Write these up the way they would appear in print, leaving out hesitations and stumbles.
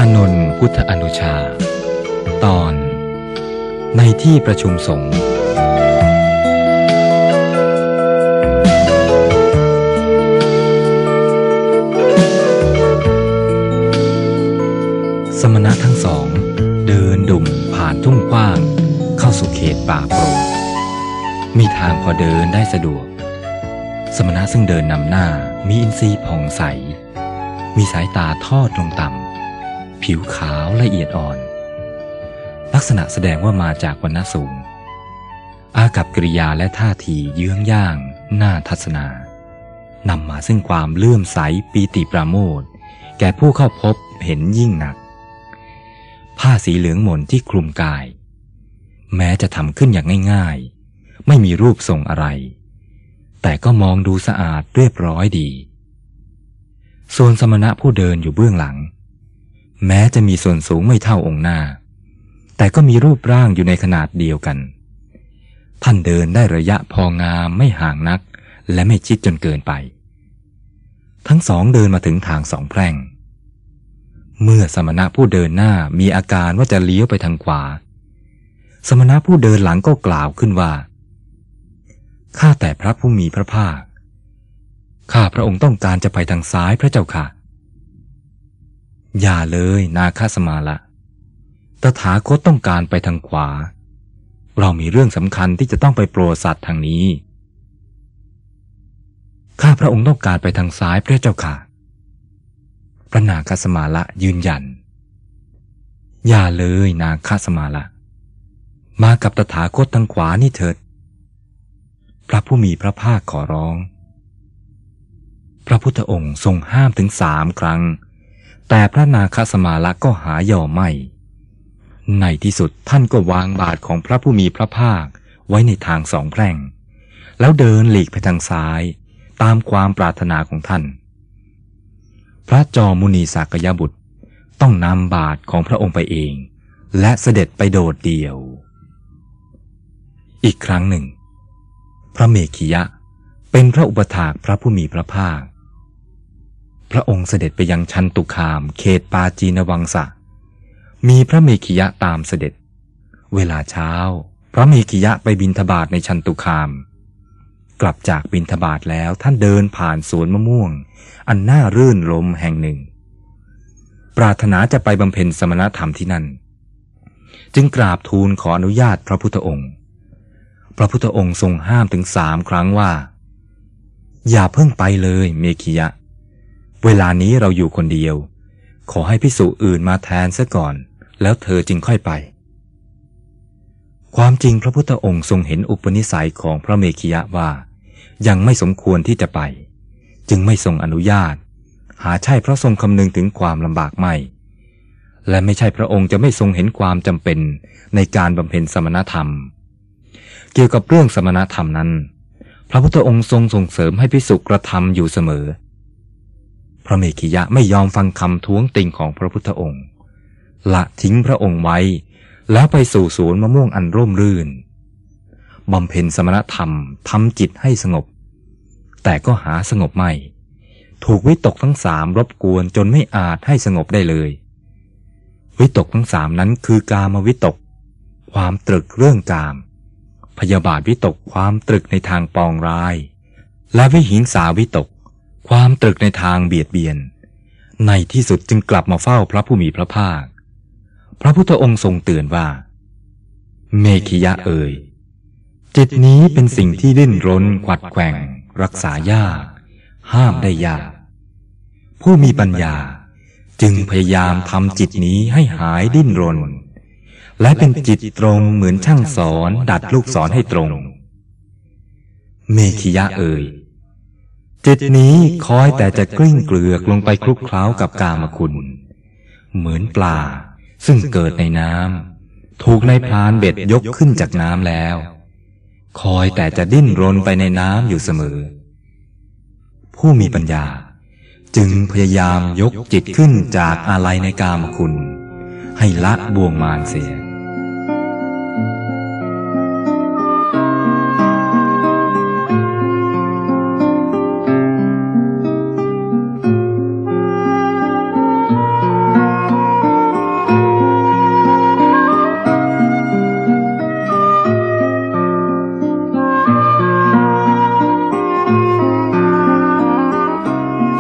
านนท์พุทธอนุชาตอนในที่ประชุมสงฆ์สมณะทั้งสองเดินดุ่มผ่านทุ่งกว้างเข้าสู่เขตป่าโปร่งมีทางพอเดินได้สะดวกสมณะซึ่งเดินนำหน้ามีอินทรีย์ผ่องใสมีสายตาทอดลงต่ำผิวขาวละเอียดอ่อนลักษณะแสดงว่ามาจากวรรณะสูงอากัปกิริยาและท่าทีเยื้องย่างน่าทัศนานำมาซึ่งความเลื่อมใสปีติปราโมทย์แก่ผู้เข้าพบเห็นยิ่งนักผ้าสีเหลืองหม่นที่คลุมกายแม้จะทำขึ้นอย่างง่ายๆไม่มีรูปทรงอะไรแต่ก็มองดูสะอาดเรียบร้อยดีส่วนสมณะผู้เดินอยู่เบื้องหลังแม้จะมีส่วนสูงไม่เท่าองค์หน้าแต่ก็มีรูปร่างอยู่ในขนาดเดียวกันท่านเดินได้ระยะพองามไม่ห่างนักและไม่ชิดจนเกินไปทั้งสองเดินมาถึงทางสองแพร่งเมื่อสมณะผู้เดินหน้ามีอาการว่าจะเลี้ยวไปทางขวาสมณะผู้เดินหลังก็กล่าวขึ้นว่าข้าแต่พระผู้มีพระภาคข้าพระองค์ต้องการจะไปทางซ้ายพระเจ้าค่ะอย่าเลยนาคสมาละตถาคตต้องการไปทางขวาเรามีเรื่องสำคัญที่จะต้องไปโปรดสัตว์ทางนี้ข้าพระองค์ต้องการไปทางซ้ายพระเจ้าค่ะพระนาคสมาละยืนยันอย่าเลยนาคสมาละมากับตถาคตทางขวานี่เถิดพระผู้มีพระภาคขอร้องพระพุทธองค์ทรงห้ามถึง3 ครั้งแต่พระนาคสมาละก็หายอมไม่ในที่สุดท่านก็วางบาทของพระผู้มีพระภาคไว้ในทางสองแพร่งแล้วเดินหลีกไปทางซ้ายตามความปรารถนาของท่านพระจอมุนีสากยบุตรต้องนำบาทของพระองค์ไปเองและเสด็จไปโดดเดี่ยวอีกครั้งหนึ่งพระเมขิยะเป็นพระอุปถากพระผู้มีพระภาคพระองค์เสด็จไปยังชันตุคามเขตปาจีนวังสะมีพระเมขิยะตามเสด็จเวลาเช้าพระเมขิยะไปบิณฑบาตในชันตุคามกลับจากบิณฑบาตแล้วท่านเดินผ่านสวนมะม่วงอันน่ารื่นรมแห่งหนึ่งปรารถนาจะไปบำเพ็ญสมณธรรมที่นั่นจึงกราบทูลขออนุญาตพระพุทธองค์พระพุทธองค์ทรงห้ามถึง3 ครั้งว่าอย่าเพิ่งไปเลยเมขิยะเวลานี้เราอยู่คนเดียวขอให้ภิกษุอื่นมาแทนซะก่อนแล้วเธอจึงค่อยไปความจริงพระพุทธองค์ทรงเห็นอุปนิสัยของพระเมขิยะว่ายังไม่สมควรที่จะไปจึงไม่ทรงอนุญาตหาใช่เพราะทรงคำนึงถึงความลำบากไม่และไม่ใช่พระองค์จะไม่ทรงเห็นความจำเป็นในการบำเพ็ญสมณธรรมเกี่ยวกับเรื่องสมณธรรมนั้นพระพุทธองค์ทรงส่งเสริมให้ภิกษุกระทำอยู่เสมอพระเมขิยะไม่ยอมฟังคำท้วงติงของพระพุทธองค์ละทิ้งพระองค์ไว้แล้วไปสู่สวนมะม่วงอันร่มรื่นบำเพ็ญสมณธรรมทำจิตให้สงบแต่ก็หาสงบไม่ถูกวิตกทั้ง3รบกวนจนไม่อาจให้สงบได้เลยวิตกทั้ง3นั้นคือกามวิตกความตรึกเรื่องกามพยาบาทวิตกความตรึกในทางปองร้ายและวิหิงสาวิตกความตรึกในทางเบียดเบียนในที่สุดจึงกลับมาเฝ้าพระผู้มีพระภาคพระพุทธองค์ทรงเตือนว่าเมขิยะเอ๋ยจิตนี้เป็นสิ่งที่ดิ้นรนขวัดแกว่งรักษายากห้ามได้ยากผู้มีปัญญาจึงพยายามทำจิตนี้ให้หายดิ้นรนและเป็นจิตตรงเหมือนช่างสอนดัดลูกศรให้ตรงเมขิยะเอ๋ยจิตนี้คอยแต่จะกลิ้งเกลือกลงไปคลุกเคล้ากับกามคุณเหมือนปลาซึ่งเกิดในน้ำถูกนายพรานเบ็ดยกขึ้นจากน้ำแล้วคอยแต่จะดิ้นรนไปในน้ำอยู่เสมอผู้มีปัญญาจึงพยายามยกจิตขึ้นจากอาลัยในกามคุณให้ละบ่วงมารเสียเ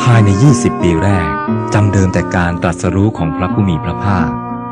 ายใน20 ปีแรกจำเดิมแต่การตรัสรู้ของพระผู้มีพระภาค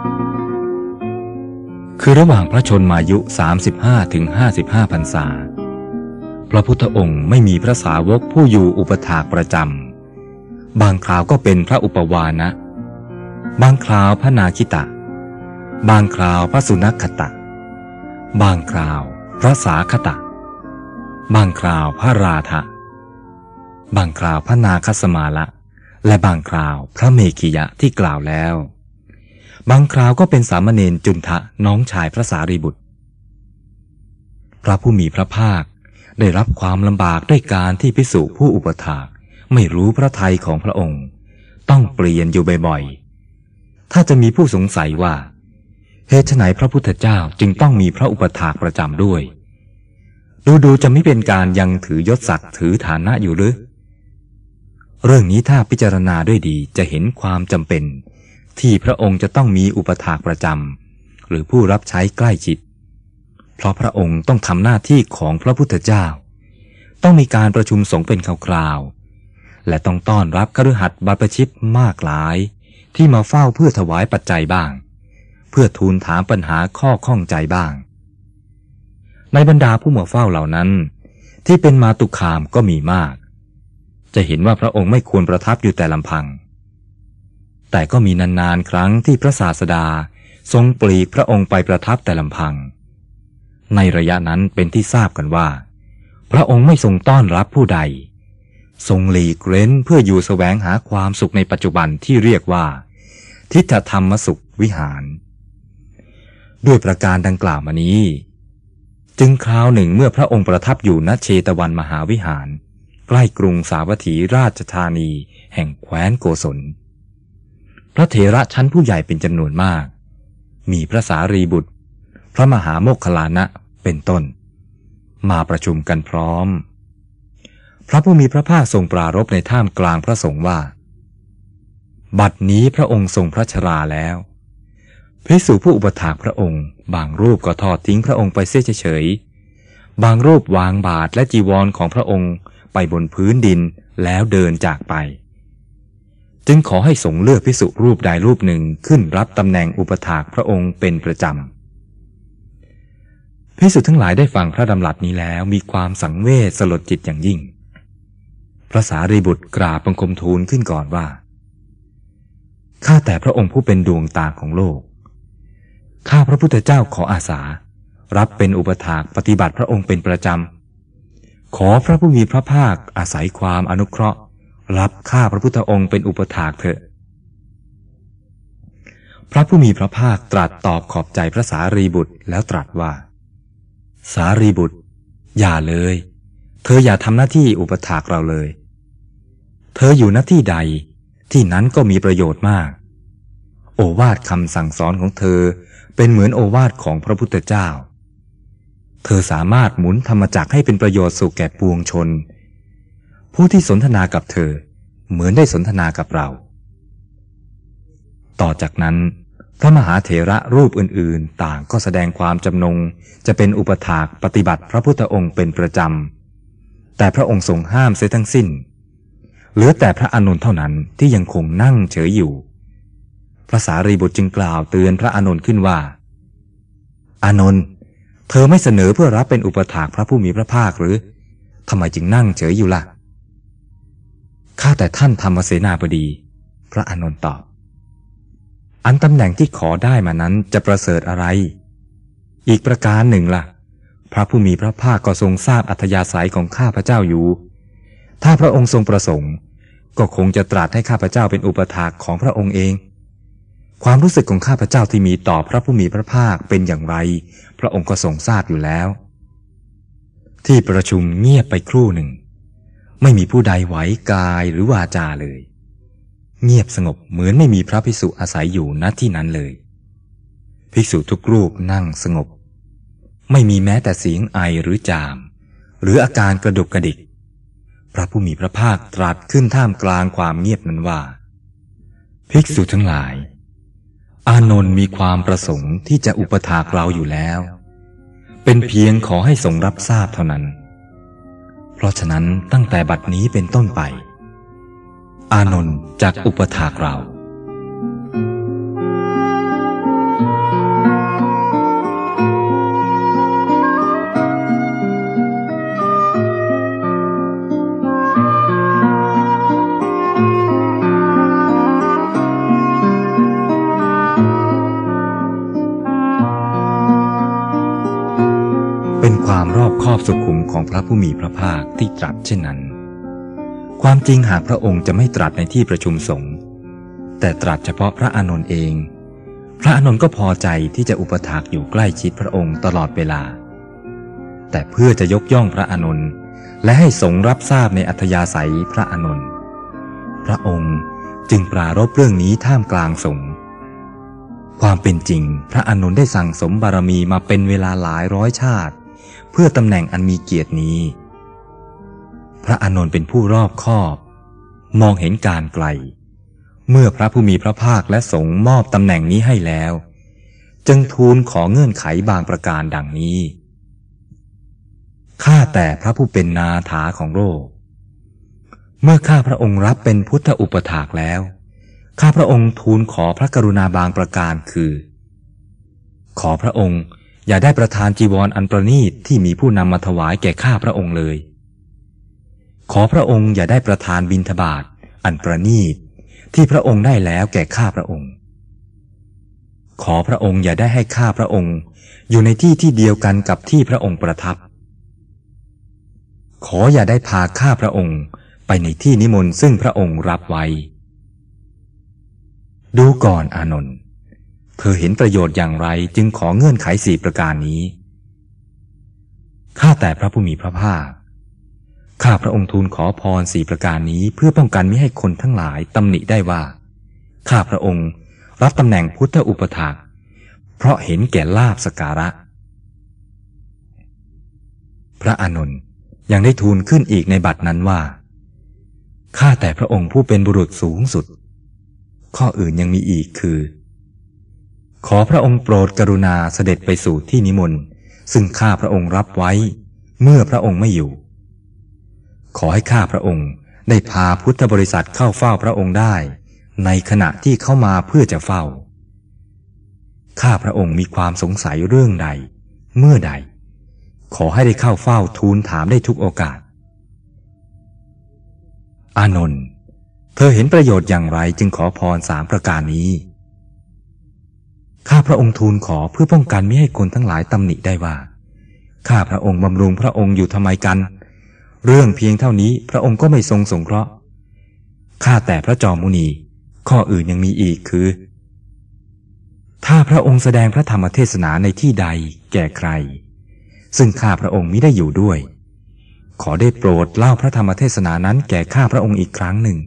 คือระหว่างพระชนมายุ 35-55 พรรษาพระพุทธองค์ไม่มีพระสาวกผู้อยู่อุปถากประจำบางคราวก็เป็นพระอุปวานะบางคราวพระนาคิตะบางคราวพระสุนัขตะบางคราวพระสาคตะบางคราวพระราธะบางคราวพระนาคสมาละและบางคราวพระเมขิยะที่กล่าวแล้วบางคราวก็เป็นสามเณรจุนทะน้องชายพระสารีบุตรพระผู้มีพระภาคได้รับความลำบากด้วยการที่ภิกษุผู้อุปถากไม่รู้พระทัยของพระองค์ต้องเปลี่ยนอยู่บ่อยๆถ้าจะมีผู้สงสัยว่าเหตุไฉนพระพุทธเจ้าจึงต้องมีพระอุปถากประจำด้วยดูจะไม่เป็นการยังถือยศศักดิ์ถือฐานะอยู่หรือเรื่องนี้ถ้าพิจารณาด้วยดีจะเห็นความจำเป็นที่พระองค์จะต้องมีอุปถากประจำหรือผู้รับใช้ใกล้ชิดเพราะพระองค์ต้องทำหน้าที่ของพระพุทธเจ้าต้องมีการประชุมสงฆ์เป็นคราวๆและต้องต้อนรับคฤหัสถ์บรรพชิตมากหลายที่มาเฝ้าเพื่อถวายปัจจัยบ้างเพื่อทูลถามปัญหาข้อข้องใจบ้างในบรรดาผู้มาเฝ้าเหล่านั้นที่เป็นมาตุคามก็มีมากจะเห็นว่าพระองค์ไม่ควรประทับอยู่แต่ลำพังแต่ก็มีนานๆครั้งที่พระศาสดาทรงปลีกพระองค์ไปประทับแต่ลำพังในระยะนั้นเป็นที่ทราบกันว่าพระองค์ไม่ทรงต้อนรับผู้ใดทรงหลีกเร้นเพื่ออยู่แสวงหาความสุขในปัจจุบันที่เรียกว่าทิฏฐธรรมสุขวิหารด้วยประการดังกล่าวมานี้จึงคราวหนึ่งเมื่อพระองค์ประทับอยู่ณเชตวันมหาวิหารใกล้กรุงสาวัตถีราชธานีแห่งแคว้นโกศลพระเถระชั้นผู้ใหญ่เป็นจำนวนมากมีพระสารีบุตรพระมหาโมคคัลลานะเป็นต้นมาประชุมกันพร้อมพระผู้มีพระภาคทรงปรารภในท่ามกลางพระสงฆ์ว่าบัดนี้พระองค์ทรงพระชราแล้วภิกษุผู้อุปถากพระองค์บางรูปก็ทอดทิ้งพระองค์ไปเสียเฉยๆบางรูปวางบาตรและจีวรของพระองค์ไปบนพื้นดินแล้วเดินจากไปจึงขอให้สงฆ์เลือกภิกษุรูปใดรูปหนึ่งขึ้นรับตำแหน่งอุปถากพระองค์เป็นประจำภิกษุทั้งหลายได้ฟังพระดำรัสนี้แล้วมีความสังเวชสลดจิตอย่างยิ่งพระสารีบุตรกราบบังคมทูลขึ้นก่อนว่าข้าแต่พระองค์ผู้เป็นดวงตาของโลกข้าพระพุทธเจ้าขออาสารับเป็นอุปถากปฏิบัติพระองค์เป็นประจำขอพระผู้มีพระภาคอาศัยความอนุเคราะห์รับข้าพระพุทธองค์เป็นอุปถากเถิดพระผู้มีพระภาคตรัสตอบขอบใจพระสารีบุตรแล้วตรัสว่าสารีบุตรอย่าเลยเธออย่าทำหน้าที่อุปถากเราเลยเธออยู่หน้าที่ใดที่นั้นก็มีประโยชน์มากโอวาทคำสั่งสอนของเธอเป็นเหมือนโอวาทของพระพุทธเจ้าเธอสามารถหมุนธรรมจักรให้เป็นประโยชน์สุขแก่ปวงชนผู้ที่สนทนากับเธอเหมือนได้สนทนากับเราต่อจากนั้นพระมหาเถระรูปอื่นๆต่างก็แสดงความจำนงจะเป็นอุปถากปฏิบัติพระพุทธองค์เป็นประจำแต่พระองค์ทรงห้ามเสียทั้งสิ้นเหลือแต่พระอานนท์เท่านั้นที่ยังคงนั่งเฉยอยู่พระสารีบุตรจึงกล่าวเตือนพระอานนท์ขึ้นว่าอานนท์เธอไม่เสนอเพื่อรับเป็นอุปถากพระผู้มีพระภาคหรือทำไมจึงนั่งเฉยอยู่ล่ะข้าแต่ท่านธรรมเสนาบดีพระอานนท์ตอบอันตำแหน่งที่ขอได้มานั้นจะประเสริฐอะไรอีกประการหนึ่งล่ะพระผู้มีพระภาคก็ทรงทราบอัธยาศัยของข้าพเจ้าอยู่ถ้าพระองค์ทรงประสงค์ก็คงจะตรัสให้ข้าพเจ้าเป็นอุปถากของพระองค์เองความรู้สึกของข้าพเจ้าที่มีต่อพระผู้มีพระภาคเป็นอย่างไรพระองค์ก็ทรงทราบอยู่แล้วที่ประชุมเงียบไปครู่หนึ่งไม่มีผู้ใดไหวกายหรือวาจาเลยเงียบสงบเหมือนไม่มีพระภิกษุอาศัยอยู่ณที่นั้นเลยภิกษุทุกรูปนั่งสงบไม่มีแม้แต่เสียงไอหรือจามหรืออาการกระดุกกระดิกพระผู้มีพระภาคตรัสขึ้นท่ามกลางความเงียบนั้นว่าภิกษุทั้งหลายอานนท์มีความประสงค์ที่จะอุปถากเราอยู่แล้วเป็นเพียงขอให้ทรงรับทราบเท่านั้นเพราะฉะนั้นตั้งแต่บัดนี้เป็นต้นไปออานนท์จักอุปถากเราเป็นความรอบคอบสุขุมของพระผู้มีพระภาคที่ตรัสเช่นนั้นความจริงหากพระองค์จะไม่ตรัสในที่ประชุมสงฆ์แต่ตรัสเฉพาะพระอานนท์เองพระอานนท์ก็พอใจที่จะอุปถากอยู่ใกล้ชิดพระองค์ตลอดเวลาแต่เพื่อจะยกย่องพระอานนท์และให้สงฆ์รับทราบในอัธยาศัยพระอานนท์พระองค์จึงปรารภเรื่องนี้ท่ามกลางสงฆ์ความเป็นจริงพระอานนท์ได้สั่งสมบารมีมาเป็นเวลาหลายร้อยชาติเพื่อตำแหน่งอันมีเกียรตินี้พระอานนท์เป็นผู้รอบคอบมองเห็นการไกลเมื่อพระผู้มีพระภาคและสงฆ์มอบตำแหน่งนี้ให้แล้วจึงทูลขอเงื่อนไขบางประการดังนี้ข้าแต่พระผู้เป็นนาถาของโลกเมื่อข้าพระองค์รับเป็นพุทธอุปถากแล้วข้าพระองค์ทูลขอพระกรุณาบางประการคือขอพระองค์อย่าได้ประทานจีวรอันประณีตที่มีผู้นำมาถวายแก่ข้าพระองค์เลยขอพระองค์อย่าได้ประทานบิณฑบาตอันประณีตที่พระองค์ได้แล้วแก่ข้าพระองค์ขอพระองค์อย่าได้ให้ข้าพระองค์อยู่ในที่ที่เดียวกันกับที่พระองค์ประทับขออย่าได้พาข้าพระองค์ไปในที่นิมนต์ซึ่งพระองค์รับไว้ดูก่อนอานนท์เธอเห็นประโยชน์อย่างไรจึงขอเงื่อนไข4ประการนี้ข้าแต่พระผู้มีพระภาคข้าพระองค์ทูลขอพร4ประการนี้เพื่อป้องกันมิให้คนทั้งหลายตำหนิได้ว่าข้าพระองค์รับตำแหน่งพุทธอุปถากเพราะเห็นแก่ลาภสักการะพระอานนท์ยังได้ทูลขึ้นอีกในบัดนั้นว่าข้าแต่พระองค์ผู้เป็นบุรุษสูงสุดข้ออื่นยังมีอีกคือขอพระองค์โปรดกรุณาเสด็จไปสู่ที่นิมนต์ซึ่งข้าพระองค์รับไว้เมื่อพระองค์ไม่อยู่ขอให้ข้าพระองค์ได้พาพุทธบริษัทเข้าเฝ้าพระองค์ได้ในขณะที่เข้ามาเพื่อจะเฝ้าข้าพระองค์มีความสงสัยเรื่องใดเมื่อใดขอให้ได้เข้าเฝ้าทูลถามได้ทุกโอกาสอานนท์เธอเห็นประโยชน์อย่างไรจึงขอพร3ประการนี้ข้าพระองค์ทูลขอเพื่อป้องกันไม่ให้คนทั้งหลายตำหนิได้ว่าข้าพระองค์บำรุงพระองค์อยู่ทำไมกันเรื่องเพียงเท่านี้พระองค์ก็ไม่ทรงสงเคราะห์ข้าแต่พระจอมมุนีข้ออื่นยังมีอีกคือถ้าพระองค์แสดงพระธรรมเทศนาในที่ใดแก่ใครซึ่งข้าพระองค์มิได้อยู่ด้วยขอได้โปรดเล่าพระธรรมเทศนานั้นแก่ข้าพระองค์อีกครั้งหนึ่ง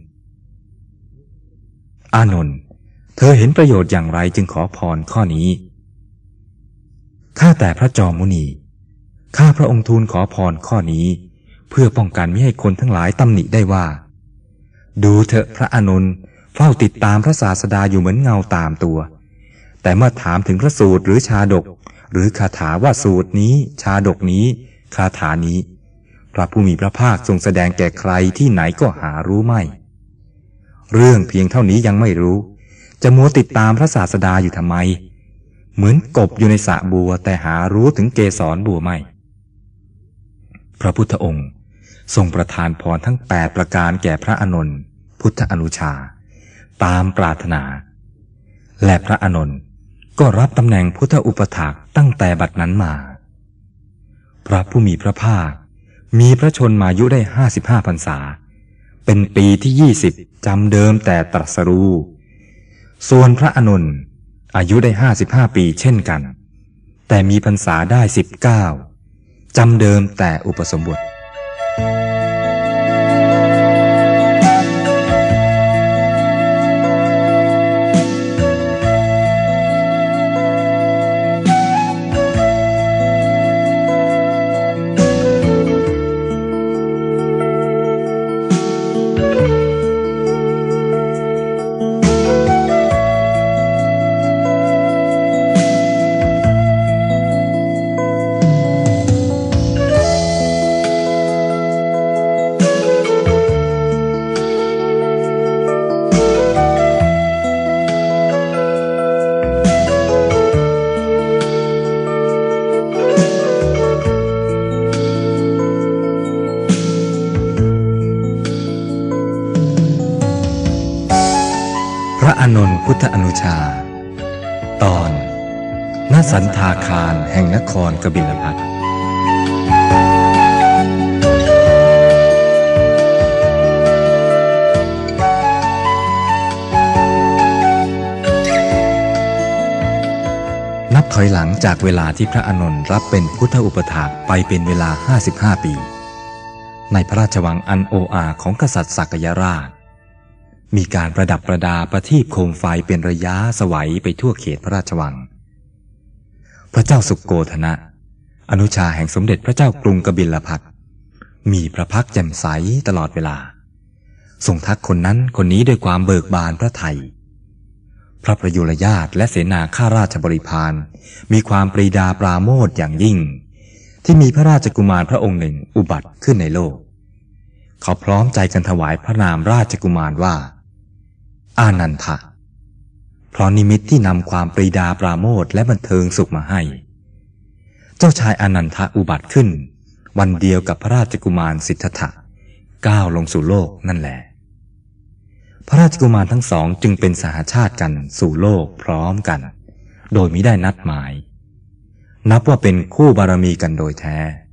อานนท์เธอเห็นประโยชน์อย่างไรจึงขอพรข้อนี้ข้าแต่พระจอมมุนีข้าพระองค์ทูลขอพรข้อนี้เพื่อป้องกันไม่ให้คนทั้งหลายตำหนิได้ว่าดูเถอะพระอานนท์เฝ้าติดตามพระศาสดาอยู่เหมือนเงาตามตัวแต่เมื่อถามถึงพระสูตรหรือชาดกหรือคาถาว่าสูตรนี้ชาดกนี้คาถานี้พระผู้มีพระภาคทรงแสดงแก่ใครที่ไหนก็หารู้ไม่เรื่องเพียงเท่านี้ยังไม่รู้จะมัวติดตามพระศาสดาอยู่ทำไมเหมือนกบอยู่ในสระบัวแต่หารู้ถึงเกสรบัวไม่พระพุทธองค์ทรงประทานพรทั้ง8ประการแก่พระอานนท์พุทธอนุชาตามปรารถนาและพระอานนท์ก็รับตำแหน่งพุทธอุปถากตั้งแต่บัดนั้นมาพระผู้มีพระภาคมีพระชนมายุได้55พรรษาเป็นปีที่20จำเดิมแต่ตรัสรู้ส่วนพระอานนท์อายุได้55ปีเช่นกันแต่มีพรรษาได้19จำเดิมแต่อุปสมบทอานนท์พุทธอนุชาตอนณสันทาคารแห่งนครกบิลพัสต์นับถอยหลังจากเวลาที่พระอานนท์รับเป็นพุทธอุปถากไปเป็นเวลา55 ปีในพระราชวังอันโออาของกษัตริย์สักยราชมีการประดับประดาประทีปโคมไฟเป็นระยะสวัยไปทั่วเขตพระราชวังพระเจ้าสุโกธนะอนุชาแห่งสมเด็จพระเจ้ากรุงกบิลพัสต์มีพระพักตร์แจ่มใสตลอดเวลาทรงทักคนนั้นคนนี้ด้วยความเบิกบานพระทัยพระประยุรญาติและเสนาข้าราชบริพารมีความปรีดาปราโมทย์อย่างยิ่งที่มีพระราชกุมารพระองค์หนึ่งอุบัติขึ้นในโลกเขาพร้อมใจกันถวายพระนามราชกุมารว่าอานันทะเพราะนิมิตที่นำความปรีดาปราโมทย์และบันเทิงสุขมาให้เจ้าชายอานันทะอุบัติขึ้นวันเดียวกับพระราชกุมารสิทธัตถะก้าวลงสู่โลกนั่นแหละพระราชกุมารทั้งสองจึงเป็นสหชาติกันสู่โลกพร้อมกันโดยมิได้นัดหมายนับว่าเป็นคู่บารมีกันโดยแท้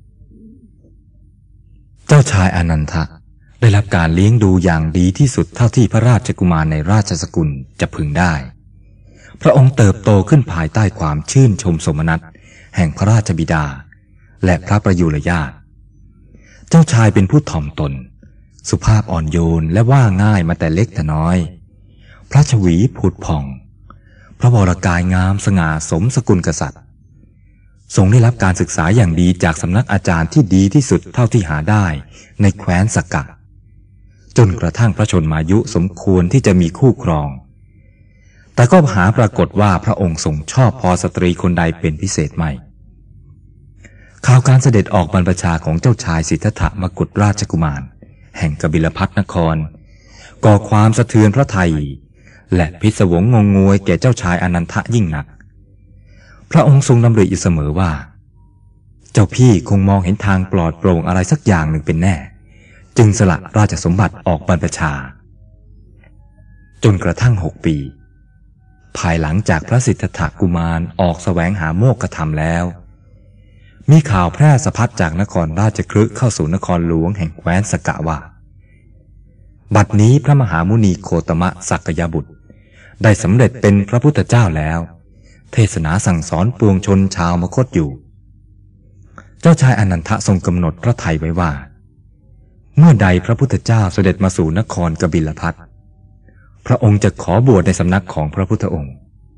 เจ้าชายอานันทะได้รับการเลี้ยงดูอย่างดีที่สุดเท่าที่พระราชกุมารในราชสกุลจะพึงได้พระองค์เติบโตขึ้นภายใต้ความชื่นชมสมนัสแห่งพระราชบิดาและพระประยุรญาติเจ้าชายเป็นผู้ถ่อมตนสุภาพอ่อนโยนและว่าง่ายมาแต่เล็กแต่น้อยพระชวีผุดผ่องพระวรกายงามสง่าสมสกุลกษัตริย์ทรงได้รับการศึกษาอย่างดีจากสำนักอาจารย์ที่ดีที่สุดเท่าที่หาได้ในแคว้นสักกะจนกระทั่งพระชนมายุสมควรที่จะมีคู่ครองแต่ก็หาปรากฏว่าพระองค์ทรงชอบพอสตรีคนใดเป็นพิเศษไม่ข่าวการเสด็จออกบรรพชาของเจ้าชายสิทธัตถมกุฎราชกุมารแห่งกบิลพัสต์นครก่อความสะเทือนพระทัยและพิศวงงงงวยแก่เจ้าชายอนันทะยิ่งนักพระองค์ทรงดำริอยู่เสมอว่าเจ้าพี่คงมองเห็นทางปลอดโปร่งอะไรสักอย่างหนึ่งเป็นแน่จึงสละราชสมบัติออกบรรพชาจนกระทั่ง6 ปีภายหลังจากพระสิทธัตถกุมารออกแสวงหาโมกขธรรมแล้วมีข่าวแพร่สะพัดจากนครราชคฤห์เข้าสู่นครหลวงแห่งแคว้นสกะว่าบัดนี้พระมหามุนีโคตมะสักยบุตรได้สำเร็จเป็นพระพุทธเจ้าแล้วเทศนาสั่งสอนปวงชนชาวมคธอยู่เจ้าชายอนันทะทรงกำหนดพระทัยไว้ว่าเมื่อใดพระพุทธเจ้าเสด็จมาสู่นครกบิลพัสต์พระองค์จะขอบวชในสำนักของพระพุทธองค์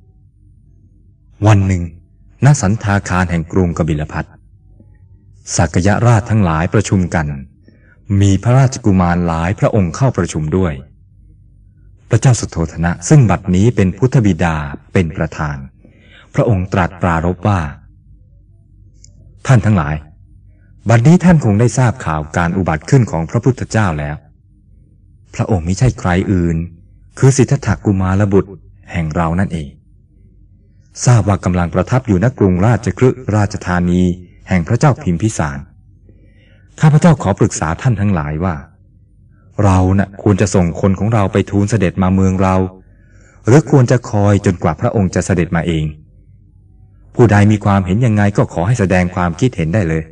วันหนึ่งณสันทาคารแห่งกรุงกบิลพัสต์สักยราชทั้งหลายประชุมกันมีพระราชกุมารหลายพระองค์เข้าประชุมด้วยพระเจ้าสุโธทนะซึ่งบัดนี้เป็นพุทธบิดาเป็นประธานพระองค์ตรัสปรารภว่าท่านทั้งหลายบัดนี้ท่านคงได้ทราบข่าวการอุบัติขึ้นของพระพุทธเจ้าแล้วพระองค์ไม่ใช่ใครอื่นคือสิทธัตถกุมารบุตรแห่งเรานั่นเองทราบว่ากำลังประทับอยู่ณกรุงราชคฤห์ราชธานีแห่งพระเจ้าพิมพิสารข้าพเจ้าขอปรึกษาท่านทั้งหลายว่าเราควรจะส่งคนของเราไปทูลเสด็จมาเมืองเราหรือควรจะคอยจนกว่าพระองค์จะเสด็จมาเองผู้ใดมีความเห็นยังไงก็ขอให้แสดงความคิดเห็นได้เลย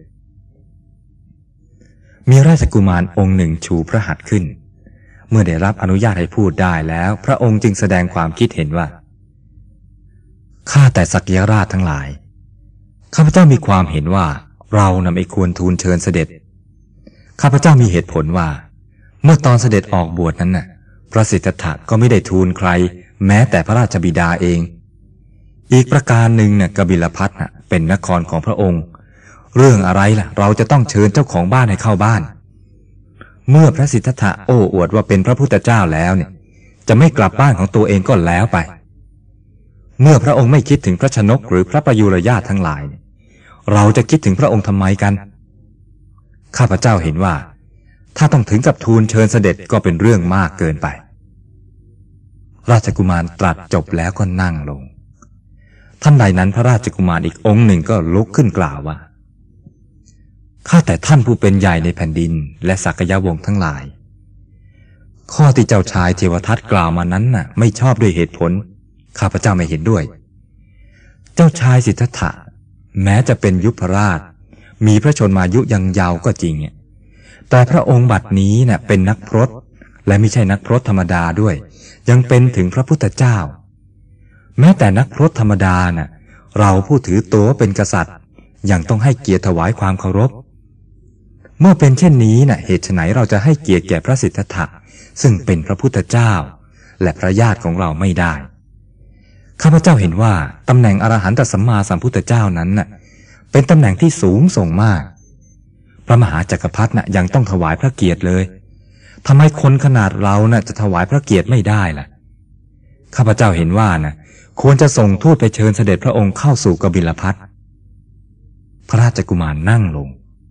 มีราชกุมารองค์หนึ่งชูพระหัตถ์ขึ้นเมื่อได้รับอนุญาตให้พูดได้แล้วพระองค์จึงแสดงความคิดเห็นว่าข้าแต่สักยราชทั้งหลายข้าพเจ้ามีความเห็นว่าเราไม่ควรทูลเชิญเสด็จข้าพเจ้ามีเหตุผลว่าเมื่อตอนเสด็จออกบวชนั้นพระสิทธัตถะก็ไม่ได้ทูลใครแม้แต่พระราชบิดาเองอีกประการหนึ่งกบิลพัสต์เป็นนครของพระองค์เรื่องอะไรล่ะเราจะต้องเชิญเจ้าของบ้านให้เข้าบ้านเมื่อพระสิทธัตถะโอ้อวดว่าเป็นพระพุทธเจ้าแล้วจะไม่กลับบ้านของตัวเองก็แล้วไปเมื่อพระองค์ไม่คิดถึงพระชนกหรือพระประยุรญาติทั้งหลายเราจะคิดถึงพระองค์ทำไมกันข้าพเจ้าเห็นว่าถ้าต้องถึงกับทูลเชิญเสด็จก็เป็นเรื่องมากเกินไปราชกุมารตรัสจบแล้วก็นั่งลงท่านใดนั้นพระราชกุมารอีกองค์หนึ่งก็ลุกขึ้นกล่าวว่าข้าแต่ท่านผู้เป็นใหญ่ในแผ่นดินและสักยวงศ์ทั้งหลายข้อที่เจ้าชายเทวทัตกล่าวมานั้นน่ะไม่ชอบด้วยเหตุผลข้าพเจ้าไม่เห็นด้วยเจ้าชายสิทธัตถะแม้จะเป็นยุพราชมีพระชนมายุยังยาวก็จริงแต่พระองค์บัดนี้น่ะเป็นนักพรตและไม่ใช่นักพรตธรรมดาด้วยยังเป็นถึงพระพุทธเจ้าแม้แต่นักพรตธรรมดาน่ะเราผู้ถือตัวเป็นกษัตริย์ยังต้องให้เกียรติถวายความเคารพเมื่อเป็นเช่นนี้น่ะเหตุไฉนเราจะให้เกียรติแก่พระสิทธัตถะซึ่งเป็นพระพุทธเจ้าและพระญาติของเราไม่ได้ข้าพเจ้าเห็นว่าตำแหน่งอรหันตสัมมาสัมพุทธเจ้านั้นน่ะเป็นตำแหน่งที่สูงส่งมากพระมหาจักรพรรดิน่ะยังต้องถวายพระเกียรติเลยทำไมคนขนาดเราน่ะจะถวายพระเกียรติไม่ได้ล่ะข้าพเจ้าเห็นว่าน่ะควรจะส่งทูตไปเชิญเสด็จพระองค์เข้าสู่กบิลพัสดุพระราชกุมารนั่งลง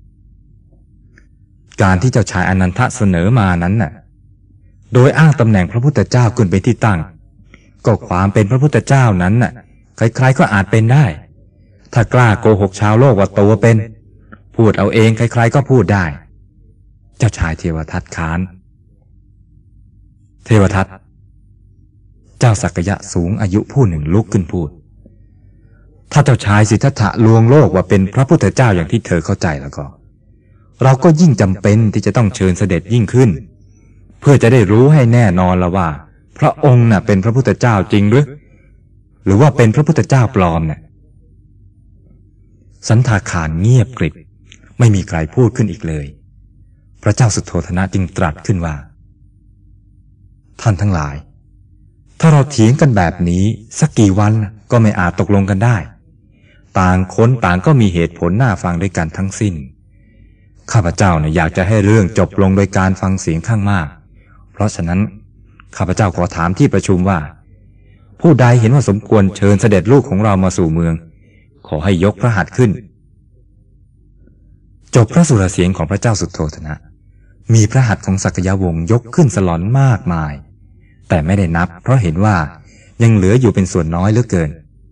การที่เจ้าชายอนันทะเสนอมานั้นน่ะโดยอ้างตำแหน่งพระพุทธเจ้าขึ้นเป็นที่ตั้งก็ความเป็นพระพุทธเจ้านั้นน่ะใครๆก็อาจเป็นได้ถ้ากล้าโกหกชาวโลกว่าตัวเป็นพูดเอาเองใครๆก็พูดได้เจ้าชายเทวทัตค้านเทวทัตเจ้าสักยะสูงอายุผู้หนึ่งลุกขึ้นพูดถ้าเจ้าชายสิทธัตถะลวงโลกว่าเป็นพระพุทธเจ้าอย่างที่เธอเข้าใจแล้วก็เราก็ยิ่งจำเป็นที่จะต้องเชิญเสด็จยิ่งขึ้นเพื่อจะได้รู้ให้แน่นอนแล้วว่าพระองค์น่ะเป็นพระพุทธเจ้าจริงหรือว่าเป็นพระพุทธเจ้าปลอมเนี่ยสันทาคารเงียบกริบไม่มีใครพูดขึ้นอีกเลยพระเจ้าสุโธทนะจึงตรัสขึ้นว่าท่านทั้งหลายถ้าเราเถียงกันแบบนี้สักกี่วันก็ไม่อาจตกลงกันได้ต่างคนต่างก็มีเหตุผลน่าฟังด้วยกันทั้งสิ้นข้าพเจ้าอยากจะให้เรื่องจบลงโดยการฟังเสียงข้างมากเพราะฉะนั้นข้าพเจ้าขอถามที่ประชุมว่าผู้ใดเห็นว่าสมควรเชิญเสด็จลูกของเรามาสู่เมืองขอให้ยกพระหัตถ์ขึ้นจบพระสุรเสียงของพระเจ้าสุโธทนะมีพระหัตถ์ของสักยวงศ์ยกขึ้นสลอนมากมายแต่ไม่ได้นับเพราะเห็นว่ายังเหลืออยู่เป็นส่วนน้อยเหลือเกิน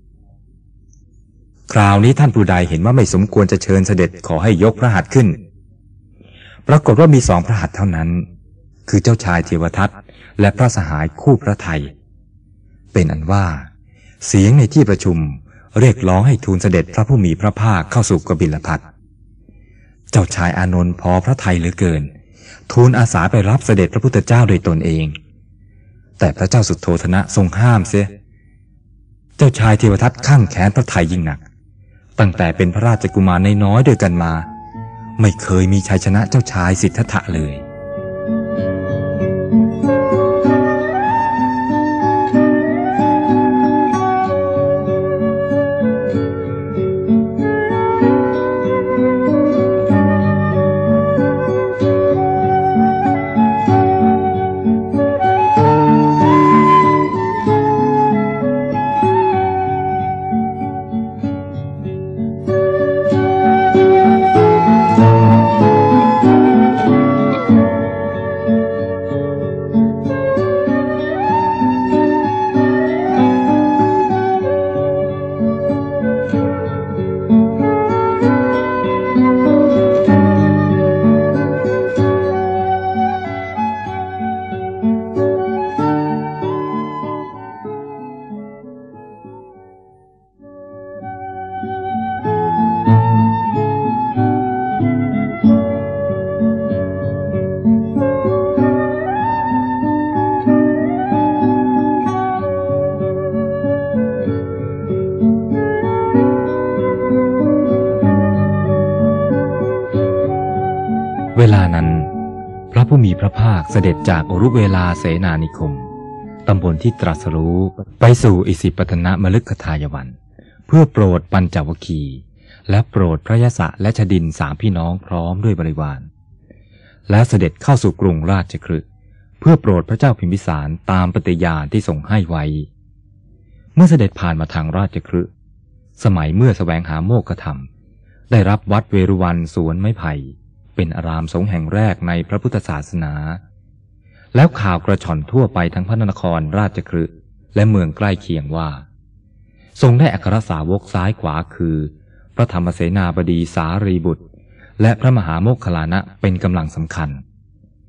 คราวนี้ท่านผู้ใดเห็นว่าไม่สมควรจะเชิญเสด็จขอให้ยกพระหัตถ์ขึ้นปรากฏว่ามี2พระหัตถ์เท่านั้นคือเจ้าชายเทวทัตและพระสหายคู่พระไทยเป็นอันว่าเสียงในที่ประชุมเรียกร้องให้ทูลเสด็จพระผู้มีพระภาคเข้าสู่กบิลพัสดุเจ้าชายอานนท์พอพระทัยเหลือเกินทูลอาสาไปรับเสด็จพระพุทธเจ้าโดยตนเองแต่พระเจ้าสุโธทนะทรงห้ามเสียเจ้าชายเทวทัตข้างแค้นพระทัยยิ่งหนักตั้งแต่เป็นพระราชกุมารน้อยๆด้วยกันมาไม่เคยมีชัยชนะเจ้าชายสิทธัตถะเลย เวลานั้นพระผู้มีพระภาคเสด็จจากอรุเวลาเสนานิคมตำบลที่ตรัสรู้ไปสู่อิสิปตนมฤคทายวันเพื่อโปรดปัญจวัคคีย์และโปรดพระยศะและชดิน3พี่น้องพร้อมด้วยบริวารและเสด็จเข้าสู่กรุงราชคฤห์เพื่อโปรดพระเจ้าพิมพิสารตามปฏิญาณที่ทรงให้ไว้เมื่อเสด็จผ่านมาทางราชคฤห์สมัยเมื่อแสวงหาโมฆะธรรมได้รับวัดเวรุวันสวนไม้ไผ่เป็นอารามสงฆ์แห่งแรกในพระพุทธศาสนาแล้วข่าวกระชอนทั่วไปทั้งพระนครราชคฤห์และเมืองใกล้เคียงว่าทรงได้อัครสาวกซ้ายขวาคือพระธรรมเสนาบดีสารีบุตรและพระมหาโมคคัลลานะเป็นกำลังสำคัญ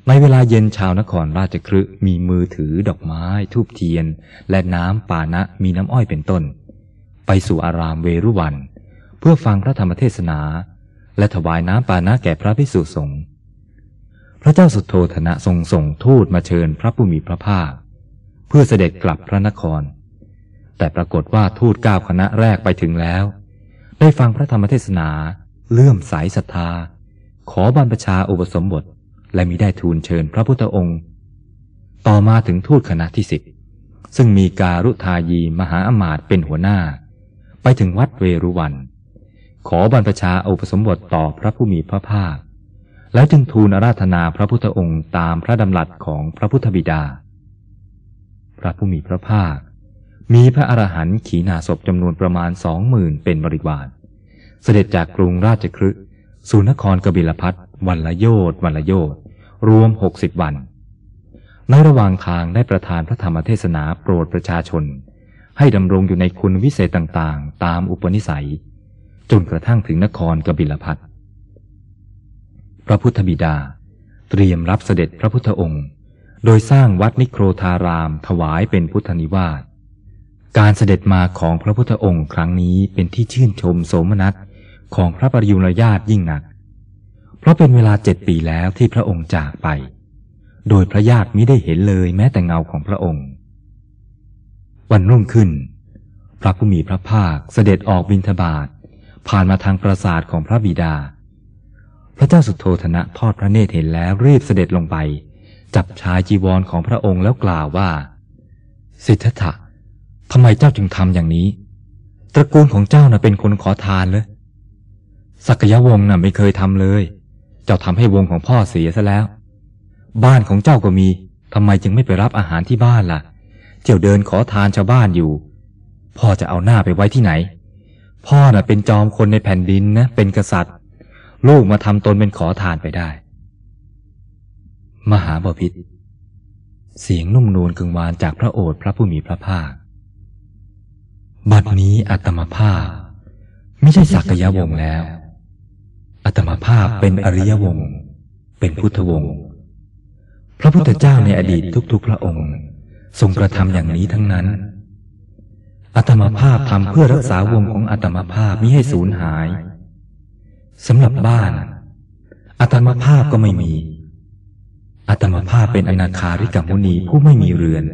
ในเวลาเย็นชาวนครราชคฤห์มีมือถือดอกไม้ธูปเทียนและน้ำปานะมีน้ำอ้อยเป็นต้นไปสู่อารามเวรุวันเพื่อฟังพระธรรมเทศนาและถวายน้ำปานะแก่พระภิกษุสงฆ์พระเจ้าสุโธทนะทรงส่งทูตมาเชิญพระผู้มีพระภาคเพื่อเสด็จกลับพระนครแต่ปรากฏว่าทูต9คณะแรกไปถึงแล้วได้ฟังพระธรรมเทศนาเลื่อมใสศรัทธาขอบรรพชาอุปสมบทและมิได้ทูลเชิญพระพุทธองค์ต่อมาถึงทูตคณะที่10ซึ่งมีการุทายีมหาอมาตย์เป็นหัวหน้าไปถึงวัดเวรุวันขอบรรพชาอุปสมบทต่อพระผู้มีพระภาคแล้วจึงทูลอาราธนาพระพุทธองค์ตามพระดำรัสของพระพุทธบิดาพระผู้มีพระภาคมีพระอรหันต์ขีณาสพจำนวนประมาณ 20,000 เป็นบริวารเสด็จจากกรุงราชคฤห์สู่นครกบิลพัสวันละโยชน์รวม60 วันในระหว่างทางได้ประทานพระธรรมเทศนาโปรดประชาชนให้ดำรงอยู่ในคุณวิเศษต่างๆตามอุปนิสัยจนกระทั่งถึงนครกบิลพัสพระพุทธบิดาเตรียมรับเสด็จพระพุทธองค์โดยสร้างวัดนิโครธารามถวายเป็นพุทธนิวาสการเสด็จมาของพระพุทธองค์ครั้งนี้เป็นที่ชื่นชมโสมนัสของพระปริยุรญาติยิ่งนักเพราะเป็นเวลา7 ปีแล้วที่พระองค์จากไปโดยพระญาติมิได้เห็นเลยแม้แต่เงาของพระองค์วันรุ่งขึ้นพระผู้มีพระภาคเสด็จออกบิณฑบาตผ่านมาทางปราสาทของพระบิดาพระเจ้าสุโธทนะทอดพระเนตรเห็นแล้วรีบเสด็จลงไปจับชายจีวรของพระองค์แล้วกล่าวว่าสิทธัตถะทำไมเจ้าจึงทำอย่างนี้ตระกูลของเจ้าน่ะเป็นคนขอทานเลยสักยวงศ์น่ะไม่เคยทำเลยเจ้าทำให้วงของพ่อเสียซะแล้วบ้านของเจ้าก็มีทำไมจึงไม่ไปรับอาหารที่บ้านล่ะเจ้าเดินขอทานชาวบ้านอยู่พ่อจะเอาหน้าไปไว้ที่ไหนพ่อน่ะเป็นจอมคนในแผ่นดินนะเป็นกษัตริย์ลูกมาทำตนเป็นขอทานไปได้มหาบพิตรเสียงนุ่มนวลกังวานจากพระโอษฐ์พระผู้มีพระภาคบัดนี้อาตมาภาพไม่ใช่สักยวงศ์แล้วอาตมาภาพเป็นอริยวงศ์เป็นพุทธวงศ์พระพุทธเจ้าในอดีตทุกๆพระองค์ทรงกระทำอย่างนี้ทั้งนั้นอาตมาภาพทำเพื่อรักษาวงของอาตมาภาพมิให้สูญหายสำหรับบ้านอาตมาภาพก็ไม่มีอาตมาภาพเป็นอนาคาริกมุนีผู้ไม่มีเรือน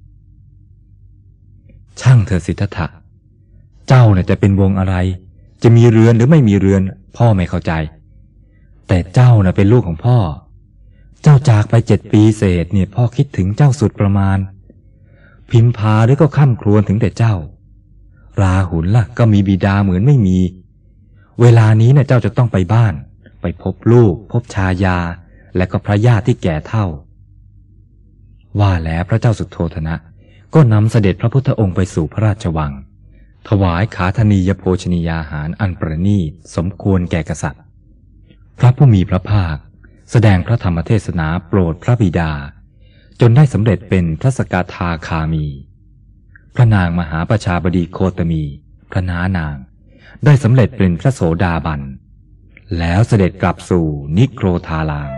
ช่างเถิดสิทธัตถะเจ้าเนี่ยจะเป็นวงอะไรจะมีเรือนหรือไม่มีเรือนพ่อไม่เข้าใจแต่เจ้าน่ะเป็นลูกของพ่อเจ้าจากไป7 ปีเศษเนี่ยพ่อคิดถึงเจ้าสุดประมาณพิมพาหรือก็ค่ำครวญถึงแต่เจ้าราหุลล่ะก็มีบิดาเหมือนไม่มีเวลานี้เนี่ยเจ้าจะต้องไปบ้านไปพบลูกพบชายาและก็พระญาติที่แก่เฒ่าว่าแล้วพระเจ้าสุโธทนะก็นำเสด็จพระพุทธองค์ไปสู่พระราชวังถวายขาธนียโภชนียาหารอันประณีตสมควรแก่กษัตริย์พระผู้มีพระภาคแสดงพระธรรมเทศนาโปรดพระบิดาจนได้สำเร็จเป็นพระสกทาคามีพระนางมหาประชาบดีโคตมีพระน้านางได้สำเร็จเป็นพระโสดาบันแล้วเสด็จกลับสู่นิโครธาราม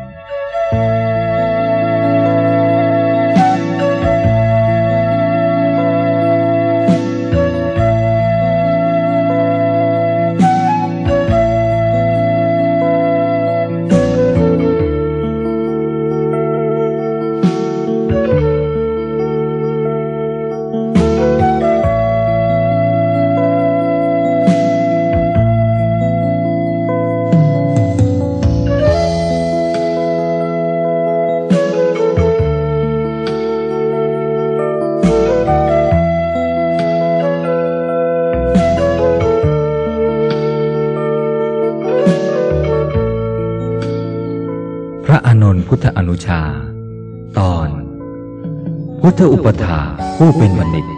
พระอานนท์พุทธอนุชาตอนพุทธอุปถาผู้เป็นบัณฑิต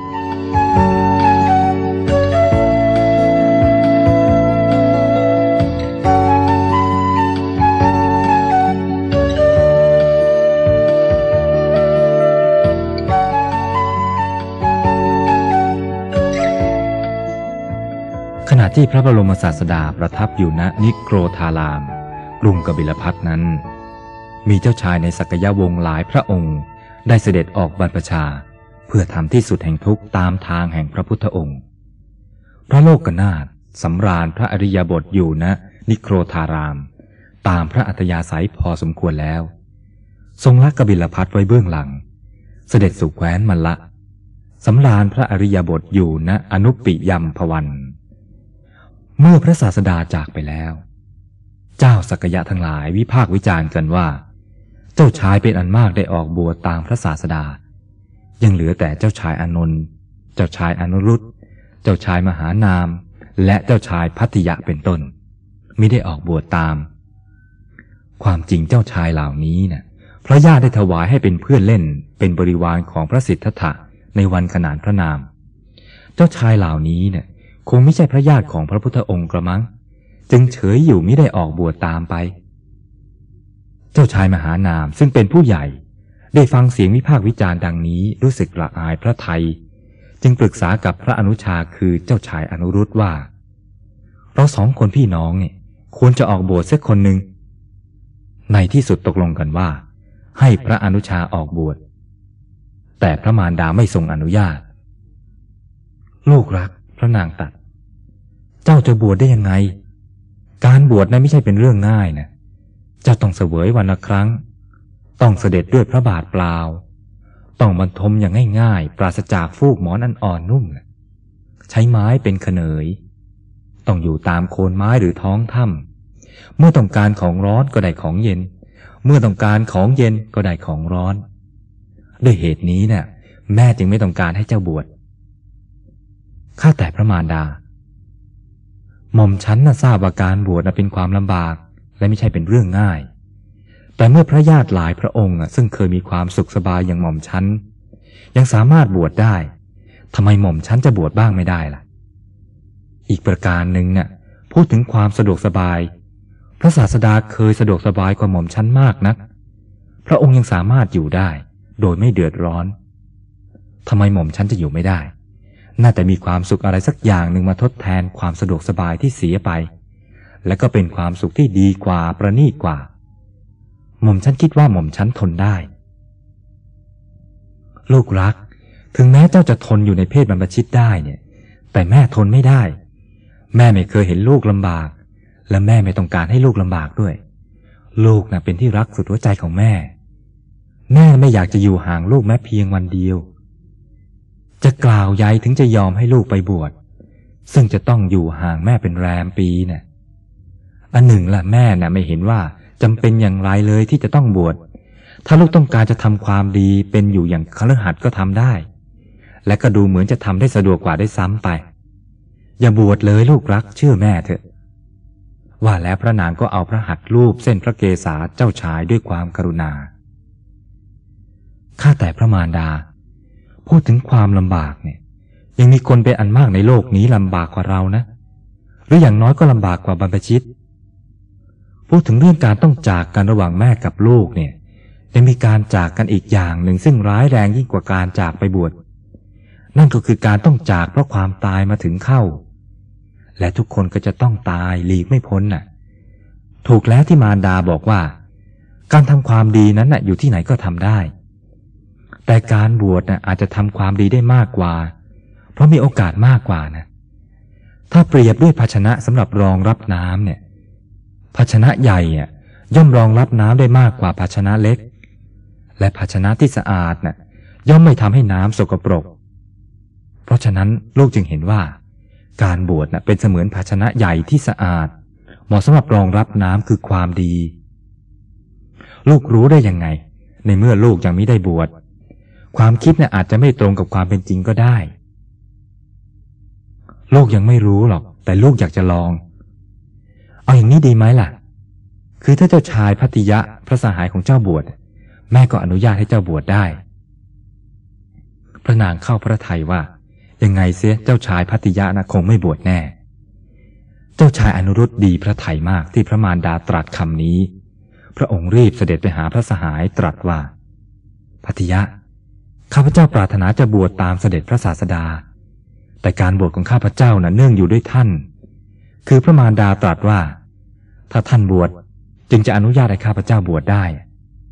ขณะที่พระบรมศาสดาประทับอยู่ณนิโครธารามกรุงกบิลพัสนั้นมีเจ้าชายในสักยวงศ์หลายพระองค์ได้เสด็จออกบรรพชาเพื่อทำที่สุดแห่งทุกข์ตามทางแห่งพระพุทธองค์พระโลกนาถสำราญพระอริยบทอยู่ณนิโครธารามตามพระอัธยาศัยพอสมควรแล้วทรงละกบิลพัสไว้เบื้องหลังเสด็จสู่แคว้นมัลละสำราญพระอริยบทอยู่ณอนุปปิยัมภวันเมื่อพระศาสดาจากไปแล้วเจ้าสักยะทั้งหลายวิพากษ์วิจารณ์กันว่าเจ้าชายเป็นอันมากได้ออกบวชตามพระศาสดายังเหลือแต่เจ้าชายอานนท์เจ้าชายอนุรุตเจ้าชายมหานามและเจ้าชายพัทยะเป็นต้นมิได้ออกบวชตามความจริงเจ้าชายเหล่านี้นะพระญาติได้ถวายให้เป็นเพื่อนเล่นเป็นบริวารของพระสิทธัตถะในวันขนานพระนามเจ้าชายเหล่านี้เนี่ยคงไม่ใช่พระญาติของพระพุทธองค์กระมังจึงเฉยอยู่มิได้ออกบวชตามไปเจ้าชายมหานามซึ่งเป็นผู้ใหญ่ได้ฟังเสียงวิพากษ์วิจารณ์ดังนี้รู้สึกละอายพระทัยจึงปรึกษากับพระอนุชาคือเจ้าชายอนุรุตว่าเราสองคนพี่น้องเนี่ยควรจะออกบวชสักคนหนึ่งในที่สุดตกลงกันว่าให้พระอนุชาออกบวชแต่พระมารดาไม่ทรงอนุญาตลูกรักพระนางตัดเจ้าจะบวชได้ยังไงการบวชนั้นไม่ใช่เป็นเรื่องง่ายนะเจ้าต้องเสวยวันละครั้งต้องเสด็จด้วยพระบาทเปล่าต้องบรรทมอย่างง่ายๆปราศจากฟูกหมอนอันอ่อนนุ่มใช้ไม้เป็นเขนยต้องอยู่ตามโคนไม้หรือท้องถ้ำเมื่อต้องการของร้อนก็ได้ของเย็นเมื่อต้องการของเย็นก็ได้ของร้อนด้วยเหตุนี้เนี่ยแม่จึงไม่ต้องการให้เจ้าบวชข้าแต่พระมารดาหม่อมฉันน่ะทราบว่าการบวชเป็นความลำบากและไม่ใช่เป็นเรื่องง่ายแต่เมื่อพระญาติหลายพระองค์ซึ่งเคยมีความสุขสบายอย่างหม่อมฉันยังสามารถบวชได้ทำไมหม่อมฉันจะบวชบ้างไม่ได้ล่ะอีกประการหนึ่งเนี่ยพูดถึงความสะดวกสบายพระศาสดาเคยสะดวกสบายกว่าหม่อมฉันมากนักพระองค์ยังสามารถอยู่ได้โดยไม่เดือดร้อนทำไมหม่อมฉันจะอยู่ไม่ได้น่าแต่มีความสุขอะไรสักอย่างหนึ่งมาทดแทนความสะดวกสบายที่เสียไปและก็เป็นความสุขที่ดีกว่าประณีตกว่าหม่อมฉันคิดว่าหม่อมฉันทนได้ลูกรักถึงแม้เจ้าจะทนอยู่ในเพศบรรพชิตได้เนี่ยแต่แม่ทนไม่ได้แม่ไม่เคยเห็นลูกลำบากและแม่ไม่ต้องการให้ลูกลำบากด้วยลูกเป็นที่รักสุดหัวใจของแม่ไม่อยากจะอยู่ห่างลูกแม้เพียงวันเดียวจะกล่าวใหญ่ถึงจะยอมให้ลูกไปบวชซึ่งจะต้องอยู่ห่างแม่เป็นแรมปีเนี่ยอันหนึ่งล่ะแม่ไม่เห็นว่าจำเป็นอย่างไรเลยที่จะต้องบวชถ้าลูกต้องการจะทำความดีเป็นอยู่อย่างคฤหัสถ์ก็ทำได้และก็ดูเหมือนจะทำได้สะดวกกว่าได้ซ้ำไปอย่าบวชเลยลูกรักเชื่อแม่เถอะว่าแล้วพระนางก็เอาพระหัตถ์ลูบเส้นพระเกศาเจ้าชายด้วยความกรุณาข้าแต่พระมารดาพูดถึงความลำบากเนี่ยยังมีคนเป็นอันมากในโลกนี้ลำบากกว่าเรานะหรืออย่างน้อยก็ลำบากกว่าบรรพชิตพูดถึงเรื่องการต้องจากกันระหว่างแม่กับลูกเนี่ยยังมีการจากกันอีกอย่างหนึ่งซึ่งร้ายแรงยิ่งกว่าการจากไปบวชนั่นก็คือการต้องจากเพราะความตายมาถึงเข้าและทุกคนก็จะต้องตายหลีกไม่พ้นถูกแล้วที่มารดาบอกว่าการทำความดีนั้นอยู่ที่ไหนก็ทำได้แต่การบวชอาจจะทำความดีได้มากกว่าเพราะมีโอกาสมากกว่านะถ้าเปรียบด้วยภาชนะสำหรับรองรับน้ำเนี่ยภาชนะใหญ่ย่อมรองรับน้ำได้มากกว่าภาชนะเล็กและภาชนะที่สะอาดย่อมไม่ทำให้น้ำสกปรกเพราะฉะนั้นลูกจึงเห็นว่าการบวชเป็นเสมือนภาชนะใหญ่ที่สะอาดเหมาะสำหรับรองรับน้ำคือความดีลูกรู้ได้ยังไงในเมื่อลูกยังไม่ได้บวชความคิดอาจจะไม่ตรงกับความเป็นจริงก็ได้ลูกยังไม่รู้หรอกแต่ลูกอยากจะลองเอาอย่างนี้ดีไหมล่ะคือถ้าเจ้าชายพัทยะพระสหายของเจ้าบวชแม่ก็อนุญาตให้เจ้าบวชได้พระนางเข้าพระทัยว่ายังไงเสียเจ้าชายพัทยะคงไม่บวชแน่เจ้าชายอนุรุตดีพระทัยมากที่พระมารดาตรัสคำนี้พระองค์รีบเสด็จไปหาพระสหายตรัสว่าพัทยะข้าพเจ้าปรารถนาจะบวชตามเสด็จพระศาสดาแต่การบวชของข้าพเจ้าเนื่องอยู่ด้วยท่านคือพระมารดาตรัสว่าถ้าท่านบวชจึงจะอนุญาตให้ข้าพเจ้าบวชได้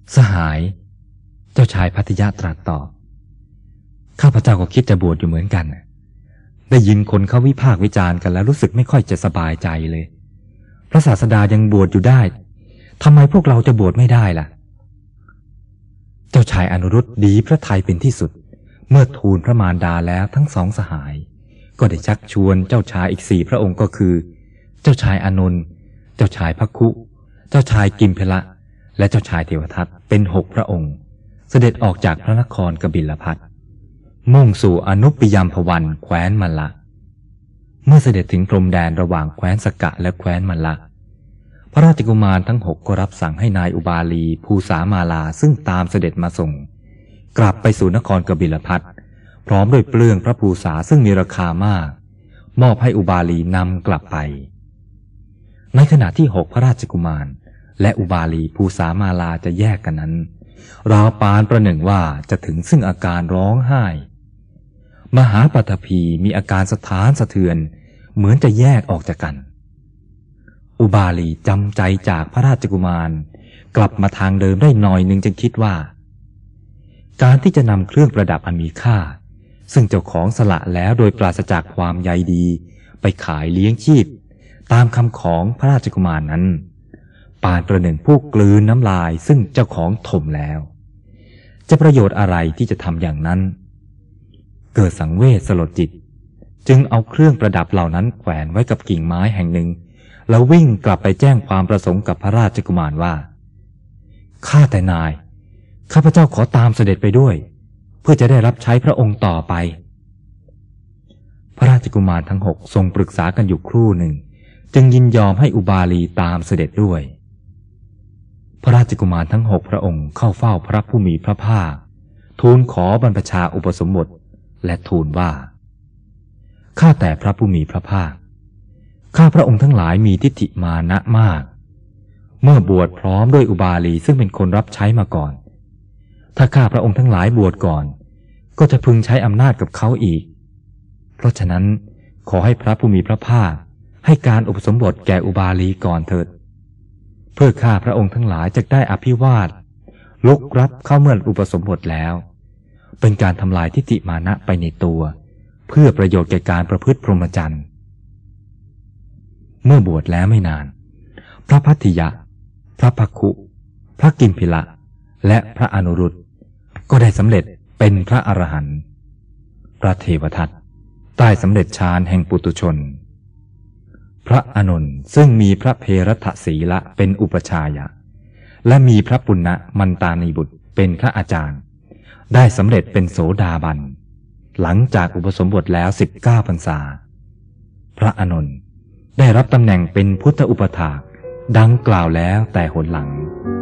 สหายเจ้าชายพัทยะตรัสตอบข้าพเจ้าก็คิดจะบวชอยู่เหมือนกันได้ยินคนเขาวิพากษ์วิจารณ์กันแล้วรู้สึกไม่ค่อยจะสบายใจเลยพระศาสดายังบวชอยู่ได้ทำไมพวกเราจะบวชไม่ได้ล่ะเจ้าชายอนุรุตดีพระทัยเป็นที่สุดเมื่อทูลพระมารดาแล้วทั้งสองสหายก็ได้ชักชวนเจ้าชายอีก4 พระองค์ก็คือเจ้าชายอานนท์เจ้าชายพระคุ เจ้าชายกิมเพละและเจ้าชายเทวทัตเป็น6 พระองค์เสด็จออกจากพระนครกบิลพัสมุ่งสู่อนุปปิยัมพวันแคว้นมัลละเมื่อเสด็จถึงพรมแดนระหว่างแคว้นสกะและแคว้นมัลละพระราชกุมารทั้ง6ก็รับสั่งให้นายอุบาลีภูสามาลาซึ่งตามเสด็จมาส่งกลับไปสู่นครกบิลพัสพร้อมด้วยเปลืองพระภูษาซึ่งมีราคามากมอบให้อุบาลีนำกลับไปในขณะที่6 พระราชกุมารและอุบาลีภูสามาลาจะแยกกันนั้นราวปานประหนึ่งว่าจะถึงซึ่งอาการร้องไห้มหาปัทภีมีอาการสะท้านสะเทือนเหมือนจะแยกออกจากกันอุบาลีจำใจจากพระราชกุมารกลับมาทางเดิมได้หน่อยนึงจึงคิดว่าการที่จะนำเครื่องประดับอันมีค่าซึ่งเจ้าของสละแล้วโดยปราศจากความใยดีไปขายเลี้ยงชีพตามคำของพระราชกุมารนั้นปานประหนึ่งผู้กลืนน้ำลายซึ่งเจ้าของถมแล้วจะประโยชน์อะไรที่จะทำอย่างนั้นเกิดสังเวชสลดจิตจึงเอาเครื่องประดับเหล่านั้นแขวนไว้กับกิ่งไม้แห่งหนึ่งแล้ววิ่งกลับไปแจ้งความประสงค์กับพระราชกุมารว่าข้าแต่นายข้าพเจ้าขอตามเสด็จไปด้วยเพื่อจะได้รับใช้พระองค์ต่อไปพระราชกุมารทั้ง6ทรงปรึกษากันอยู่ครู่หนึ่งจึงยินยอมให้อุบาลีตามเสด็จด้วยพระราชกุมารทั้ง6 พระองค์เข้าเฝ้าพระผู้มีพระภาคทูลขอบรรพชาอุปสมบทและทูลว่าข้าแต่พระผู้มีพระภาคข้าพระองค์ทั้งหลายมีทิฏฐิมานะมากเมื่อบวชพร้อมด้วยอุบาลีซึ่งเป็นคนรับใช้มาก่อนถ้าข้าพระองค์ทั้งหลายบวชก่อนก็จะพึงใช้อำนาจกับเขาอีกเพราะฉะนั้นขอให้พระผู้มีพระภาคให้การอุปสมบทแก่อุบาลีก่อนเถิดเพื่อข้าพระองค์ทั้งหลายจะได้อภิวาทลุกรับเข้าเมื่ออุปสมบทแล้วเป็นการทำลายทิฏฐิมานะไปในตัวเพื่อประโยชน์แก่การประพฤติพรหมจรรย์เมื่อบวชแล้วไม่นานพระพัทธิยะพระภัคคุ พระกิมพิละและพระอนุรุตก็ได้สำเร็จเป็นพระอรหันต์พระเทวทัตได้สำเร็จฌานแห่งปุถุชนพระอานนท์ซึ่งมีพระเพรัตถศีละเป็นอุปชายะและมีพระปุณณมันตานีบุตรเป็นพระอาจารย์ได้สำเร็จเป็นโสดาบันหลังจากอุปสมบทแล้ว19 พรรษาพระอานนท์ได้รับตำแหน่งเป็นพุทธอุปถากดังกล่าวแล้วแต่หนหลัง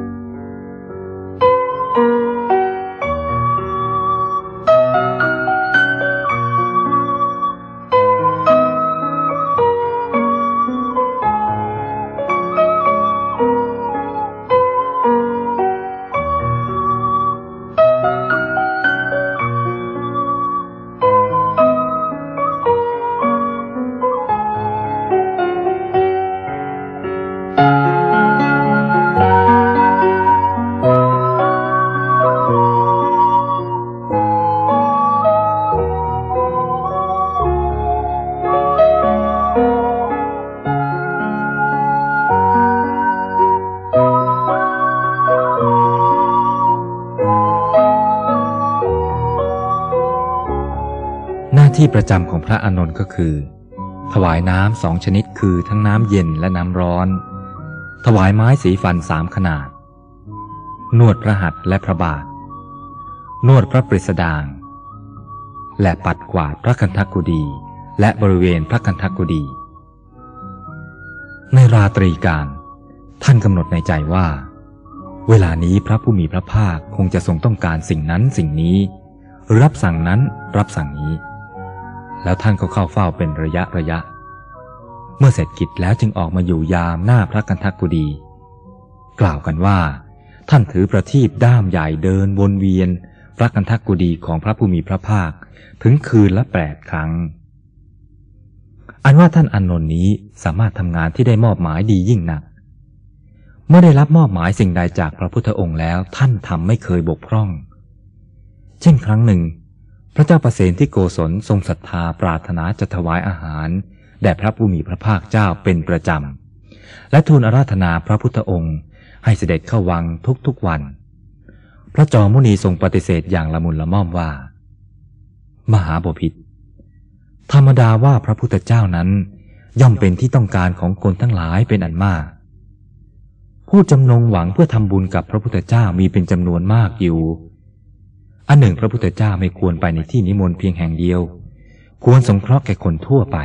ที่ประจำของพระอานนท์ก็คือถวายน้ำ2 ชนิดคือทั้งน้ำเย็นและน้ำร้อนถวายไม้สีฟัน3 ขนาดนวดพระหัตถ์และพระบาทนวดพระปริสดางและปัดกวาดพระคันธกุฎีและบริเวณพระคันธกุฎีในราตรีการท่านกำหนดในใจว่าเวลานี้พระผู้มีพระภาคคงจะทรงต้องการสิ่งนั้นสิ่งนี้หรือรับสั่งนั้นรับสั่งนี้แล้วท่านก็เข้าเฝ้าเป็นระยะเมื่อเสร็จกิจแล้วจึงออกมาอยู่ยามหน้าพระคันธกุฎีกล่าวกันว่าท่านถือประทีปด้ามใหญ่เดินวนเวียนพระคันธกุฎีของพระผู้มีพระภาคถึงคืนละ8 ครั้งอันว่าท่านอานนท์นี้สามารถทำงานที่ได้มอบหมายดียิ่งนักมื่อได้รับมอบหมายสิ่งใดจากพระพุทธองค์แล้วท่านทำไม่เคยบกพร่องเช่นครั้งหนึ่งพระเจ้าประเสนที่โกศลทรงศรัทธาปรารถนาจะถวายอาหารแด่พระผู้มีพระภาคเจ้าเป็นประจำและทูลอาราธนาพระพุทธองค์ให้เสด็จเข้าวังทุกๆวันพระจอมมุนีทรงปฏิเสธอย่างละมุนละม่อมว่ามหาบพิตรธรรมดาว่าพระพุทธเจ้านั้นย่อมเป็นที่ต้องการของคนทั้งหลายเป็นอันมากผู้จำนงหวังเพื่อทำบุญกับพระพุทธเจ้ามีเป็นจำนวนมากอยู่อันหนึ่งพระพุทธเจ้าไม่ควรไปในที่นิมนต์เพียงแห่งเดียวควรสงเคราะห์แก่คนทั่วไป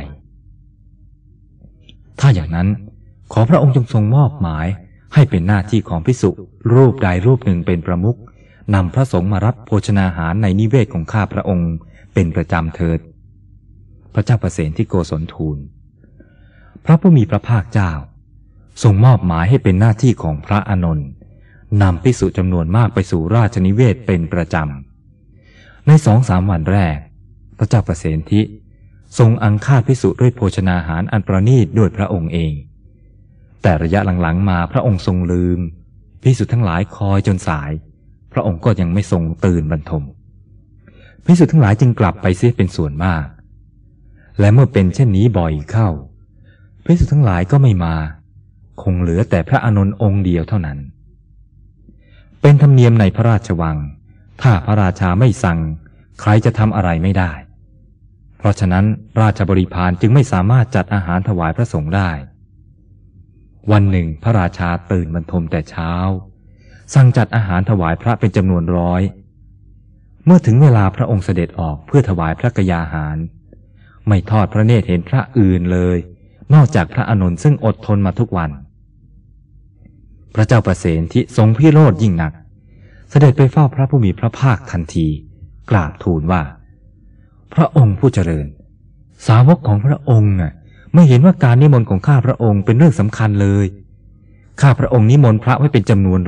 ถ้าอย่างนั้นขอพระองค์จงทรงมอบหมายให้เป็นหน้าที่ของภิกษุรูปใดรูปหนึ่งเป็นประมุขนำพระสงฆ์มารับโภชนาหารในนิเวศของข้าพระองค์เป็นประจำเถิดพระเจ้าประเสนที่โกศลทูลพระผู้มีพระภาคเจ้าทรงมอบหมายให้เป็นหน้าที่ของพระอานนท์นำภิกษุจำนวนมากไปสู่ราชนิเวศเป็นประจำใน2-3 วันแรกพระเจ้าประเสนทิทรงอังคาดภิกษุด้วยโภชนาหารอันประณีตด้วยพระองค์เองแต่ระยะหลังๆมาพระองค์ทรงลืมภิกษุทั้งหลายคอยจนสายพระองค์ก็ยังไม่ทรงตื่นบรรทมภิกษุทั้งหลายจึงกลับไปเสียเป็นส่วนมากและเมื่อเป็นเช่นนี้บ่อยเข้าภิกษุทั้งหลายก็ไม่มาคงเหลือแต่พระอานนท์องค์เดียวเท่านั้นเป็นธรรมเนียมในพระราชวังถ้าพระราชาไม่สั่งใครจะทำอะไรไม่ได้เพราะฉะนั้นราชบริพารจึงไม่สามารถจัดอาหารถวายพระสงฆ์ได้วันหนึ่งพระราชาตื่นบรรทมแต่เช้าสั่งจัดอาหารถวายพระเป็นจำนวน100เมื่อถึงเวลาพระองค์เสด็จออกเพื่อถวายพระกยาหารไม่ทอดพระเนตรเห็นพระอื่นเลยนอกจากพระอานนท์ซึ่งอดทนมาทุกวันพระเจ้าประเสนทิทรงพิโรธยิ่งนักเสด็จไปเฝ้าพระผู้มีพระภาคทันทีกราบทูลว่าพระองค์ผู้เจริญสาวกของพระองค์ไม่เห็นว่าการนิมนต์ของข้าพระองค์เป็นเรื่องสำคัญเลยข้าพระองค์นิมนต์พระไว้เป็นจำนวน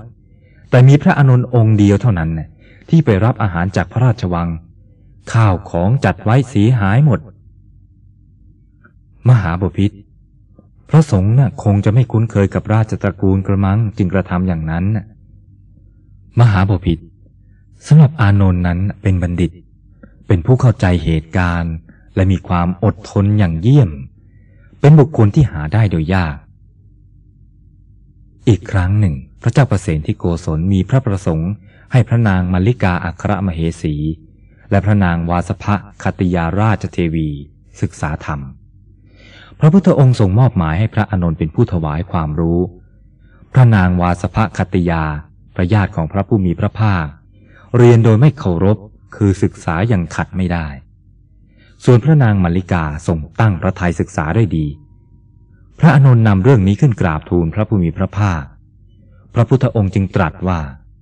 100แต่มีพระอานนท์องค์เดียวเท่านั้นที่ไปรับอาหารจากพระราชวังข้าวของจัดไว้เสียหายหมดมหาบพิตรพระสงฆ์คงจะไม่คุ้นเคยกับราชตระกูลกระมังจึงกระทำอย่างนั้นมหาบพิตรสำหรับอานนท์นั้นเป็นบัณฑิตเป็นผู้เข้าใจเหตุการณ์และมีความอดทนอย่างเยี่ยมเป็นบุคคลที่หาได้โดยยากอีกครั้งหนึ่งพระเจ้าประเสนที่โกศลมีพระประสงค์ให้พระนางมัลลิกาอัครมเหสีและพระนางวาสภคติยาราชเทวีศึกษาธรรมพระพุทธองค์ทรงมอบหมายให้พระอานนท์เป็นผู้ถวายความรู้พระนางวาสภคติยาพระญาติของพระผู้มีพระภาคเรียนโดยไม่เคารพคือศึกษาอย่างขัดไม่ได้ส่วนพระนางมัลลิกาทรงตั้งพระทัยศึกษาได้ดีพระอานนท์นำเรื่องนี้ขึ้นกราบทูลพระผู้มีพระภาคพระพุทธองค์จึงตรัสว่า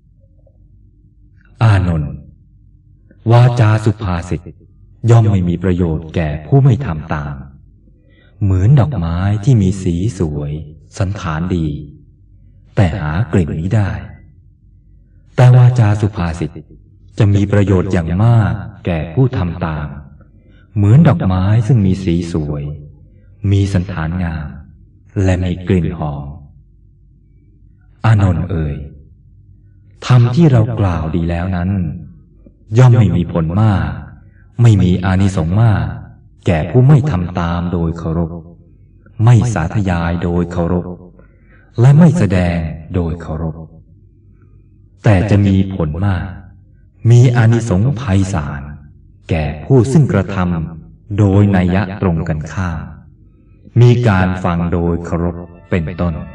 อานนท์วาจาสุภาษิตย่อมไม่มีประโยชน์แก่ผู้ไม่ทำตามเหมือนดอกไม้ที่มีสีสวยสันฐานดีแต่หากลิ่นมิได้แต่วาจาสุภาษิตจะมีประโยชน์อย่างมากแก่ผู้ทำตามเหมือนดอกไม้ซึ่งมีสีสวยมีสันฐานงามและมีกลิ่นหอมอานนท์เอ่ยธรรมที่เรากล่าวดีแล้วนั้นย่อมไม่มีผลมากไม่มีอานิสงส์มากแก่ผู้ไม่ทำตามโดยเคารพไม่สาธยายโดยเคารพและไม่แสดงโดยเคารพแต่จะมีผลมากมีอานิสงส์ไพศาลแก่ผู้ซึ่งกระทำโดยนัยยะตรงกันข้ามมีการฟังโดยเคารพเป็นต้น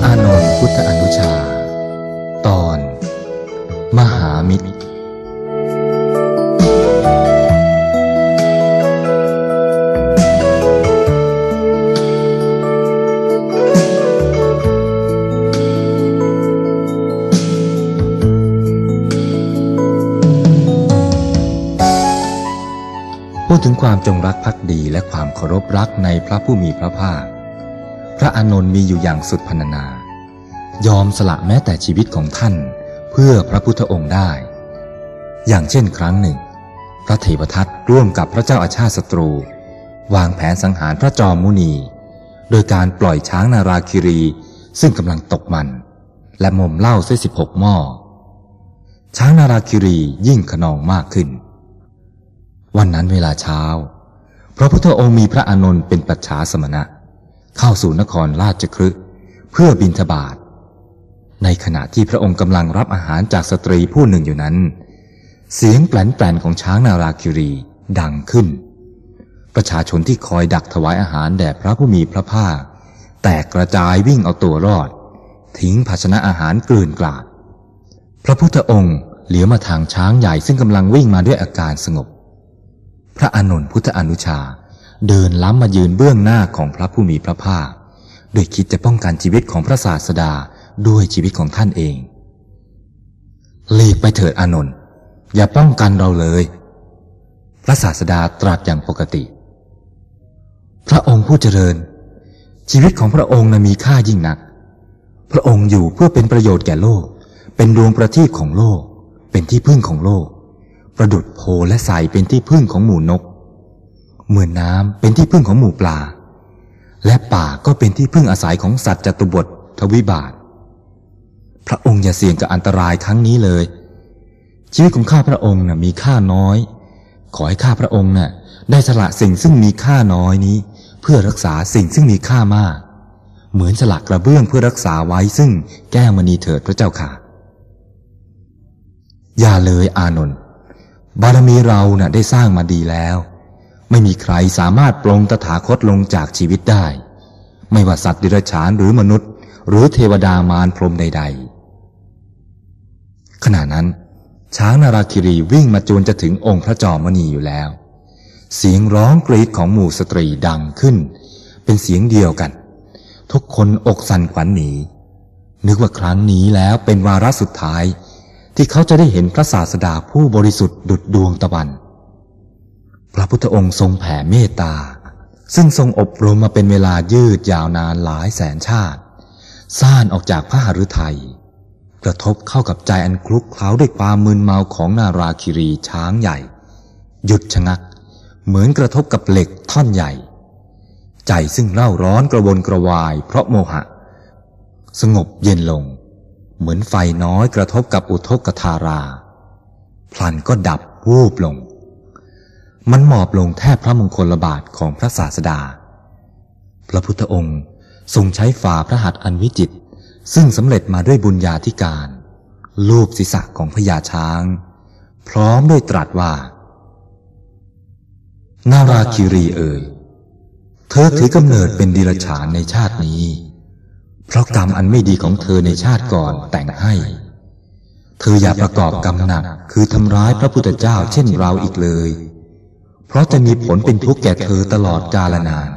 อานนท์พุทธอนุชาตอนมหามิตรพูดถึงความจงรักภักดีและความเคารพรักในพระผู้มีพระภาคพระอานนท์มีอยู่อย่างสุดพรรณนา ยอมสละแม้แต่ชีวิตของท่านเพื่อพระพุทธองค์ได้อย่างเช่นครั้งหนึ่งพระเทวทัตร่วมกับพระเจ้าอาชาติศัตรูวางแผนสังหารพระจอมมุนีโดยการปล่อยช้างนาราคิรีซึ่งกำลังตกมันและหม่มเหล้าเสีย16 หม้อช้างนาราคิรียิ่งขนองมากขึ้นวันนั้นเวลาเช้าพระพุทธองค์มีพระอานนท์เป็นปัจฉาสมณะเข้าสู่นครราชคฤห์เพื่อบิณฑบาตในขณะที่พระองค์กำลังรับอาหารจากสตรีผู้หนึ่งอยู่นั้นเสียงแปลนๆของช้างนาราคิรีดังขึ้นประชาชนที่คอยดักถวายอาหารแด่พระผู้มีพระภาคแตกกระจายวิ่งเอาตัวรอดทิ้งภาชนะอาหารเกลื่อนกลาดพระพุทธองค์เหลียวมาทางช้างใหญ่ซึ่งกำลังวิ่งมาด้วยอาการสงบพระอานนท์พุทธอนุชาเดินล้ำมายืนเบื้องหน้าของพระผู้มีพระภาคโดยคิดจะป้องกันชีวิตของพระศาสดาด้วยชีวิตของท่านเองหลีกไปเถิดอานนท์อย่าป้องกันเราเลยพระศาสดาตรัสอย่างปกติพระองค์ผู้เจริญชีวิตของพระองค์มีค่ายิ่งนักพระองค์อยู่เพื่อเป็นประโยชน์แก่โลกเป็นดวงประทีปของโลกเป็นที่พึ่งของโลกประดุจโพและไสเป็นที่พึ่งของหมู่นกเหมือนน้ำเป็นที่พึ่งของหมู่ปลาและป่าก็เป็นที่พึ่งอาศัยของสัตว์จตุบททวิบาทพระองค์อย่าเสี่ยงกับอันตรายครั้งนี้เลยชีวิตของข้าพระองค์มีค่าน้อยขอให้ข้าพระองค์ได้สละสิ่งซึ่งมีค่าน้อยนี้เพื่อรักษาสิ่งซึ่งมีค่ามากเหมือนสละกระเบื้องเพื่อรักษาไว้ซึ่งแก้วมณีเถิดพระเจ้าค่ะอย่าเลยอานนท์บารมีเราได้สร้างมาดีแล้วไม่มีใครสามารถปลงตถาคตลงจากชีวิตได้ไม่ว่าสัตว์เดรัจฉานหรือมนุษย์หรือเทวดามารพรหมใดๆขณะนั้นช้างนาราคิรีวิ่งมาจนจะถึงองค์พระจอมมุนีอยู่แล้วเสียงร้องกรีดของหมู่สตรีดังขึ้นเป็นเสียงเดียวกันทุกคนอกสั่นขวัญหนีนึกว่าครั้งนี้แล้วเป็นวาระสุดท้ายที่เขาจะได้เห็นพระศาสดาผู้บริสุทธิ์ดุจดวงตะวันพระพุทธองค์ทรงแผ่เมตตาซึ่งทรงอบรมมาเป็นเวลายืดยาวนานหลายแสนชาติซ่านออกจากพระหฤทัยกระทบเข้ากับใจอันคลุกเคล้าด้วยความมึนเมาของนาราคิรีช้างใหญ่หยุดชะงักเหมือนกระทบกับเหล็กท่อนใหญ่ใจซึ่งเร่าร้อนกระวนกระวายเพราะโมหะสงบเย็นลงเหมือนไฟน้อยกระทบกับอุทกธาราพลันก็ดับวูบลงมันหมอบลงแทบพระมงคลบาทของพระศาสดาพระพุทธองค์ทรงใช้ฝ่าพระหัตถ์อันวิจิตรซึ่งสำเร็จมาด้วยบุญญาธิการลูบศีรษะของพญาช้างพร้อมด้วยตรัสว่านาราคิรีเอ๋ยเธอถือกำเนิดเป็นดิรัจฉานในชาตินี้เพราะกรรมอันไม่ดีของเธอในชาติก่อนแต่งให้เธออย่าประกอบกรรมหนักคือทำร้ายพระพุทธเจ้าเช่นเราอีกเลยเพราะจะมีผลเป็นทุกข์แก่เธอตลอดกาลนาน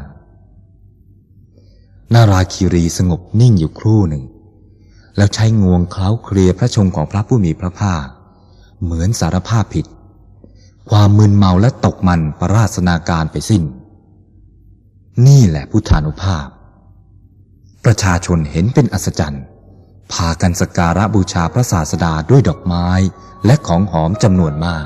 นาราคิรีสงบนิ่งอยู่ครู่หนึ่งแล้วใช้งวงเคล้าเคลียพระชงของพระผู้มีพระภาคเหมือนสารภาพผิดความมึนเมาและตกมันประราศนาการไปสิ้นนี่แหละพุทธานุภาพประชาชนเห็นเป็นอัศจรรย์พากันสักการะบูชาพระศาสดาด้วยดอกไม้และของหอมจำนวนมาก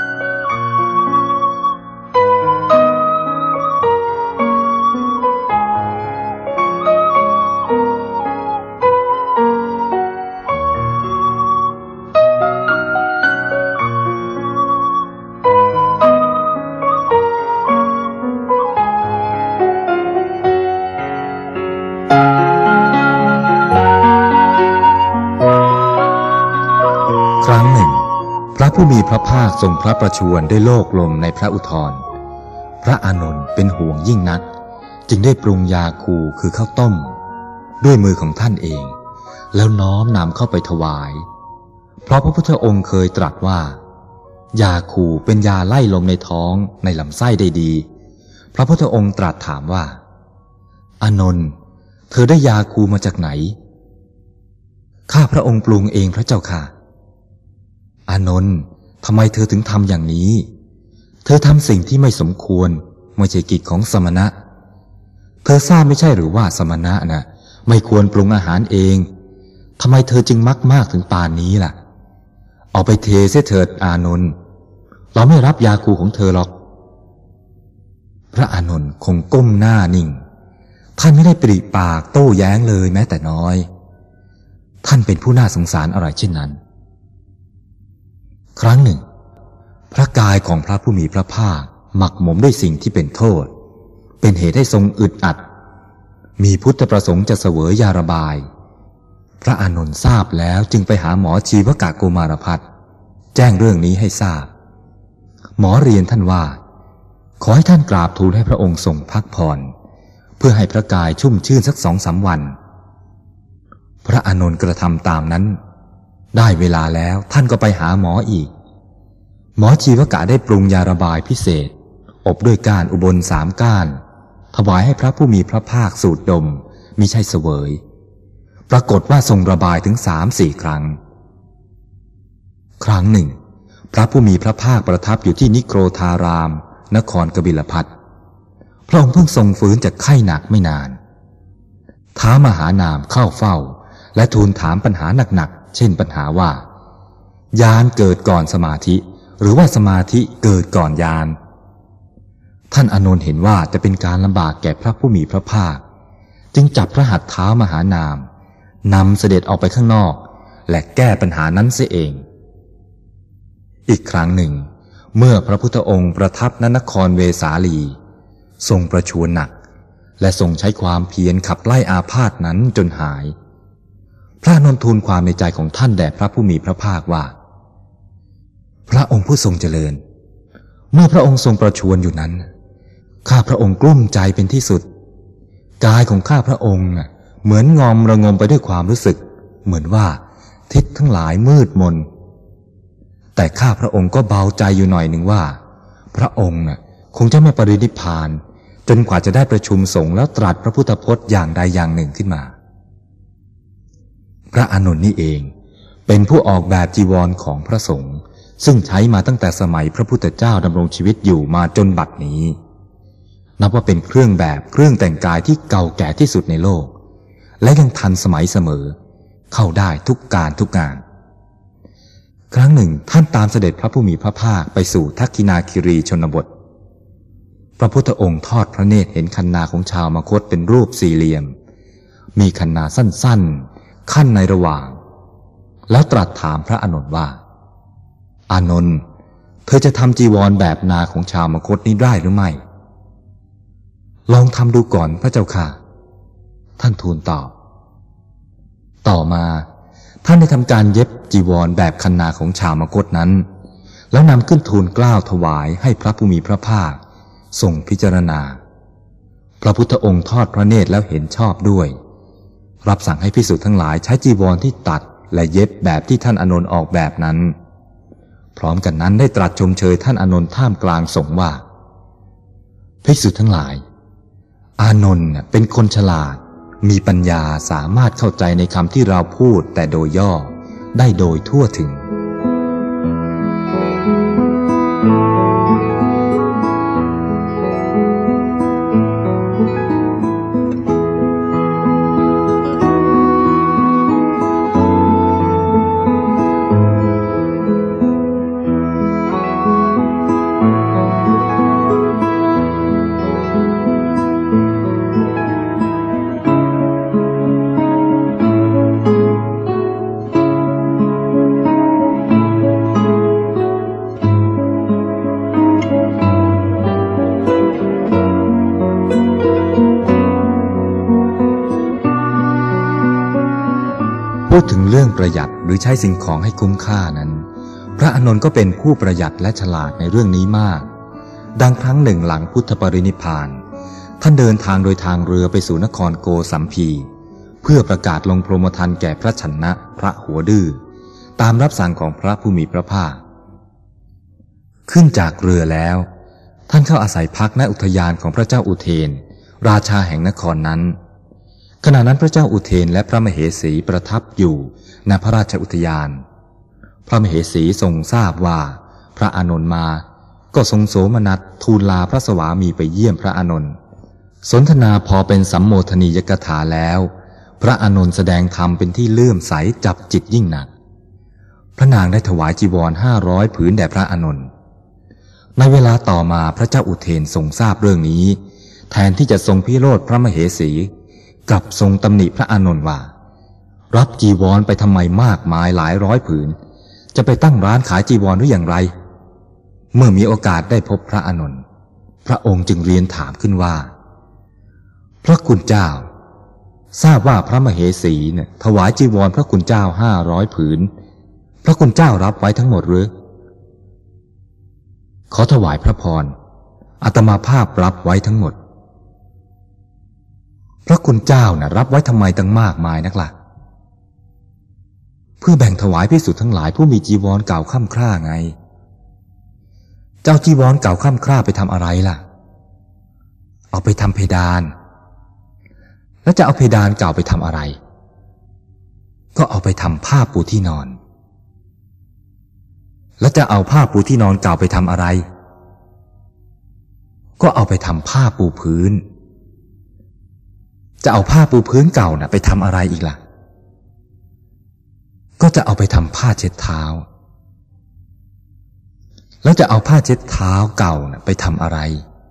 ครั้งหนึ่งพระผู้มีพระภาคทรงพระประชวรด้วยโลกลมในพระอุทธรพระอานนท์เป็นห่วงยิ่งนักจึงได้ปรุงยาคูคือข้าวต้มด้วยมือของท่านเองแล้วน้อมนำเข้าไปถวายเพราะพระพุทธองค์เคยตรัสว่ายาคูเป็นยาไล่ลมในท้องในลำไส้ได้ดีพระพุทธองค์ตรัสถามว่าอานนท์เธอได้ยาคูมาจากไหนข้าพระองค์ปรุงเองพระเจ้าค่ะอานนท์ทำไมเธอถึงทำอย่างนี้เธอทำสิ่งที่ไม่สมควรไม่ใช่กิจของสมณะเธอทราบไม่ใช่หรือว่าสมณะน่ะไม่ควรปรุงอาหารเองทำไมเธอจึงมักมากถึงปานนี้ล่ะเอาไปเทเสียเถิดอานนท์เราไม่รับยาคูของเธอหรอกพระอานนท์คงก้มหน้านิ่งท่านไม่ได้ปริปากโต้แย้งเลยแม้แต่น้อยท่านเป็นผู้น่าสงสารอะไรเช่นนั้นครั้งหนึ่งพระกายของพระผู้มีพระภาคหมักหมมด้วยสิ่งที่เป็นโทษเป็นเหตุให้ทรงอึดอัดมีพุทธประสงค์จะเสวยยาระบายพระอานนท์ทราบแล้วจึงไปหาหมอชีวกะโกมารพัสแจ้งเรื่องนี้ให้ทราบหมอเรียนท่านว่าขอให้ท่านกราบทูลให้พระองค์ทรงพักผ่อนเพื่อให้พระกายชุ่มชื่นสัก2-3 วันพระอานนท์กระทำตามนั้นได้เวลาแล้วท่านก็ไปหาหมออีกหมอชีวกะได้ปรุงยาระบายพิเศษอบด้วยก้านอุบล3 ก้านถวายให้พระผู้มีพระภาคสูดดมมิใช่เสวยปรากฏว่าทรงระบายถึง3-4 ครั้งครั้งหนึ่งพระผู้มีพระภาคประทับอยู่ที่นิโครธารามนครกบิลพัสพระองค์เพิ่งทรงฟื้นจากไข้หนักไม่นานท้ามหานามเข้าเฝ้าและทูลถามปัญหาหนักๆเช่นปัญหาว่าญาณเกิดก่อนสมาธิหรือว่าสมาธิเกิดก่อนญาณท่านอานนท์เห็นว่าจะเป็นการลำบากแก่พระผู้มีพระภาคจึงจับพระหัตถ์เท้ามหานามนำเสด็จออกไปข้างนอกและแก้ปัญหานั้นเสียเองอีกครั้งหนึ่งเมื่อพระพุทธองค์ประทับณนครเวสาลีทรงประชวรหนักและทรงใช้ความเพียรขับไล่อาพาธนั้นจนหายพระอานนท์ทูลความในใจของท่านแด่พระผู้มีพระภาคว่าพระองค์ผู้ทรงเจริญเมื่อพระองค์ทรงประชวรอยู่นั้นข้าพระองค์กลุ้มใจเป็นที่สุดกายของข้าพระองค์เหมือนงอมระงมไปด้วยความรู้สึกเหมือนว่าทิศทั้งหลายมืดมนแต่ข้าพระองค์ก็เบาใจอยู่หน่อยหนึ่งว่าพระองค์คงจะไม่ปรินิพพานจนกว่าจะได้ประชุมสงฆ์แล้วตรัสพระพุทธพจน์อย่างใดอย่างหนึ่งขึ้นมาพระอานนท์นี่เองเป็นผู้ออกแบบจีวรของพระสงฆ์ซึ่งใช้มาตั้งแต่สมัยพระพุทธเจ้าดำรงชีวิตอยู่มาจนบัดนี้นับว่าเป็นเครื่องแบบเครื่องแต่งกายที่เก่าแก่ที่สุดในโลกและยังทันสมัยเสมอเข้าได้ทุกการทุกงานครั้งหนึ่งท่านตามเสด็จพระผู้มีพระภาคไปสู่ทักษิณาคิรีชนบทพระพุทธองค์ทอดพระเนตรเห็นคันนาของชาวมคธเป็นรูปสี่เหลี่ยมมีคันนาสั้นๆขั้นในระหว่างแล้วตรัสถามพระอานนท์ว่าอานนท์เธอจะทำจีวรแบบนาของชาวมคธนี้ได้หรือไม่ลองทำดูก่อนพระเจ้าค่ะท่านทูลตอบต่อมาท่านได้ทำการเย็บจีวรแบบคันนาของชาวมคธนั้นแล้วนำขึ้นทูลเกล้าถวายให้พระผู้มีพระภาคทรงพิจารณาพระพุทธองค์ทอดพระเนตรแล้วเห็นชอบด้วยรับสั่งให้ภิกษุทั้งหลายใช้จีวรที่ตัดและเย็บแบบที่ท่านอานนท์ออกแบบนั้นพร้อมกันนั้นได้ตรัสชมเชยท่านอานนท์ท่ามกลางสงฆ์ว่าภิกษุทั้งหลายอานนท์เป็นคนฉลาดมีปัญญาสามารถเข้าใจในคำที่เราพูดแต่โดยย่อได้โดยทั่วถึง พูดถึงเรื่องประหยัดหรือใช้สิ่งของให้คุ้มค่านั้นพระอานนท์ก็เป็นผู้ประหยัดและฉลาดในเรื่องนี้มากดังครั้งหนึ่งหลังพุทธปรินิพพานท่านเดินทางโดยทางเรือไปสู่นครโกสัมพีเพื่อประกาศลงโปรโมทานแก่พระชนะพระหัวดื้อตามรับสั่งของพระผู้มีพระภาคขึ้นจากเรือแล้วท่านเข้าอาศัยพักณอุทยานของพระเจ้าอุเทนราชาแห่งนครนั้นขณะนั้นพระเจ้าอุเทนและพระมเหสีประทับอยู่ณพระราชอุทยานพระมเหสีทรงทราบว่าพระอานนท์มาก็ทรงโสมนัสทูลลาพระสวามีไปเยี่ยมพระอานนท์สนทนาพอเป็นสัมโมทนียกถาแล้วพระอานนท์แสดงธรรมเป็นที่เลื่อมใสจับจิตยิ่งหนักพระนางได้ถวายจีวร500 ผืนแด่พระอานนท์ในเวลาต่อมาพระเจ้าอุเทนทรงทราบเรื่องนี้แทนที่จะทรงพิโรธพระมเหสีกลับทรงตำหนิพระอานนท์ว่ารับจีวรไปทำไมมากมายหลายร้อยผืนจะไปตั้งร้านขายจีวรหรืออย่างไรเมื่อมีโอกาสได้พบพระอานนท์พระองค์จึงเรียนถามขึ้นว่าพระคุณเจ้าทราบว่าพระมเหสีเนี่ยถวายจีวรพระคุณเจ้า500 ผืนพระคุณเจ้ารับไว้ทั้งหมดหรือขอถวายพระพรอาตมาภาพรับไว้ทั้งหมดพระคุณเจ้าน่ะรับไว้ทำไมตั้งมากมายนักล่ะเพื่อแบ่งถวายภิกษุทั้งหลายผู้มีจีวรเก่าค่ำคร่าไงเจ้าจีวรเก่าค่ำคร่าไปทำอะไรล่ะเอาไปทำเพดานแล้วจะเอาเพดานเก่าไปทำอะไรก็เอาไปทำผ้าปูที่นอนแล้วจะเอาผ้าปูที่นอนเก่าไปทำอะไรก็เอาไปทำผ้าปูพื้นจะเอาผ้าปูพื้นเก่าน่ะไปทำอะไรอีกล่ะก็จะเอาไปทำผ้าเช็ดเท้าแล้วจะเอาผ้าเช็ดเท้าเก่าน่ะไปทำอะไร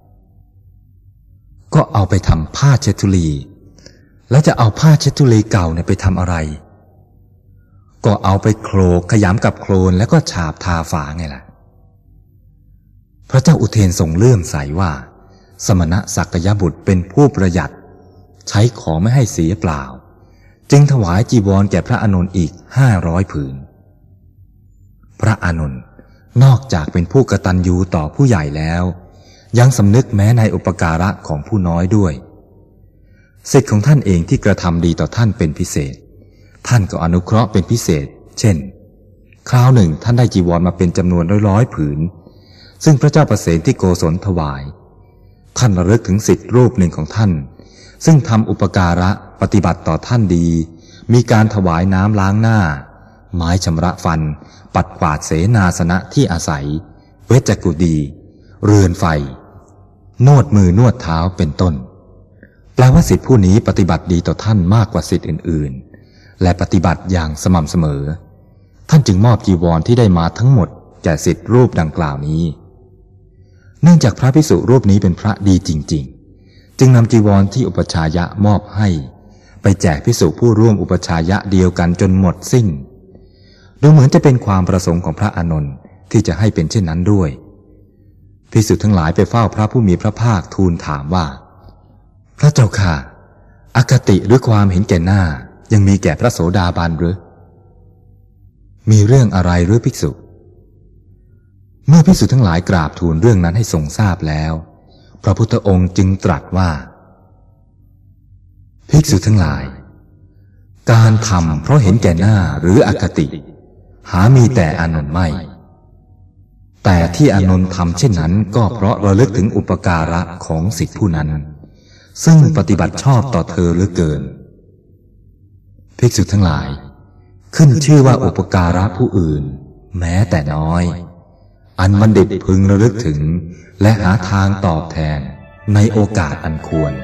ก็เอาไปทำผ้าเช็ดธุลีแล้วจะเอาผ้าเช็ดธุลีเก่าเนี่ยไปทำอะไรก็เอาไปโคลกขยำกับโคลนแล้วก็ฉาบทาฝาไงล่ะพระเจ้าอุเทนทรงเลื่อมใสว่าสมณสักยบุตรเป็นผู้ประหยัดใช้ของไม่ให้เสียเปล่าจึงถวายจีวรแก่พระอานนท์อีก500 ผืนพระอานนท์นอกจากเป็นผู้กตัญญูต่อผู้ใหญ่แล้วยังสำนึกแม้ในอุปการะของผู้น้อยด้วยศิษย์ของท่านเองที่กระทำดีต่อท่านเป็นพิเศษท่านก็อนุเคราะห์เป็นพิเศษเช่นคราวหนึ่งท่านได้จีวรมาเป็นจำนวนร้อยผืนซึ่งพระเจ้าประเสนที่โกศลถวายท่านระลึกถึงศิษย์รูปหนึ่งของท่านซึ่งทำอุปการะปฏิบัติต่อท่านดีมีการถวายน้ำล้างหน้าไม้ชำระฟันปัดกวาดเสนาสนะที่อาศัยเวชกุฎีเรือนไฟนวดมือนวดเท้าเป็นต้นแปลว่าศิษย์ผู้นี้ปฏิบัติดีต่อท่านมากกว่าศิษย์อื่นๆและปฏิบัติอย่างสม่ำเสมอท่านจึงมอบจีวรที่ได้มาทั้งหมดแก่ศิษย์รูปดังกล่าวนี้เนื่องจากพระภิกษุรูปนี้เป็นพระดีจริงๆจึงนำจีวรที่อุปชายะมอบให้ไปแจกภิกษุผู้ร่วมอุปชายะเดียวกันจนหมดสิ้นดูเหมือนจะเป็นความประสงค์ของพระอานนท์ที่จะให้เป็นเช่นนั้นด้วยภิกษุทั้งหลายไปเฝ้าพระผู้มีพระภาคทูลถามว่าพระเจ้าค่ะอคติหรือความเห็นแก่หน้ายังมีแก่พระโสดาบันหรือมีเรื่องอะไรหรือภิกษุเมื่อภิกษุทั้งหลายกราบทูลเรื่องนั้นให้ทรงทราบแล้วพระพุทธองค์จึงตรัสว่าภิกษุทั้งหลายการทำเพราะเห็นแก่หน้าหรืออคติหามีแต่อานนท์ไม่แต่ที่อานนท์ทำเช่นนั้นก็เพราะระลึกถึงอุปการะของศิษย์ผู้นั้นซึ่งปฏิบัติชอบต่อเธอเหลือเกินภิกษุทั้งหลายขึ้นชื่อว่าอุปการะผู้อื่นแม้แต่น้อยอันบัณฑิตพึงระลึกถึงและหาทางตอบแทนในโอกาสอันควร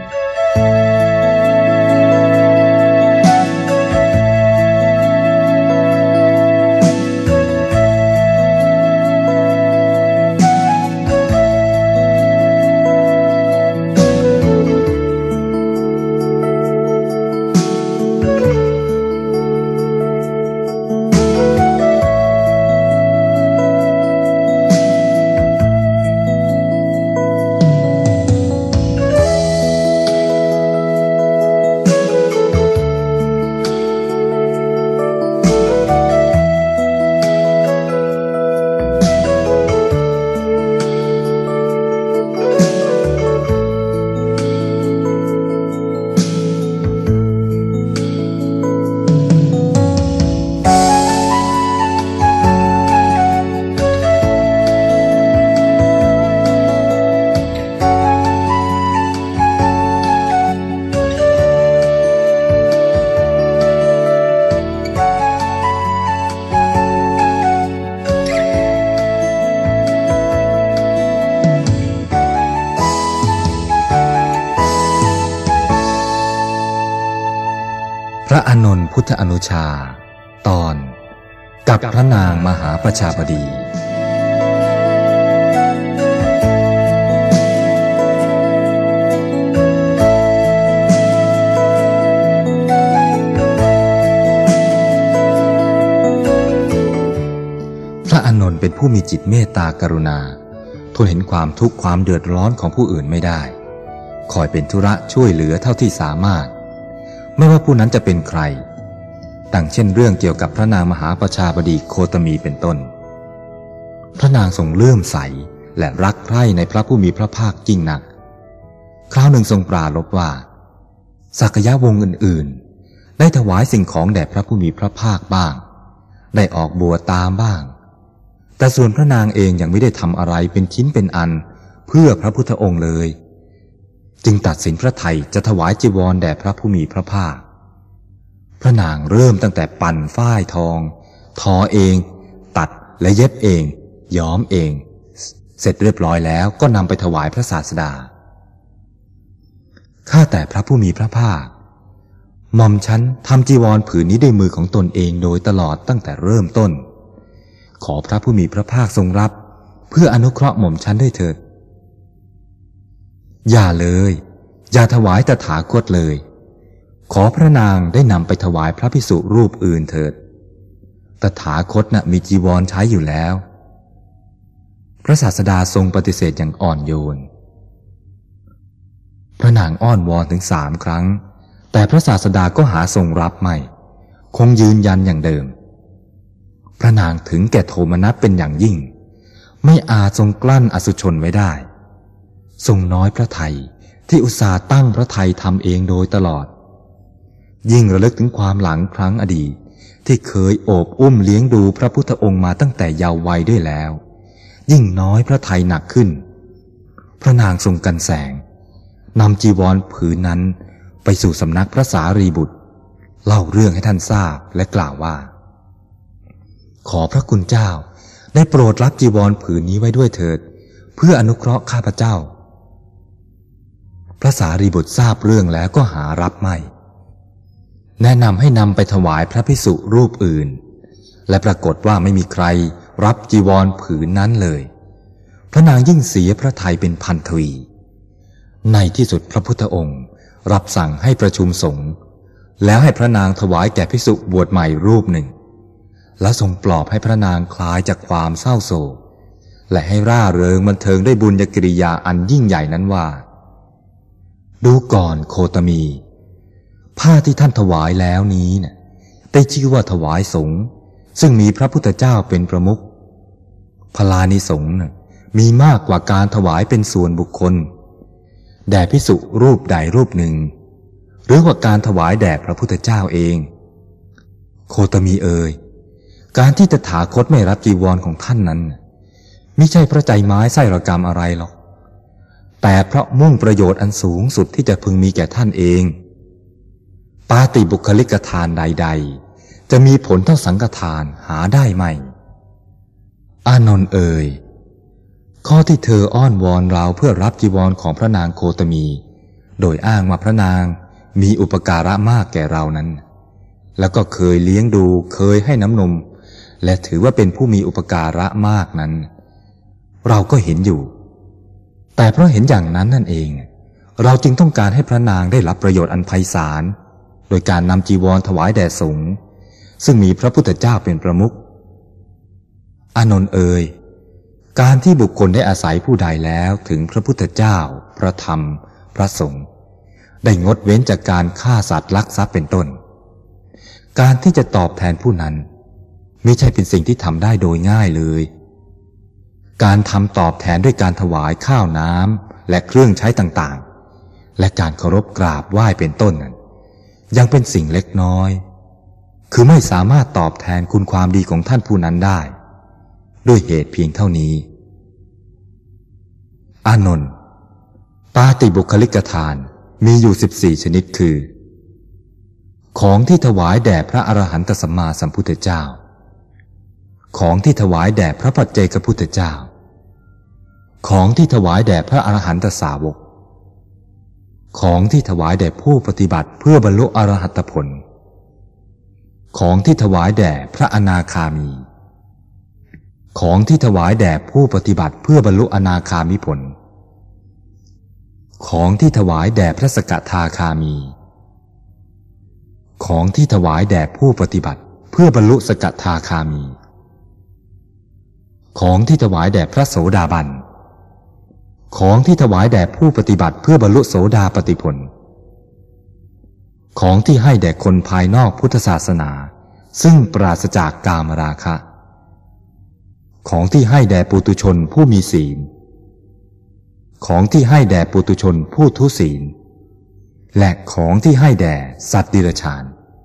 พระอานนท์พุทธอนุชาตอนกับพระนางมหาประชาบดีพระอานนท์เป็นผู้มีจิตเมตตากรุณาทนเห็นความทุกข์ความเดือดร้อนของผู้อื่นไม่ได้คอยเป็นธุระช่วยเหลือเท่าที่สามารถไม่ว่าผู้นั้นจะเป็นใครดังเช่นเรื่องเกี่ยวกับพระนางมหาประชาบดีโคตมีเป็นต้นพระนางทรงเลื่อมใสและรักใคร่ในพระผู้มีพระภาคยิ่งนักคราวหนึ่งทรงปรารภว่าสักยะวงศ์อื่นๆได้ถวายสิ่งของแด่พระผู้มีพระภาคบ้างได้ออกบวชตามบ้างแต่ส่วนพระนางเองยังไม่ได้ทำอะไรเป็นชิ้นเป็นอันเพื่อพระพุทธองค์เลยจึงตัดสินพระทัยจะถวายจีวรแด่พระผู้มีพระภาคพระนางเริ่มตั้งแต่ปั่นฝ้ายทองทอเองตัดและเย็บเองย้อมเองเสร็จเรียบร้อยแล้วก็นำไปถวายพระศาสดาข้าแต่พระผู้มีพระภาคหม่อมฉันทำจีวรผืนนี้ด้วยมือของตนเองโดยตลอดตั้งแต่เริ่มต้นขอพระผู้มีพระภาคทรงรับเพื่ออนุเคราะห์หม่อมฉันด้วยเถิดอย่าเลยอย่าถวายตถาคตเลยขอพระนางได้นำไปถวายพระภิกษุรูปอื่นเถิดตถาคตน่ะมีจีวรใช้อยู่แล้วพระศาสดาทรงปฏิเสธอย่างอ่อนโยนพระนางอ้อนวอนถึง3 ครั้งแต่พระศาสดาก็หาทรงรับไม่คงยืนยันอย่างเดิมพระนางถึงแก่โทมนัสเป็นอย่างยิ่งไม่อาจทรงกลั้นอสุชนไว้ได้ทรงน้อยพระทัยที่อุตส่าห์ตั้งพระทัยทำเองโดยตลอดยิ่งระลึกถึงความหลังครั้งอดีตที่เคยโอบอุ้มเลี้ยงดูพระพุทธองค์มาตั้งแต่เยาว์วัยด้วยแล้วยิ่งน้อยพระทัยหนักขึ้นพระนางทรงกันแสงนำจีวรผืนนั้นไปสู่สำนักพระสารีบุตรเล่าเรื่องให้ท่านทราบและกล่าวว่าขอพระคุณเจ้าได้โปรดรับจีวรผืนนี้ไว้ด้วยเถิดเพื่ออนุเคราะห์ข้าพเจ้าพระสารีบุตรทราบเรื่องแล้วก็หารับไม่แนะนำให้นำไปถวายพระภิกษุรูปอื่นและปรากฏว่าไม่มีใครรับจีวรผืนนั้นเลยพระนางยิ่งเสียพระทัยเป็นพันทวีในที่สุดพระพุทธองค์รับสั่งให้ประชุมสงฆ์แล้วให้พระนางถวายแก่ภิกษุบวชใหม่รูปหนึ่งและทรงปลอบให้พระนางคลายจากความเศร้าโศกและให้ร่าเริงบันเทิงด้วยบุญญกิริยาอันยิ่งใหญ่นั้นว่าดูก่อนโคตมีผ้าที่ท่านถวายแล้วนี้เนี่ยได้ชื่อว่าถวายสงฆ์ซึ่งมีพระพุทธเจ้าเป็นประมุขพลานิสงฆ์มีมากกว่าการถวายเป็นส่วนบุคคลแด่ภิกษุรูปใดรูปหนึ่งหรือว่าการถวายแด่พระพุทธเจ้าเองโคตมีเอ่ยการที่ตถาคตไม่รับจีวรของท่านนั้นมิใช่เพราะใจไม้ไส้ระกรรมอะไรหรอกแต่เพราะมุ่งประโยชน์อันสูงสุดที่จะพึงมีแก่ท่านเองปาติบุคลิกทานใดๆจะมีผลเท่าสังฆทานหาได้ไหมอานนท์เอ่ยข้อที่เธออ้อนวอนเราเพื่อรับจีวรของพระนางโคตมีโดยอ้างว่าพระนางมีอุปการะมากแก่เรานั้นแล้วก็เคยเลี้ยงดูเคยให้น้ำนมและถือว่าเป็นผู้มีอุปการะมากนั้นเราก็เห็นอยู่แต่เพราะเห็นอย่างนั้นนั่นเองเราจึงต้องการให้พระนางได้รับประโยชน์อันไพศาลโดยการนำจีวรถวายแด่สงฆ์ซึ่งมีพระพุทธเจ้าเป็นประมุขอานนท์เอ่ยการที่บุคคลได้อาศัยผู้ใดแล้วถึงพระพุทธเจ้าพระธรรมพระสงฆ์ได้งดเว้นจากการฆ่าสัตว์ลักทรัพย์เป็นต้นการที่จะตอบแทนผู้นั้นไม่ใช่เป็นสิ่งที่ทำได้โดยง่ายเลยการทำตอบแทนด้วยการถวายข้าวน้ำและเครื่องใช้ต่างๆและการเคารพกราบไหว้เป็นต้นนั้นยังเป็นสิ่งเล็กน้อยคือไม่สามารถตอบแทนคุณความดีของท่านผู้นั้นได้ด้วยเหตุเพียงเท่านี้อานนท์ปาติบุคลิกทานมีอยู่14 ชนิดคือของที่ถวายแด่พระอรหันตสัมมาสัมพุทธเจ้าของที่ถวายแด่พระปัจเจกพุทธเจ้าของที่ถวายแด่พระอรหันตสาวกของที่ถวายแด่ผู้ปฏิบัติเพื่อบรรลุอรหัตผลของที่ถวายแด่พระอนาคามีของที่ถวายแด่ผู้ปฏิบัติเพื่อบรรลุอนาคามิผลของที่ถวายแด่พระสกทาคามีของที่ถวายแด่ผู้ปฏิบัติเพื่อบรรลุสกทาคามีของที่ถวายแด่พระโสดาบันของที่ถวายแด่ผู้ปฏิบัติเพื่อบรรลุโสดาปัตติผลของที่ให้แด่คนภายนอกพุทธศาสนาซึ่งปราศจากกามราคะของที่ให้แด่ปุถุชนผู้มีศีลของที่ให้แด่ปุถุชนผู้ทุศีลและของที่ให้แด่สัตว์ดิรัจฉาน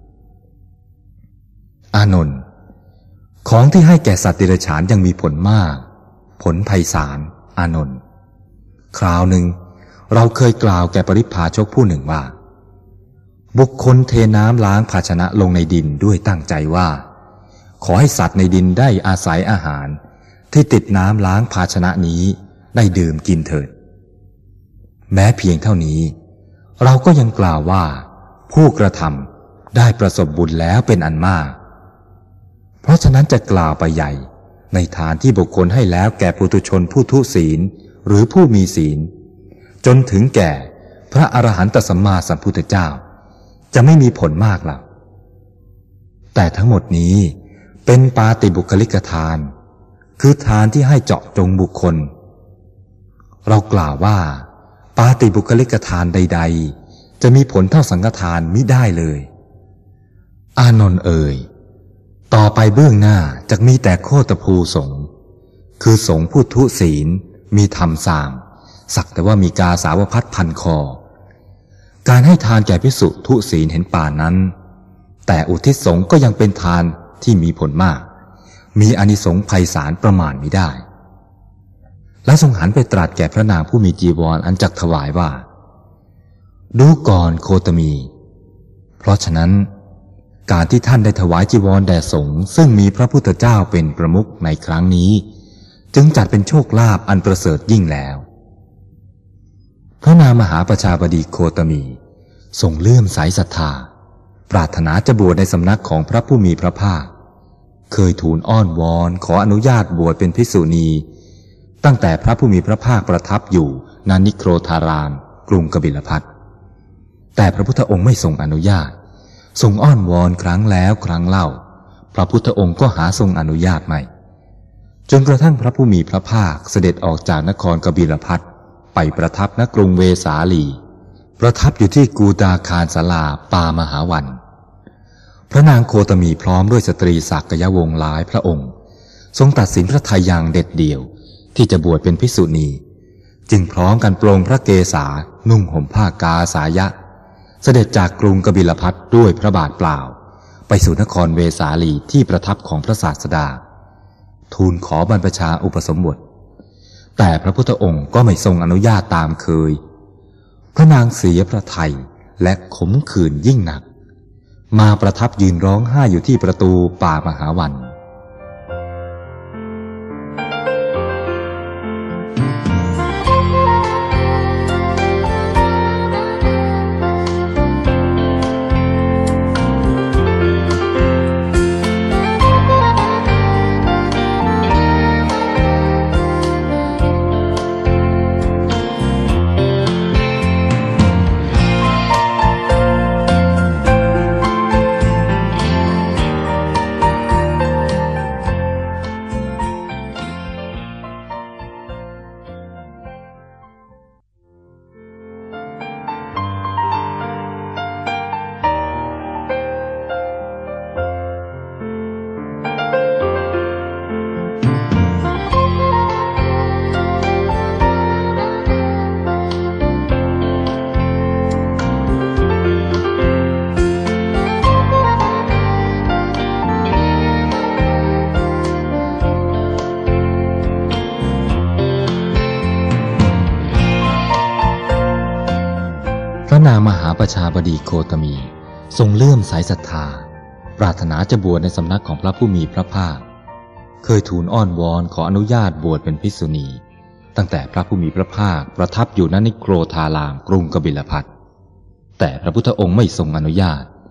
อานนท์ของที่ให้แก่สัตว์ดิรัจฉานยังมีผลมากผลไพศาลอานนท์คราวหนึ่งเราเคยกล่าวแก่ปริพพาชกผู้หนึ่งว่าบุคคลเทน้ำล้างภาชนะลงในดินด้วยตั้งใจว่าขอให้สัตว์ในดินได้อาศัยอาหารที่ติดน้ำล้างภาชนะนี้ได้ดื่มกินเถิดแม้เพียงเท่านี้เราก็ยังกล่าวว่าผู้กระทำได้ประสบบุญแล้วเป็นอันมากเพราะฉะนั้นจะกล่าวไปใหญ่ในทานที่บุคคลให้แล้วแก่ปุถุชนผู้ทุศีลหรือผู้มีศีลจนถึงแก่พระอรหันตสัมมาสัมพุทธเจ้าจะไม่มีผลมากหรอกแต่ทั้งหมดนี้เป็นปาติบุคลิกทานคือทานที่ให้เจาะจงบุคคลเรากล่าวว่าปาติบุคลิกทานใดๆจะมีผลเท่าสังฆทานมิได้เลยอานนท์เอ่ยต่อไปเบื้องหน้าจะมีแต่โคตภูสงฆ์คือสงฆ์ผู้ทุศีลมีธรรมสามสักแต่ว่ามีกาสาวพัดพันคอการให้ทานแก่ภิกษุทุศีลเห็นป่านนั้นแต่อุทิศสงฆ์ก็ยังเป็นทานที่มีผลมากมีอานิสงส์ไพศาลประมาณมิได้และทรงหันไปตรัสแก่พระนางผู้มีจีวรอันจักถวายว่าดูก่อนโคตมีเพราะฉะนั้นการที่ท่านได้ถวายจีวรแด่สงฆ์ซึ่งมีพระพุทธเจ้าเป็นประมุขในครั้งนี้จึงจัดเป็นโชคลาภอันประเสริฐยิ่งแล้วพระนางมหาประชาบดีโคตมีทรงเลื่อมใสศรัทธาปรารถนาจะบวชในสำนักของพระผู้มีพระภาคเคยทูลอ้อนวอนขออนุญาตบวชเป็นภิกษุณีตั้งแต่พระผู้มีพระภาคประทับอยู่ณนิโครธารามกรุงกบิลพัสแต่พระพุทธองค์ไม่ทรงอนุญาตทรงอ้อนวอนครั้งแล้วครั้งเล่าพระพุทธองค์ก็หาทรงอนุญาตไม่จนกระทั่งพระผู้มีพระภาคเสด็จออกจากนครกบิลพัสไปประทับณกรุงเวสาลีประทับอยู่ที่กูตาคารศาลาปามหาวันพระนางโคตมีพร้อมด้วยสตรีศักยวงศ์หลายพระองค์ทรงตัดสินพระทัยอย่างเด็ดเดี่ยวที่จะบวชเป็นภิกษุณีจึงพร้อมกันปลงพระเกศานุ่งห่มผ้ากาสายะเสด็จจากกรุงกบิลพัสด้วยพระบาทเปล่าไปสู่นครเวสาลีที่ประทับของพระศาสดาทูลขอบรรพชาอุปสมบทแต่พระพุทธองค์ก็ไม่ทรงอนุญาตตามเคยพระนางเสียพระทัยและขมขื่นยิ่งหนักมาประทับยืนร้องไห้อยู่ที่ประตูป่ามหาวันพระนางมหาประชาบดีโคตมีทรงเลื่อมใสศรัทธาปรารถนาจะบวชในสำนักของพระผู้มีพระภาคเคยทูลอ้อนวอนขออนุญาตบวชเป็นภิกษุณีตั้งแต่พระผู้มีพระภาคประทับอยู่ณนิโครธารามกรุงกบิลพัสแต่พระพุทธองค์ไม่ทรงอนุญาต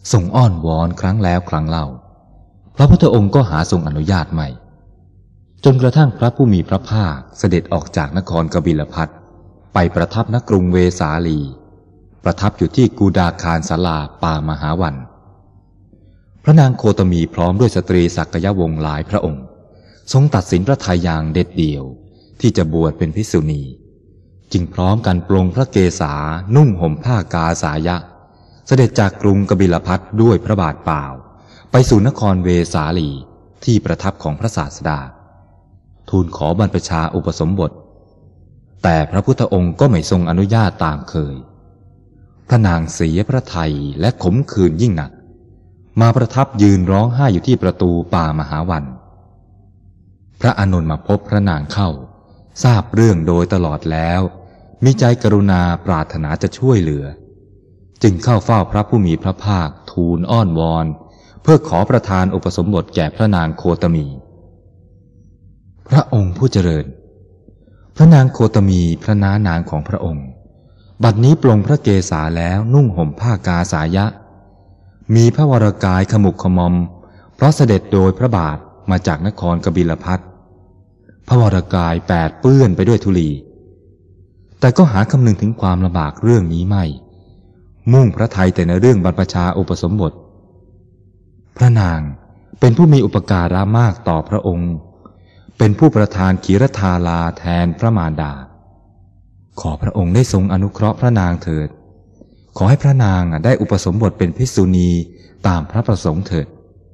ทรงอ้อนวอนครั้งแล้วครั้งเล่าพระพุทธองค์ก็หาทรงอนุญาตไม่จนกระทั่งพระผู้มีพระภาคเสด็จออกจากนครกบิลพัสไปประทับณกรุงเวสาลีประทับอยู่ที่กูดาคารศาลาป่ามหาวันพระนางโคตมีพร้อมด้วยสตรีสักยวงศ์หลายพระองค์ทรงตัดสินพระทัยอย่างเด็ดเดี่ยวที่จะบวชเป็นภิกษุณีจึงพร้อมกันปลงพระเกศานุ่งห่มผ้ากาสายะเสด็จจากกรุงกบิลพัสด้วยพระบาทเปล่าไปสู่นครเวสาลีที่ประทับของพระศาสดาทูลขอบรรพชาอุปสมบทแต่พระพุทธองค์ก็ไม่ทรงอนุญาตตามเคยพระนางเสียพระทัยและขมขื่นยิ่งหนักมาประทับยืนร้องไห้อยู่ที่ประตูป่ามหาวันพระอานนท์มาพบพระนางเข้าทราบเรื่องโดยตลอดแล้วมีใจกรุณาปรารถนาจะช่วยเหลือจึงเข้าเฝ้าพระผู้มีพระภาคทูลอ้อนวอนเพื่อขอประทานอุปสมบทแก่พระนางโคตมีพระองค์ผู้เจริญพระนางโคตมีพระน้านางของพระองค์บัดนี้ปลงพระเกศาแล้วนุ่งห่มผ้ากาสายะมีพระวรกายขมุกขมอมเพราะเสด็จโดยพระบาทมาจากนครกบิลพัสพระวรกายแปดเปื้อนไปด้วยธุลีแต่ก็หาคำนึงถึงความลำบากเรื่องนี้ไม่มุ่งพระทัยแต่ในเรื่องบรรพชาอุปสมบทพระนางเป็นผู้มีอุปการะมากต่อพระองค์เป็นผู้ประทานขีรทาลาแทนพระมารดาขอพระองค์ได้ทรงอนุเคราะห์พระนางเถิดขอให้พระนางได้อุปสมบทเป็นภิกษุณีตามพระประสงค์เถิด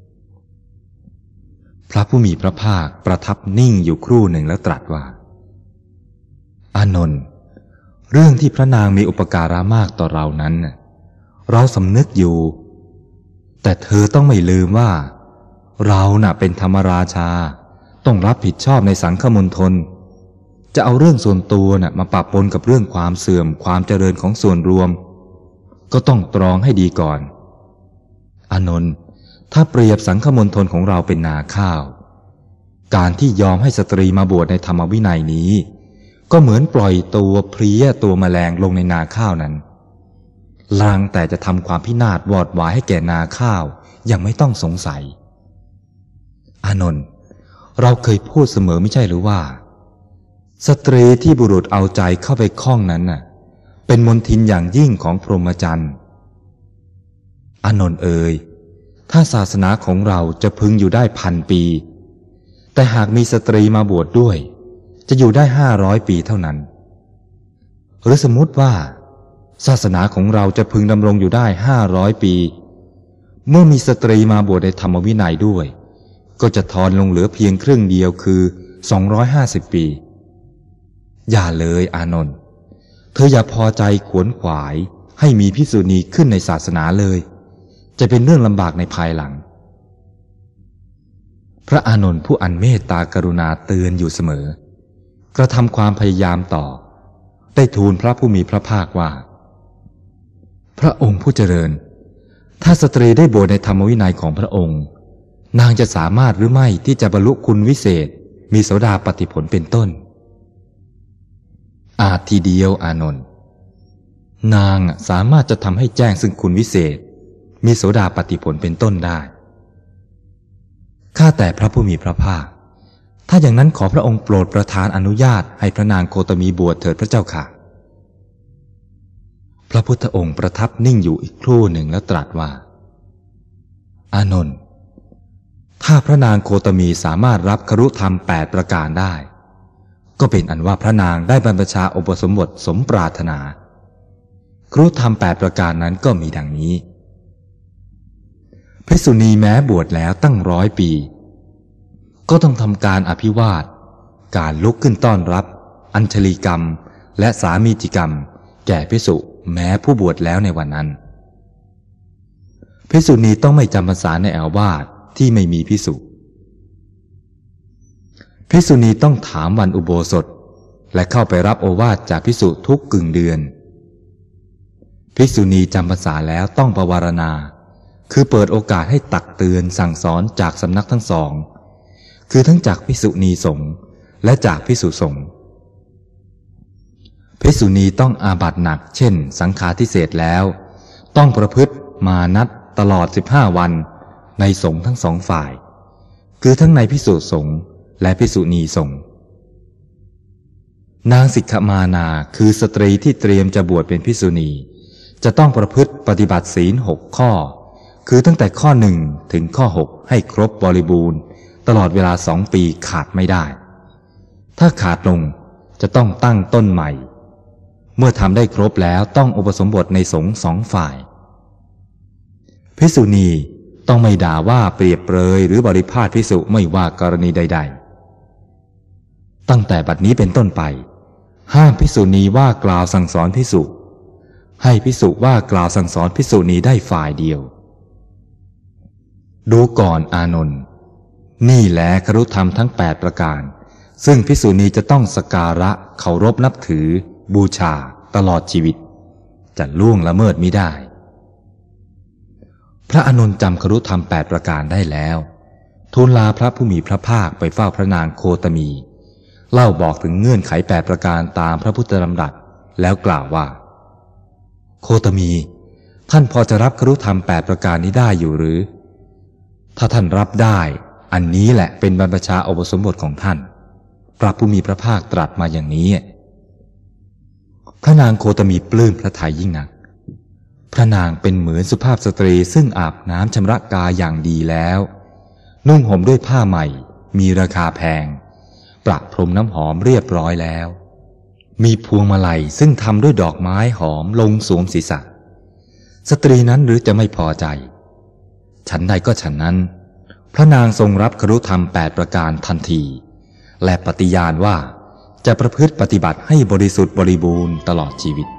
พระผู้มีพระภาคประทับนิ่งอยู่ครู่หนึ่งแล้วตรัสว่าอานนท์เรื่องที่พระนางมีอุปการะมากต่อเรานั้นเราสำนึกอยู่แต่เธอต้องไม่ลืมว่าเราเป็นธรรมราชาต้องรับผิดชอบในสังฆมณฑลจะเอาเรื่องส่วนตัวมาปะปนกับเรื่องความเสื่อมความเจริญของส่วนรวมก็ต้องตรองให้ดีก่อนอานนท์ถ้าเปรียบสังฆมณฑลของเราเป็นนาข้าวการที่ยอมให้สตรีมาบวชในธรรมวินัยนี้ก็เหมือนปล่อยตัวเพลี้ยตัวแมลงลงในนาข้าวนั้นลางแต่จะทำความพินาศวอดวายให้แก่นาข้าวยังไม่ต้องสงสัยอานนท์เราเคยพูดเสมอไม่ใช่หรือว่าสตรีที่บุรุษเอาใจเข้าไปคล้องนั้นเป็นมนทินอย่างยิ่งของพรหมจรรย์อานนท์เอ๋ยถ้าศาสนาของเราจะพึงอยู่ได้1,000 ปีแต่หากมีสตรีมาบวชด้วยจะอยู่ได้500 ปีเท่านั้นหรือสมมติว่าศาสนาของเราจะพึงดำรงอยู่ได้500 ปีเมื่อมีสตรีมาบวชในธรรมวินัยด้วยก็จะทอนลงเหลือเพียงครึ่งเดียวคือ250 ปีอย่าเลยอานนท์เธออย่าพอใจขวนขวายให้มีภิกษุณีขึ้นในศาสนาเลยจะเป็นเรื่องลำบากในภายหลังพระอานนท์ผู้อันเมตตากรุณาเตือนอยู่เสมอกระทำความพยายามต่อได้ทูลพระผู้มีพระภาคว่าพระองค์ผู้เจริญถ้าสตรีได้บวชในธรรมวินัยของพระองค์นางจะสามารถหรือไม่ที่จะบรรลุคุณวิเศษมีโสดาปัตติผลเป็นต้นอาจทีเดียวอานนท์นางสามารถจะทำให้แจ้งซึ่งคุณวิเศษมีโสดาปัตติผลเป็นต้นได้ข้าแต่พระผู้มีพระภาคถ้าอย่างนั้นขอพระองค์โปรดประทานอนุญาตให้พระนางโคตมีบวชเถิดพระเจ้าค่ะพระพุทธองค์ประทับนิ่งอยู่อีกครู่หนึ่งแล้วตรัสว่าอานนท์ถ้าพระนางโคตมีสามารถรับครุธรรม8 ประการได้ก็เป็นอันว่าพระนางได้บรรพชาอุปสมบทสมปรารถนาครุธรรม8 ประการนั้นก็มีดังนี้ภิกษุณีแม้บวชแล้วตั้ง100 ปีก็ต้องทำการอภิวาทการลุกขึ้นต้อนรับอัญชลีกรรมและสามีจิกรรมแก่ภิกษุแม้ผู้บวชแล้วในวันนั้นภิกษุณีต้องไม่จำพรรษาในอาวาสที่ไม่มีภิกษุภิกษุณีต้องถามวันอุโบสถและเข้าไปรับโอวาทจากภิกษุทุกกึ่งเดือนภิกษุณีจำพรรษาแล้วต้องปวารณาคือเปิดโอกาสให้ตักเตือนสั่งสอนจากสำนักทั้งสองคือทั้งจากภิกษุณีสงฆ์และจากภิกษุสงฆ์ภิกษุณีต้องอาบัติหนักเช่นสังฆาทิเศษแล้วต้องประพฤติมานัตตลอด15 วันในสงฆ์ทั้งสองฝ่ายคือทั้งในภิกษุสงฆ์และภิกษุณีสงฆ์นางสิกขมานาคือสตรีที่เตรียมจะบวชเป็นภิกษุณีจะต้องประพฤติปฏิบัติศีล6 ข้อคือตั้งแต่ข้อ1ถึงข้อ6ให้ครบบริบูรณ์ตลอดเวลา2 ปีขาดไม่ได้ถ้าขาดลงจะต้องตั้งต้นใหม่เมื่อทำได้ครบแล้วต้องอุปสมบทในสงฆ์2 ฝ่ายภิกษุณีต้องไม่ด่าว่าเปรียบเปรยหรือบริพาทภิกษุไม่ว่ากรณีใดๆตั้งแต่บัดนี้เป็นต้นไปห้ามภิกษุณีว่ากล่าวสั่งสอนภิกษุให้ภิกษุว่ากล่าวสั่งสอนภิกษุณีได้ฝ่ายเดียวดูก่อนอานนท์นี่แลครุธรรมทั้ง8 ประการซึ่งภิกษุณีจะต้องสักการะเคารพนับถือบูชาตลอดชีวิตจะล่วงละเมิดมิได้พระอานนท์จำครุธรรม8 ประการได้แล้วทูลลาพระผู้มีพระภาคไปเฝ้าพระนางโคตมีเล่าบอกถึงเงื่อนไข8 ประการตามพระพุทธดำรัสแล้วกล่าวว่าโคตมีท่านพอจะรับครุธรรม8 ประการนี้ได้อยู่หรือถ้าท่านรับได้อันนี้แหละเป็นบรรพชาอุปสมบทของท่านพระผู้มีพระภาคตรัสมาอย่างนี้พระนางโคตมีปลื้มพระทัยยิ่งนักพระนางเป็นเหมือนสุภาพสตรีซึ่งอาบน้ำชำระกายอย่างดีแล้วนุ่งห่มด้วยผ้าใหม่มีราคาแพงประพรมน้ำหอมเรียบร้อยแล้วมีพวงมาลัยซึ่งทำด้วยดอกไม้หอมลงสวมศีรษะสตรีนั้นหรือจะไม่พอใจฉันใดก็ฉันนั้นพระนางทรงรับครุธรรม8 ประการทันทีและปฏิญาณว่าจะประพฤติปฏิบัติให้บริสุทธิ์บริบูรณ์ตลอดชีวิต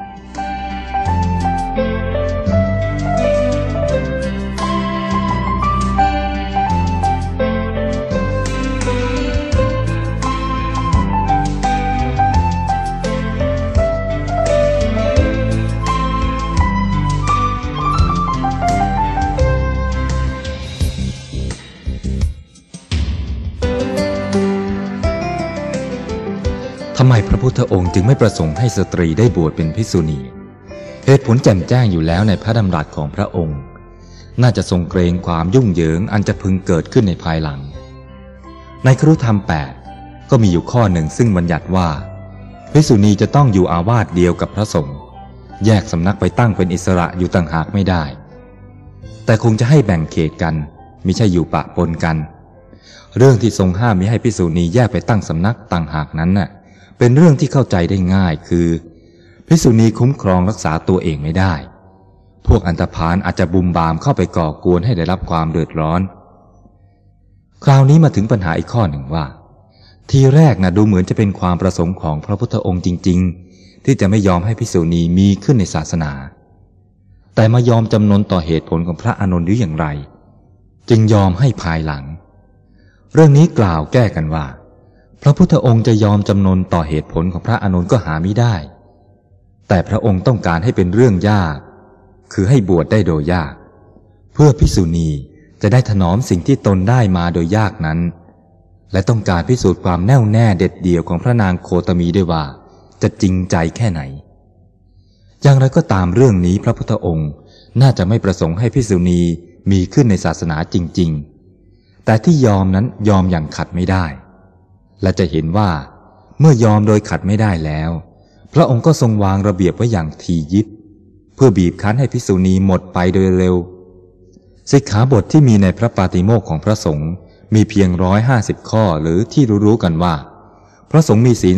ทำไมพระพุทธองค์จึงไม่ประสงค์ให้สตรีได้บวชเป็นภิกษุณีเหตุผลแจ่มแจ้งอยู่แล้วในพระดำรัสของพระองค์น่าจะทรงเกรงความยุ่งเหยิงอันจะพึงเกิดขึ้นในภายหลังในครุธรรม8ก็มีอยู่ข้อหนึ่งซึ่งบัญญัติว่าภิกษุณีจะต้องอยู่อาวาสเดียวกับพระสงฆ์แยกสำนักไปตั้งเป็นอิสระอยู่ต่างหากไม่ได้แต่คงจะให้แบ่งเขตกันมิใช่อยู่ปะปนกันเรื่องที่ทรงห้ามมิให้ภิกษุณีแยกไปตั้งสำนักต่างหากนั้นน่ะเป็นเรื่องที่เข้าใจได้ง่ายคือภิกษุณีคุ้มครองรักษาตัวเองไม่ได้พวกอันธพาลอาจจะบุมบามเข้าไปก่อกวนให้ได้รับความเดือดร้อนคราวนี้มาถึงปัญหาอีกข้อหนึ่งว่าทีแรกดูเหมือนจะเป็นความประสงค์ของพระพุทธองค์จริงๆที่จะไม่ยอมให้ภิกษุณีมีขึ้นในศาสนาแต่มายอมจำนนต่อเหตุผลของพระอานนท์หรืออย่างไรจึงยอมให้ภายหลังเรื่องนี้กล่าวแก้กันว่าพระพุทธองค์จะยอมจำนนต่อเหตุผลของพระอานนท์ก็หามิได้แต่พระองค์ต้องการให้เป็นเรื่องยากคือให้บวชได้โดยยากเพื่อภิกษุณีจะได้ถนอมสิ่งที่ตนได้มาโดยยากนั้นและต้องการพิสูจน์ความแน่วแน่เด็ดเดี่ยวของพระนางโคตมีด้วยว่าจะจริงใจแค่ไหนอย่างไรก็ตามเรื่องนี้พระพุทธองค์น่าจะไม่ประสงค์ให้ภิกษุณีมีขึ้นในศาสนาจริงๆแต่ที่ยอมนั้นยอมอย่างขัดไม่ได้และจะเห็นว่าเมื่อยอมโดยขัดไม่ได้แล้วพระองค์ก็ทรงวางระเบียบไว้อย่างถี่ยิบเพื่อบีบคั้นให้ภิกษุณีหมดไปโดยเร็วสิกขาบทที่มีในพระปาติโมกข์ของพระสงฆ์มีเพียง150 ข้อหรือที่รู้ๆกันว่าพระสงฆ์มีศีล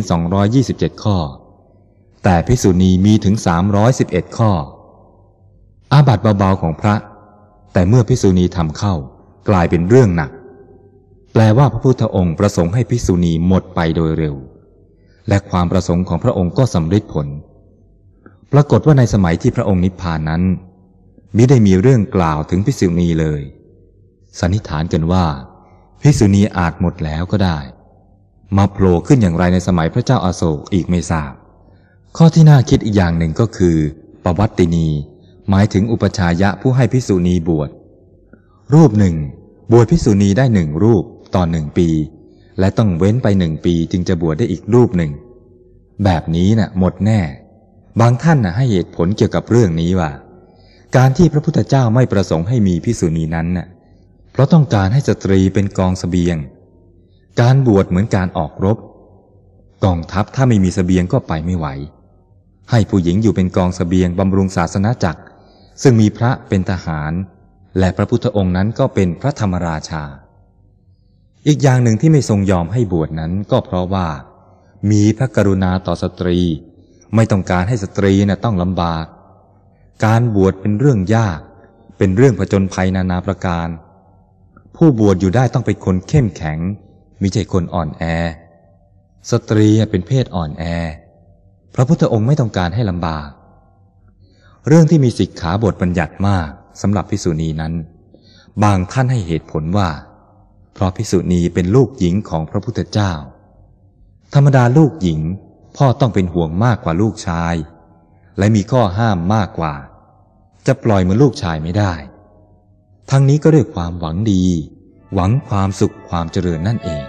227 ข้อแต่ภิกษุณีมีถึง311 ข้ออาบัติเบาๆของพระแต่เมื่อภิกษุณีทำเข้ากลายเป็นเรื่องหนักแปลว่าพระพุทธองค์ประสงค์ให้ภิกษุณีหมดไปโดยเร็วและความประสงค์ของพระองค์ก็สำเร็จผลปรากฏว่าในสมัยที่พระองค์นิพพานนั้นมิได้มีเรื่องกล่าวถึงภิกษุณีเลยสันนิษฐานกันว่าภิกษุณีอาจหมดแล้วก็ได้มาโผล่ขึ้นอย่างไรในสมัยพระเจ้าอาโศกอีกไม่ทราบข้อที่น่าคิดอีกอย่างหนึ่งก็คือปวัตตินีหมายถึงอุปชายะผู้ให้ภิกษุณีบวชรูปหนึ่งบวชภิกษุณีได้1 รูปต่อ1 ปีและต้องเว้นไป1 ปีจึงจะบวชได้อีกรูปหนึ่งแบบนี้หมดแน่บางท่านให้เหตุผลเกี่ยวกับเรื่องนี้ว่าการที่พระพุทธเจ้าไม่ประสงค์ให้มีภิกษุณีนั้นน่ะเพราะต้องการให้สตรีเป็นกองเสบียงการบวชเหมือนการออกรบกองทัพถ้าไม่มีเสบียงก็ไปไม่ไหวให้ผู้หญิงอยู่เป็นกองเสบียงบำรุงศาสนาจักรซึ่งมีพระเป็นทหารและพระพุทธองค์นั้นก็เป็นพระธรรมราชาอีกอย่างหนึ่งที่ไม่ทรงยอมให้บวชนั้นก็เพราะว่ามีพระกรุณาต่อสตรีไม่ต้องการให้สตรีต้องลำบากการบวชเป็นเรื่องยากเป็นเรื่องผจญภัยนานาประการผู้บวชอยู่ได้ต้องเป็นคนเข้มแข็งมิใช่คนอ่อนแอสตรีเป็นเพศอ่อนแอพระพุทธองค์ไม่ต้องการให้ลำบากเรื่องที่มีสิกขาบทบัญญัติมากสำหรับภิกษุณีนั้นบางท่านให้เหตุผลว่าเพราะภิกษุณีเป็นลูกหญิงของพระพุทธเจ้าธรรมดาลูกหญิงพ่อต้องเป็นห่วงมากกว่าลูกชายและมีข้อห้ามมากกว่าจะปล่อยเหมือนลูกชายไม่ได้ทั้งนี้ก็ด้วยความหวังดีหวังความสุขความเจริญนั่นเอง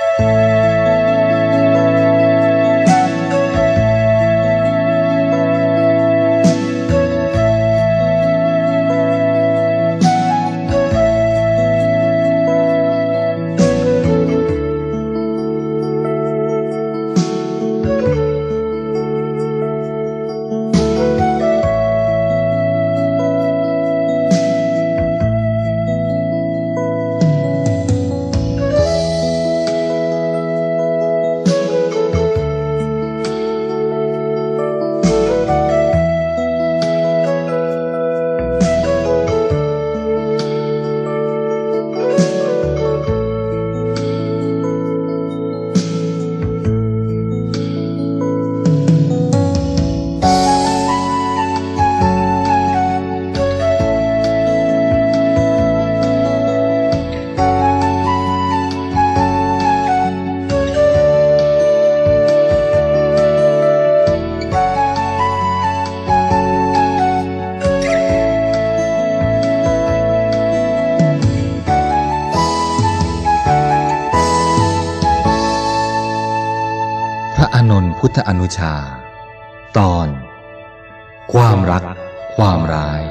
พุทธอนุชาตอนความรักความร้าย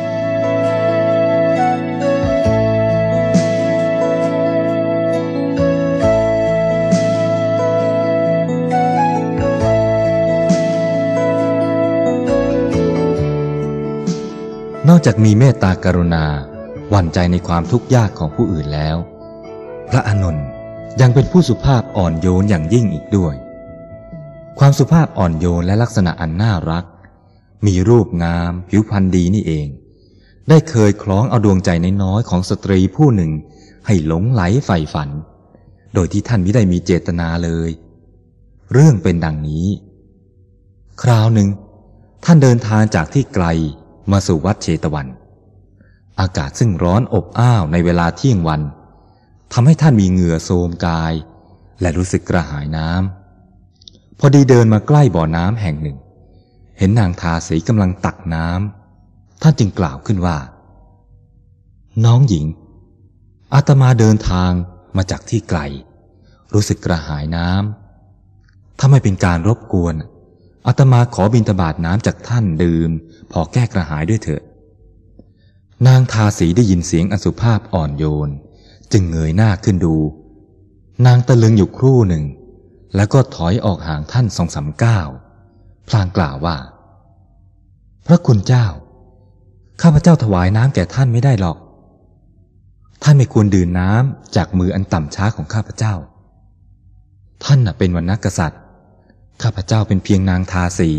นอกจากมีเมตตากรุณาหวั่นใจในความทุกข์ยากของผู้อื่นแล้วพระอานนท์ยังเป็นผู้สุภาพอ่อนโยนอย่างยิ่งอีกด้วยความสุภาพอ่อนโยนและลักษณะอันน่ารักมีรูปงามผิวพรรณดีนี่เองได้เคยคล้องเอาดวงใจน้อยๆของสตรีผู้หนึ่งให้หลงไหลใฝ่ฝันโดยที่ท่านมิได้มีเจตนาเลยเรื่องเป็นดังนี้คราวหนึ่งท่านเดินทางจากที่ไกลมาสู่วัดเชตวันอากาศซึ่งร้อนอบอ้าวในเวลาเที่ยงวันทำให้ท่านมีเหงื่อโทรมกายและรู้สึกกระหายน้ำพอดีเดินมาใกล้บ่อน้ำแห่งหนึ่งเห็นนางทาสีกำลังตักน้ำท่านจึงกล่าวขึ้นว่าน้องหญิงอาตมาเดินทางมาจากที่ไกลรู้สึกกระหายน้ำถ้าไม่เป็นการรบกวนอาตมาขอบิณฑบาตน้ำจากท่านดื่มพอแก้กระหายด้วยเถิดนางทาสีได้ยินเสียงอสุภาพอ่อนโยนจึงเงยหน้าขึ้นดูนางตะลึงอยู่ครู่หนึ่งแล้วก็ถอยออกห่างท่าน2-3 ก้าวพลางกล่าวว่าพระคุณเจ้าข้าพเจ้าถวายน้ำแก่ท่านไม่ได้หรอกท่านไม่ควรดื่มน้ำจากมืออันต่ำช้าของข้าพเจ้าท่านเป็นวรรณกษัตริย์ข้าพเจ้าเป็นเพียงนางทาสี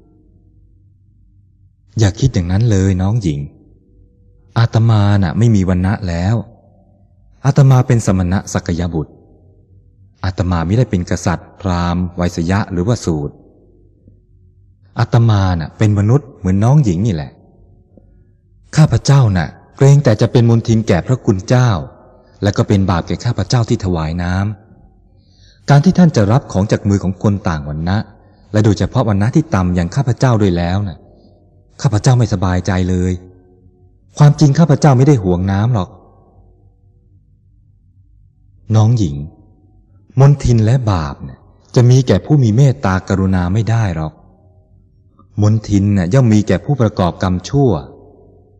อย่าคิดอย่างนั้นเลยน้องหญิงอาตมาไม่มีวรรณะแล้วอาตมาเป็นสมณะสักยบุตรอาตมาไม่ได้เป็นกษัตริย์พราหมณ์ไวยสยะหรือว่าสูตรอาตมาเป็นมนุษย์เหมือนน้องหญิงนี่แหละข้าพเจ้าเกรงแต่จะเป็นมลทินแก่พระคุณเจ้าและก็เป็นบาปแก่ข้าพเจ้าที่ถวายน้ำการที่ท่านจะรับของจากมือของคนต่างวรรณะและโดยเฉพาะวรรณะที่ต่ำอย่างข้าพเจ้าด้วยแล้วข้าพเจ้าไม่สบายใจเลยความจริงข้าพเจ้าไม่ได้ห่วงน้ำหรอกน้องหญิงมลทินและบาปจะมีแก่ผู้มีเมตตากรุณาไม่ได้หรอกมลทินย่อมมีแก่ผู้ประกอบกรรมชั่ว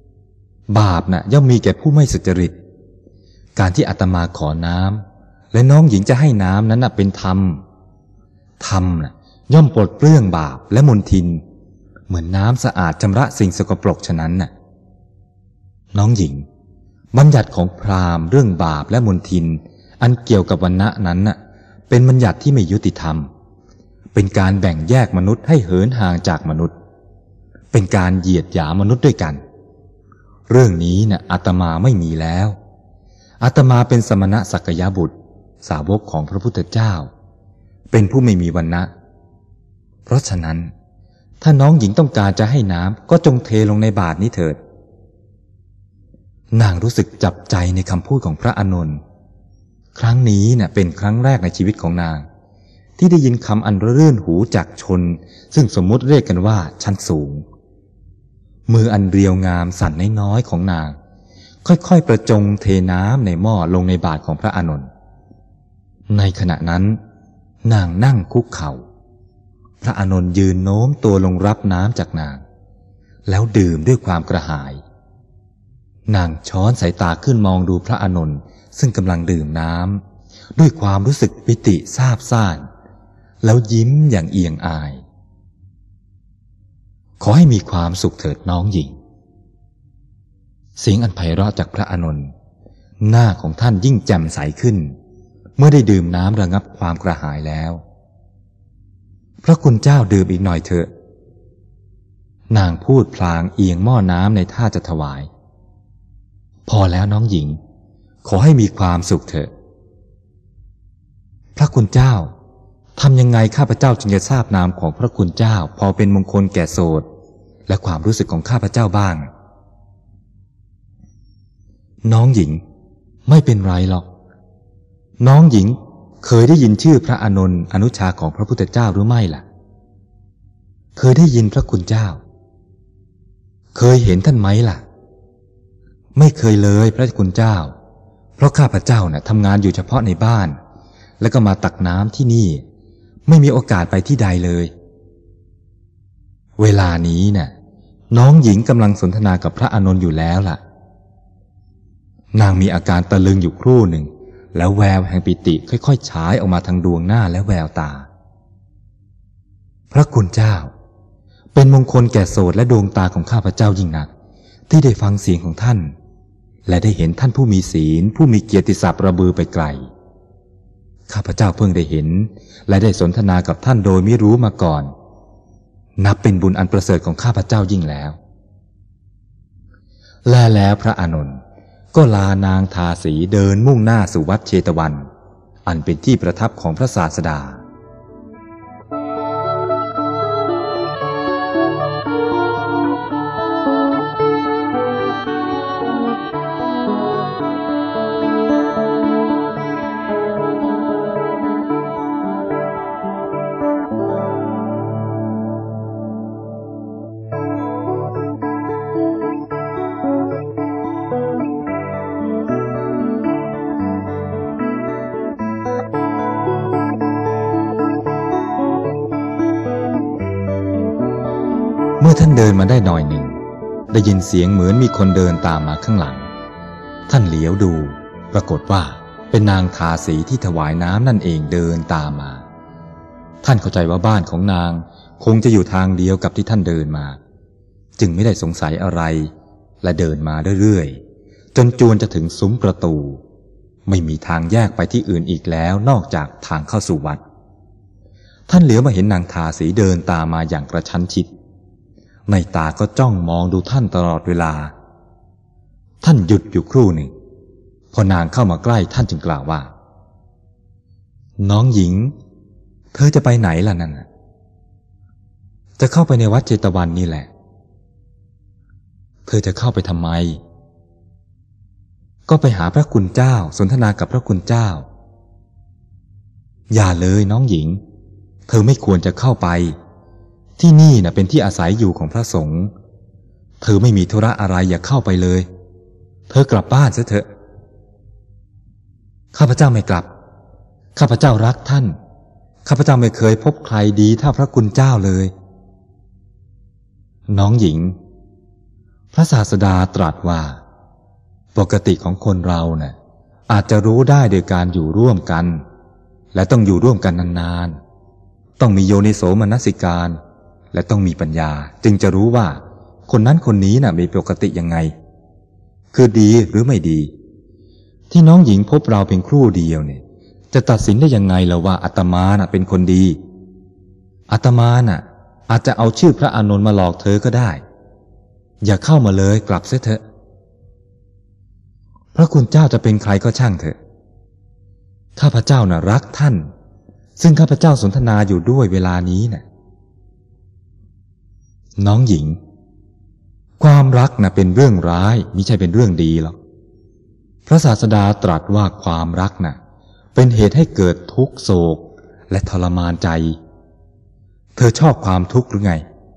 บาปน่ะย่อมมีแก่ผู้ไม่สุจริตการที่อาตมาขอน้ำและน้องหญิงจะให้น้ำนั้นน่ะเป็นธรรมธรรมน่ะย่อมปลดเปลื้องบาปและมลทินเหมือนน้ำสะอาดชำระสิ่งสกปรกฉะนั้นน่ะน้องหญิงบัญญัติของพราหมณ์เรื่องบาปและมลทินอันเกี่ยวกับวรรณะนั้นน่ะเป็นบัญญัติที่ไม่ยุติธรรมเป็นการแบ่งแยกมนุษย์ให้เหินห่างจากมนุษย์เป็นการเหยียดหยามมนุษย์ด้วยกันเรื่องนี้น่ะอาตมาไม่มีแล้วอาตมาเป็นสมณะสักยบุตรสาวกของพระพุทธเจ้าเป็นผู้ไม่มีวรรณะเพราะฉะนั้นถ้าน้องหญิงต้องการจะให้น้ำก็จงเทลงในบาตรนี้เถิดนางรู้สึกจับใจในคำพูดของพระอานนท์ครั้งนี้น่ะเป็นครั้งแรกในชีวิตของนางที่ได้ยินคำอันรื่นหูจากชนซึ่งสมมุติเรียกกันว่าชั้นสูงมืออันเรียวงามสั่นน้อยๆของนางค่อยๆประจงเทน้ำในหม้อลงในบาตรของพระอานนท์ในขณะนั้นนางนั่งคุกเข่าพระอานนท์ยืนโน้มตัวลงรับน้ำจากนางแล้วดื่มด้วยความกระหายนางช้อนสายตาขึ้นมองดูพระอานนท์ซึ่งกำลังดื่มน้ำด้วยความรู้สึกปิติซาบซ่านแล้วยิ้มอย่างเอียงอายขอให้มีความสุขเถิดน้องหญิงเสียงอันไพเราะจากพระอานนท์หน้าของท่านยิ่งแจ่มใสขึ้นเมื่อได้ดื่มน้ำระงับความกระหายแล้วพระคุณเจ้าดื่มอีกหน่อยเถอะนางพูดพลางเอียงหม้อน้ำในท่าจะถวายพอแล้วน้องหญิงขอให้มีความสุขเถอะพระคุณเจ้าทำยังไงข้าพเจ้าจึงจะทราบนามของพระคุณเจ้าพอเป็นมงคลแก่โสดและความรู้สึกของข้าพเจ้าบ้างน้องหญิงไม่เป็นไรหรอกน้องหญิงเคยได้ยินชื่อพระอานนท์อนุชาของพระพุทธเจ้าหรือไม่ล่ะเคยได้ยินพระคุณเจ้าเคยเห็นท่านไหมล่ะไม่เคยเลยพระคุณเจ้าเพราะข้าพเจ้าน่ะทำงานอยู่เฉพาะในบ้านแล้วก็มาตักน้ำที่นี่ไม่มีโอกาสไปที่ใดเลยเวลานี้น่ะน้องหญิงกำลังสนทนากับพระอานนท์อยู่แล้วล่ะนางมีอาการตะลึงอยู่ครู่หนึ่งแล้วแววแห่งปิติค่อยๆฉายออกมาทางดวงหน้าและแววตาพระคุณเจ้าเป็นมงคลแก่โสตและดวงตาของข้าพเจ้ายิ่งนักที่ได้ฟังเสียงของท่านและได้เห็นท่านผู้มีศีลผู้มีเกียรติศัพท์ระบือไปไกลข้าพเจ้าเพิ่งได้เห็นและได้สนทนากับท่านโดยไม่รู้มาก่อนนับเป็นบุญอันประเสริฐของข้าพเจ้ายิ่งแล้วแล้วพระอานนท์ก็ลานางทาสีเดินมุ่งหน้าสู่วัดเชตวันอันเป็นที่ประทับของพระศาสดาเมื่อท่านเดินมาได้หน่อยหนึ่งได้ยินเสียงเหมือนมีคนเดินตามมาข้างหลังท่านเหลียวดูปรากฏว่าเป็นนางทาสีที่ถวายน้ำนั่นเองเดินตามมาท่านเข้าใจว่าบ้านของนางคงจะอยู่ทางเดียวกับที่ท่านเดินมาจึงไม่ได้สงสัยอะไรและเดินมาเรื่อยๆจนจวนจะถึงซุ้มประตูไม่มีทางแยกไปที่อื่นอีกแล้วนอกจากทางเข้าสู่วัดท่านเหลียวมาเห็นนางทาสีเดินตามมาอย่างกระชั้นชิดในตาก็จ้องมองดูท่านตลอดเวลาท่านหยุดอยู่ครู่หนึ่งพอนางเข้ามาใกล้ท่านจึงกล่าวว่าน้องหญิงเธอจะไปไหนล่ะนั่นจะเข้าไปในวัดเจตวันนี่แหละเธอจะเข้าไปทำไมก็ไปหาพระคุณเจ้าสนทนากับพระคุณเจ้าอย่าเลยน้องหญิงเธอไม่ควรจะเข้าไปที่นี่น่ะเป็นที่อาศัยอยู่ของพระสงฆ์เธอไม่มีธุระอะไรอย่าเข้าไปเลยเธอกลับบ้านซะเถอะข้าพเจ้าไม่กลับข้าพเจ้ารักท่านข้าพเจ้าไม่เคยพบใครดีเท่าพระคุณเจ้าเลยน้องหญิงพระศาสดาตรัสว่าปกติของคนเราน่ะอาจจะรู้ได้โดยการอยู่ร่วมกันและต้องอยู่ร่วมกันนานๆต้องมีโยนิโสมนสิการและต้องมีปัญญาจึงจะรู้ว่าคนนั้นคนนี้น่ะมีปกติยังไงคือดีหรือไม่ดีที่น้องหญิงพบเราเพียงครู่เดียวเนี่ยจะตัดสินได้ยังไงล่ะว่าอาตมาน่ะเป็นคนดีอาตมาน่ะอาจจะเอาชื่อพระอานนท์มาหลอกเธอก็ได้อย่าเข้ามาเลยกลับเสียเถอะพระคุณเจ้าจะเป็นใครก็ช่างเถอะข้าพเจ้าน่ะรักท่านซึ่งข้าพเจ้าสนทนาอยู่ด้วยเวลานี้น่ะน้องหญิงความรักน่ะเป็นเรื่องร้ายมิใช่เป็นเรื่องดีหรอกพระศาสดาตรัสว่าความรักน่ะเป็นเหตุให้เกิดทุกข์โศกและทรมานใจเธอชอบความทุกข์หรือไง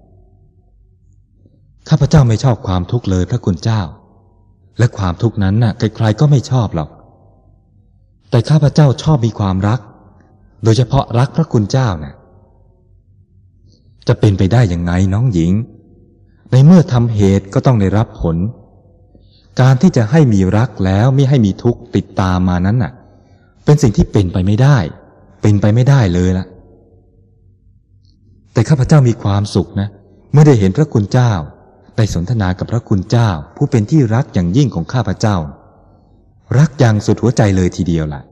ข้าพเจ้าไม่ชอบความทุกข์เลยพระคุณเจ้าและความทุกข์นั้นน่ะใครๆก็ไม่ชอบหรอกแต่ข้าพเจ้าชอบมีความรักโดยเฉพาะรักพระคุณเจ้าน่ะจะเป็นไปได้ยังไงน้องหญิงในเมื่อทำเหตุก็ต้องได้รับผลการที่จะให้มีรักแล้วไม่ให้มีทุกข์ติดตามมานั้นน่ะเป็นสิ่งที่เป็นไปไม่ได้เป็นไปไม่ได้เลยล่ะแต่ข้าพเจ้ามีความสุขนะเมื่อได้เห็นพระคุณเจ้าได้สนทนากับพระคุณเจ้าผู้เป็นที่รักอย่างยิ่งของข้าพเจ้ารักอย่างสุดหัวใจเลยทีเดียวล่ะ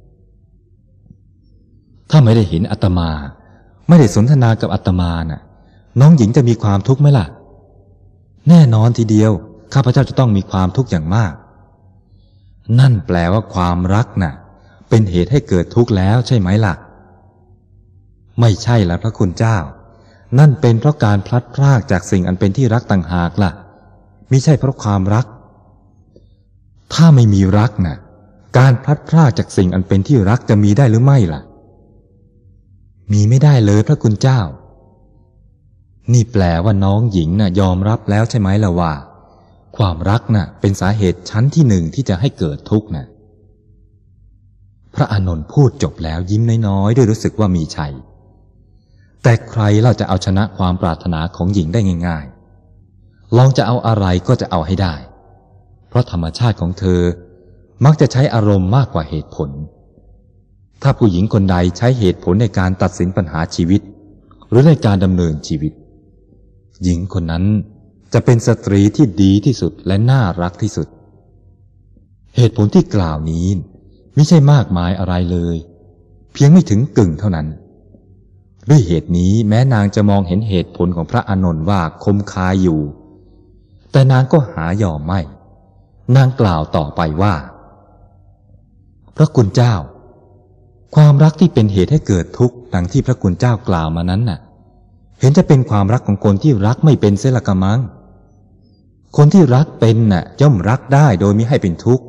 ถ้าไม่ได้เห็นอาตมาไม่ได้สนทนากับอาตมาน่ะน้องหญิงจะมีความทุกข์ไหมล่ะแน่นอนทีเดียวข้าพเจ้าจะต้องมีความทุกข์อย่างมากนั่นแปลว่าความรักน่ะเป็นเหตุให้เกิดทุกข์แล้วใช่ไหมล่ะไม่ใช่ล่ะพระคุณเจ้านั่นเป็นเพราะการพลัดพรากจากสิ่งอันเป็นที่รักต่างหากล่ะมิใช่เพราะความรักถ้าไม่มีรักน่ะการพลัดพรากจากสิ่งอันเป็นที่รักจะมีได้หรือไม่ล่ะมีไม่ได้เลยพระคุณเจ้านี่แปลว่าน้องหญิงน่ะยอมรับแล้วใช่ไหมล่ะว่าความรักน่ะเป็นสาเหตุชั้นที่หนึ่งที่จะให้เกิดทุกข์น่ะพระอานนท์พูดจบแล้วยิ้มน้อยๆด้วยรู้สึกว่ามีชัยแต่ใครเราจะเอาชนะความปรารถนาของหญิงได้ง่ายๆลองจะเอาอะไรก็จะเอาให้ได้เพราะธรรมชาติของเธอมักจะใช้อารมณ์มากกว่าเหตุผลถ้าผู้หญิงคนใดใช้เหตุผลในการตัดสินปัญหาชีวิตหรือในการดำเนินชีวิตหญิงคนนั้นจะเป็นสตรีที่ดีที่สุดและน่ารักที่สุดเหตุผลที่กล่าวนี้ไม่ใช่มากมายอะไรเลยเพียงไม่ถึงกึ่งเท่านั้นด้วยเหตุนี้แม้นางจะมองเห็นเหตุผลของพระอานนท์ว่าคมคายอยู่แต่นางก็หายอมไม่นางกล่าวต่อไปว่าพระคุณเจ้าความรักที่เป็นเหตุให้เกิดทุกข์ดังที่พระคุณเจ้ากล่าวมานั้นน่ะเห็นจะเป็นความรักของคนที่รักไม่เป็นเสียละกะมังคนที่รักเป็นน่ะย่อมรักได้โดยมิให้เป็นทุกข์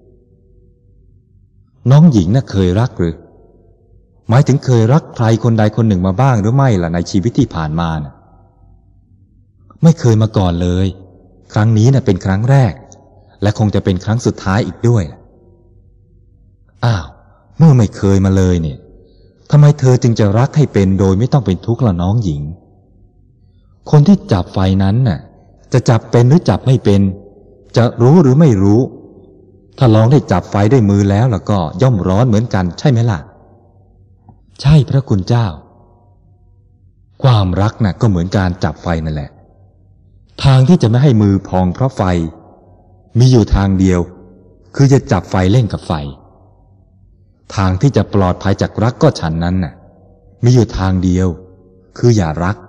น้องหญิงน่ะเคยรักหรือหมายถึงเคยรักใครคนใดคนหนึ่งมาบ้างหรือไม่ล่ะในชีวิตที่ผ่านมาน่ะไม่เคยมาก่อนเลยครั้งนี้น่ะเป็นครั้งแรกและคงจะเป็นครั้งสุดท้ายอีกด้วยอ้าวเมื่อไม่เคยมาเลยเนี่ยทำไมเธอจึงจะรักให้เป็นโดยไม่ต้องเป็นทุกข์ล่ะน้องหญิงคนที่จับไฟนั้นน่ะจะจับเป็นหรือจับไม่เป็นจะรู้หรือไม่รู้ถ้าลองได้จับไฟด้วยมือแล้วก็ย่อมร้อนเหมือนกันใช่ไหมล่ะใช่พระคุณเจ้าความรักน่ะก็เหมือนการจับไฟนั่นแหละทางที่จะไม่ให้มือพองเพราะไฟมีอยู่ทางเดียวคือจะจับไฟเล่นกับไฟทางที่จะปลอดภัยจากรักก็ฉันนั้นน่ะมีอยู่ทางเดียวคืออย่ารัก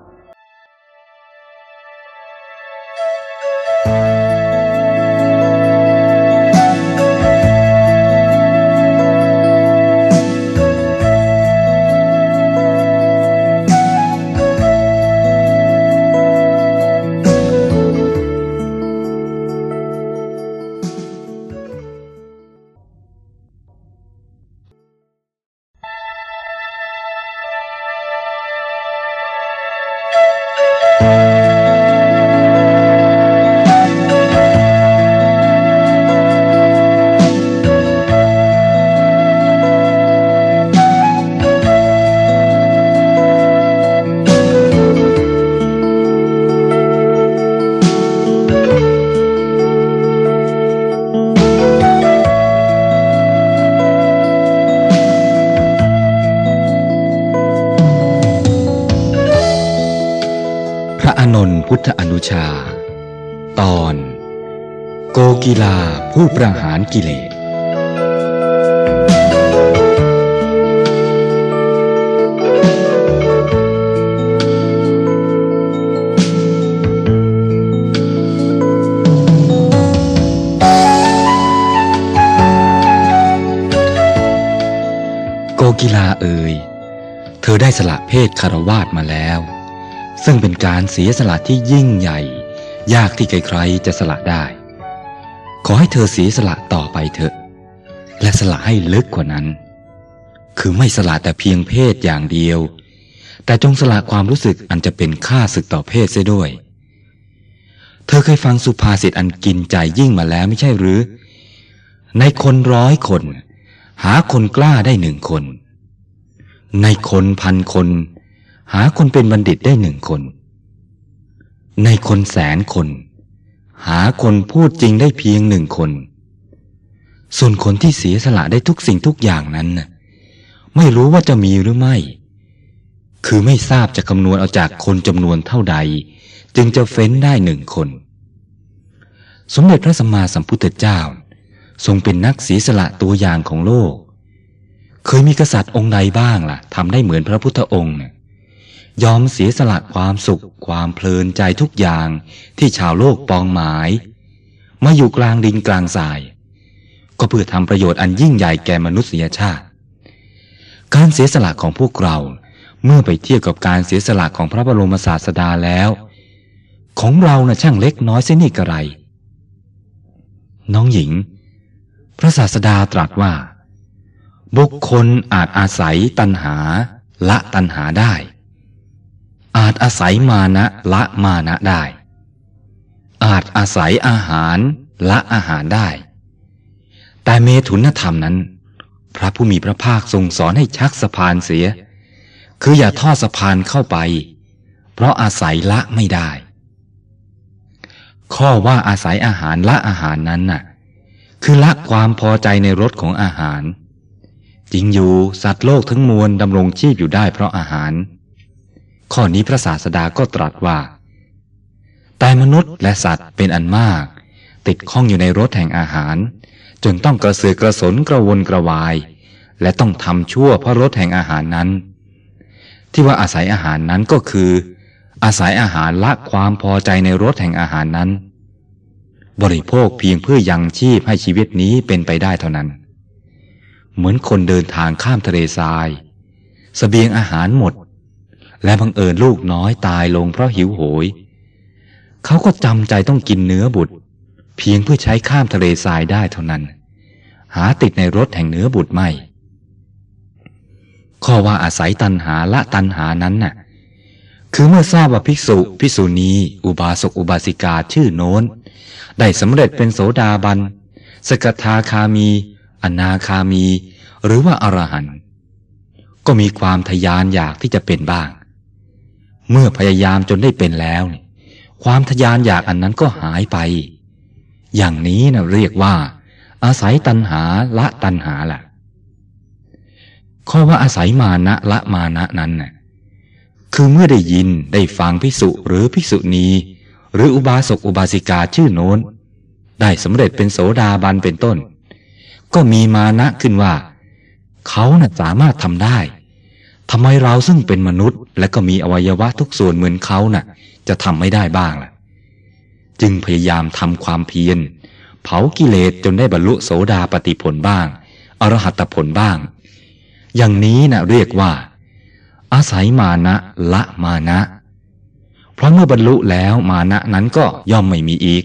นท์พุทธอนุชาตอนโกกีลาผู้ประหารกิเลสโกกีลาเอ๋ยเธอได้สละเพศคฤหัสถ์มาแล้วซึ่งเป็นการเสียสละที่ยิ่งใหญ่ยากที่ใครๆจะสละได้ขอให้เธอเสียสละต่อไปเถอะและสละให้ลึกกว่านั้นคือไม่สละแต่เพียงเพศอย่างเดียวแต่จงสละความรู้สึกอันจะเป็นข้าศึกต่อเพศเสียด้วยเธอเคยฟังสุภาษิตอันกินใจยิ่งมาแล้วไม่ใช่หรือในคน100 คนหาคนกล้าได้1 คนในคน1,000 คนหาคนเป็นบัณฑิตได้1 คนในคน100,000 คนหาคนพูดจริงได้เพียง1 คนส่วนคนที่เสียสละได้ทุกสิ่งทุกอย่างนั้นไม่รู้ว่าจะมีหรือไม่คือไม่ทราบจะคำนวณเอาจากคนจำนวนเท่าใดจึงจะเฟ้นได้1 คนสมเด็จพระสัมมาสัมพุทธเจ้าทรงเป็นนักเสียสละตัวอย่างของโลกเคยมีกษัตริย์องค์ใดบ้างล่ะทำได้เหมือนพระพุทธองค์ยอมเสียสละความสุขความเพลินใจทุกอย่างที่ชาวโลกปองหมายมาอยู่กลางดินกลางทรายก็เพื่อทำประโยชน์อันยิ่งใหญ่แก่มนุษยชาติการเสียสละของพวกเราเมื่อไปเทียบกับการเสียสละของพระบรมศาสดาแล้วของเราช่างเล็กน้อยเสียนี่กระไรน้องหญิงพระศาสดาตรัสว่าบุคคลอาจอาศัยตัณหาละตัณหาได้อาจอาศัยมานะละมานะได้อาจอาศัยอาหารละอาหารได้แต่เมถุนธรรมนั้นพระผู้มีพระภาคทรงสอนให้ชักสะพานเสียคืออย่าทอดสะพานเข้าไปเพราะอาศัยละไม่ได้ข้อว่าอาศัยอาหารละอาหารนั้นคือละความพอใจในรสของอาหารจริงอยู่สัตว์โลกทั้งมวลดำรงชีพอยู่ได้เพราะอาหารข้อนี้พระศาสดาก็ตรัสว่าแต่มนุษย์และสัตว์เป็นอันมากติดข้องอยู่ในรสแห่งอาหารจนต้องกระเสือกกระสนกระวนกระวายและต้องทำชั่วเพราะรสแห่งอาหารนั้นที่ว่าอาศัยอาหารนั้นก็คืออาศัยอาหารละความพอใจในรสแห่งอาหารนั้นบริโภคเพียงเพื่อยังชีพให้ชีวิตนี้เป็นไปได้เท่านั้นเหมือนคนเดินทางข้ามทะเลทรายเสบียงอาหารหมดและบังเอิญลูกน้อยตายลงเพราะหิวโหยเขาก็จำใจต้องกินเนื้อบุตรเพียงเพื่อใช้ข้ามทะเลทรายได้เท่านั้นหาติดในรสแห่งเนื้อบุตรไม่ข้อว่าอาศัยตัณหาละตัณหานั้นคือเมื่อทราบว่าภิกษุภิกษุณีอุบาสกอุบาสิกาชื่อโน้นได้สำเร็จเป็นโสดาบันสกทาคามีอนาคามีหรือว่าอรหันต์ก็มีความทยานอยากที่จะเป็นบ้างเมื่อพยายามจนได้เป็นแล้วความทยานอยากอันนั้นก็หายไปอย่างนี้เรียกว่าอาศัยตัณหาละตัณหาล่ะข้อว่าอาศัยมานะละมานะนั้นคือเมื่อได้ยินได้ฟังภิกษุหรือภิกษุณีหรืออุบาสกอุบาสิกาชื่อโน้นได้สำเร็จเป็นโสดาบันเป็นต้นก็มีมานะขึ้นว่าเขาสามารถทำได้ทำไมเราซึ่งเป็นมนุษย์และก็มีอวัยวะทุกส่วนเหมือนเขาจะทำไม่ได้บ้างล่ะจึงพยายามทำความเพียรเผากิเลสจนได้บรรลุโสดาปัตติผลบ้างอรหัตผลบ้างอย่างนี้เรียกว่าอาศัยมานะละมานะเพราะเมื่อบรรลุแล้วมานะนั้นก็ย่อมไม่มีอีก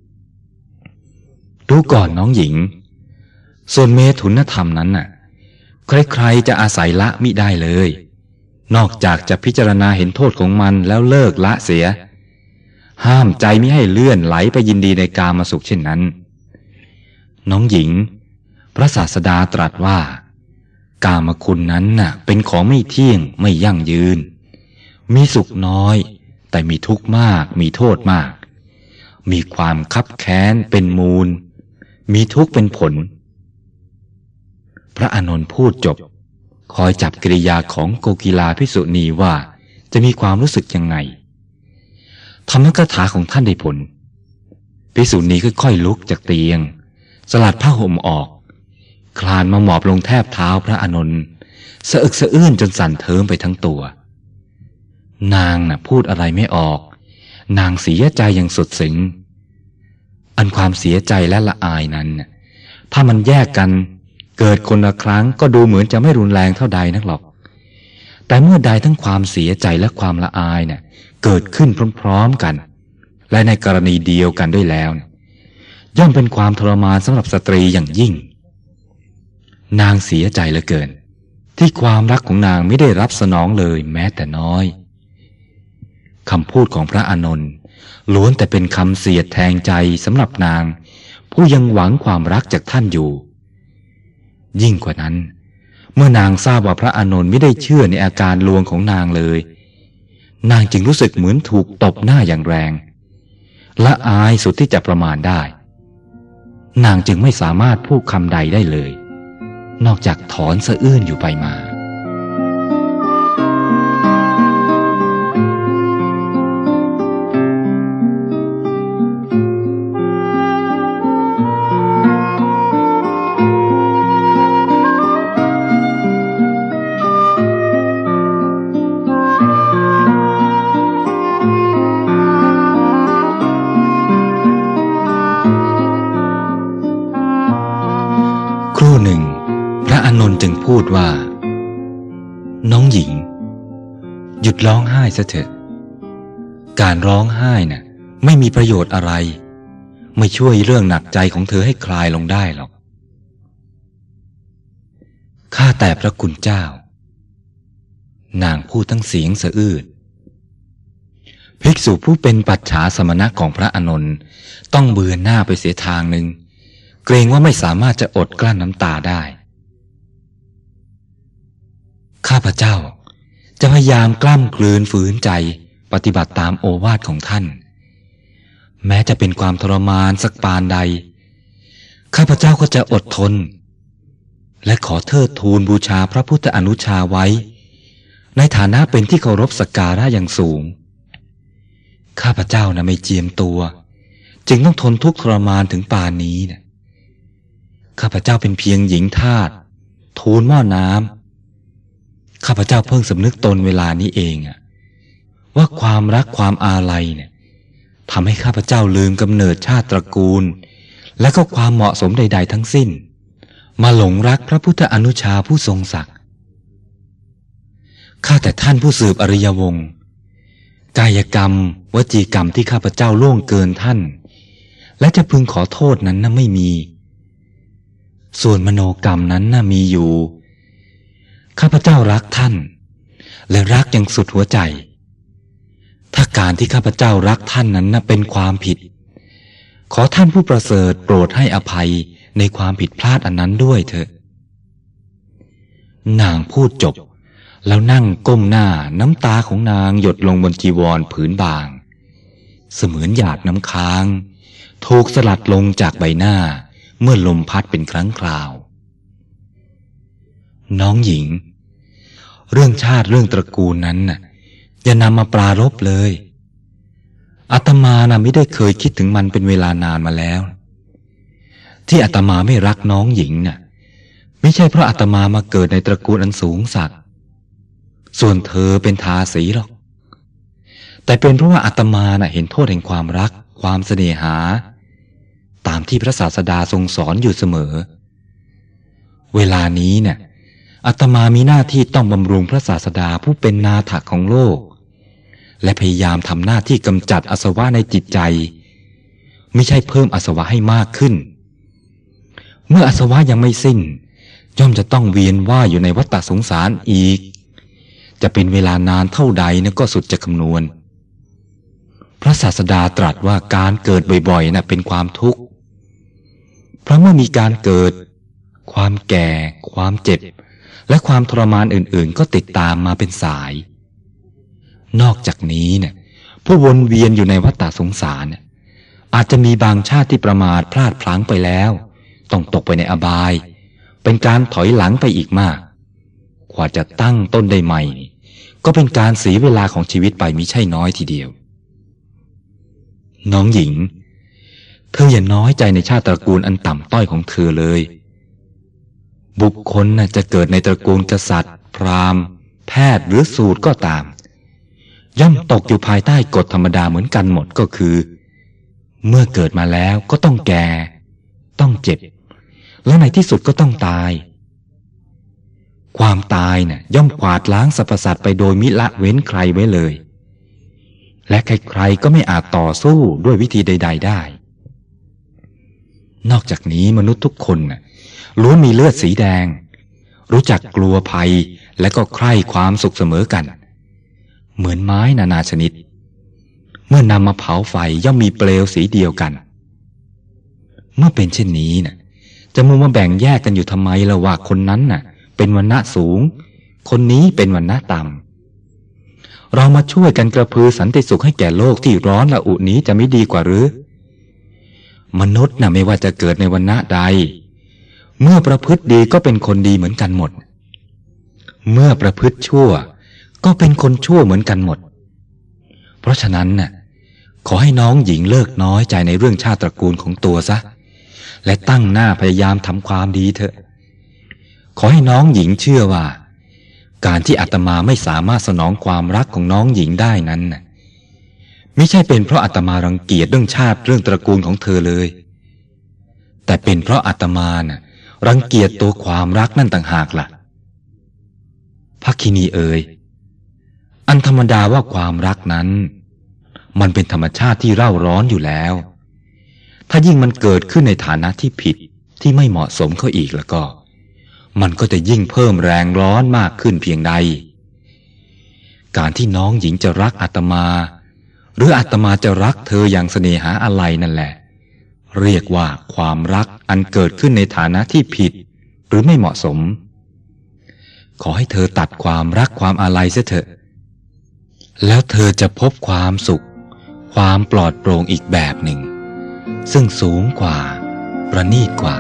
ดูก่อนน้องหญิงส่วนเมถุนธรรมนั้นใครๆจะอาศัยละมิได้เลยนอกจากจะพิจารณาเห็นโทษของมันแล้วเลิกละเสียห้ามใจมิให้เลื่อนไหลไปยินดีในกามสุขเช่นนั้นน้องหญิงพระศาสดาตรัสว่ากามคุณนั้นเป็นของไม่เที่ยงไม่ยั่งยืนมีสุขน้อยแต่มีทุกข์มากมีโทษมากมีความคับแค้นเป็นมูลมีทุกข์เป็นผลพระอานนท์พูดจบคอยจับกิริยาของโกกีลาภิกษุณีว่าจะมีความรู้สึกยังไงธรรมกถาของท่านได้ผลภิกษุณีค่อยๆลุกจากเตียงสลัดผ้าห่มออกคลานมาหมอบลงแทบเท้าพระอานนท์สะอึกสะอื้นจนสั่นเทิมไปทั้งตัวนางน่ะพูดอะไรไม่ออกนางเสียใจอย่างสุดซึ้งอันความเสียใจและละอายนั้นถ้ามันแยกกันเกิดคนละครั้งก็ดูเหมือนจะไม่รุนแรงเท่าใดนักหรอกแต่เมื่อใดทั้งความเสียใจและความละอายเกิดขึ้นพร้อมๆกันและในกรณีเดียวกันด้วยแล้วย่อมเป็นความทรมานสำหรับสตรีอย่างยิ่งนางเสียใจเหลือเกินที่ความรักของนางไม่ได้รับสนองเลยแม้แต่น้อยคำพูดของพระอานนท์ล้วนแต่เป็นคำเสียดแทงใจสำหรับนางผู้ยังหวังความรักจากท่านอยู่ยิ่งกว่านั้นเมื่อนางทราบว่าพระอานนท์ไม่ได้เชื่อในอาการลวงของนางเลยนางจึงรู้สึกเหมือนถูกตบหน้าอย่างแรงละอายสุดที่จะประมาณได้นางจึงไม่สามารถพูดคำใดได้เลยนอกจากถอนสะอื้นอยู่ไปมาครู่หนึ่งพระอานนท์จึงพูดว่าน้องหญิงหยุดร้องไห้ซะเถอะการร้องไห้น่ะไม่มีประโยชน์อะไรไม่ช่วยเรื่องหนักใจของเธอให้คลายลงได้หรอกข้าแต่พระคุณเจ้านางพูดทั้งเสียงสะอื้นภิกษุผู้เป็นปัจฉาสมณะของพระอานนท์ต้องเบือนหน้าไปเสียทางหนึ่งเกรงว่าไม่สามารถจะอดกลั้นน้ำตาได้ข้าพเจ้าจะพยายามกล้ำกลืนฝืนใจปฏิบัติตามโอวาทของท่านแม้จะเป็นความทรมานสักปานใดข้าพเจ้าก็จะอดทนและขอเทิดทูนบูชาพระพุทธอนุชาไว้ในฐานะเป็นที่เคารพสักการะอย่างสูงข้าพเจ้าไม่เจียมตัวจึงต้องทนทุกข์ทรมานถึงปานนี้ข้าพเจ้าเป็นเพียงหญิงทาสทูลหม้อน้ำข้าพเจ้าเพิ่งสำนึกตนเวลานี้เองว่าความรักความอาลัยทำให้ข้าพเจ้าลืมกำเนิดชาติตระกูลและก็ความเหมาะสมใดๆทั้งสิ้นมาหลงรักพระพุทธอนุชาผู้ทรงศักดิ์ข้าแต่ท่านผู้สืบอริยวงศ์กายกรรมวจีกรรมที่ข้าพเจ้าล่วงเกินท่านและจะพึงขอโทษนั้นไม่มีส่วนมโนกรรมนั้นมีอยู่ข้าพเจ้ารักท่านและรักอย่างสุดหัวใจถ้าการที่ข้าพเจ้ารักท่านนั้นเป็นความผิดขอท่านผู้ประเสริฐโปรดให้อภัยในความผิดพลาดอันนั้นด้วยเถอะนางพูดจบแล้วนั่งก้มหน้าน้ำตาของนางหยดลงบนจีวรผืนบางเสมือนหยาดน้ำค้างถูกสลัดลงจากใบหน้าเมื่อลมพัดเป็นครั้งคราวน้องหญิงเรื่องชาติเรื่องตระกูลนั้นอย่านำมาปรารภเลยอาตมาไม่ได้เคยคิดถึงมันเป็นเวลานานมาแล้วที่อาตมาไม่รักน้องหญิงไม่ใช่เพราะอาตมามาเกิดในตระกูลอันสูงสักส่วนเธอเป็นทาสีหรอกแต่เป็นเพราะว่าอาตมาเห็นโทษแห่งความรักความเสน่หาตามที่พระศาสดาทรงสอนอยู่เสมอเวลานี้อาตมามีหน้าที่ต้องบำรุงพระศาสดาผู้เป็นนาถะของโลกและพยายามทำหน้าที่กำจัดอาสวะในจิตใจไม่ใช่เพิ่มอาสวะให้มากขึ้นเมื่ออาสวะยังไม่สิ้นย่อมจะต้องเวียนว่ายอยู่ในวัฏสงสารอีกจะเป็นเวลานานเท่าใดก็สุดจะคำนวณพระศาสดาตรัสว่าการเกิดบ่อยๆเป็นความทุกข์เพราะเมื่อมีการเกิดความแก่ความเจ็บและความทรมานอื่นๆก็ติดตามมาเป็นสายนอกจากนี้ผู้วนเวียนอยู่ในวัฏสงสารอาจจะมีบางชาติที่ประมาทพลาดพลั้งไปแล้วต้องตกไปในอบายเป็นการถอยหลังไปอีกมากกว่าจะตั้งต้นได้ใหม่ก็เป็นการเสียเวลาของชีวิตไปมิใช่น้อยทีเดียวน้องหญิงเธออย่าน้อยใจในชาติตระกูลอันต่ำต้อยของเธอเลยบุคคลจะเกิดในตระกูลกษัตริย์พราหมณ์แพทย์หรือสูตรก็ตามย่อมตกอยู่ภายใต้กฎธรรมดาเหมือนกันหมดก็คือเมื่อเกิดมาแล้วก็ต้องแก่ต้องเจ็บและในที่สุดก็ต้องตายความตายย่อมกวาดล้างสรรพสัตว์ไปโดยมิละเว้นใครไว้เลยและใครๆก็ไม่อาจต่อสู้ด้วยวิธีใดๆได้นอกจากนี้มนุษย์ทุกคนล้วนมีเลือดสีแดงรู้จักกลัวภัยและก็ใคร่ความสุขเสมอกันเหมือนไม้นานาชนิดเมื่อนำมาเผาไฟย่อมมีเปลวสีเดียวกันเมื่อเป็นเช่นนี้จะมัวมาแบ่งแยกกันอยู่ทำไมล่ะว่าคนนั้นเป็นวรรณะสูงคนนี้เป็นวรรณะต่ำเรามาช่วยกันกระพือสันติสุขให้แก่โลกที่ร้อนระอุนี้จะไม่ดีกว่าหรือมนุษย์ไม่ว่าจะเกิดในวรรณะใดเมื่อประพฤติดีก็เป็นคนดีเหมือนกันหมดเมื่อประพฤติชั่วก็เป็นคนชั่วเหมือนกันหมดเพราะฉะนั้นขอให้น้องหญิงเลิกน้อยใจในเรื่องชาติตระกูลของตัวซะและตั้งหน้าพยายามทำความดีเถอะขอให้น้องหญิงเชื่อว่าการที่อาตมาไม่สามารถสนองความรักของน้องหญิงได้นั้นไม่ใช่เป็นเพราะอาตมารังเกียจเรื่องชาติเรื่องตระกูลของเธอเลยแต่เป็นเพราะอาตมารังเกียจตัวความรักนั่นต่างหากล่ะภัคินีเอ๋ยอันธรรมดาว่าความรักนั้นมันเป็นธรรมชาติที่เร่าร้อนอยู่แล้วถ้ายิ่งมันเกิดขึ้นในฐานะที่ผิดที่ไม่เหมาะสมเข้าอีกแล้วก็มันก็จะยิ่งเพิ่มแรงร้อนมากขึ้นเพียงใดการที่น้องหญิงจะรักอาตมาหรืออาตมาจะรักเธออย่างเสน่หาอะไรนั่นแหละเรียกว่าความรักอันเกิดขึ้นในฐานะที่ผิดหรือไม่เหมาะสมขอให้เธอตัดความรักความอาลัยเสียเถอะแล้วเธอจะพบความสุขความปลอดโปร่งอีกแบบหนึ่งซึ่งสูงกว่าประณีตกว่า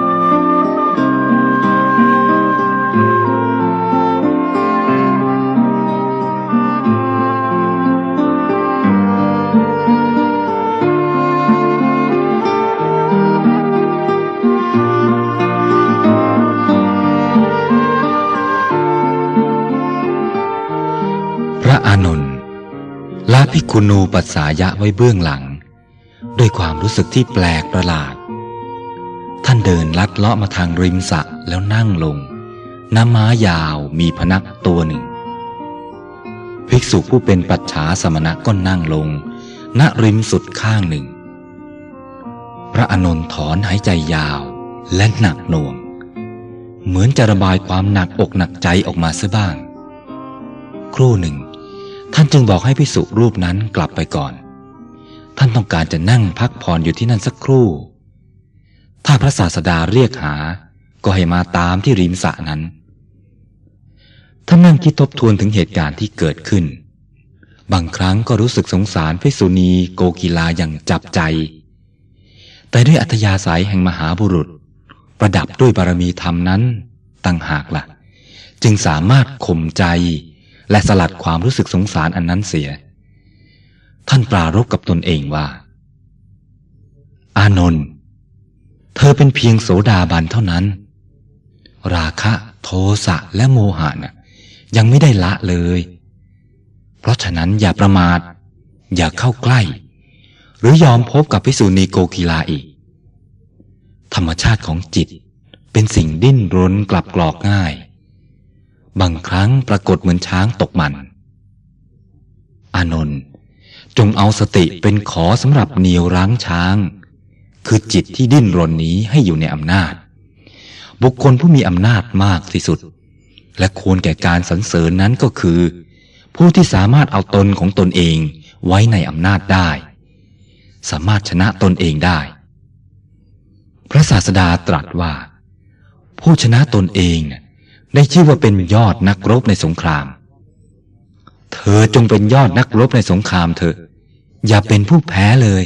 พระอานนท์ละภิกขุนูปัสสายะไว้เบื้องหลังด้วยความรู้สึกที่แปลกประหลาดท่านเดินลัดเลาะมาทางริมสระแล้วนั่งลงน้ำม้ายาวมีพนักตัวหนึ่งภิกษุผู้เป็นปัจฉาสมณะก็นั่งลงณริมสุดข้างหนึ่งพระอานนท์ถอนหายใจยาวและหนักหน่วงเหมือนจะระบายความหนักอกหนักใจออกมาซะบ้างครู่หนึ่งท่านจึงบอกให้ภิกษุรูปนั้นกลับไปก่อนท่านต้องการจะนั่งพักผ่อนอยู่ที่นั่นสักครู่ถ้าพระศาสดาเรียกหาก็ให้มาตามที่ริมสระนั้นท่านนั่งคิดทบทวนถึงเหตุการณ์ที่เกิดขึ้นบางครั้งก็รู้สึกสงสารภิกษุณีโกกีลาอย่างจับใจแต่ด้วยอัธยาศัยแห่งมหาบุรุษประดับด้วยบารมีธรรมนั้นต่างหากล่ะจึงสามารถข่มใจและสลัดความรู้สึกสงสารอันนั้นเสียท่านปรารภกับตนเองว่าอานนท์เธอเป็นเพียงโสดาบันเท่านั้นราคะโทสะและโมหะยังไม่ได้ละเลยเพราะฉะนั้นอย่าประมาทอย่าเข้าใกล้หรือยอมพบกับภิกษุณีโกกีลาอีกธรรมชาติของจิตเป็นสิ่งดิ้นรนกลับกรอกง่ายบางครั้งปรากฏเหมือนช้างตกมันอานนท์จงเอาสติเป็นขอสำหรับเหนี่ยวรั้งช้างคือจิตที่ดิ้นรนนี้ให้อยู่ในอำนาจบุคคลผู้มีอำนาจมากที่สุดและควรแก่การสรรเสริญนั้นก็คือผู้ที่สามารถเอาตนของตนเองไว้ในอำนาจได้สามารถชนะตนเองได้พระศาสดาตรัสว่าผู้ชนะตนเองได้ชื่อว่าเป็นยอดนักรบในสงครามเธอจงเป็นยอดนักรบในสงครามเถอะอย่าเป็นผู้แพ้เลย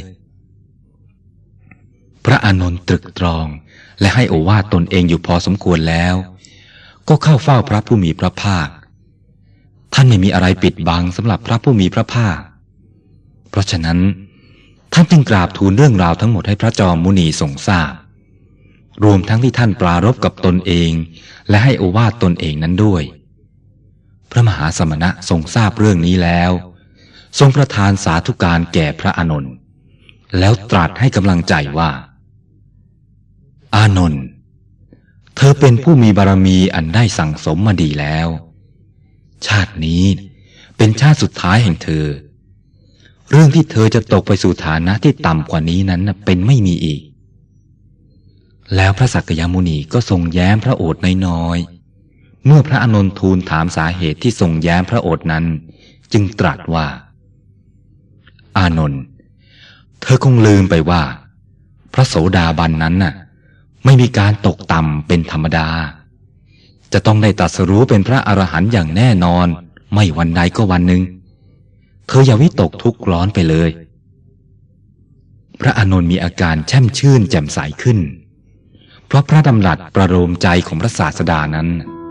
พระอานนท์ตรึกตรองและให้โอวาทตนเองอยู่พอสมควรแล้วก็เข้าเฝ้าพระผู้มีพระภาคท่านไม่มีอะไรปิดบังสำหรับพระผู้มีพระภาคเพราะฉะนั้นท่านจึงกราบทูลเรื่องราวทั้งหมดให้พระจอมมุนีทรงทราบรวมทั้งที่ท่านปรารภกับตนเองและให้โอวาทตนเองนั้นด้วยพระมหาสมณะทรงทราบเรื่องนี้แล้วทรงประทานสาธุการแก่พระอานนท์แล้วตรัสให้กำลังใจว่าอานนท์เธอเป็นผู้มีบารมีอันได้สั่งสมมาดีแล้วชาตินี้เป็นชาติสุดท้ายแห่งเธอเรื่องที่เธอจะตกไปสู่ฐานะที่ต่ำกว่านี้นั้นเป็นไม่มีอีกแล้วพระสักยมุนีก็ทรงแย้มพระโอษฐ์น้อยๆเมื่อพระอานนท์ทูลถามสาเหตุที่ทรงแย้มพระโอษฐ์นั้นจึงตรัสว่าอานนท์เธอคงลืมไปว่าพระโสดาบันนั้นไม่มีการตกต่ำเป็นธรรมดาจะต้องได้ตรัสรู้เป็นพระอรหันต์อย่างแน่นอนไม่วันใดก็วันหนึ่งเธออย่าวิตกทุกข์ร้อนไปเลยพระอานนท์มีอาการแช่มชื่นแจ่มใสขึ้นเพราะพระดำรัสประโลมใจของพระศาสดานั้น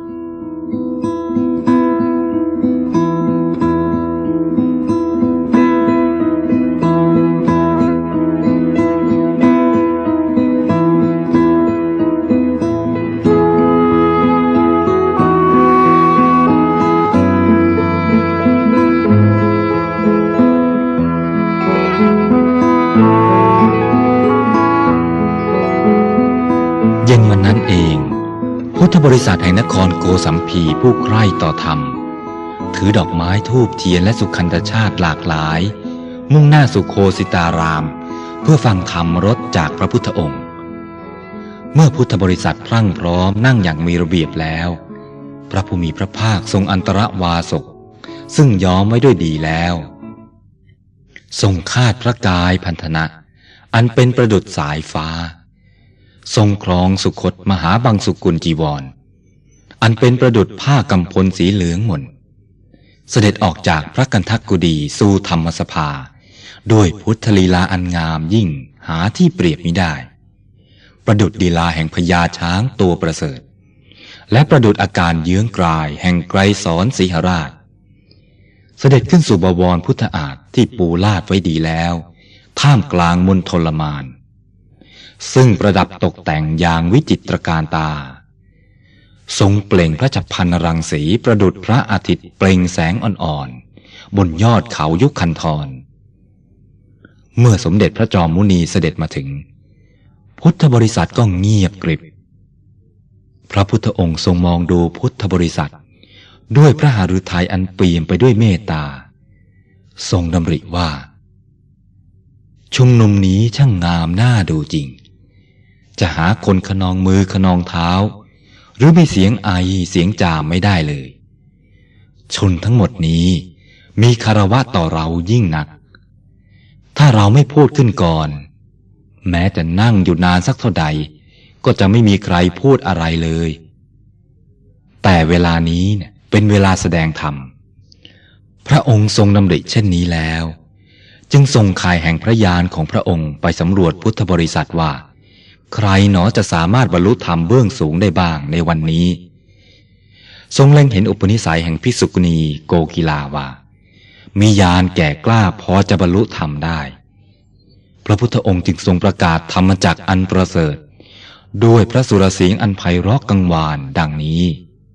พุทธบริษัทแห่งนครโกสัมพีผู้ใคร่ต่อธรรมถือดอกไม้ธูปเทียนและสุขันธชาติหลากหลายมุ่งหน้าสู่โคสิตารามเพื่อฟังธรรมรสจากพระพุทธองค์เมื่อพุทธบริษัทพรั่งพร้อมนั่งอย่างมีระเบียบแล้วพระผู้มีพระภาคทรงอันตรวาสกซึ่งย้อมไว้ด้วยดีแล้วทรงคาดพระกายพันธนะอันเป็นประดุจสายฟ้าทรงครองสุคตมหาบังสุกุลจีวรอันเป็นประดุจผ้ากำพลสีเหลืองหม่นเสด็จออกจากพระกันทกุฎีสู่ธรรมสภาด้วยพุทธลีลาอันงามยิ่งหาที่เปรียบมิได้ประดุจลีลาแห่งพญาช้างตัวประเสริฐและประดุจอาการเยื้องกลายแห่งไกรสอนสีหราชเสด็จขึ้นสู่บวรพุทธอาฏที่ปูลาดไว้ดีแล้วท่ามกลางมณฑลมานซึ่งประดับตกแต่งอย่างวิจิตรการตาทรงเปล่งพระจักรพันรังสีประดุจพระอาทิตย์เปล่งแสงอ่อนๆบนยอดเขายุคคันธรเมื่อสมเด็จพระจอมมุนีเสด็จมาถึงพุทธบริษัทก็เงียบกริบพระพุทธองค์ทรงมองดูพุทธบริษัทด้วยพระหฤทัยอันเปี่ยมไปด้วยเมตตาทรงดำริว่าชุมนุมนี้ช่างงามน่าดูจริงจะหาคนขนองมือขนองเท้าหรือมีเสียงไอเสียงจามไม่ได้เลยชนทั้งหมดนี้มีคารวะต่อเรายิ่งนักถ้าเราไม่พูดขึ้นก่อนแม้แต่นั่งอยู่นานสักเท่าใดก็จะไม่มีใครพูดอะไรเลยแต่เวลานี้เป็นเวลาแสดงธรรมพระองค์ทรงดำริเช่นนี้แล้วจึงทรงข่ายแห่งพระญาณของพระองค์ไปสำรวจพุทธบริษัทว่าใครหนอจะสามารถบรรลุธรรมเบื้องสูงได้บ้างในวันนี้ทรงเล็งเห็นอุปนิสัยแห่งภิกษุณีโกกีลาว่ามีญาณแก่กล้าพอจะบรรลุธรรมได้พระพุทธองค์จึงทรงประกาศธรรมจักรอันประเสริฐด้วยพระสุรเสียงอันไพเราะกังวานดังนี้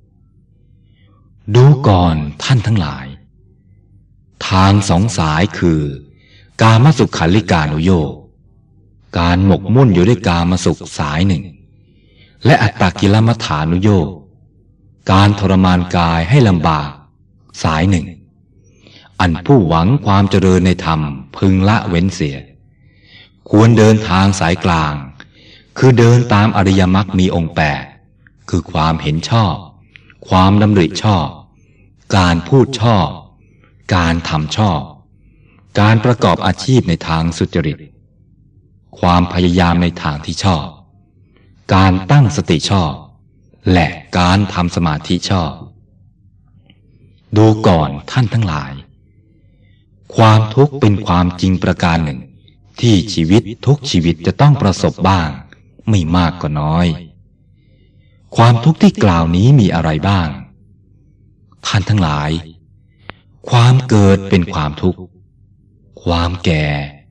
ดูก่อนท่านทั้งหลายทางสองสายคือกามสุขัลลิกานุโยคการหมกมุ่นอยู่ด้วยกามสุขสายหนึ่งและอัตตกิลมัฏฐานุโยคการทรมานกายให้ลำบากสายหนึ่งอันผู้หวังความเจริญในธรรมพึงละเว้นเสียควรเดินทางสายกลางคือเดินตามอริยมรรคมีองค์แปดคือความเห็นชอบความดำริชอบการพูดชอบการทำชอบการประกอบอาชีพในทางสุจริตความพยายามในทางที่ชอบการตั้งสติชอบและการทำสมาธิชอบดูก่อนท่านทั้งหลายความทุกข์เป็นความจริงประการหนึ่งที่ชีวิตทุกชีวิตจะต้องประสบบ้างไม่มากก็น้อยความทุกข์ที่กล่าวนี้มีอะไรบ้างท่านทั้งหลายความเกิดเป็นความทุกข์ความแก่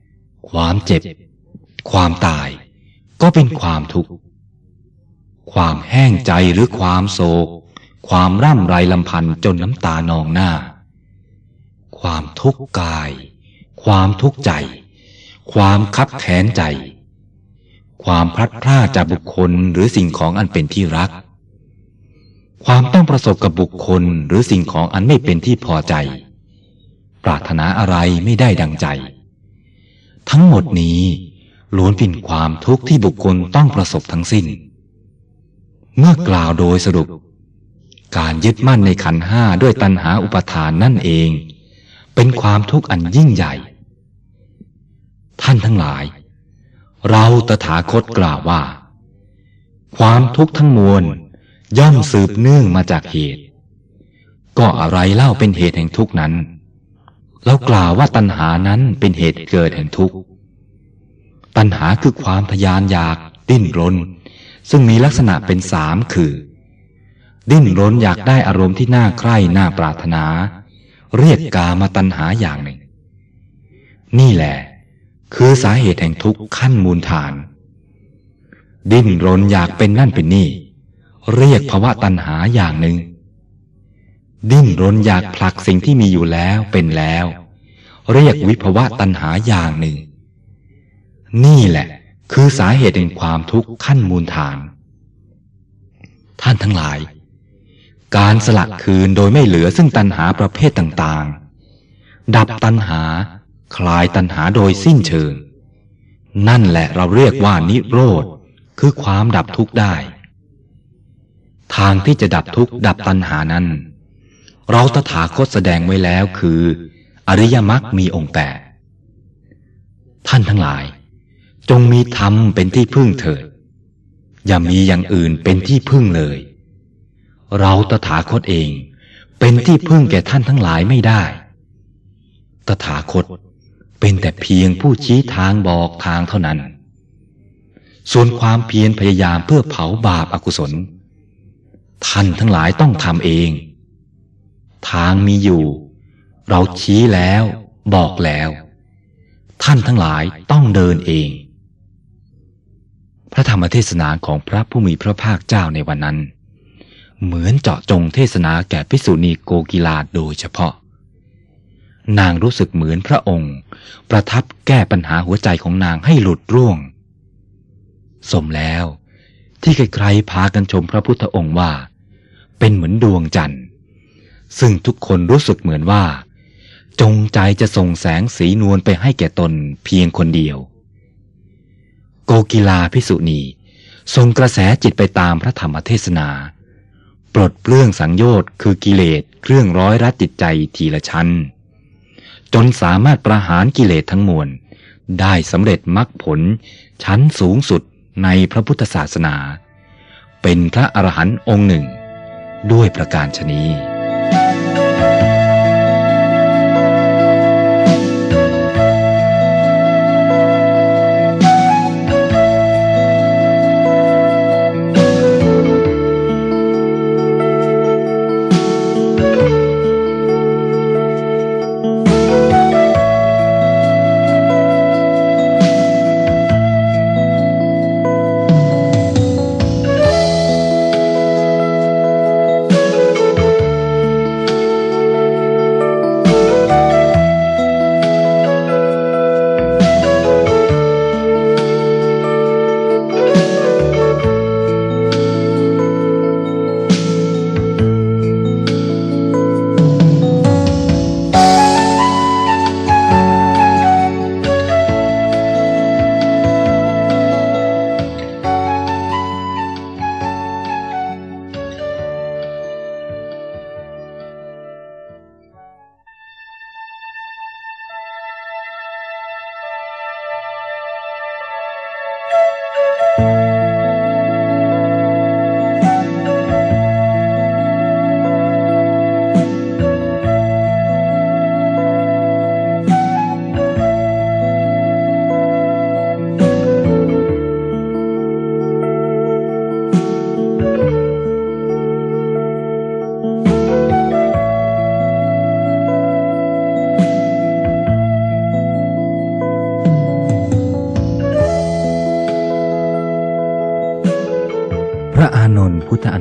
ความเจ็บความตายก็เป็นความทุกข์ความแห้งใจหรือความโศกความร่ำไรลำพันธ์จนน้ำตานองหน้าความทุกข์กายความทุกข์ใจความคับแค้นใจความพลัดพรากจากบุคคลหรือสิ่งของอันเป็นที่รักความต้องประสบกับบุคคลหรือสิ่งของอันไม่เป็นที่พอใจปรารถนาอะไรไม่ได้ดังใจทั้งหมดนี้ล้วนเป็นความทุกข์ที่บุคคลต้องประสบทั้งสิ้นเมื่อกล่าวโดยสรุปการยึดมั่นในขันธ์ห้าด้วยตัณหาอุปาทานนั่นเองเป็นความทุกข์อันยิ่งใหญ่ท่านทั้งหลายเราตถาคตกล่าวว่าความทุกข์ทั้งมวลย่อมสืบเนื่องมาจากเหตุก็อะไรเล่าเป็นเหตุแห่งทุกข์นั้นเรากล่าวว่าตัณหานั้นเป็นเหตุเกิดแห่งทุกข์ตัณหาคือความทยานอยากดิ้นรนซึ่งมีลักษณะเป็นสามคือดิ้นรนอยากได้อารมณ์ที่น่าใคร่น่าปรารถนาเรียกกามตัณหาอย่างหนึ่งนี่แหละคือสาเหตุแห่งทุกข์ขั้นมูลฐานดิ้นรนอยากเป็นนั่นเป็นนี่เรียกภวตัณหาอย่างหนึ่งดิ้นรนอยากผลักสิ่งที่มีอยู่แล้วเป็นแล้วเรียกวิภวตัณหาอย่างหนึ่งนี่แหละคือสาเหตุแห่งความทุกข์ขั้นมูลฐานท่านทั้งหลายการสละคืนโดยไม่เหลือซึ่งตัณหาประเภทต่างๆดับตัณหาคลายตัณหาโดยสิ้นเชิงนั่นแหละเราเรียกว่านิโรธคือความดับทุกข์ได้ทางที่จะดับทุกข์ดับตัณหานั้นเราตถาคตแสดงไว้แล้วคืออริยมรรคมีองค์แปดท่านทั้งหลายจงมีธรรมเป็นที่พึ่งเถิดอย่ามีอย่างอื่นเป็นที่พึ่งเลยเราตถาคตเองเป็นที่พึ่งแก่ท่านทั้งหลายไม่ได้ตถาคตเป็นแต่เพียงผู้ชี้ทางบอกทางเท่านั้นส่วนความเพียรพยายามเพื่อเผาบาปอกุศลท่านทั้งหลายต้องทำเองทางมีอยู่เราชี้แล้วบอกแล้วท่านทั้งหลายต้องเดินเองพระธรรมเทศนาของพระผู้มีพระภาคเจ้าในวันนั้นเหมือนเจาะจงเทศนาแก่ภิกษุณีโกกีลาโดยเฉพาะนางรู้สึกเหมือนพระองค์ประทับแก้ปัญหาหัวใจของนางให้หลุดร่วงสมแล้วที่ใครๆพากันชมพระพุทธองค์ว่าเป็นเหมือนดวงจันทร์ซึ่งทุกคนรู้สึกเหมือนว่าจงใจจะส่งแสงสีนวลไปให้แก่ตนเพียงคนเดียวโกกีลาภิกษุณีทรงกระแสจิตไปตามพระธรรมเทศนาปลดเปลื้องสังโยชน์คือกิเลสเครื่องร้อยรัดจิตใจทีละชั้นจนสามารถประหารกิเลสทั้งมวลได้สำเร็จมรรคผลชั้นสูงสุดในพระพุทธศาสนาเป็นพระอรหันต์องค์หนึ่งด้วยประการฉะนี้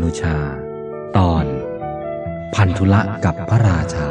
นุชาตอนพันธุละกับพระราชา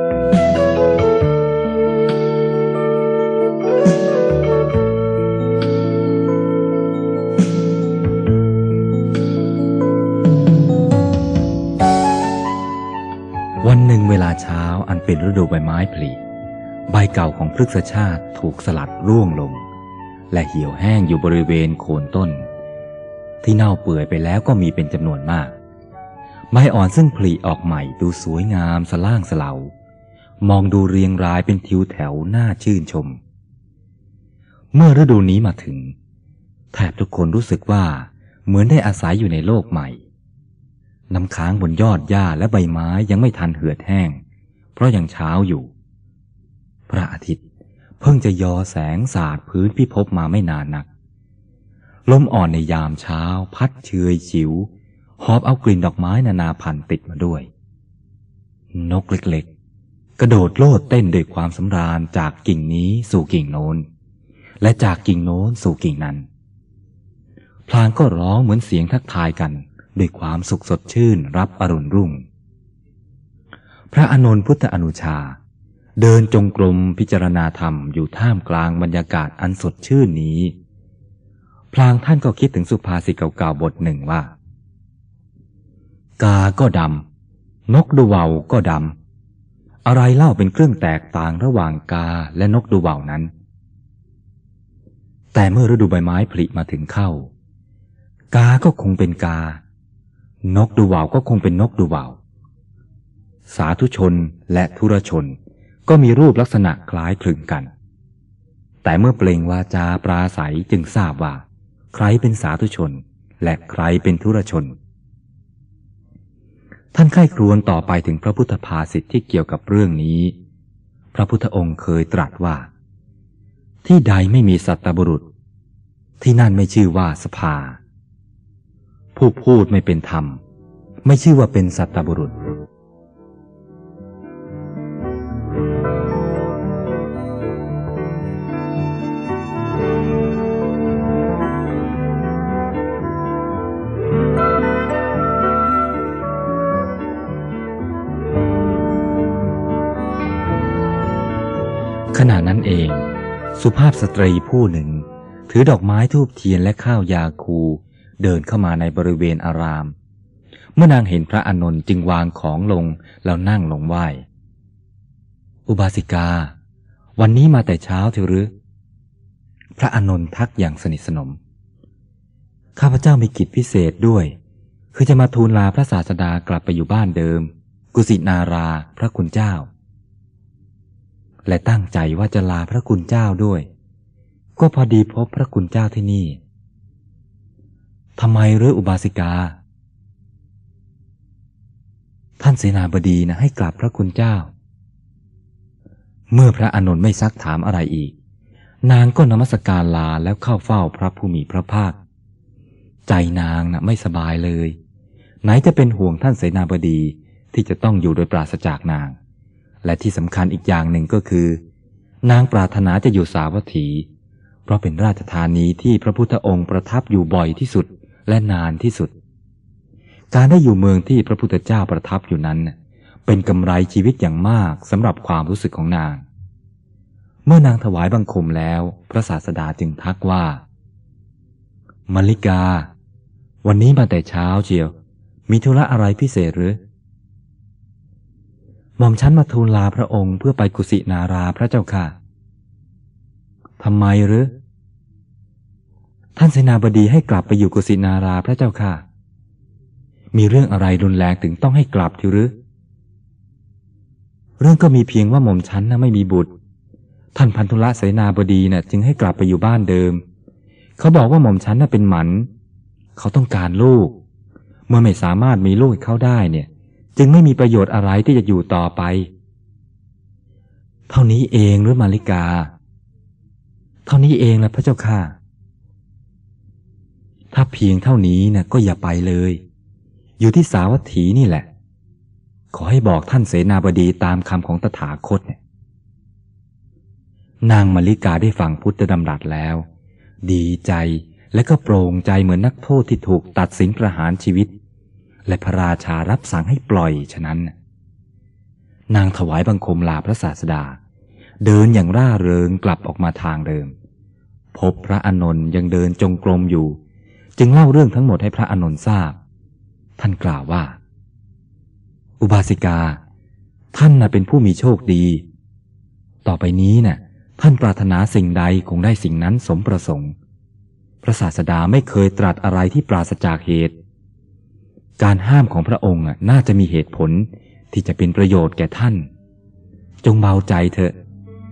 วันหนึ่งเวลาเช้าอันเป็นฤดูใบไม้ผลิใบเก่าของพฤกษชาติถูกสลัดร่วงลงและเหี่ยวแห้งอยู่บริเวณโคนต้นที่เน่าเปื่อยไปแล้วก็มีเป็นจำนวนมากใบอ่อนซึ่งผลิออกใหม่ดูสวยงามสล่างสลามองดูเรียงรายเป็นทิวแถวน่าชื่นชมเมื่อฤดูนี้มาถึงแทบทุกคนรู้สึกว่าเหมือนได้อาศัยอยู่ในโลกใหม่น้ำค้างบนยอดหญ้าและใบไม้ยังไม่ทันเหือดแห้งเพราะยังเช้าอยู่พระอาทิตย์เพิ่งจะยอแสงสาดพื้นพิภพมาไม่นานนักลมอ่อนในยามเช้าพัดเชยฉิวหอบเอากลิ่นดอกไม้นานาพันธุ์ติดมาด้วยนกเล็กๆกระโดดโลดเต้นด้วยความสำราญจากกิ่งนี้สู่กิ่งโน้นและจากกิ่งโน้นสู่กิ่งนั้นพลางก็ร้องเหมือนเสียงทักทายกันด้วยความสุขสดชื่นรับอรุณรุ่งพระอานนท์พุทธอนุชาเดินจงกรมพิจารณาธรรมอยู่ท่ามกลางบรรยากาศอันสดชื่นนี้พลางท่านก็คิดถึงสุภาษิตเก่าๆบทหนึ่งว่ากาก็ดำนกดูว่าวก็ดำอะไรเล่าเป็นเครื่องแตกต่างระหว่างกาและนกดูว่าวนั้นแต่เมื่อฤดูใบไม้ผลิมาถึงเข้ากาก็คงเป็นกานกดูว่าวก็คงเป็นนกดูว่าวสาธุชนและธุรชนก็มีรูปลักษณะคล้ายคลึงกันแต่เมื่อเปล่งวาจาปราศัยจึงทราบว่าใครเป็นสาธุชนและใครเป็นธุรชนท่านใคร่ครวญต่อไปถึงพระพุทธภาษิตที่เกี่ยวกับเรื่องนี้พระพุทธองค์เคยตรัสว่าที่ใดไม่มีสัตบุรุษที่นั่นไม่ชื่อว่าสภาผู้พูดไม่เป็นธรรมไม่ชื่อว่าเป็นสัตบุรุษขณะนั้นเองสุภาพสตรีผู้หนึ่งถือดอกไม้ธูปเทียนและข้าวยาคูเดินเข้ามาในบริเวณอารามเมื่อนางเห็นพระอานนท์จึงวางของลงแล้วนั่งลงไหว้อุบาสิกาวันนี้มาแต่เช้าเถอะหรือพระอานนท์ทักอย่างสนิทสนมข้าพเจ้ามีกิจพิเศษด้วยคือจะมาทูลลาพระศาสดากลับไปอยู่บ้านเดิมกุสินาราพระคุณเจ้าและตั้งใจว่าจะลาพระคุณเจ้าด้วยก็พอดีพบพระคุณเจ้าที่นี่ทำไมหรืออุบาสิกาท่านเสนาบดีนะให้กลับพระคุณเจ้าเมื่อพระอานนท์ไม่ซักถามอะไรอีกนางก็นมัสการลาแล้วเข้าเฝ้าพระผู้มีพระภาคใจนางนะไม่สบายเลยไหนจะเป็นห่วงท่านเสนาบดีที่จะต้องอยู่โดยปราศจากนางและที่สำคัญอีกอย่างหนึ่งก็คือนางปรารถนาจะอยู่สาวัตถีเพราะเป็นราชธานีที่พระพุทธองค์ประทับอยู่บ่อยที่สุดและนานที่สุดการได้อยู่เมืองที่พระพุทธเจ้าประทับอยู่นั้นเป็นกำไรชีวิตอย่างมากสำหรับความรู้สึกของนางเมื่อนางถวายบังคมแล้วพระศาสดาจึงทักว่ามลลิกาวันนี้มาแต่เช้าเชียวมีธุระอะไรพิเศษหรือหม่อมฉันมาทูลลาพระองค์เพื่อไปกุสินาราพระเจ้าค่ะทำไมหรือท่านเสนาบดีให้กลับไปอยู่กุสินาราพระเจ้าค่ะมีเรื่องอะไรรุนแรงถึงต้องให้กลับทีหรือเรื่องก็มีเพียงว่าหม่อมฉันไม่มีบุตรท่านพันธุละเสนาบดีจึงให้กลับไปอยู่บ้านเดิมเขาบอกว่าหม่อมฉันเป็นหมันเขาต้องการลูกเมื่อไม่สามารถมีลูกให้เขาได้จึงไม่มีประโยชน์อะไรที่จะอยู่ต่อไปเท่านี้เองหรือมาริกาเท่านี้เองแหละพระเจ้าค่ะถ้าเพียงเท่านี้ก็อย่าไปเลยอยู่ที่สาวัตถีนี่แหละขอให้บอกท่านเสนาบดีตามคำของตถาคตนางมาริกาได้ฟังพุทธดำรัสแล้วดีใจและก็โปร่งใจเหมือนนักโทษที่ถูกตัดสินประหารชีวิตและพระราชารับสั่งให้ปล่อยฉะนั้นนางถวายบังคมลาพระศาสดาเดินอย่างร่าเริงกลับออกมาทางเดิมพบพระอานนท์ยังเดินจงกรมอยู่จึงเล่าเรื่องทั้งหมดให้พระอานนท์ทราบท่านกล่าวว่าอุบาสิกาท่านเป็นผู้มีโชคดีต่อไปนี้ท่านปรารถนาสิ่งใดคงได้สิ่งนั้นสมประสงค์พระศาสดาไม่เคยตรัสอะไรที่ปราศจากเหตุการห้ามของพระองค์น่าจะมีเหตุผลที่จะเป็นประโยชน์แก่ท่านจงเบาใจเถอะ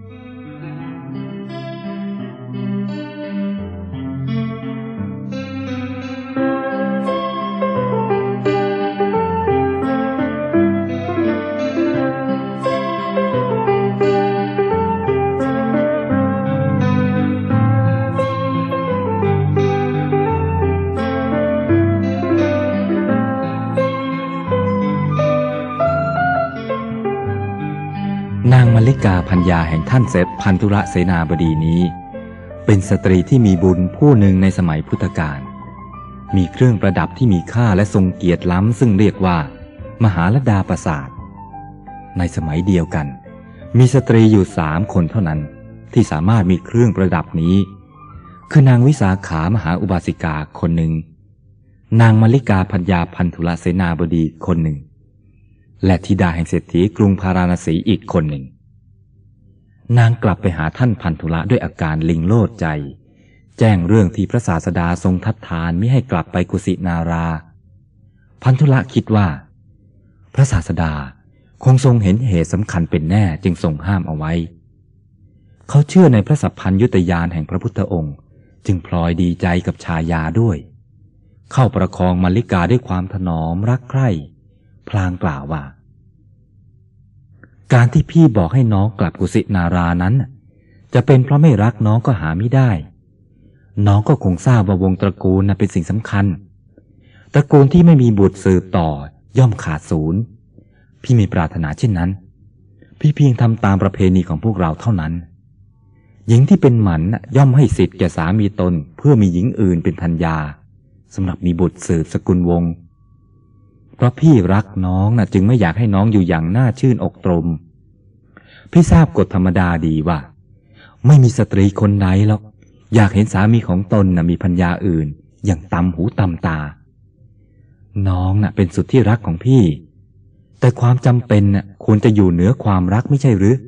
นางมัลลิกาพัญญาแห่งท่านเสพพันธุระเสนาบดีนี้เป็นสตรีที่มีบุญผู้หนึ่งในสมัยพุทธกาลมีเครื่องประดับที่มีค่าและทรงเกียรติล้ำซึ่งเรียกว่ามหาลดาปราสาทในสมัยเดียวกันมีสตรีอยู่3 คนเท่านั้นที่สามารถมีเครื่องประดับนี้คือนางวิสาขามหาอุบาสิกาคนหนึ่งนางมัลลิกาพัญญาพันธุระเสนาบดีคนหนึ่งและธิดาแห่งเศรษฐีกรุงพาราณสีอีกคนหนึ่งนางกลับไปหาท่านพันธุละด้วยอาการลิงโลดใจแจ้งเรื่องที่พระศาสดาทรงทัดทานมิให้กลับไปกุสินาราพันธุละคิดว่าพระศาสดาคงทรงเห็นเหตุสำคัญเป็นแน่จึงทรงห้ามเอาไว้เขาเชื่อในพระสัพพัญญุตญาณแห่งพระพุทธองค์จึงพลอยดีใจกับชายาด้วยเข้าประคองมัลลิกาด้วยความถนอมรักใคร่พลางกล่าวว่าการที่พี่บอกให้น้องกลับกุสินารานั้นจะเป็นเพราะไม่รักน้องก็หาไม่ได้น้องก็คงทราบว่าวงตระกูลเป็นสิ่งสำคัญตระกูลที่ไม่มีบุตรสืบต่อย่อมขาดศูนย์พี่ไม่ปรารถนาเช่นนั้นพี่เพียงทำตามประเพณีของพวกเราเท่านั้นหญิงที่เป็นหมันย่อมให้สิทธิ์แก่สามีตนเพื่อมีหญิงอื่นเป็นภรรยาสำหรับมีบุตรสืบสกุลวงศ์เพราะพี่รักน้องจึงไม่อยากให้น้องอยู่อย่างน่าชื่นอกตรมพี่ทราบกฎธรรมดาดีว่าไม่มีสตรีคนใดหรอกอยากเห็นสามีของตนมีภรรยาอื่นอย่างตำหูตำตาน้องเป็นสุดที่รักของพี่แต่ความจำเป็นควรจะอยู่เหนือความรักไม่ใช่หรือ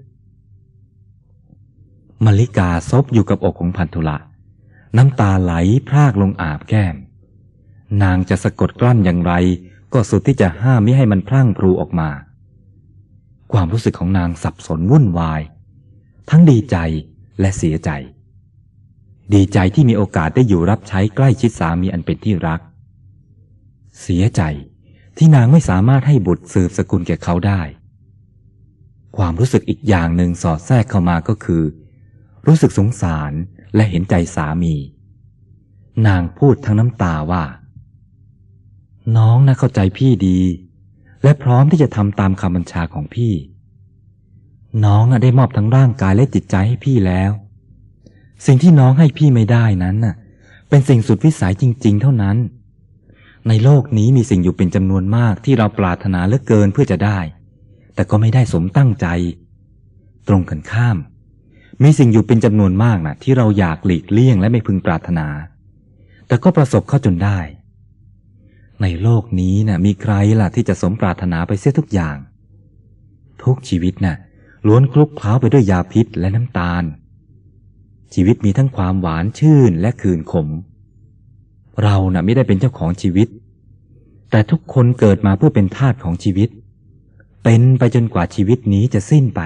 มัลลิกาซบอยู่กับอกของพันธุละน้ำตาไหลพรากลงอาบแก้มนางจะสะกดกลั้นอย่างไรก็สุดที่จะห้ามไม่ให้มันพลั่งพลูออกมาความรู้สึกของนางสับสนวุ่นวายทั้งดีใจและเสียใจดีใจที่มีโอกาสได้อยู่รับใช้ใกล้ชิดสามีอันเป็นที่รักเสียใจที่นางไม่สามารถให้บุตรสืบสกุลแก่เขาได้ความรู้สึกอีกอย่างหนึ่งสอดแทรกเข้ามาก็คือรู้สึกสงสารและเห็นใจสามีนางพูดทั้งน้ำตาว่าน้องเข้าใจพี่ดีและพร้อมที่จะทำตามคำบัญชาของพี่น้องได้มอบทั้งร่างกายและจิตใจให้พี่แล้วสิ่งที่น้องให้พี่ไม่ได้นั้นเป็นสิ่งสุดวิสัยจริงๆเท่านั้นในโลกนี้มีสิ่งอยู่เป็นจำนวนมากที่เราปรารถนาเหลือเกินเพื่อจะได้แต่ก็ไม่ได้สมตั้งใจตรงกันข้ามมีสิ่งอยู่เป็นจำนวนมากที่เราอยากหลีกเลี่ยงและไม่พึงปรารถนาแต่ก็ประสบเข้าจนได้ในโลกนี้มีใครล่ะที่จะสมปรารถนาไปเสียทุกอย่างทุกชีวิตล้วนคลุกเคล้าไปด้วยยาพิษและน้ำตาลชีวิตมีทั้งความหวานชื่นและคืนขมเราไม่ได้เป็นเจ้าของชีวิตแต่ทุกคนเกิดมาเพื่อเป็นทาสของชีวิตเป็นไปจนกว่าชีวิตนี้จะสิ้นไป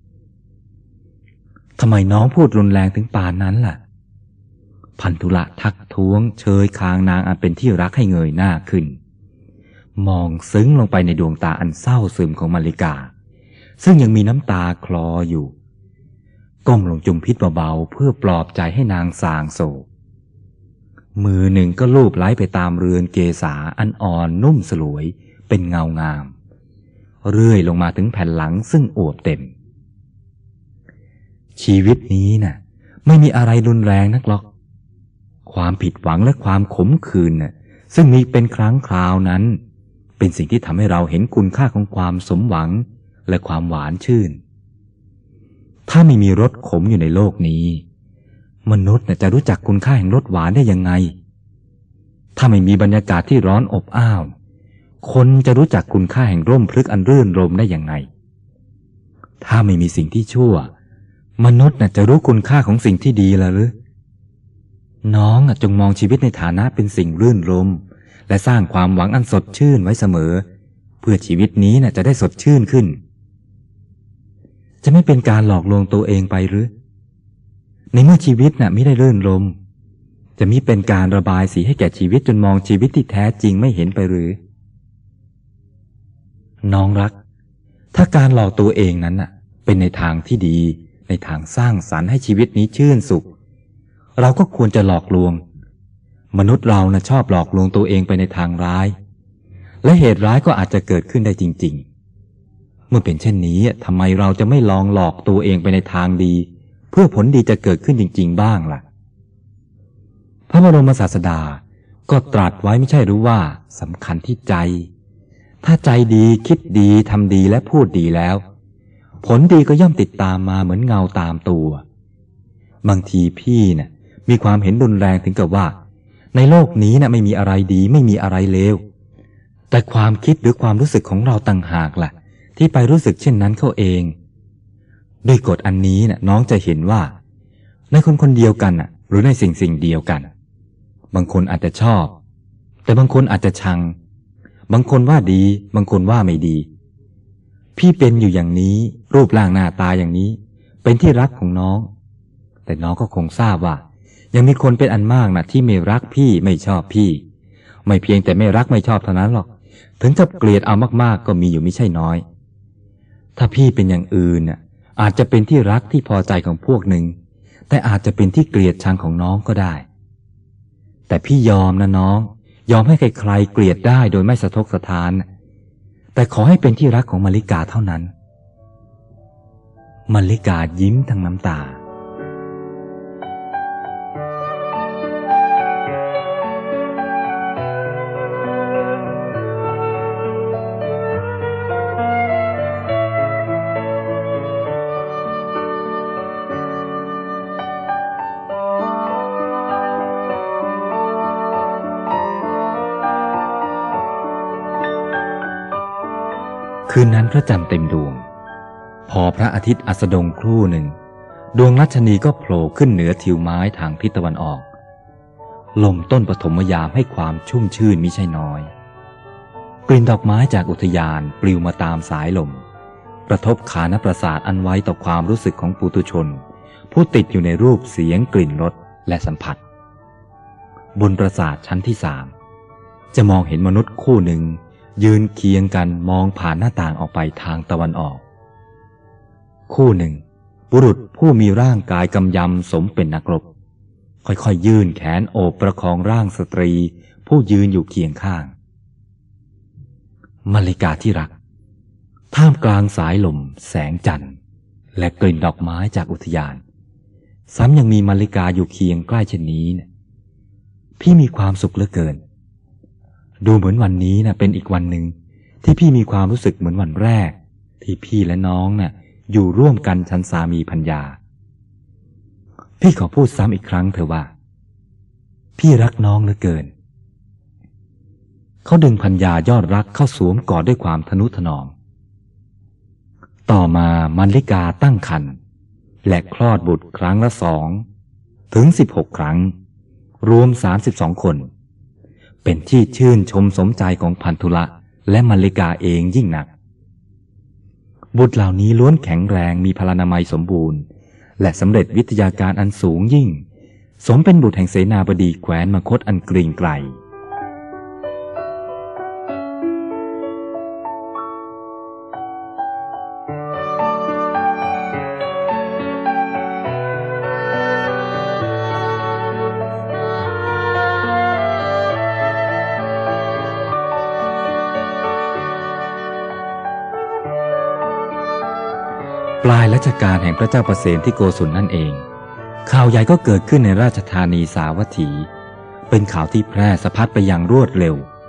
ทำไมน้องพูดรุนแรงถึงปานนั้นล่ะพันธุละทักท้วงเชยคางนางอันเป็นที่รักให้เงยหน้าขึ้นมองซึ้งลงไปในดวงตาอันเศร้าซึมของมัลลิกาซึ่งยังมีน้ำตาคลออยู่ก้มลงจุมพิษเบาๆเพื่อปลอบใจให้นางสางโศกมือหนึ่งก็ลูบไล้ไปตามเรือนเกษาอันอ่อนนุ่มสลวยเป็นเงางามเรื่อยลงมาถึงแผ่นหลังซึ่งอวบเต็มชีวิตนี้ไม่มีอะไรรุนแรงนักหรอกความผิดหวังและความขมขื่นซึ่งมีเป็นครั้งคราวนั้นเป็นสิ่งที่ทำให้เราเห็นคุณค่าของความสมหวังและความหวานชื่นถ้าไม่มีรสขมอยู่ในโลกนี้มนุษย์จะรู้จักคุณค่าแห่งรสหวานได้ยังไงถ้าไม่มีบรรยากาศที่ร้อนอบอ้าวคนจะรู้จักคุณค่าแห่งร่มพฤกษ์อันรื่นรมได้ยังไงถ้าไม่มีสิ่งที่ชั่วมนุษย์จะรู้คุณค่าของสิ่งที่ดีล่ะหรือน้องจงมองชีวิตในฐานะเป็นสิ่งรื่นรมและสร้างความหวังอันสดชื่นไว้เสมอเพื่อชีวิตนี้จะได้สดชื่นขึ้นจะไม่เป็นการหลอกลวงตัวเองไปหรือในเมื่อชีวิตไม่ได้รื่นรมจะมิเป็นการระบายสีให้แก่ชีวิตจนมองชีวิตที่แท้จริงไม่เห็นไปหรือน้องรักถ้าการหลอกตัวเองนั้นเป็นในทางที่ดีในทางสร้างสรรค์ให้ชีวิตนี้ชื่นสุขเราก็ควรจะหลอกลวงมนุษย์เราชอบหลอกลวงตัวเองไปในทางร้ายและเหตุร้ายก็อาจจะเกิดขึ้นได้จริงๆเมื่อเป็นเช่นนี้ทำไมเราจะไม่ลองหลอกตัวเองไปในทางดีเพื่อผลดีจะเกิดขึ้นจริงๆบ้างล่ะพระบรมศาสดาก็ตรัสไว้ไม่ใช่หรือว่าสำคัญที่ใจถ้าใจดีคิดดีทำดีและพูดดีแล้วผลดีก็ย่อมติดตามมาเหมือนเงาตามตัวบางทีพี่มีความเห็นรุนแรงถึงกับว่าในโลกนี้ไม่มีอะไรดีไม่มีอะไรเลวแต่ความคิดหรือความรู้สึกของเราต่างหากล่ะที่ไปรู้สึกเช่นนั้นเข้าเองด้วยกฎอันนี้น้องจะเห็นว่าในคนคนเดียวกันหรือในสิ่งเดียวกันบางคนอาจจะชอบแต่บางคนอาจจะชังบางคนว่าดีบางคนว่าไม่ดีพี่เป็นอยู่อย่างนี้รูปร่างหน้าตาอย่างนี้เป็นที่รักของน้องแต่น้องก็คงทราบว่ายังมีคนเป็นอันมากที่ไม่รักพี่ไม่ชอบพี่ไม่เพียงแต่ไม่รักไม่ชอบเท่านั้นหรอกถึงกับเกลียดเอามากๆก็มีอยู่ไม่ใช่น้อยถ้าพี่เป็นอย่างอื่นอาจจะเป็นที่รักที่พอใจของพวกหนึ่งแต่อาจจะเป็นที่เกลียดชังของน้องก็ได้แต่พี่ยอมนะน้องยอมให้ใครๆเกลียดได้โดยไม่สะทกสะท้านแต่ขอให้เป็นที่รักของมลิกาเท่านั้นมลิกายิ้มทั้งน้ำตาคืนนั้นพระจันทร์เต็มดวงพอพระอาทิตย์อัสดงครู่หนึ่งดวงรัชนีก็โผล่ขึ้นเหนือทิวไม้ทางทิศตะวันออกลมต้นปฐมยามให้ความชุ่มชื่นมิใช่น้อยกลิ่นดอกไม้จากอุทยานปลิวมาตามสายลมกระทบขานประสาทอันไว้ต่อความรู้สึกของปุถุชนผู้ติดอยู่ในรูปเสียงกลิ่นรสและสัมผัสบนปราสาทชั้นที่3จะมองเห็นมนุษย์คู่หนึ่งยืนเคียงกันมองผ่านหน้าต่างออกไปทางตะวันออกคู่หนึ่งบุรุษผู้มีร่างกายกำยำสมเป็นนักรบค่อยๆยื่นแขนโอบประคองร่างสตรีผู้ยืนอยู่เคียงข้างมลิกาที่รักท่ามกลางสายลมแสงจันทร์และกลิ่นดอกไม้จากอุทยานซ้ำยังมีมลิกาอยู่เคียงใกล้เช่นนี้พี่มีความสุขเหลือเกินดูเหมือนวันนี้เป็นอีกวันหนึ่งที่พี่มีความรู้สึกเหมือนวันแรกที่พี่และน้องอยู่ร่วมกันฉันสามีภรรยาพี่ขอพูดซ้ำอีกครั้งเถอะว่าพี่รักน้องเหลือเกินเขาดึงภรรยายอดรักเข้าสวมกอดด้วยความทนุถนอมต่อมามลิกาตั้งครรภ์และคลอดบุตรครั้งละ2 ถึง 16 ครั้งรวม32 คนเป็นที่ชื่นชมสมใจของพันธุละและมลิกาเองยิ่งนักบุตรเหล่านี้ล้วนแข็งแรงมีพลานามัยสมบูรณ์และสำเร็จวิทยาการอันสูงยิ่งสมเป็นบุตรแห่งเสนาบดีแคว้นมคธอันเกรียงไกรปลายรัชกาลแห่งพระเจ้าประเสนที่โกศลนั่นเองข่าวใหญ่ก็เกิดขึ้นในราชธานีสาวัตถีเป็นข่าวที่แพร่สะพัดไปอย่างรวดเร็ว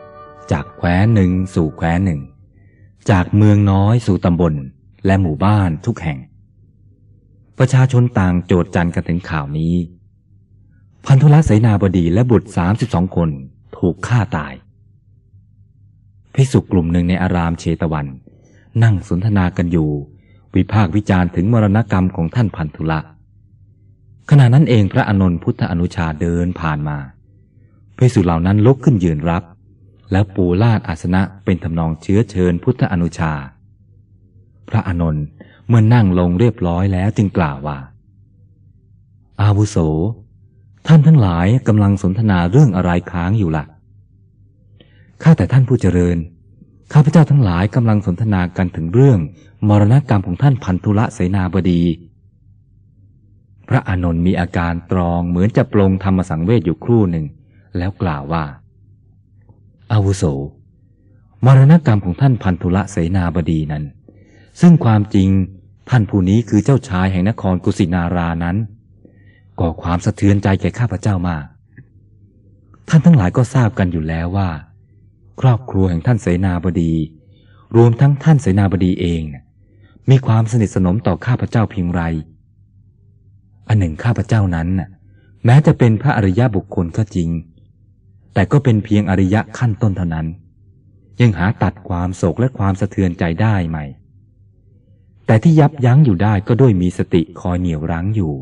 จากแคว้นหนึ่งสู่แคว้นหนึ่งจากเมืองน้อยสู่ตำบลและหมู่บ้านทุกแห่งประชาชนต่างโจษจันกันถึงข่าวนี้พันธุลเสนาบดีและบุตร32 คนถูกฆ่าตายภิกษุกลุ่มหนึ่งในอารามเชตวันนั่งสนทนากันอยู่วิพากษ์วิจารณ์ถึงมรณกรรมของท่านพันธุละขณะนั้นเองพระอานนท์พุทธอนุชาเดินผ่านมาภิกษุเหล่านั้นลุกขึ้นยืนรับแล้วปูลาดอาสนะเป็นทำนองเชื้อเชิญพุทธอนุชาพระอานนท์เมื่อนั่งลงเรียบร้อยแล้วจึงกล่าวว่าอาวุโสท่านทั้งหลายกำลังสนทนาเรื่องอะไรค้างอยู่ล่ะข้าแต่ท่านผู้เจริญข้าพเจ้าทั้งหลายกำลังสนทนากันถึงเรื่องมรณกรรมของท่านพันธุลเสนาบดีพระอานนท์มีอาการตรองเหมือนจะปลงธรรมสังเวชอยู่ครู่หนึ่งแล้วกล่าวว่าอาวุโสมรณกรรมของท่านพันธุลเสนาบดีนั้นซึ่งความจริงท่านผู้นี้คือเจ้าชายแห่งนครกุสินารานั้นก่อความสะเทือนใจแก่ข้าพเจ้ามากท่านทั้งหลายก็ทราบกันอยู่แล้วว่าครอบครัวแห่งท่านเสนาบดีรวมทั้งท่านเสนาบดีเองมีความสนิทสนมต่อข้าพเจ้าเพียงไรอันหนึ่งข้าพเจ้านั้นแม้จะเป็นพระอริยบุคคลก็จริงแต่ก็เป็นเพียงอริยะขั้นต้นเท่านั้นยังหาตัดความโศกและความสะเทือนใจได้ไหมแต่ที่ยับยั้งอยู่ได้ก็ด้วยมีสติคอยเหนี่ยวรั้งอยู่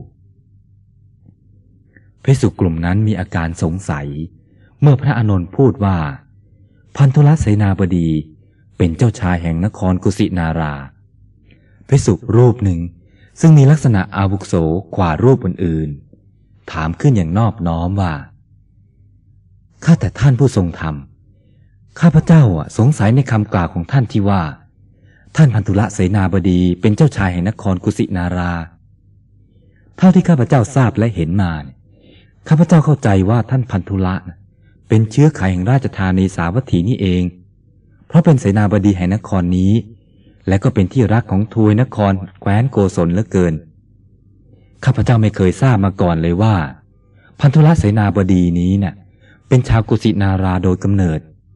ภิกษุกลุ่มนั้นมีอาการสงสัยเมื่อพระอานนท์พูดว่าพันธุลเสนาบดีเป็นเจ้าชายแห่งนครกุสินาราภิกษุรูปหนึ่งซึ่งมีลักษณะอาวุโสกว่ารูปอื่นๆถามขึ้นอย่างนอบน้อมว่าข้าแต่ท่านผู้ทรงธรรมข้าพเจ้าสงสัยในคำกล่าวของท่านที่ว่าท่านพันธุลเสนาบดีเป็นเจ้าชายแห่งนครกุสินาราเท่าที่ข้าพเจ้าทราบและเห็นมาข้าพเจ้าเข้าใจว่าท่านพันธุละเป็นเชื้อไขแห่งราชธานีสาวัตถีนี่เองเพราะเป็นเสนาบดีแห่งนครนี้และก็เป็นที่รักของทวยนครแคว้นโกศลเหลือเกินข้าพเจ้าไม่เคยทราบมาก่อนเลยว่าพันธุลเสนาบดีนี้เป็นชาวกุสินาราโดยกำเนิด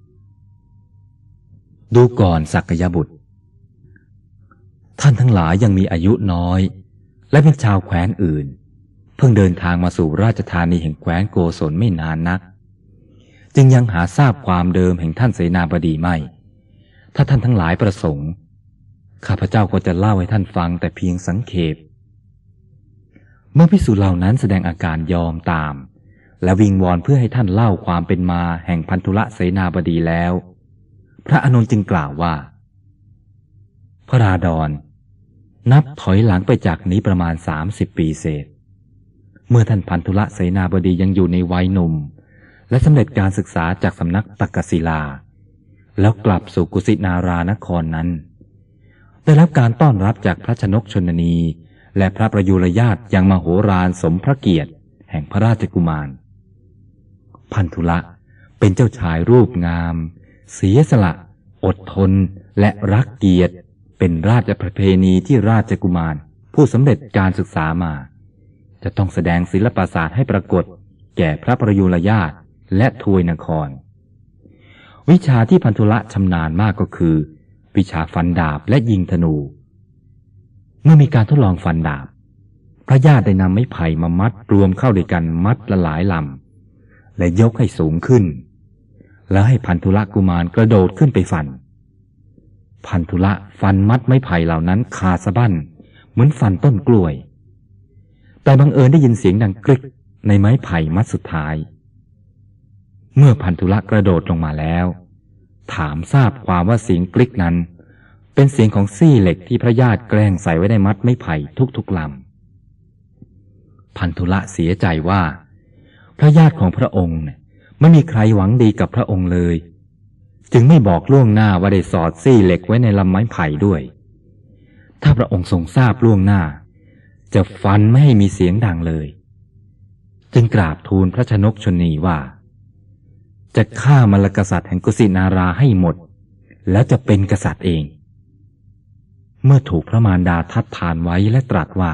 ดูก่อนสักยบุตรท่านทั้งหลายยังมีอายุน้อยและเป็นชาวแคว้นอื่นเพิ่งเดินทางมาสู่ราชธานีแห่งแคว้นโกศลไม่นานนักจึงยังหาทราบความเดิมแห่งท่านเสนาบดีไม่ถ้าท่านทั้งหลายประสงค์ข้าพเจ้าก็จะเล่าให้ท่านฟังแต่เพียงสังเขปเมื่อภิกษุเหล่านั้นแสดงอาการยอมตามและวิงวอนเพื่อให้ท่านเล่าความเป็นมาแห่งพันธุลเสนาบดีแล้วพระอานนท์จึงกล่าวว่าพระราดรนับถอยหลังไปจากนี้ประมาณ30 ปีเศษเมื่อท่านพันธุลเสนาบดียังอยู่ในวัยหนุ่มและสำเร็จการศึกษาจากสำนักตักกศิลาแล้วกลับสู่กุสินารานครนั้นได้รับการต้อนรับจากพระชนกชนนีและพระประยุรญาติอย่างมโหฬารสมพระเกียรติแห่งพระราชกุมารพันธุละเป็นเจ้าชายรูปงามเสียสละอดทนและรักเกียรติเป็นราชประเพณีที่ราชกุมารผู้สำเร็จการศึกษามาจะต้องแสดงศิลปศาสตร์ให้ปรากฏแก่พระประยุรญาติและทวยนครวิชาที่พันธุละชำนาญมากก็คือวิชาฟันดาบและยิงธนูเมื่อมีการทดลองฟันดาบพระญาติได้นำไม้ไผ่มามัดรวมเข้าด้วยกันมัดละหลายลำและยกให้สูงขึ้นแล้วให้พันธุละกุมารกระโดดขึ้นไปฟันพันธุละฟันมัดไม้ไผ่เหล่านั้นขาดสะบั้นเหมือนฟันต้นกล้วยแต่บังเอิญได้ยินเสียงดังกริกในไม้ไผ่มัดสุดท้ายเมื่อพันธุละกระโดดลงมาแล้วถามทราบความว่าเสียงกริกนั้นเป็นเสียงของซี่เหล็กที่พระญาติแกล้งใส่ไว้ในมัดไม้ไผ่ทุกๆลำพันธุละเสียใจว่าพระญาติของพระองค์ไม่มีใครหวังดีกับพระองค์เลยจึงไม่บอกล่วงหน้าว่าได้สอดซี่เหล็กไว้ในลำไม้ไผ่ด้วยถ้าพระองค์ทรงทราบล่วงหน้าจะฟันไม่ให้มีเสียงดังเลยจึงกราบทูลพระชนกชนีว่าจะฆ่ามลกษัตริย์แห่งกุสินาราให้หมดแล้วจะเป็นกษัตริย์เองเมื่อถูกพระมารดาทัดทานไว้และตรัสว่า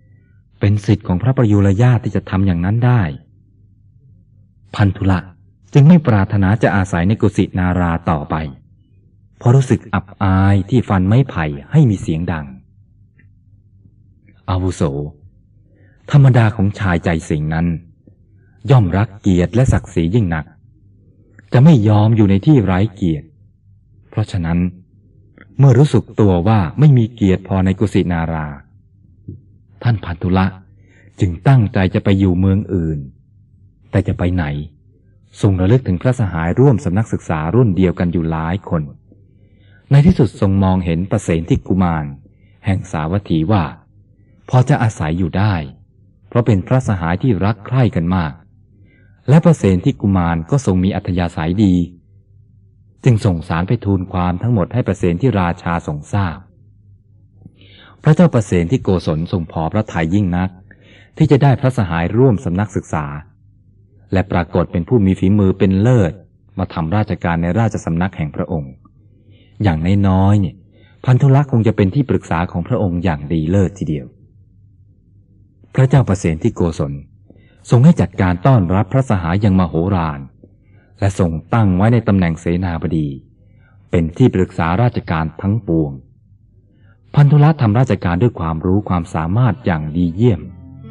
เป็นสิทธิ์ของพระประยุรญาติที่จะทำอย่างนั้นได้พันธุละจึงไม่ปรารถนาจะอาศัยในกุสินาราต่อไปเพราะรู้สึกอับอายที่ฟันไม้ไผ่ให้มีเสียงดังอาวุโสธรรมดาของชายใจสิงนั้นย่อมรักเกียรติและศักดิ์ศรียิ่งนักจะไม่ยอมอยู่ในที่ไร้เกียรติเพราะฉะนั้นเมื่อรู้สึกตัวว่าไม่มีเกียรติพอในกุสินาราท่านพันธุละจึงตั้งใจจะไปอยู่เมืองอื่นแต่จะไปไหนทรงระลึกถึงพระสหายร่วมสำนักศึกษารุ่นเดียวกันอยู่หลายคนในที่สุดทรงมองเห็นประเสนที่กุมารแห่งสาวัตถีว่าพอจะอาศัยอยู่ได้เพราะเป็นพระสหายที่รักใคร่กันมากและประเสนที่กุมารก็ทรงมีอัธยาศัยดีจึงส่งสารไปทูลความทั้งหมดให้ประเสนที่ราชาทรงทราบพระเจ้าประเสนที่โกศลทรงพอพระทัยยิ่งนักที่จะได้พระสหายร่วมสำนักศึกษาและปรากฏเป็นผู้มีฝีมือเป็นเลิศมาทำราชการในราชสำนักแห่งพระองค์อย่างน้อยๆเนี่ยพันธุละคงจะเป็นที่ปรึกษาของพระองค์อย่างดีเลิศทีเดียวพระเจ้าประเสนที่โกศลทรงให้จัดการต้อนรับพระสหายอย่างมโหฬารและทรงตั้งไว้ในตำแหน่งเสนาบดีเป็นที่ปรึกษาราชการทั้งปวงพันธุละทำราชการด้วยความรู้ความสามารถอย่างดีเยี่ยม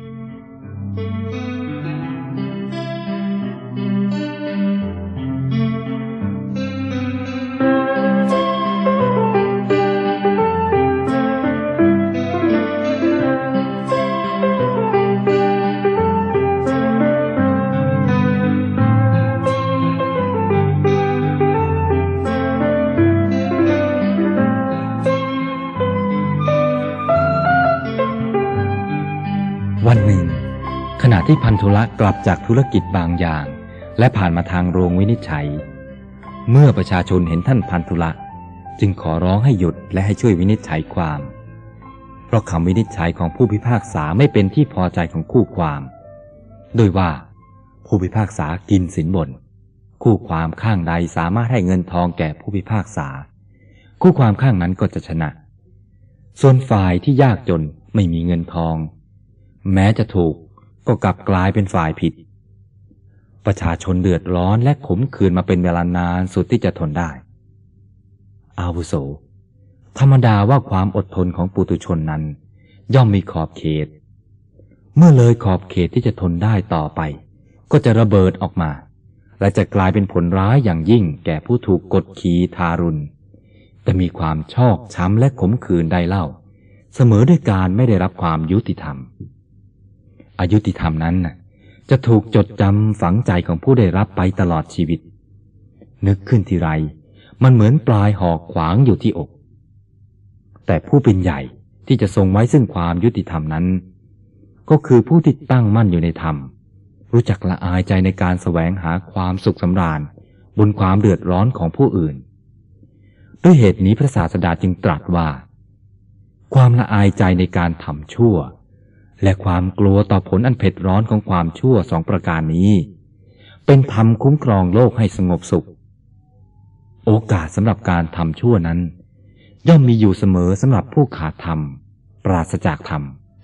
วันหนึ่งขณะที่พันธุละกลับจากธุรกิจบางอย่างและผ่านมาทางโรงวินิจฉัยเมื่อประชาชนเห็นท่านพันธุละจึงขอร้องให้หยุดและให้ช่วยวินิจฉัยความเพราะคำวินิจฉัยของผู้พิพากษาไม่เป็นที่พอใจของคู่ความโดยว่าผู้พิพากษากินสินบนคู่ความข้างใดสามารถให้เงินทองแก่ผู้พิพากษาคู่ความข้างนั้นก็จะชนะส่วนฝ่ายที่ยากจนไม่มีเงินทองแม้จะถูกก็กลับกลายเป็นฝ่ายผิดประชาชนเดือดร้อนและขมขื่นมาเป็นเวลานานสุดที่จะทนได้อาวุโสธรรมดาว่าความอดทนของปุถุชนนั้นย่อมมีขอบเขตเมื่อเลยขอบเขตที่จะทนได้ต่อไปก็จะระเบิดออกมาและจะกลายเป็นผลร้ายอย่างยิ่งแก่ผู้ถูกกดขี่ทารุณแต่มีความชอกช้ำและขมขื่นใดเล่าเสมอด้วยการไม่ได้รับความยุติธรรมอยุติธรรมนั้นจะถูกจดจำฝังใจของผู้ได้รับไปตลอดชีวิตนึกขึ้นทีไรมันเหมือนปลายหอกขวางอยู่ที่อกแต่ผู้เป็นใหญ่ที่จะทรงไว้ซึ่งความยุติธรรมนั้นก็คือผู้ที่ตั้งมั่นอยู่ในธรรมรู้จักละอายใจในการแสวงหาความสุขสำราญบนความเดือดร้อนของผู้อื่นด้วยเหตุนี้พระศาสดาจึงตรัสว่าความละอายใจในการทำชั่วและความกลัวต่อผลอันเผ็ดร้อนของความชั่วสองประการนี้เป็นธรรมคุ้มครองโลกให้สงบสุขโอกาสสำหรับการทำชั่วนั้นย่อมมีอยู่เสมอสำหรับผู้ขาดธรรมปราศจากธรรม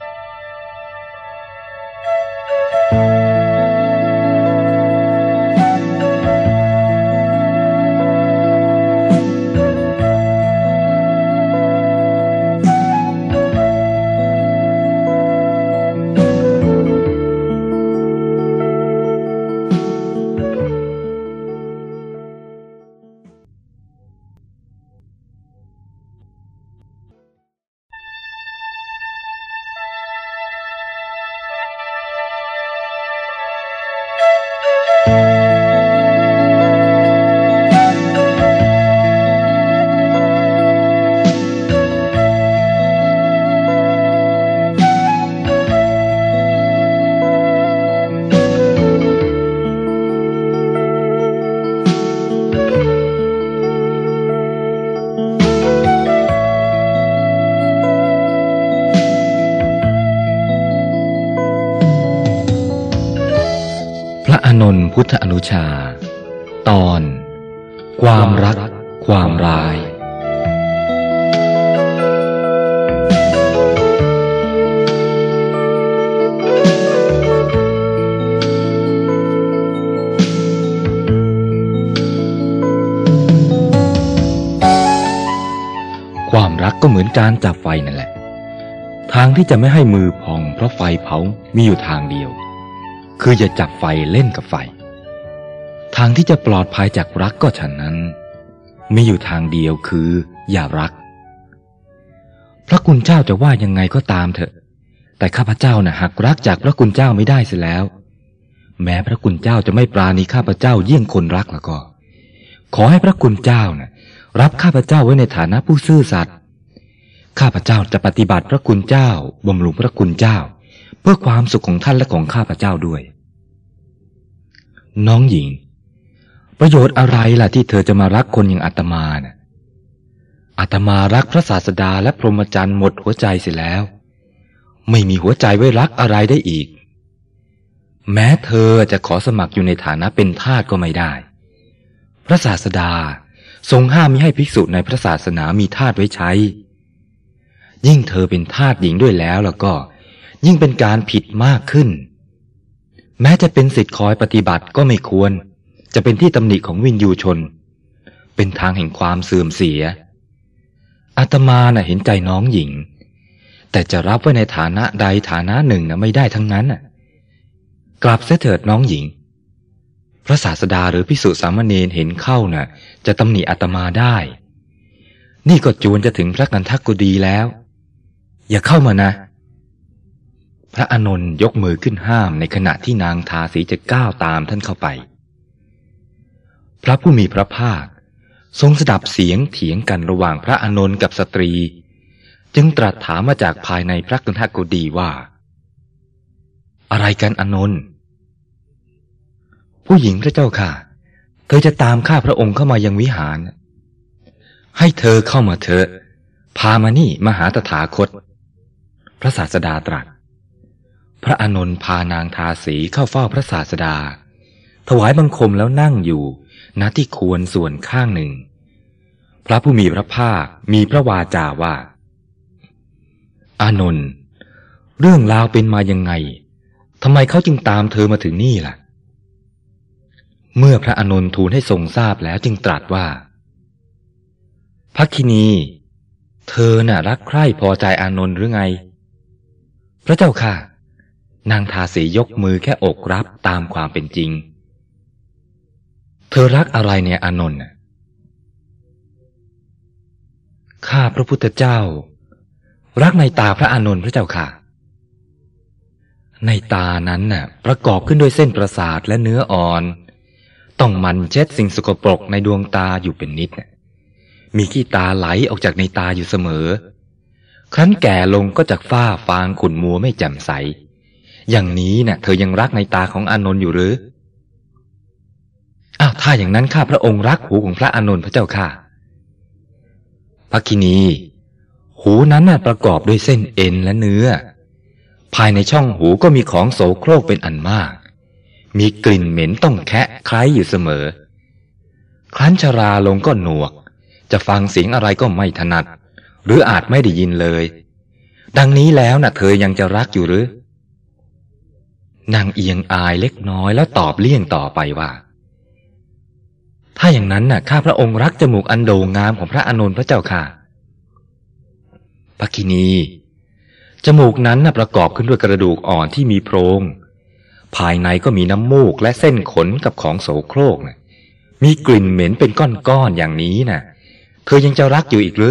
อานนท์พุทธอนุชาตอนความรักความร้ายความรักก็เหมือนการจับไฟนั่นแหละทางที่จะไม่ให้มือพองเพราะไฟเผามีอยู่ทางเดียวคืออย่าจับไฟเล่นกับไฟทางที่จะปลอดภัยจากรักก็ฉะนั้นมีอยู่ทางเดียวคืออย่ารักพระคุณเจ้าจะว่ายังไงก็ตามเถอะแต่ข้าพเจ้าน่ะหักรักจากพระคุณเจ้าไม่ได้เสียแล้วแม้พระคุณเจ้าจะไม่ปราณีข้าพเจ้าเยี่ยงคนรักแล้วก็ขอให้พระคุณเจ้าน่ะรับข้าพเจ้าไว้ในฐานะผู้ซื่อสัตย์ข้าพเจ้าจะปฏิบัติพระคุณเจ้าบำรุงพระคุณเจ้าเพื่อความสุขของท่านและของข้าพเจ้าด้วยน้องหญิงประโยชน์อะไรล่ะที่เธอจะมารักคนอย่างอาตมาน่ะอาตมารักพระศาสดาและพรหมจรรย์หมดหัวใจเสียแล้วไม่มีหัวใจไว้รักอะไรได้อีกแม้เธอจะขอสมัครอยู่ในฐานะเป็นทาสก็ไม่ได้พระศาสดาทรงห้ามมิให้ภิกษุในพระศาสนามีทาสไว้ใช้ยิ่งเธอเป็นทาสหญิงด้วยแล้วก็ยิ่งเป็นการผิดมากขึ้นแม้จะเป็นศิษย์คอยปฏิบัติก็ไม่ควรจะเป็นที่ตำหนิของวินยูชนเป็นทางแห่งความเสื่อมเสียอาตมาน่ะเห็นใจน้องหญิงแต่จะรับไว้ในฐานะใดฐานะหนึ่งน่ะไม่ได้ทั้งนั้นน่ะกลับเสียเถิดน้องหญิงพระศาสดาหรือภิกษุสามเณรเห็นเข้าน่ะจะตำหนิอาตมาได้นี่ก็จวนจะถึงพระกันทักกุฎีแล้วอย่าเข้ามานะพระอานนท์ยกมือขึ้นห้ามในขณะที่นางทาสีจะก้าวตามท่านเข้าไปพระผู้มีพระภาคทรงสดับเสียงเถียงกันระหว่างพระอานนท์กับสตรีจึงตรัสถามมาจากภายในพระกันทักกุฎีว่าอะไรกันอานนท์ผู้หญิงพระเจ้าค่ะเธอจะตามข้าพระองค์เข้ามายังวิหารให้เธอเข้ามาเถอะพามานี่มาหาตถาคตพระศาสดาตรัสพระอานนท์พานางทาสีเข้าเฝ้าพระศาสดาถวายบังคมแล้วนั่งอยู่ณที่ควรส่วนข้างหนึ่งพระผู้มีพระภาคมีพระวาจาว่าอานนท์เรื่องราวเป็นมายังไงทำไมเขาจึงตามเธอมาถึงนี่ล่ะเมื่อพระอานนท์ทูลให้ทรงทราบแล้วจึงตรัสว่าภักคินีเธอน่ะรักใคร่พอใจอานนท์หรือไงพระเจ้าค่ะนางทาสียกมือแค่อกรับตามความเป็นจริงเธอรักอะไรเนี่ยอานนท์ข้าพระพุทธเจ้ารักในตาพระอานนท์พระเจ้าค่ะในตานั้นน่ะประกอบขึ้นด้วยเส้นประสาทและเนื้ออ่อนต้องมันเช็ดสิ่งสกปรกในดวงตาอยู่เป็นนิดมีขี้ตาไหลออกจากในตาอยู่เสมอครั้นแก่ลงก็จากฝ้าฟางขุ่นมัวไม่แจ่มใสอย่างนี้น่ะเธอยังรักในตาของอานนท์อยู่หรืออ้าวถ้าอย่างนั้นข้าพระองค์รักหูของพระอานนท์พระเจ้าค่ะภักคินีหูนั้นน่ะประกอบด้วยเส้นเอ็นและเนื้อภายในช่องหูก็มีของโสโครกเป็นอันมากมีกลิ่นเหม็นต้องแคะไคล้อยู่เสมอครั้นชราลงก็หนวกจะฟังเสียงอะไรก็ไม่ถนัดหรืออาจไม่ได้ยินเลยดังนี้แล้วน่ะเธอยังจะรักอยู่หรือนางเอียงอายเล็กน้อยแล้วตอบเลี่ยงต่อไปว่าถ้าอย่างนั้นน่ะข้าพระองค์รักจมูกอันโด่งงามของพระอานนท์พระเจ้าค่ะภักคินีจมูกนั้นน่ะประกอบขึ้นด้วยกระดูกอ่อนที่มีโพรงภายในก็มีน้ำมูกและเส้นขนกับของโสโครกน่ะมีกลิ่นเหม็นเป็นก้อนๆอย่างนี้น่ะเธอยังจะรักอยู่อีกหรือ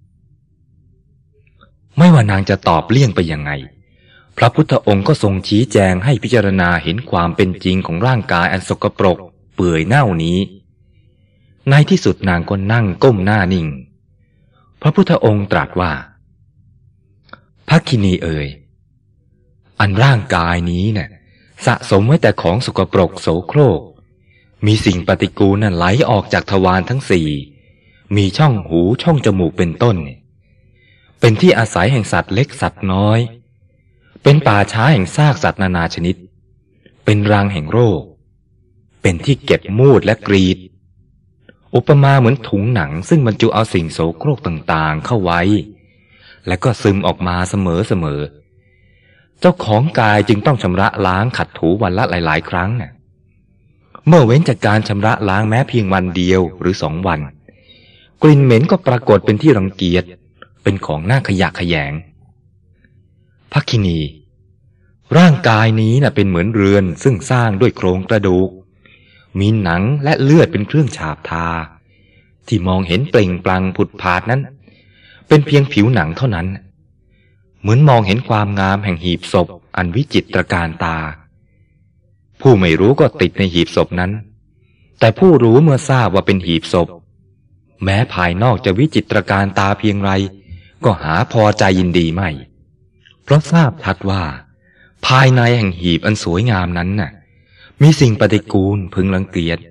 ไม่ว่านางจะตอบเลี่ยงไปยังไงพระพุทธองค์ก็ทรงชี้แจงให้พิจารณาเห็นความเป็นจริงของร่างกายอันสกปรกเปื่อยเน่านี้ในที่สุดนางก็นั่งก้มหน้านิ่งพระพุทธองค์ตรัสว่าภักคินีเอ๋ยอันร่างกายนี้น่ะสะสมไว้แต่ของสกปรกโสโครกมีสิ่งปฏิกูลน่ะไหลออกจากทวารทั้งสี่มีช่องหูช่องจมูกเป็นต้นเป็นที่อาศัยแห่งสัตว์เล็กสัตว์น้อยเป็นป่าช้าแห่งซากสัตว์นานาชนิดเป็นรังแห่งโรคเป็นที่เก็บมูดและกรีดอุปมาเหมือนถุงหนังซึ่งบรรจุเอาสิ่งโสโครกต่างๆเข้าไว้และก็ซึมออกมาเสมอเจ้าของกายจึงต้องชำระล้างขัดถูวันละหลายๆครั้งเมื่อเว้นจากการชำระล้างแม้เพียงวันเดียวหรือ2 วันกลิ่นเหม็นก็ปรากฏเป็นที่รังเกียจเป็นของน่าขยะแขยงภักคินีร่างกายนี้น่ะเป็นเหมือนเรือนซึ่งสร้างด้วยโครงกระดูกมีหนังและเลือดเป็นเครื่องฉาบทาที่มองเห็นเปล่งปลั่งผุดผาดนั้นเป็นเพียงผิวหนังเท่านั้นเหมือนมองเห็นความงามแห่งหีบศพอันวิจิตรการตาผู้ไม่รู้ก็ติดในหีบศพนั้นแต่ผู้รู้เมื่อทราบว่าเป็นหีบศพแม้ภายนอกจะวิจิตรการตาเพียงไรก็หาพอใจยินดีไม่เพราะทราบชัดว่าภายในแห่งหีบอันสวยงามนั้นน่ะมีสิ่งปฏิกูลพึงรังเกียจ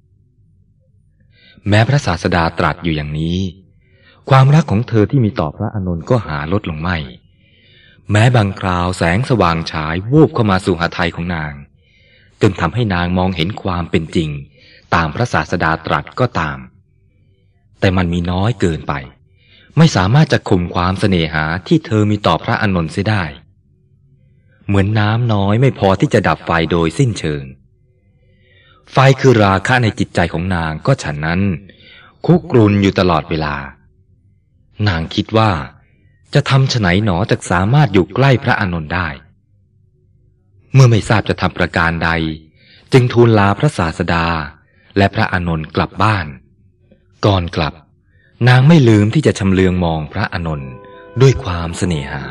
แม้พระศาสดาตรัสอยู่อย่างนี้ความรักของเธอที่มีต่อพระอานนท์ก็หาลดลงไม่แม้บางคราวแสงสว่างฉายวูบเข้ามาสู่หทัยของนางจนทำให้นางมองเห็นความเป็นจริงตามพระศาสดาตรัสก็ตามแต่มันมีน้อยเกินไปไม่สามารถจะข่มความเสน่หาที่เธอมีต่อพระอานนท์เสียได้เหมือนน้ำน้อยไม่พอที่จะดับไฟโดยสิ้นเชิงไฟคือราคะในจิตใจของนางก็ฉะนั้นคุกรุ่นอยู่ตลอดเวลานางคิดว่าจะทำไฉนหนอจะสามารถอยู่ใกล้พระอานนท์ได้เมื่อไม่ทราบจะทำประการใดจึงทูลลาพระศาสดาและพระอานนท์กลับบ้านก่อนกลับนางไม่ลืมที่จะชำเลืองมองพระอานนท์ด้วยความเสน่หา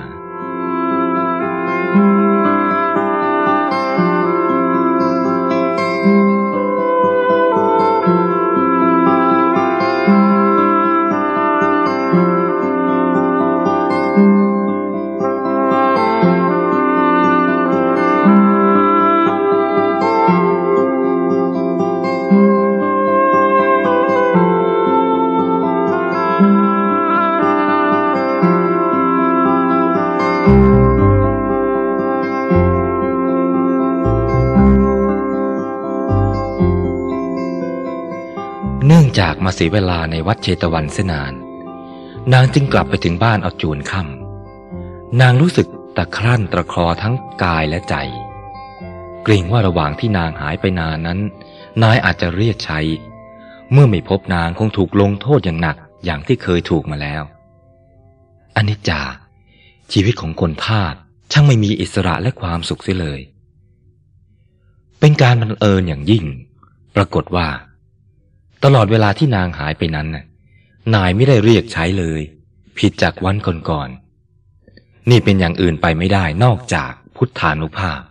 จากมาเสียเวลาในวัดเชตวันเสียนานนางจึงกลับไปถึงบ้านเอาจวนค่ำนางรู้สึกตะครั่นตะคลอทั้งกายและใจเกรงว่าระหว่างที่นางหายไปนานนั้นนายอาจจะเรียกใช้เมื่อไม่พบนางคงถูกลงโทษอย่างหนักอย่างที่เคยถูกมาแล้วอนิจจาชีวิตของคนทาสช่างไม่มีอิสระและความสุขเสียเลยเป็นการบังเอิญอย่างยิ่งปรากฏว่าตลอดเวลาที่นางหายไปนั้นนายไม่ได้เรียกใช้เลยผิดจากวันก่อนๆนี่เป็นอย่างอื่นไปไม่ได้นอกจากพุทธานุภาพ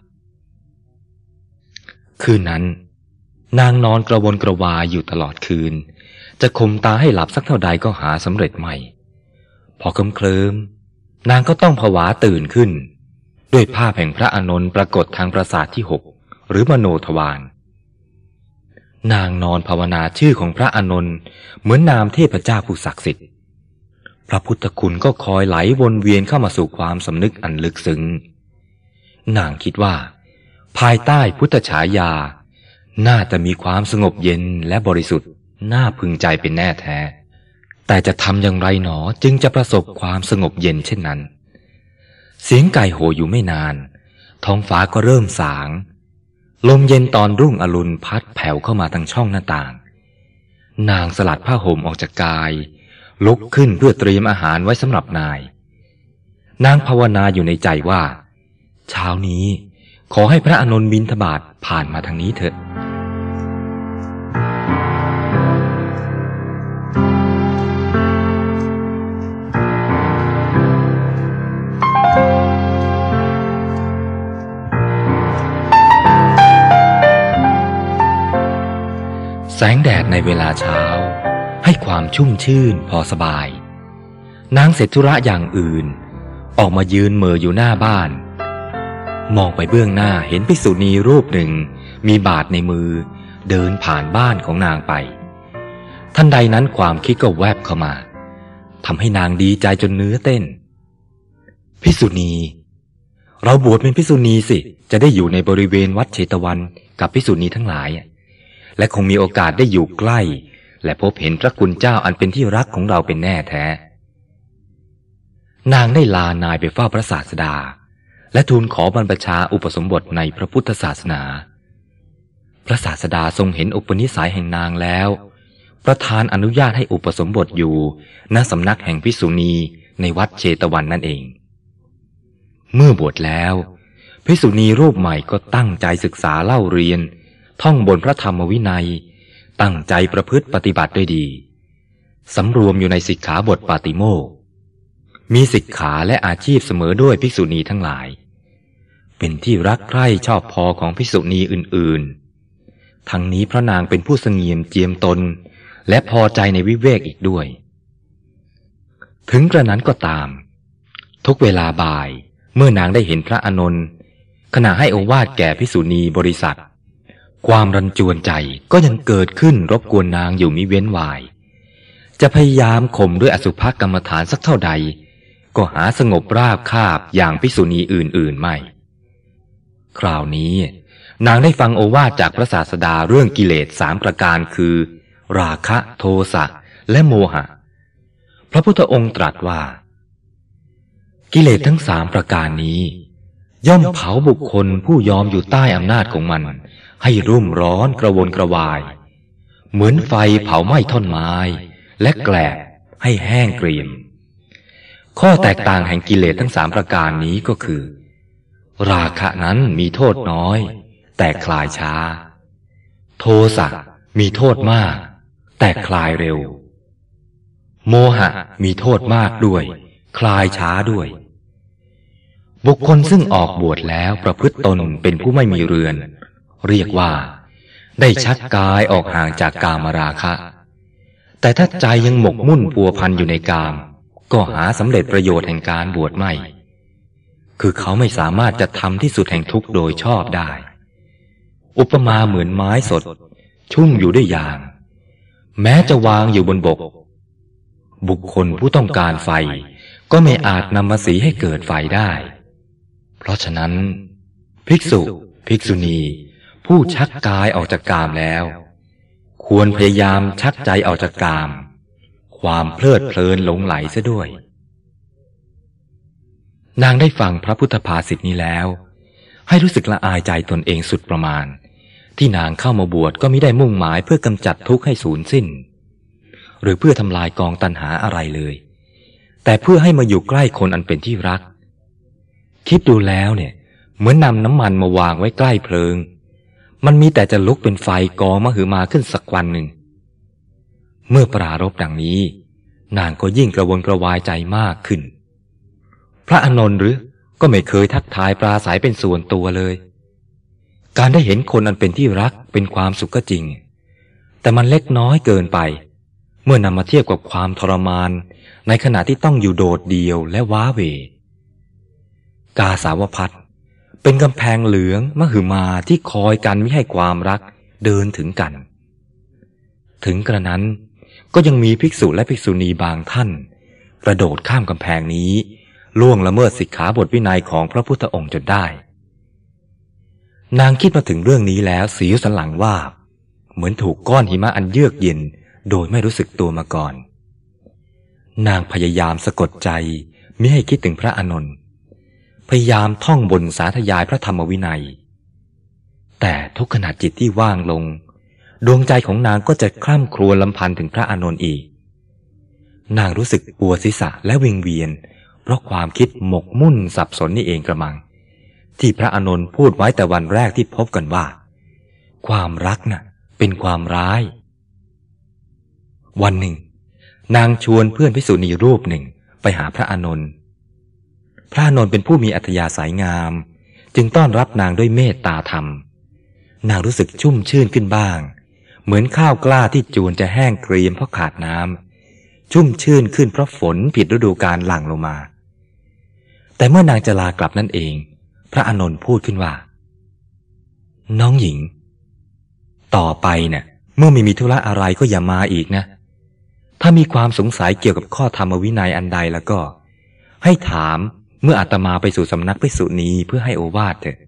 คืนนั้นนางนอนกระวนกระวายอยู่ตลอดคืนจะข่มตาให้หลับสักเท่าใดก็หาสำเร็จไม่พอเคลิ้มนางก็ต้องผวาตื่นขึ้นด้วยภาพแห่งพระอานนท์ปรากฏทางประสาทที่6หรือมโนทวารนางนอนภาวนาชื่อของพระอานนท์เหมือนนามเทพเจ้าผู้ศักดิ์สิทธิ์พระพุทธคุณก็คอยไหลวนเวียนเข้ามาสู่ความสำนึกอันลึกซึ้งนางคิดว่าภายใต้พุทธฉายาน่าจะมีความสงบเย็นและบริสุทธิ์น่าพึงใจเป็นแน่แท้แต่จะทำอย่างไรหนอจึงจะประสบความสงบเย็นเช่นนั้นเสียงไก่โห่อยู่ไม่นานท้องฟ้าก็เริ่มสางลมเย็นตอนรุ่งอรุณพัดแผ่วเข้ามาทางช่องหน้าต่างนางสลัดผ้าห่มออกจากกายลุกขึ้นเพื่อเตรียมอาหารไว้สำหรับนางภาวนาอยู่ในใจว่าเช้านี้ขอให้พระอานนท์บิณฑบาตผ่านมาทางนี้เถอะแสงแดดในเวลาเช้าให้ความชุ่มชื่นพอสบายนางเสร็จธุระอย่างอื่นออกมายืนเหม่ออยู่หน้าบ้านมองไปเบื้องหน้าเห็นภิกษุณีรูปหนึ่งมีบาตรในมือเดินผ่านบ้านของนางไปทันใดนั้นความคิดก็แวบเข้ามาทำให้นางดีใจจนเนื้อเต้นภิกษุณีเราบวชเป็นภิกษุณีสิจะได้อยู่ในบริเวณวัดเชตวันกับภิกษุณีทั้งหลายและคงมีโอกาสได้อยู่ใกล้และพบเห็นพระคุณเจ้าอันเป็นที่รักของเราเป็นแน่แท้นางได้ลานายไปเฝ้าพระศาสดาและทูลขอบรรพชาอุปสมบทในพระพุทธศาสนาพระศาสดาทรงเห็นอุปนิสัยแห่งนางแล้วประทานอนุญาตให้อุปสมบทอยู่ณสำนักแห่งภิกษุณีในวัดเชตวันนั่นเอง เมื่อบวชแล้วภิกษุณีรูปใหม่ก็ตั้งใจศึกษาเล่าเรียนท่องบนพระธรรมวินัยตั้งใจประพฤติปฏิบัติด้วยดีสำรวมอยู่ในสิกขาบทปาติโมกข์มีสิกขาและอาชีพเสมอด้วยภิกษุณีทั้งหลายเป็นที่รักใคร่ชอบพอของภิกษุณีอื่นๆทั้งนี้เพราะนางเป็นผู้เสงี่ยมเจียมตนและพอใจในวิเวกอีกด้วยถึงกระนั้นก็ตามทุกเวลาบ่ายเมื่อนางได้เห็นพระอานนท์ขณะให้โอวาทแก่ภิกษุณีบริษัทความรันจวนใจก็ยังเกิดขึ้นรบกวนนางอยู่มิเว้นวายจะพยายามข่มด้วยอสุภกรรมฐานสักเท่าใดก็หาสงบราบคาบอย่างภิกษุณีอื่นๆไม่คราวนี้นางได้ฟังโอวาทจากพระศาสดาเรื่องกิเลส3ประการคือราคะโทสะและโมหะพระพุทธองค์ตรัสว่ากิเลสทั้ง3ประการนี้ย่อมเผาบุคคลผู้ยอมอยู่ใต้อำนาจของมันให้รุ่มร้อนกระวนกระวายเหมือนไฟเผาไหม้ท่อนไม้และแกลบให้แห้งเกรียมข้อแตกต่างแห่งกิเลสทั้ง3ประการนี้ก็คือราคะนั้นมีโทษน้อยแต่คลายช้าโทสะมีโทษมากแต่คลายเร็วโมหะมีโทษมากด้วยคลายช้าด้วยบุคคลซึ่งออกบวชแล้วประพฤติตนเป็นผู้ไม่มีเรือนเรียกว่าได้ชักกายออกห่างจากกามราคะแต่ถ้าใจยังหมกมุ่นพัวพันอยู่ในกามก็หาสำเร็จประโยชน์แห่งการบวชไม่คือเขาไม่สามารถจะทำที่สุดแห่งทุกข์โดยชอบได้อุปมาเหมือนไม้สดชุ่มอยู่ด้วยยางแม้จะวางอยู่บนบกบุคคลผู้ต้องการไฟก็ไม่อาจนำมาสีให้เกิดไฟได้เพราะฉะนั้นภิกษุภิกษุณีผู้ชักกายออกจากกามแล้วควรพยายามชักใจออกจากกามความเพลิดเพลินหลงไหลเสียด้วยนางได้ฟังพระพุทธภาษิตนี้แล้วให้รู้สึกละอายใจตนเองสุดประมาณที่นางเข้ามาบวชก็มิได้มุ่งหมายเพื่อกำจัดทุกข์ให้สูญสิ้นหรือเพื่อทำลายกองตัณหาอะไรเลยแต่เพื่อให้มาอยู่ใกล้คนอันเป็นที่รักคิดดูแล้วเนี่ยเหมือนนำน้ำมันมาวางไว้ใกล้เพลิงมันมีแต่จะลุกเป็นไฟกองมหึมาขึ้นสักวันหนึ่งเมื่อปรารภดังนี้นางก็ยิ่งกระวนกระวายใจมากขึ้นพระอานนท์หรือก็ไม่เคยทักทายปราศัยเป็นส่วนตัวเลยการได้เห็นคนอันเป็นที่รักเป็นความสุขก็จริงแต่มันเล็กน้อยเกินไปเมื่อนำมาเทียบกับความทรมานในขณะที่ต้องอยู่โดดเดี่ยวและว้าเหวกาสาวพัสต์เป็นกำแพงเหลืองมหึมาที่คอยกันไม่ให้ความรักเดินถึงกันถึงกระนั้นก็ยังมีภิกษุและภิกษุณีบางท่านกระโดดข้ามกำแพงนี้ล่วงละเมิดสิกขาบทวินัยของพระพุทธองค์จนได้นางคิดมาถึงเรื่องนี้แล้วสีสันหลังว่าเหมือนถูกก้อนหิมะอันเยือกเย็นโดยไม่รู้สึกตัวมาก่อนนางพยายามสะกดใจมิให้คิดถึงพระอานนท์พยายามท่องบนสาธยายพระธรรมวินัยแต่ทุกขณะจิตที่ว่างลงดวงใจของนางก็จะคร่ำครวญรำพันถึงพระอานนท์อีกนางรู้สึกปวดศีรษะและวิงเวียนเพราะความคิดหมกมุ่นสับสนนี่เองกระมังที่พระอานนท์พูดไว้แต่วันแรกที่พบกันว่าความรักน่ะเป็นความร้ายวันหนึ่งนางชวนเพื่อนภิกษุณีรูปหนึ่งไปหาพระอานนท์พระอานนท์เป็นผู้มีอัธยาศัยงามจึงต้อนรับนางด้วยเมตตาธรรมนางรู้สึกชุ่มชื่นขึ้นบ้างเหมือนข้าวกล้าที่จูนจะแห้งเกรียมเพราะขาดน้ำชุ่มชื่นขึ้นเพราะฝนผิดฤดูกาลหลั่งลงมาแต่เมื่อนางจะลากลับนั่นเองพระอานนท์พูดขึ้นว่าน้องหญิงต่อไปเนี่ยเมื่อไม่มีธุระอะไรก็อย่ามาอีกนะถ้ามีความสงสัยเกี่ยวกับข้อธรรมวินัยอันใดแล้วก็ให้ถามเมื่ออาตมาไปสู่สำนักภิกษุณีเพื่อให้โอวาทเถอะ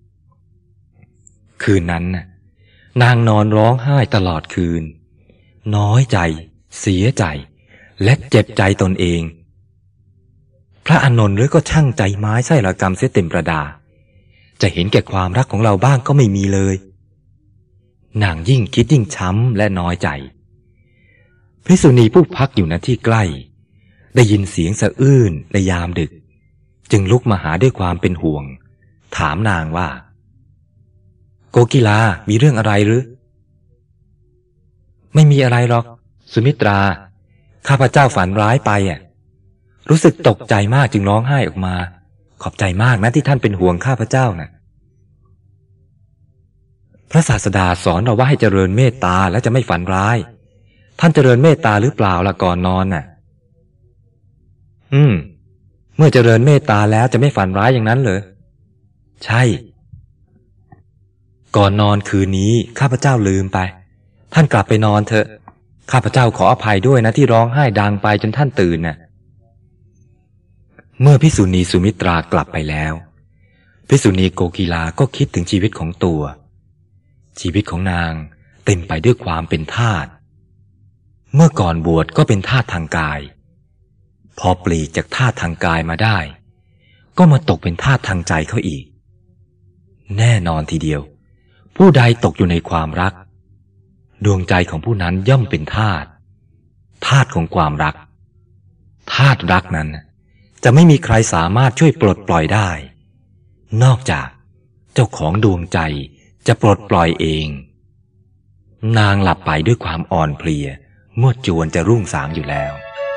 คืนนั้นน่ะนางนอนร้องไห้ตลอดคืนน้อยใจเสียใจและเจ็บใจตนเองพระอานนท์หรือก็ช่างใจไม้ไส้ละกรรมเสียเต็มประดาจะเห็นแก่ความรักของเราบ้างก็ไม่มีเลยนางยิ่งคิดยิ่งช้ำและน้อยใจภิกษุณีผู้พักอยู่ณที่ใกล้ได้ยินเสียงสะอื้นในยามดึกจึงลุกมาหาด้วยความเป็นห่วงถามนางว่าโกกีลามีเรื่องอะไรหรือไม่มีอะไรหรอกสุมิตราข้าพเจ้าฝันร้ายไปรู้สึกตกใจมากจึงร้องไห้ออกมาขอบใจมากนะที่ท่านเป็นห่วงข้าพเจ้านะพระศาสดาสอนเราว่าให้เจริญเมตตาและจะไม่ฝันร้ายท่านเจริญเมตตาหรือเปล่าล่ะก่อนนอนน่ะเมื่อเจริญเมตตาแล้วจะไม่ฝันร้ายอย่างนั้นเหรอใช่ก่อนนอนคืนนี้ข้าพเจ้าลืมไปท่านกลับไปนอนเถอะข้าพเจ้าขออภัยด้วยนะที่ร้องไห้ดังไปจนท่านตื่นน่ะเมื่อภิกษุณีสุมิตรากลับไปแล้วภิกษุณีโกกีลาก็คิดถึงชีวิตของตัวชีวิตของนางเต็มไปด้วยความเป็นทาสเมื่อก่อนบวชก็เป็นทาสทางกายพอปลีกจากทาสทางกายมาได้ก็มาตกเป็นทาสทางใจเขาอีกแน่นอนทีเดียวผู้ใดตกอยู่ในความรักดวงใจของผู้นั้นย่อมเป็นทาสของความรักทาสรักนั้นจะไม่มีใครสามารถช่วยปลดปล่อยได้นอกจากเจ้าของดวงใจจะปลดปล่อยเองนางหลับไปด้วยความอ่อนเพลียเมื่อจวนจะรุ่งสางอยู่แล้ว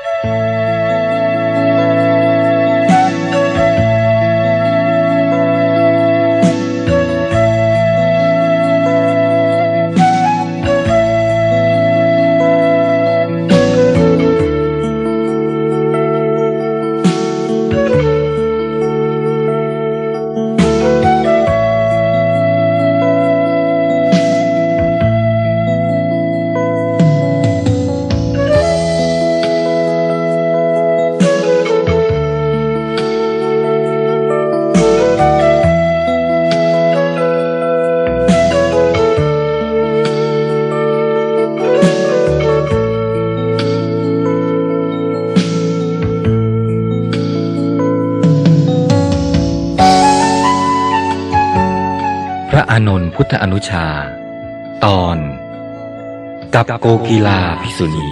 พระอานนท์พุทธอนุชาตอนกับโกกีลาภิกษุณี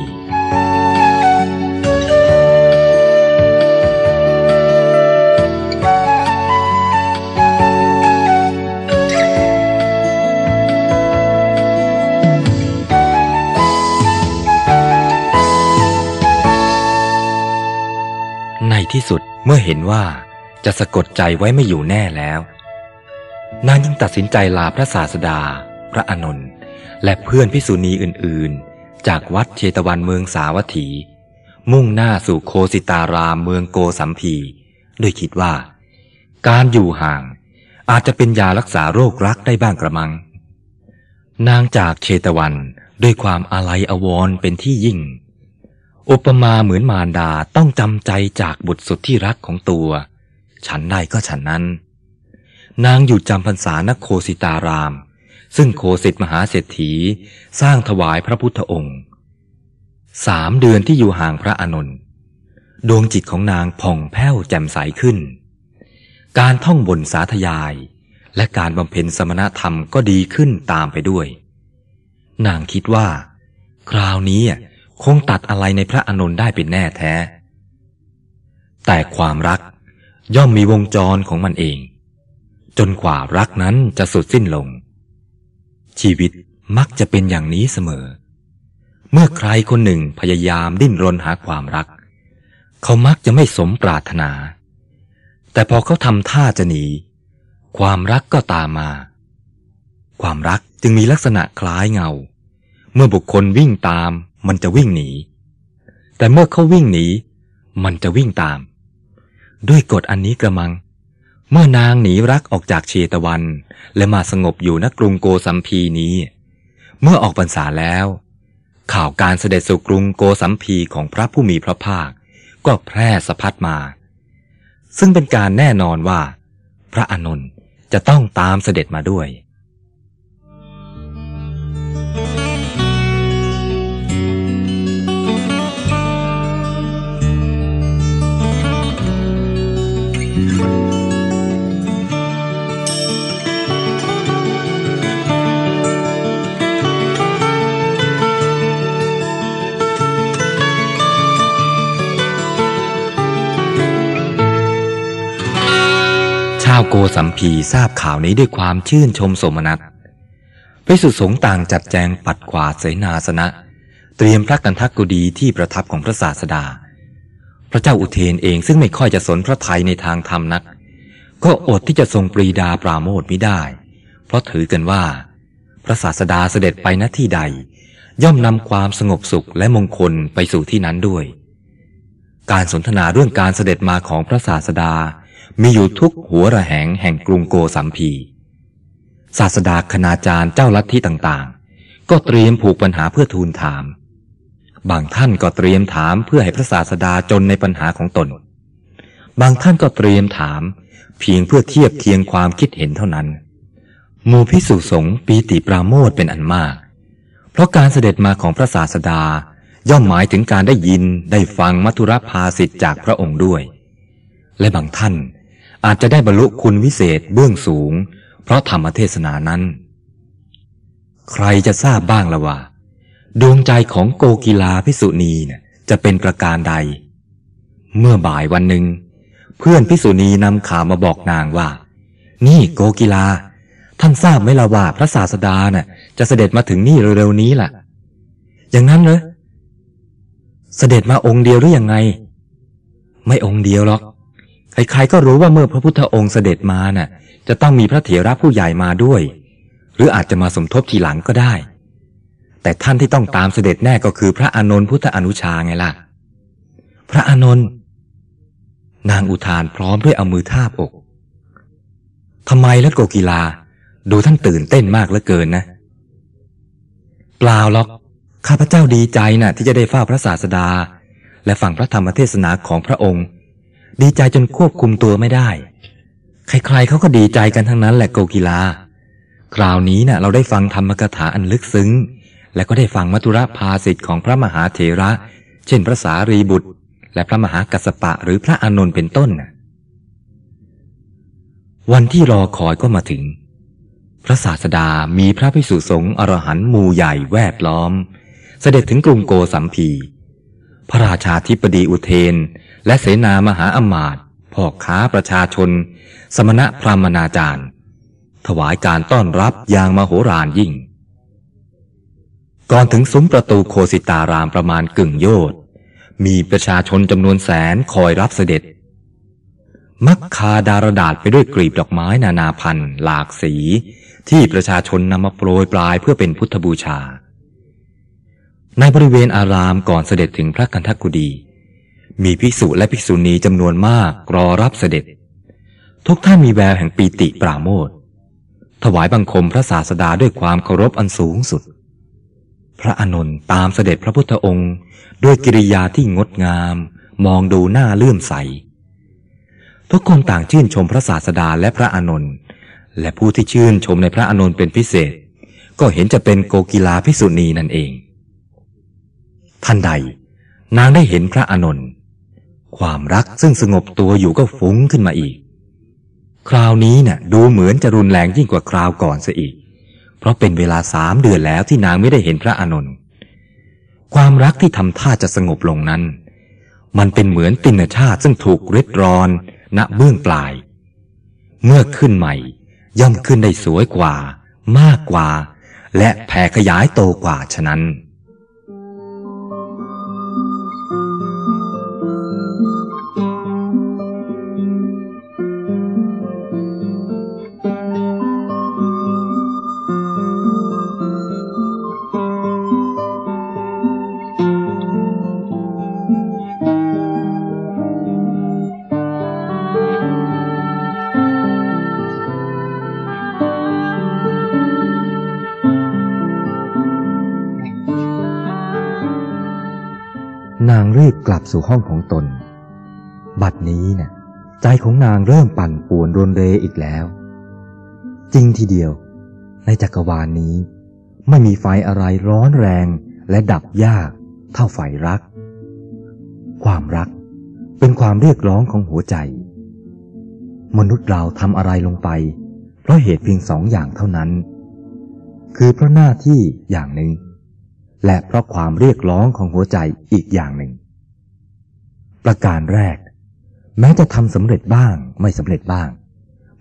ในที่สุดเมื่อเห็นว่าจะสะกดใจไว้ไม่อยู่แน่แล้วนางจึงตัดสินใจลาพระศาสดาพระอานนท์และเพื่อนภิกษุณีอื่นๆจากวัดเชตวันเมืองสาวัตถีมุ่งหน้าสู่โคสิตารามเมืองโกสัมพีโดยคิดว่าการอยู่ห่างอาจจะเป็นยารักษาโรครักได้บ้างกระมังนางจากเชตวันด้วยความอาลัยอาวรณ์เป็นที่ยิ่งอุปมาเหมือนมารดาต้องจำใจจากบุตรสุดที่รักของตัวฉันใดก็ฉันนั้นนางอยู่จำพรรษาณโคสิตารามซึ่งโคสิตมหาเศรษฐีสร้างถวายพระพุทธองค์3 เดือนที่อยู่ห่างพระอานนท์ดวงจิตของนางผ่องแผ้วแจ่มใสขึ้นการท่องบนสาธยายและการบำเพ็ญสมณธรรมก็ดีขึ้นตามไปด้วยนางคิดว่าคราวนี้คงตัดอะไรในพระอานนท์ได้เป็นแน่แท้แต่ความรักย่อมมีวงจรของมันเองจนกว่ารักนั้นจะสุดสิ้นลงชีวิตมักจะเป็นอย่างนี้เสมอเมื่อใครคนหนึ่งพยายามดิ้นรนหาความรักเขามักจะไม่สมปรารถนาแต่พอเขาทำท่าจะหนีความรักก็ตามมาความรักจึงมีลักษณะคล้ายเงาเมื่อบุคคลวิ่งตามมันจะวิ่งหนีแต่เมื่อเขาวิ่งหนีมันจะวิ่งตามด้วยกฎอันนี้กระมังเมื่อนางหนีรักออกจากเชตวันและมาสงบอยู่ณกรุงโกสัมพีนี้เมื่อออกพรรษาแล้วข่าวการเสด็จสู่กรุงโกสัมพีของพระผู้มีพระภาคก็แพร่สะพัดมาซึ่งเป็นการแน่นอนว่าพระอานนท์จะต้องตามเสด็จมาด้วยาวโกสัมพีทราบข่าวนี้ด้วยความชื่นชมสมนัสภิกษุสงฆ์ต่างจัดแจงปัดกวาดเสนาสนะเตรียมพระกันทักกุฎีที่ประทับของพระศาสดาพระเจ้าอุเทนเองซึ่งไม่ค่อยจะสนพระทัยในทางธรรมนักก็อดที่จะทรงปรีดาปราโมทย์มิได้เพราะถือกันว่าพระศาสดาเสด็จไปณที่ใดย่อมนำความสงบสุขและมงคลไปสู่ที่นั้นด้วยการสนทนาเรื่องการเสด็จมาของพระศาสดามีอยู่ทุกหัวระแหงแห่งกรุงโกสัมพีศาสดาคณาจารย์เจ้าลัทธิต่างๆก็เตรียมผูกปัญหาเพื่อทูลถามบางท่านก็เตรียมถามเพื่อให้พระศาสดาจนในปัญหาของตนบางท่านก็เตรียมถามเพียงเพื่อเทียบเคียงความคิดเห็นเท่านั้นหมู่ภิกษุสงฆ์ปีติปราโมทย์เป็นอันมากเพราะการเสด็จมาของพระศาสดาย่อมหมายถึงการได้ยินได้ฟังมัทุรภาสิทธิ์จากพระองค์ด้วยและบางท่านอาจจะได้บรรลุคุณวิเศษเบื้องสูงเพราะธรรมเทศนานั้นใครจะทราบบ้างละว่าดวงใจของโกกีลาภิกษุณีเนี่ยจะเป็นประการใดเมื่อบ่ายวันหนึ่งเพื่อนภิกษุณีนำข่าวมาบอกนางว่านี่โกกีลาท่านทราบไหมล่ะว่าพระศาสดาน่ะจะเสด็จมาถึงนี่เร็วๆนี้ล่ะอย่างนั้นเหรอเสด็จมาองค์เดียวหรือยังไงไม่องค์เดียวหรอกใครๆก็รู้ว่าเมื่อพระพุทธองค์เสด็จมาน่ะจะต้องมีพระเถระผู้ใหญ่มาด้วยหรืออาจจะมาสมทบทีหลังก็ได้แต่ท่านที่ต้องตามเสด็จแน่ก็คือพระอานนท์พุทธอนุชาไงล่ะพระอานนท์นางอุทานพร้อมด้วยเอามือทาบอกทำไมล่ะโกกีลาดูท่านตื่นเต้นมากเหลือเกินนะเปล่าหรอกข้าพเจ้าดีใจนะที่จะได้เฝ้าพระศาสดาและฟังพระธรรมเทศนาของพระองค์ดีใจจนควบคุมตัวไม่ได้ใครๆเขาก็ดีใจกันทั้งนั้นแหละโกกีลาคราวนี้นะเราได้ฟังธรรมกถาอันลึกซึ้งและก็ได้ฟังมัทุรภาสิทธิ์ของพระมหาเถระเช่นพระสารีบุตรและพระมหากัสสปะหรือพระอานนท์เป็นต้นนะวันที่รอคอยก็มาถึงพระศาสดามีพระภิกษุสงฆ์อรหันต์หมู่ใหญ่แวดล้อมเสด็จถึงกรุงโกสัมพีพระราชาธิปดีอุเทนและเสนามหาอมาตย์พ่อค้าประชาชนสมณะพราหมณาจารย์ถวายการต้อนรับอย่างมโหฬารยิ่งก่อนถึงซุ้มประตูโคสิตารามประมาณกึ่งโยชน์มีประชาชนจำนวนแสนคอยรับเสด็จมักคาดารดาษไปด้วยกลีบดอกไม้นานาพันธุ์หลากสีที่ประชาชนนำมาโปรยปลายเพื่อเป็นพุทธบูชาในบริเวณอารามก่อนเสด็จถึงพระกันทกุฎีมีภิกษุและภิกษุณีจำนวนมากรอรับเสด็จทุกท่านมีแววแห่งปีติปราโมทย์ถวายบังคมพระศาสดาด้วยความเคารพอันสูงสุดพระอานนท์ตามเสด็จพระพุทธองค์ด้วยกิริยาที่งดงามมองดูหน้าเลื่อมใสทุกคนต่างชื่นชมพระศาสดาและพระอานนท์และผู้ที่ชื่นชมในพระอานนท์เป็นพิเศษก็เห็นจะเป็นโกกีลาภิกษุณีนั่นเองทันใดนางได้เห็นพระอานนท์ความรักซึ่งสงบตัวอยู่ก็ฟุ้งขึ้นมาอีกคราวนี้เนี่ยดูเหมือนจะรุนแรงยิ่งกว่าคราวก่อนซะอีกเพราะเป็นเวลา3 เดือนแล้วที่นางไม่ได้เห็นพระอานนท์ความรักที่ทำท่าจะสงบลงนั้นมันเป็นเหมือนติณชาติซึ่งถูกริดรอนณเบื้องปลายเมื่อขึ้นใหม่ย่อมขึ้นได้สวยกว่ามากกว่าและแผ่ขยายโตกว่าฉะนั้น นางรีบกลับสู่ห้องของตนบัดนี้น่ะใจของนางเริ่มปั่นป่วนรนเรอีกแล้วจริงทีเดียวในจักรวาลนี้ไม่มีไฟอะไรร้อนแรงและดับยากเท่าไฟรักความรักเป็นความเรียกร้องของหัวใจมนุษย์เราทำอะไรลงไปเพราะเหตุเพียง2 อย่างเท่านั้นคือเพราะหน้าที่อย่างหนึ่งและเพราะความเรียกร้องของหัวใจอีกอย่างหนึ่งประการแรกแม้จะทำสำเร็จบ้างไม่สำเร็จบ้าง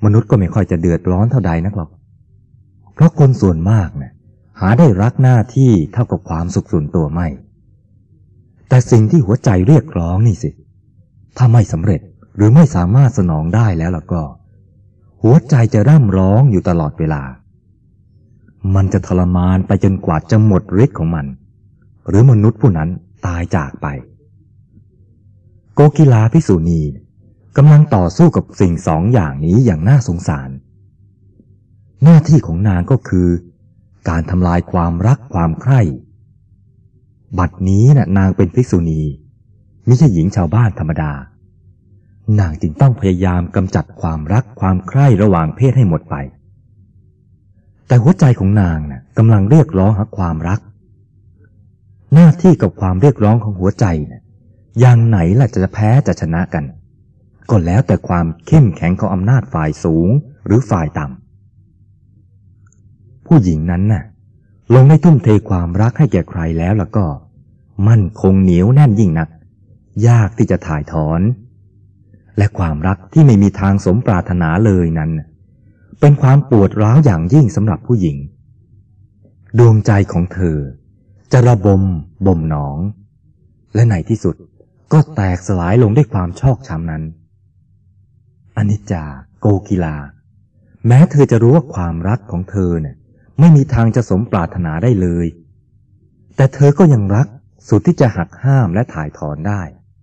มนุษย์ก็ไม่ค่อยจะเดือดร้อนเท่าใดนักหรอกเพราะคนส่วนมากนะหาได้รักหน้าที่เท่ากับความสุขส่วนตัวไม่แต่สิ่งที่หัวใจเรียกร้องนี่สิถ้าไม่สำเร็จหรือไม่สามารถสนองได้แล้วล่ะก็หัวใจจะร่ำร้องอยู่ตลอดเวลามันจะทรมานไปจนกว่าจะหมดฤทธิ์ของมันหรือมนุษย์ผู้นั้นตายจากไปโกกีลาภิกษุณีกำลังต่อสู้กับสิ่งสองอย่างนี้อย่างน่าสงสารหน้าที่ของนางก็คือการทำลายความรักความใคร่บัดนี้นางเป็นภิกษุณีไม่ใช่หญิงชาวบ้านธรรมดานางจึงต้องพยายามกำจัดความรักความใคร่ระหว่างเพศให้หมดไปแต่หัวใจของนางกำลังเรียกร้องหาความรักหน้าที่กับความเรียกร้องของหัวใจอย่างไหนล่ะจะแพ้จะชนะกันก็แล้วแต่ความเข้มแข็งของอำนาจฝ่ายสูงหรือฝ่ายต่ำผู้หญิงนั้นลงได้ทุ่มเทความรักให้แก่ใครแล้วก็มั่นคงเหนียวแน่นยิ่งนักยากที่จะถ่ายถอนและความรักที่ไม่มีทางสมปรารถนาเลยนั้นเป็นความปวดร้าวอย่างยิ่งสำหรับผู้หญิงดวงใจของเธอจะระบมบ่มหนองและในที่สุดก็แตกสลายลงด้วยความชอกช้ำนั้นอนิจจาโกกีลาแม้เธอจะรู้ว่าความรักของเธอไม่มีทางจะสมปรารถนาได้เลยแต่เธอก็ยังรักสุดที่จะหักห้ามและถ่ายถอนได้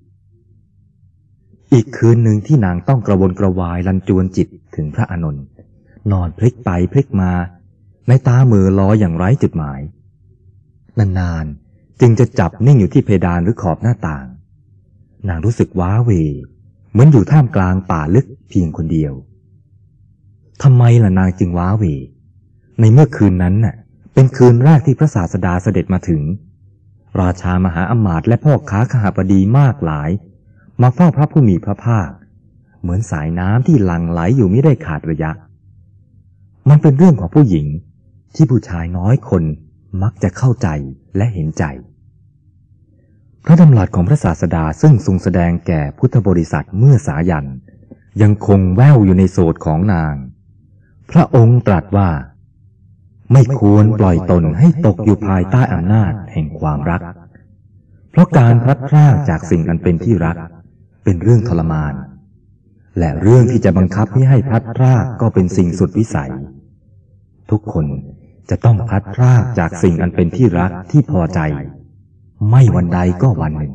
อีกคืนหนึ่งที่นางต้องกระวนกระวายรันจวนจิตถึงพระอานนท์นอนพลิกไปพลิกมาในตาเหม่อลอยอย่างไร้จุดหมายนานๆจึงจะจับนิ่งอยู่ที่เพดานหรือขอบหน้าต่างนางรู้สึกว้าเหวเหมือนอยู่ท่ามกลางป่าลึกเพียงคนเดียวทำไมล่ะนางจึงว้าเหวในเมื่อคืนนั้นเป็นคืนแรกที่พระศาสดาเสด็จมาถึงราชามหาอมาตย์และพ่อค้าขหบดีมากหลายมาเฝ้าพระผู้มีพระภาคเหมือนสายน้ำที่หลั่งไหลอยู่ไม่ได้ขาดระยะมันเป็นเรื่องของผู้หญิงที่ผู้ชายน้อยคนมักจะเข้าใจและเห็นใจพระดำรัสของพระศาสดาซึ่งทรงแสดงแก่พุทธบริษัทเมื่อสายันยังคงแว่วอยู่ในโสตของนางพระองค์ตรัสว่าไม่ควรปล่อยตนให้ตกอยู่ภายใต้อำนาจแห่งความรักเพราะการพลัดพรากจากสิ่งอันเป็นที่รักเป็นเรื่องทรมานและเรื่องที่จะบังคับให้พลัดพรากก็เป็นสิ่งสุดวิสัยทุกคนจะต้องพลัดพรากจากสิ่งอันเป็นที่รักที่พอใจไม่วันใดก็วันหนึ่ง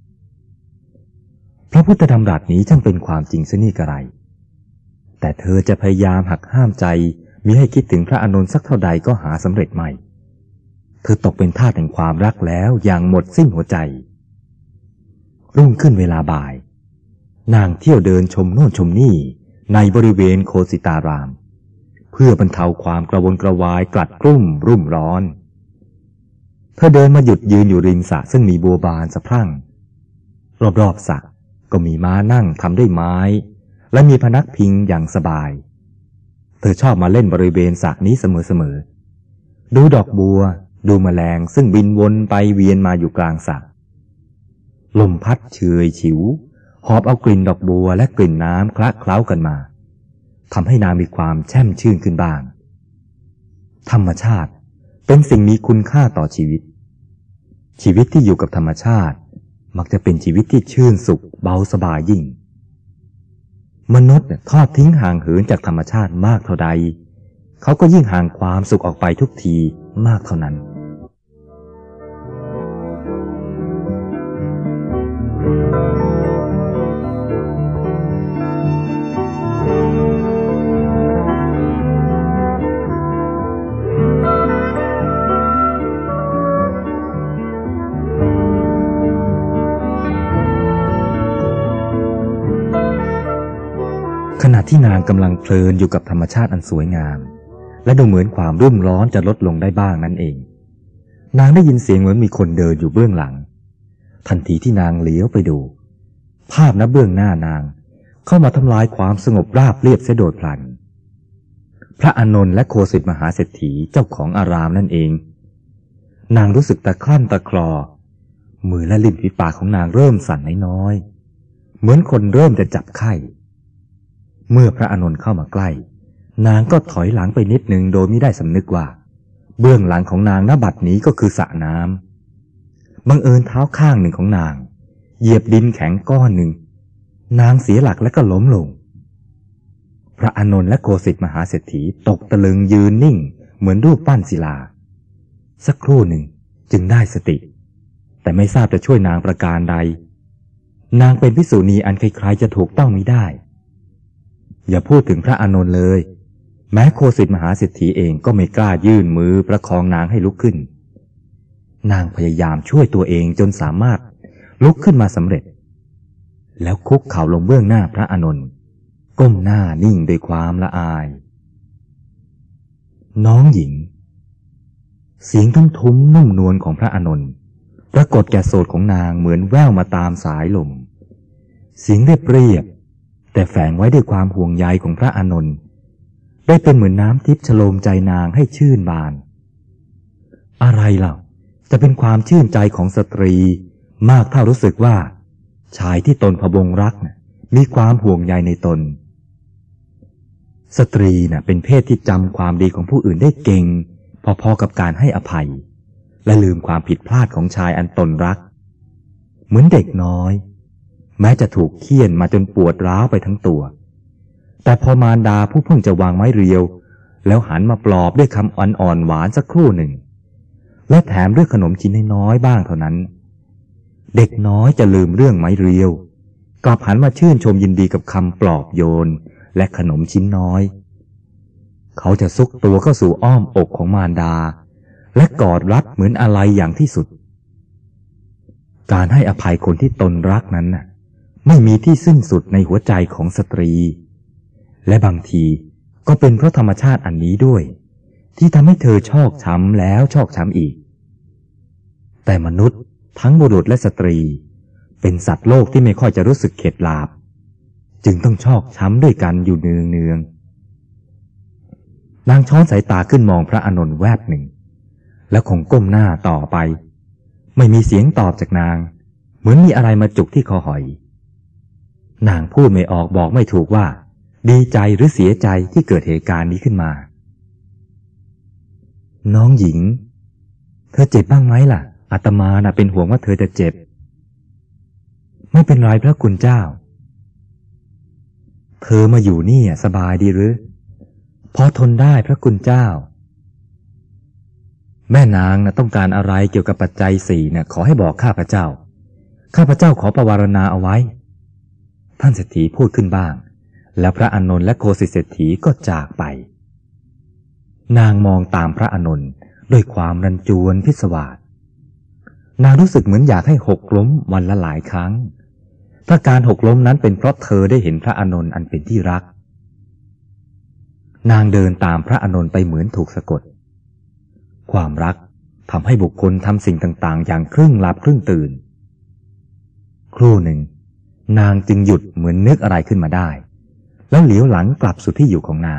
พระพุทธดำรัสนี้ช่างเป็นความจริงซะนี่กระไรแต่เธอจะพยายามหักห้ามใจมิให้คิดถึงพระอานนท์สักเท่าใดก็หาสำเร็จไม่เธอตกเป็นทาสแห่งความรักแล้วอย่างหมดสิ้นหัวใจรุ่งขึ้นเวลาบ่ายนางเที่ยวเดินชมโน่นชมนี่ในบริเวณโคสิตารามเพื่อบรรเทาความกระวนกระวายกลัดกลุ้มรุ่มร้อนเธอเดินมาหยุดยืนอยู่ริมสระซึ่งมีบัวบานสะพรั่งรอบๆสระก็มีม้านั่งทำด้วยไม้และมีพนักพิงอย่างสบายเธอชอบมาเล่นบริเวณสระนี้เสมอๆดูดอกบัวดูแมลงซึ่งบินวนไปเวียนมาอยู่กลางสระลมพัดเฉยฉิวหอบเอากลิ่นดอกบัวและกลิ่นน้ำคละเคล้ากันมาทำให้นางมีความแช่มชื่นขึ้นบ้างธรรมชาติเป็นสิ่งมีคุณค่าต่อชีวิตที่อยู่กับธรรมชาติมักจะเป็นชีวิตที่ชื่นสุขเบาสบายยิ่งมนุษย์ทอดทิ้งห่างเหินจากธรรมชาติมากเท่าใดเขาก็ยิ่งห่างความสุขออกไปทุกทีมากเท่านั้น ขณะที่นางกำลังเพลินอยู่กับธรรมชาติอันสวยงามและดูเหมือนความรุ่มร้อนจะลดลงได้บ้างนั่นเองนางได้ยินเสียงเหมือนมีคนเดินอยู่เบื้องหลังทันทีที่นางเลี้ยวไปดูภาพณเบื้องหน้านางเข้ามาทำลายความสงบราบเรียบเสียโดยพลันพระอานนท์และโคสิทธิมหาเศรษฐีเจ้าของอารามนั่นเองนางรู้สึกตะครั่นตะคลอมือและลิ้นฝีปากของนางเริ่มสั่นน้อยๆเหมือนคนเริ่มจะจับไข้เมื่อพระอานนท์เข้ามาใกล้นางก็ถอยหลังไปนิดนึงโดยไม่ได้สำนึกว่าเบื้องหลังของนางณบัดนี้ก็คือสระน้ำบังเอิญเท้าข้างหนึ่งของนางเหยียบดินแข็งก้อนหนึ่งนางเสียหลักและก็ล้มลงพระอานนท์และโกสิตมหาเศรษฐีตกตะลึงยืนนิ่งเหมือนรูปปั้นศิลาสักครู่หนึ่งจึงได้สติแต่ไม่ทราบจะช่วยนางประการใดนางเป็นภิกษุณีอันใครๆจะถูกต้องมิได้อย่าพูดถึงพระอานนท์เลยแม้โคสิตมหาเศรษฐีเองก็ไม่กล้ายื่นมือประคองนางให้ลุกขึ้นนางพยายามช่วยตัวเองจนสามารถลุกขึ้นมาสำเร็จแล้วคุกเข่าลงเบื้องหน้าพระอานนท์ก้มหน้านิ่งด้วยความละอายน้องหญิงเสียงทุ้มๆนุ่มนวลของพระอานนท์ปรากฏแก่โสตของนางเหมือนแว่วมาตามสายลมเสียงเรียบๆแต่แฝงไว้ด้วยความห่วงใยของพระอานนท์ได้เป็นเหมือนน้ำทิพย์ฉโลมใจนางให้ชื่นบานอะไรเล่าจะเป็นความชื่นใจของสตรีมากเท่ารู้สึกว่าชายที่ตนพะวงรักมีความห่วงใยในตนสตรีเป็นเพศที่จำความดีของผู้อื่นได้เก่งพอๆกับการให้อภัยและลืมความผิดพลาดของชายอันตนรักเหมือนเด็กน้อยแม้จะถูกเฆี่ยนมาจนปวดร้าวไปทั้งตัวแต่พอมารดาผู้เพิ่งจะวางไม้เรียวแล้วหันมาปลอบด้วยคำอ่อนหวานสักครู่หนึ่งและแถมด้วยขนมชิ้นน้อยบ้างเท่านั้นเด็กน้อยจะลืมเรื่องไม้เรียวกลับหันมาชื่นชมยินดีกับคำปลอบโยนและขนมชิ้นน้อยเขาจะซุกตัวเข้าสู่อ้อมอกของมารดาและกอดรัดเหมือนอะไรอย่างที่สุดการให้อภัยคนที่ตนรักนั้นไม่มีที่สิ้นสุดในหัวใจของสตรีและบางทีก็เป็นเพราะธรรมชาติอันนี้ด้วยที่ทำให้เธอชอกช้ำแล้วชอกช้ำอีกแต่มนุษย์ทั้งบุรุษและสตรีเป็นสัตว์โลกที่ไม่ค่อยจะรู้สึกเข็ดหลาบจึงต้องชอกช้ำด้วยกันอยู่เนืองๆนางช้อนสายตาขึ้นมองพระอานนท์แวบหนึ่งแล้วคงก้มหน้าต่อไปไม่มีเสียงตอบจากนางเหมือนมีอะไรมาจุกที่คอหอยนางพูดไม่ออกบอกไม่ถูกว่าดีใจหรือเสียใจที่เกิดเหตุการณ์นี้ขึ้นมาน้องหญิงเธอเจ็บบ้างไหมล่ะอาตมาเป็นห่วงว่าเธอจะเจ็บไม่เป็นไรพระคุณเจ้าเธอมาอยู่นี่สบายดีหรือพอทนได้พระคุณเจ้าแม่นางต้องการอะไรเกี่ยวกับปัจจัยสี่ขอให้บอกข้าพเจ้าขอประวารณาเอาไว้ท่านเศรษฐีพูดขึ้นบ้างแล้วพระอานนท์และโคสิตเศรษฐีก็จากไปนางมองตามพระอานนท์ด้วยความรันจวนพิศวาสนางรู้สึกเหมือนอยากให้หกล้มวันละหลายครั้งถ้าการหกล้มนั้นเป็นเพราะเธอได้เห็นพระอานนท์อันเป็นที่รักนางเดินตามพระอานนท์ไปเหมือนถูกสะกดความรักทำให้บุคคลทำสิ่งต่างๆอย่างครึ่งหลับครึ่งตื่นครู่หนึ่งนางจึงหยุดเหมือนนึกอะไรขึ้นมาได้แล้วเหลียวหลังกลับสู่ที่อยู่ของนาง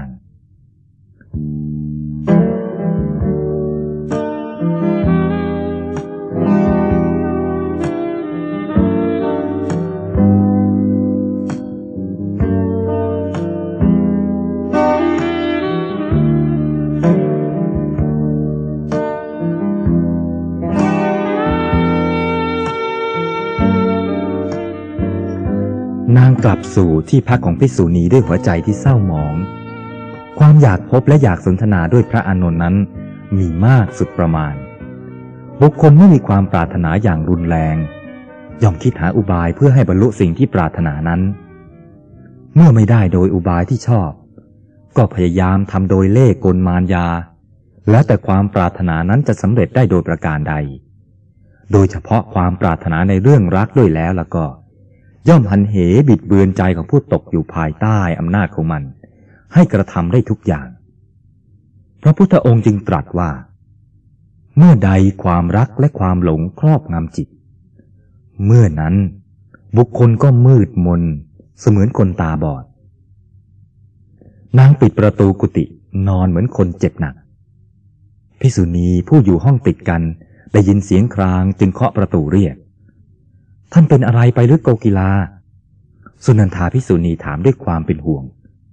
นางกลับสู่ที่พักของภิกษุณีด้วยหัวใจที่เศร้าหมองความอยากพบและอยากสนทนาด้วยพระอานนท์นั้นมีมากสุดประมาณบุคคลไม่มีความปรารถนาอย่างรุนแรงย่อมคิดหาอุบายเพื่อให้บรรลุสิ่งที่ปรารถนานั้นเมื่อไม่ได้โดยอุบายที่ชอบก็พยายามทำโดยเล่ห์กลมารยาแล้วแต่ความปรารถนานั้นจะสำเร็จได้โดยประการใดโดยเฉพาะความปรารถนาในเรื่องรักด้วยแล้วก็ย่อมหันเหบิดเบือนใจของผู้ตกอยู่ภายใต้อำนาจของมันให้กระทำได้ทุกอย่างพระพุทธองค์จึงตรัสว่าเมื่อใดความรักและความหลงครอบงำจิตเมื่อนั้นบุคคลก็มืดมนเสมือนคนตาบอดนางปิดประตูกุฏินอนเหมือนคนเจ็บหนักภิกษุณีผู้อยู่ห้องติดกันได้ยินเสียงครางจึงเคาะประตูเรียกท่านเป็นอะไรไปหรือโกกีลาสุนันทาภิกษุณีถามด้วยความเป็นห่วง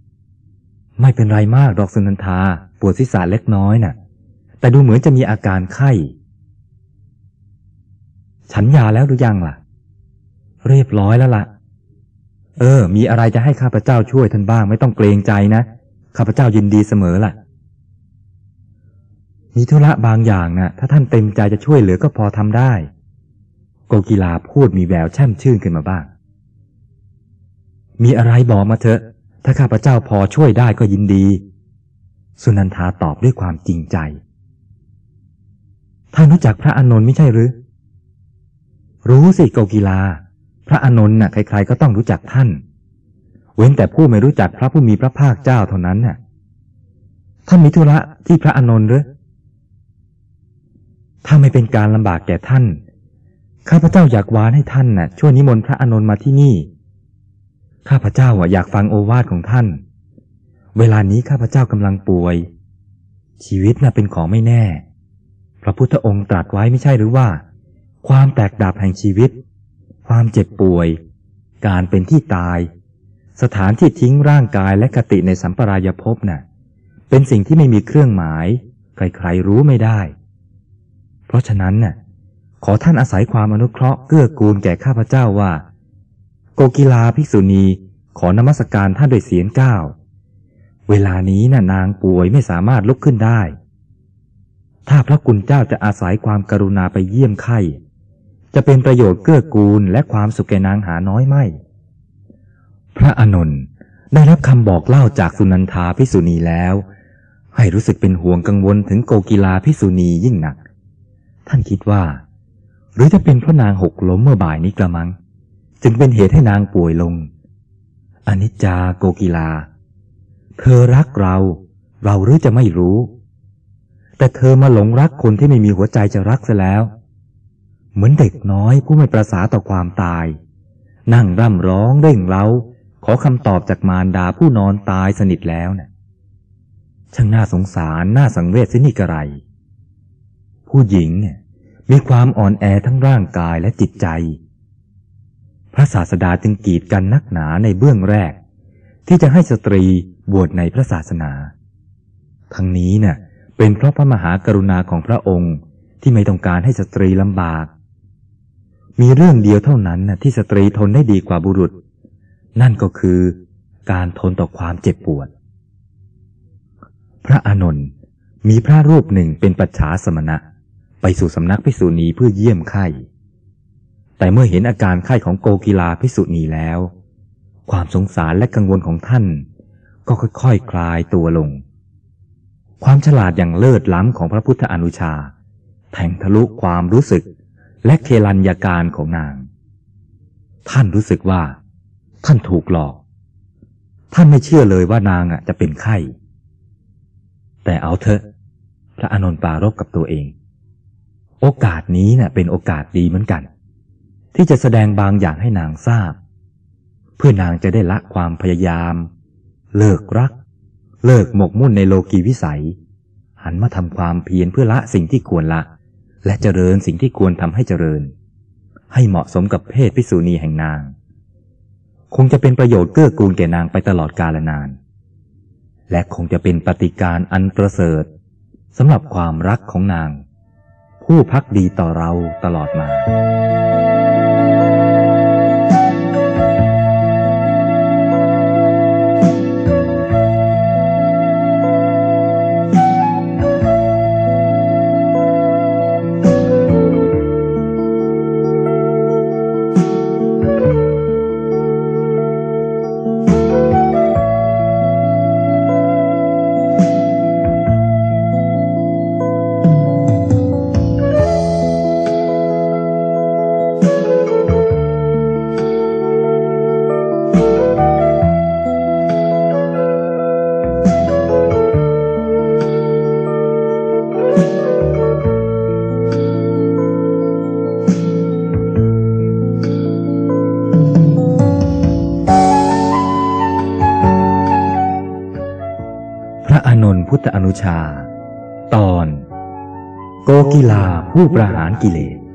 ไม่เป็นไรมากดอกสุนันทาปวดศีรษะเล็กน้อยน่ะแต่ดูเหมือนจะมีอาการไข้ฉันยาแล้วหรือยังล่ะเรียบร้อยแล้วล่ะมีอะไรจะให้ข้าพเจ้าช่วยท่านบ้างไม่ต้องเกรงใจนะข้าพเจ้ายินดีเสมอล่ะมีธุระบางอย่างน่ะถ้าท่านเต็มใจจะช่วยเหลือก็พอทำได้โกกีฬาพูดมีแววแช่มชื่นขึ้นมาบ้างมีอะไรบอกมาเถอะถ้าข้าพเจ้าพอช่วยได้ก็ยินดีสุนันทาตอบด้วยความจริงใจท่านรู้จักพระอานนท์ไม่ใช่หรือรู้สิโกกีฬาพระอานนท์น่ะใครๆก็ต้องรู้จักท่านเว้นแต่ผู้ไม่รู้จักพระผู้มีพระภาคเจ้าเท่านั้นน่ะท่านมีธุระที่พระอานนท์หรือถ้าไม่เป็นการลำบากแก่ท่านข้าพเจ้าอยากวานให้ท่านน่ะช่วยนิมนต์พระอานนท์มาที่นี่ข้าพเจ้าอยากฟังโอวาทของท่านเวลานี้ข้าพเจ้ากำลังป่วยชีวิตน่ะเป็นของไม่แน่พระพุทธองค์ตรัสไว้ไม่ใช่หรือว่าความแตกดับแห่งชีวิตความเจ็บป่วยการเป็นที่ตายสถานที่ทิ้งร่างกายและคติในสัมปรายภพน่ะเป็นสิ่งที่ไม่มีเครื่องหมายใครๆรู้ไม่ได้เพราะฉะนั้นน่ะขอท่านอาศัยความอนุเคราะห์เกื้อกูลแก่ข้าพเจ้าว่าโกกีฬาภิกษุณีขอนมัสการท่านด้วยเสียงก้าวเวลานี้น่ะนางป่วยไม่สามารถลุกขึ้นได้ถ้าพระคุณเจ้าจะอาศัยความกรุณาไปเยี่ยมไข้จะเป็นประโยชน์เกื้อกูลและความสุขแก่นางหาน้อยไม่พระอานนท์ได้รับคำบอกเล่าจากสุนันทาภิกษุณีแล้วให้รู้สึกเป็นห่วงกังวลถึงโกกีฬาภิกษุณียิ่งหนักท่านคิดว่าหรือจะเป็นเพราะนางหกล้มเมื่อบ่ายนี้กระมังจึงเป็นเหตุให้นางป่วยลงอนิจจาโกกีฬาเธอรักเราหรือจะไม่รู้แต่เธอมาหลงรักคนที่ไม่มีหัวใจจะรักซะแล้วเหมือนเด็กน้อยผู้ไม่ประสาต่อความตายนั่งร่ำร้องเร่งเร้าขอคำตอบจากมารดาผู้นอนตายสนิทแล้วน่ะช่างน่าสงสารน่าสังเวชสินี่กระไรผู้หญิงมีความอ่อนแอทั้งร่างกายและจิตใจพระศาสดาจึงกีดกันนักหนาในเบื้องแรกที่จะให้สตรีบวชในพระศาสนาทั้งนี้น่ะเป็นเพราะพระมหากรุณาของพระองค์ที่ไม่ต้องการให้สตรีลำบากมีเรื่องเดียวเท่านั้นน่ะที่สตรีทนได้ดีกว่าบุรุษนั่นก็คือการทนต่อความเจ็บปวดพระอานนท์มีพระรูปหนึ่งเป็นปัจฉาสมณะไปสู่สำนักภิกษุณีเพื่อเยี่ยมไข้แต่เมื่อเห็นอาการไข้ของโกกีฬาภิกษุณีแล้วความสงสารและกังวลของท่านก็ค่อยๆคลายตัวลงความฉลาดอย่างเลิศล้ำของพระพุทธอนุชาแทงทะลุความรู้สึกและเคลัญญาการของนางท่านรู้สึกว่าท่านถูกหลอกท่านไม่เชื่อเลยว่านางจะเป็นไข้แต่เอาเถอะพระอานนท์ปรารภกับตัวเองโอกาสนี้เป็นโอกาสดีเหมือนกันที่จะแสดงบางอย่างให้นางทราบเพื่อนางจะได้ละความพยายามเลิกรักเลิกหมกมุ่นในโลกีวิสัยหันมาทำความเพียรเพื่อละสิ่งที่ควรละและเจริญสิ่งที่ควรทำให้เจริญให้เหมาะสมกับเพศภิกษุณีแห่งนางคงจะเป็นประโยชน์เกื้อกูลแก่นางไปตลอดกาลนานและคงจะเป็นปฏิการอันประเสริฐสำหรับความรักของนางผู้ภักดีต่อเราตลอดมาพุทธอนุชาตอนโกกีฬาผู้ประหารกิเลส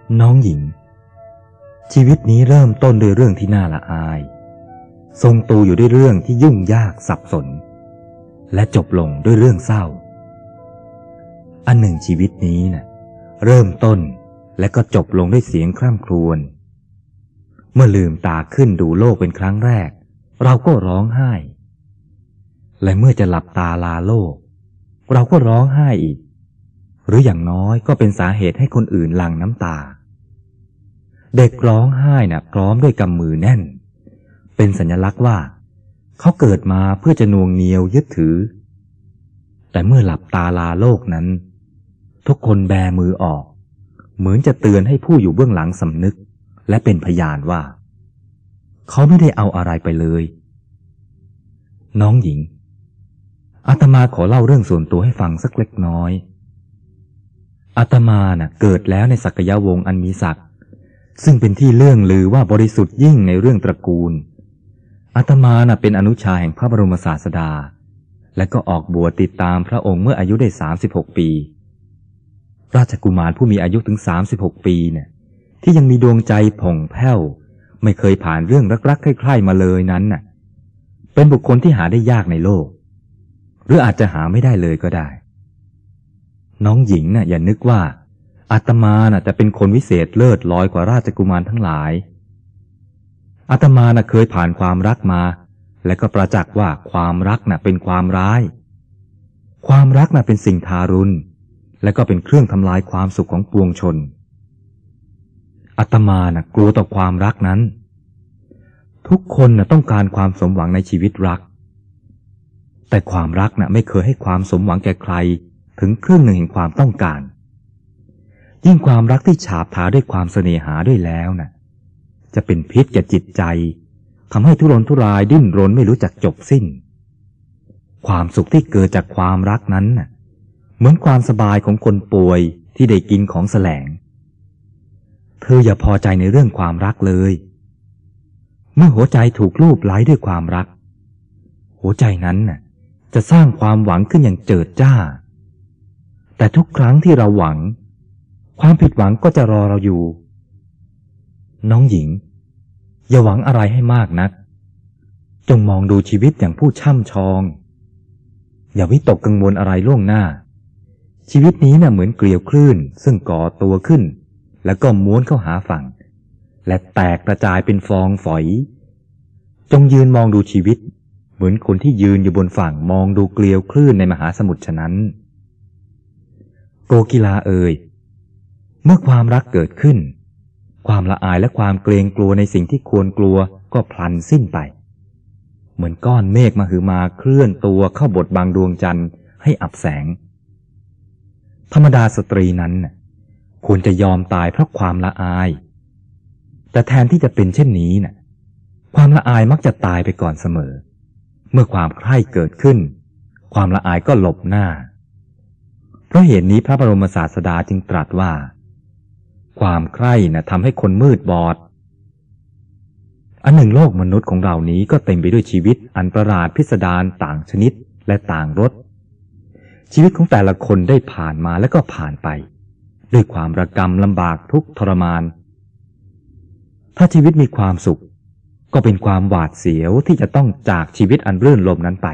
น้องหญิงชีวิตนี้เริ่มต้นด้วยเรื่องที่น่าละอายทรงตัวอยู่ด้วยเรื่องที่ยุ่งยากสับสนและจบลงด้วยเรื่องเศร้าอันหนึ่งชีวิตนี้เริ่มต้นและก็จบลงด้วยเสียงคร่ำครวญเมื่อลืมตาขึ้นดูโลกเป็นครั้งแรกเราก็ร้องไห้และเมื่อจะหลับตาลาโลกเราก็ร้องไห้อีกหรืออย่างน้อยก็เป็นสาเหตุให้คนอื่นหลั่งน้ำตาเด็กร้องไห้พร้อมด้วยกำมือแน่นเป็นสัญลักษณ์ว่าเขาเกิดมาเพื่อจะนวงเหนียวยึดถือแต่เมื่อหลับตาลาโลกนั้นทุกคนแบมือออกเหมือนจะเตือนให้ผู้อยู่เบื้องหลังสำนึกและเป็นพยานว่าเขาไม่ได้เอาอะไรไปเลยน้องหญิงอาตมาขอเล่าเรื่องส่วนตัวให้ฟังสักเล็กน้อยอาตมาเกิดแล้วในศักยวงศ์อันมีศักดิ์ซึ่งเป็นที่เลื่องลือว่าบริสุทธิ์ยิ่งในเรื่องตระกูลอาตมาเป็นอนุชาแห่งพระบรมศาสดาและก็ออกบวชติดตามพระองค์เมื่ออายุได้36 ปีราชกุมารผู้มีอายุถึง36 ปีที่ยังมีดวงใจผ่องแผ้วไม่เคยผ่านเรื่องรักๆใคร่ๆมาเลยนั้นเป็นบุคคลที่หาได้ยากในโลกหรืออาจจะหาไม่ได้เลยก็ได้น้องหญิงอย่านึกว่าอาตมาจะเป็นคนวิเศษเลิศลอยกว่าราชกุมารทั้งหลายอาตมาเคยผ่านความรักมาและก็ประจักษ์ว่าความรักเป็นความร้ายความรักเป็นสิ่งทารุณและก็เป็นเครื่องทำลายความสุขของปวงชนอาตมากลัวต่อความรักนั้นทุกคนต้องการความสมหวังในชีวิตรักแต่ความรักไม่เคยให้ความสมหวังแก่ใครถึงครึ่งหนึ่งแห่งความต้องการยิ่งความรักที่ฉาบทาด้วยความเสน่หาด้วยแล้วจะเป็นพิษแก่จิตใจทำให้ทุรนทุรายดิ้นรนไม่รู้จักจบสิ้นความสุขที่เกิดจากความรักนั้นเหมือนความสบายของคนป่วยที่ได้กินของแสลงเธออย่าพอใจในเรื่องความรักเลยเมื่อหัวใจถูกลูบไล้ด้วยความรักหัวใจนั้นจะสร้างความหวังขึ้นอย่างเจิดจ้าแต่ทุกครั้งที่เราหวังความผิดหวังก็จะรอเราอยู่น้องหญิงอย่าหวังอะไรให้มากนักจงมองดูชีวิตอย่างผู้ช่ำชองอย่าวิตกกังวลอะไรล่วงหน้าชีวิตนี้เหมือนเกลียวคลื่นซึ่งก่อตัวขึ้นแล้วก็ม้วนเข้าหาฝั่งและแตกกระจายเป็นฟองฝอยจงยืนมองดูชีวิตเหมือนคนที่ยืนอยู่บนฝั่งมองดูเกลียวคลื่นในมหาสมุทรฉะนั้นโกกีฬาเอ่ยเมื่อความรักเกิดขึ้นความละอายและความเกรงกลัวในสิ่งที่ควรกลัวก็พลันสิ้นไปเหมือนก้อนเมฆมหึมาเคลื่อนตัวเข้าบดบังดวงจันทร์ให้อับแสงธรรมดาสตรีนั้นควรจะยอมตายเพราะความละอายแต่แทนที่จะเป็นเช่นนี้ความละอายมักจะตายไปก่อนเสมอเมื่อความใคร่เกิดขึ้นความละอายก็หลบหน้าเพราะเหตุนี้พระบรมศาสดาจึงตรัสว่าความใคร่ทำให้คนมืดบอดอันหนึ่งโลกมนุษย์ของเรานี้ก็เต็มไปด้วยชีวิตอันประหลาดพิสดารต่างชนิดและต่างรสชีวิตของแต่ละคนได้ผ่านมาและก็ผ่านไปด้วยความระกำลำบากทุกข์ทรมานถ้าชีวิตมีความสุขก็เป็นความหวาดเสียวที่จะต้องจากชีวิตอันรื่นรมนั้นไป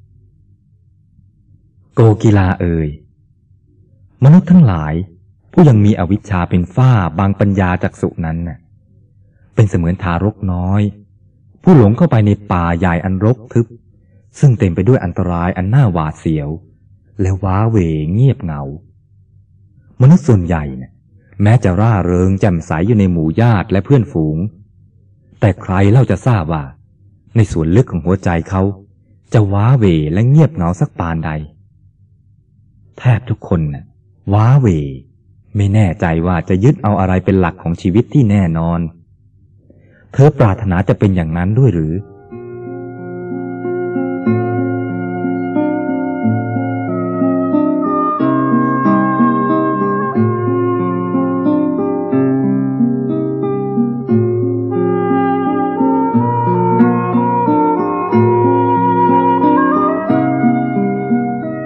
โกกีฬาเอ่ยมนุษย์ทั้งหลายผู้ยังมีอวิชชาเป็นฝ้าบางปัญญาจักษุนั้นเป็นเสมือนทารกน้อยผู้หลงเข้าไปในป่าใหญ่อันรกทึบซึ่งเต็มไปด้วยอันตรายอันน่าหวาดเสียวและว้าเหวเงียบเหงามนุษย์ส่วนใหญ่แม้จะร่าเริงแจ่มใสอยู่ในหมู่ญาติและเพื่อนฝูงแต่ใครเล่าจะทราบว่าในส่วนลึกของหัวใจเขาจะว้าเหวและเงียบเหงาสักปานใดแทบทุกคนว้าเหวไม่แน่ใจว่าจะยึดเอาอะไรเป็นหลักของชีวิตที่แน่นอนเธอปรารถนาจะเป็นอย่างนั้นด้วยหรือ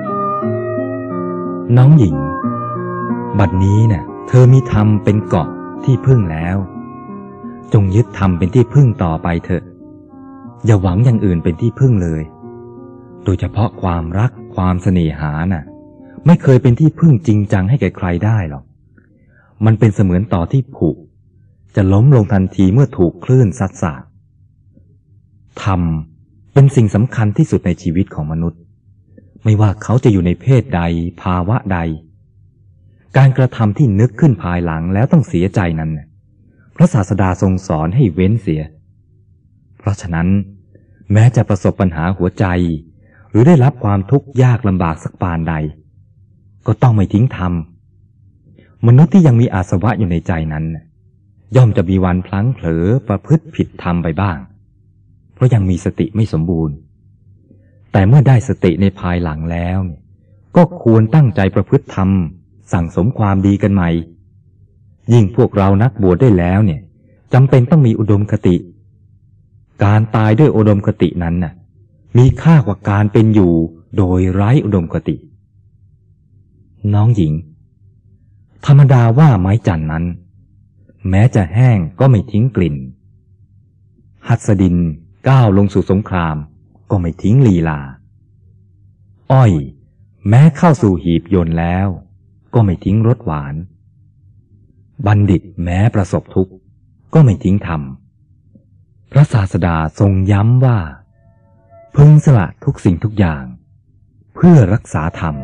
น้องหญิงบัดนี้เธอมีธรรมเป็นเกาะที่พึ่งแล้วจงยึดธรรมเป็นที่พึ่งต่อไปเถอะอย่าหวังอย่างอื่นเป็นที่พึ่งเลยโดยเฉพาะความรักความเสน่หาน่ะไม่เคยเป็นที่พึ่งจริงจังให้แก่ใครได้หรอกมันเป็นเสมือนต่อที่ผุจะล้มลงทันทีเมื่อถูกคลื่นซัดสาดธรรมเป็นสิ่งสำคัญที่สุดในชีวิตของมนุษย์ไม่ว่าเขาจะอยู่ในเพศใดภาวะใดการกระทำที่นึกขึ้นภายหลังแล้วต้องเสียใจนั้นพระศาสดาทรงสอนให้เว้นเสียเพราะฉะนั้นแม้จะประสบปัญหาหัวใจหรือได้รับความทุกข์ยากลำบากสักปานใดก็ต้องไม่ทิ้งธรรมมนุษย์ที่ยังมีอาสวะอยู่ในใจนั้นย่อมจะมีวันพลั้งเผลอประพฤติผิดธรรมไปบ้างเพราะยังมีสติไม่สมบูรณ์แต่เมื่อได้สติในภายหลังแล้วก็ควรตั้งใจประพฤติธรรมสั่งสมความดีกันใหม่ยิ่งพวกเรานักบวชได้แล้วจำเป็นต้องมีอุดมคติการตายด้วยอุดมคตินั้นมีค่ากว่าการเป็นอยู่โดยไร้อุดมคติน้องหญิงธรรมดาว่าไม้จันทร์นั้นแม้จะแห้งก็ไม่ทิ้งกลิ่นหัสดินก้าวลงสู่สงครามก็ไม่ทิ้งลีลาอ้อยแม้เข้าสู่หีบยนต์แล้วก็ไม่ทิ้งรสหวานบัณฑิตแม้ประสบทุกข์ก็ไม่ทิ้งธรรมพระศาสดาทรงย้ำว่าพึงสละทุกสิ่งทุกอย่างเพื่อรักษาธรรม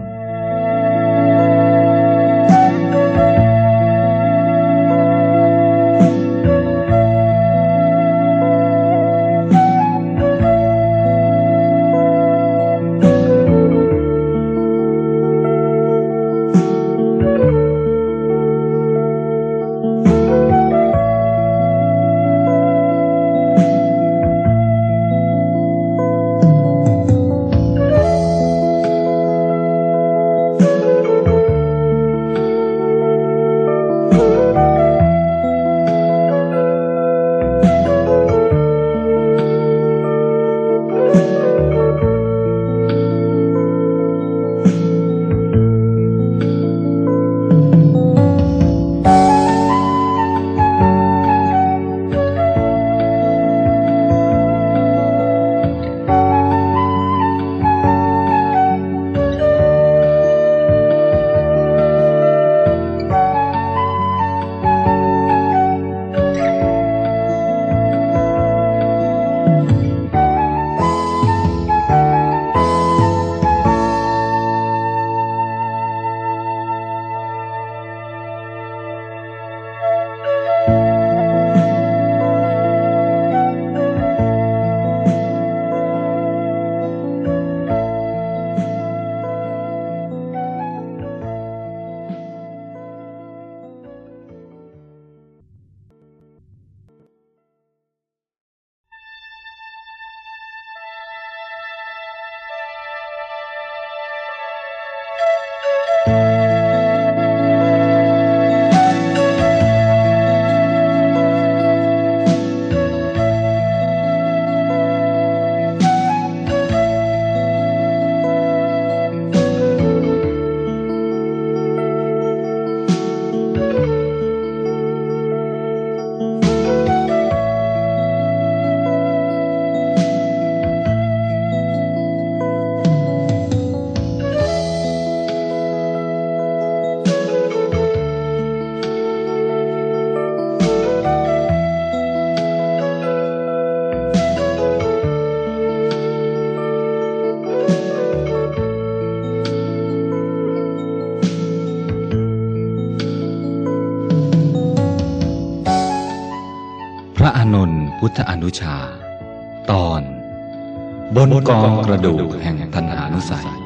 พระอานนท์พุทธอนุชาตอนบนกองกระดูกแห่งตัณหานุสัย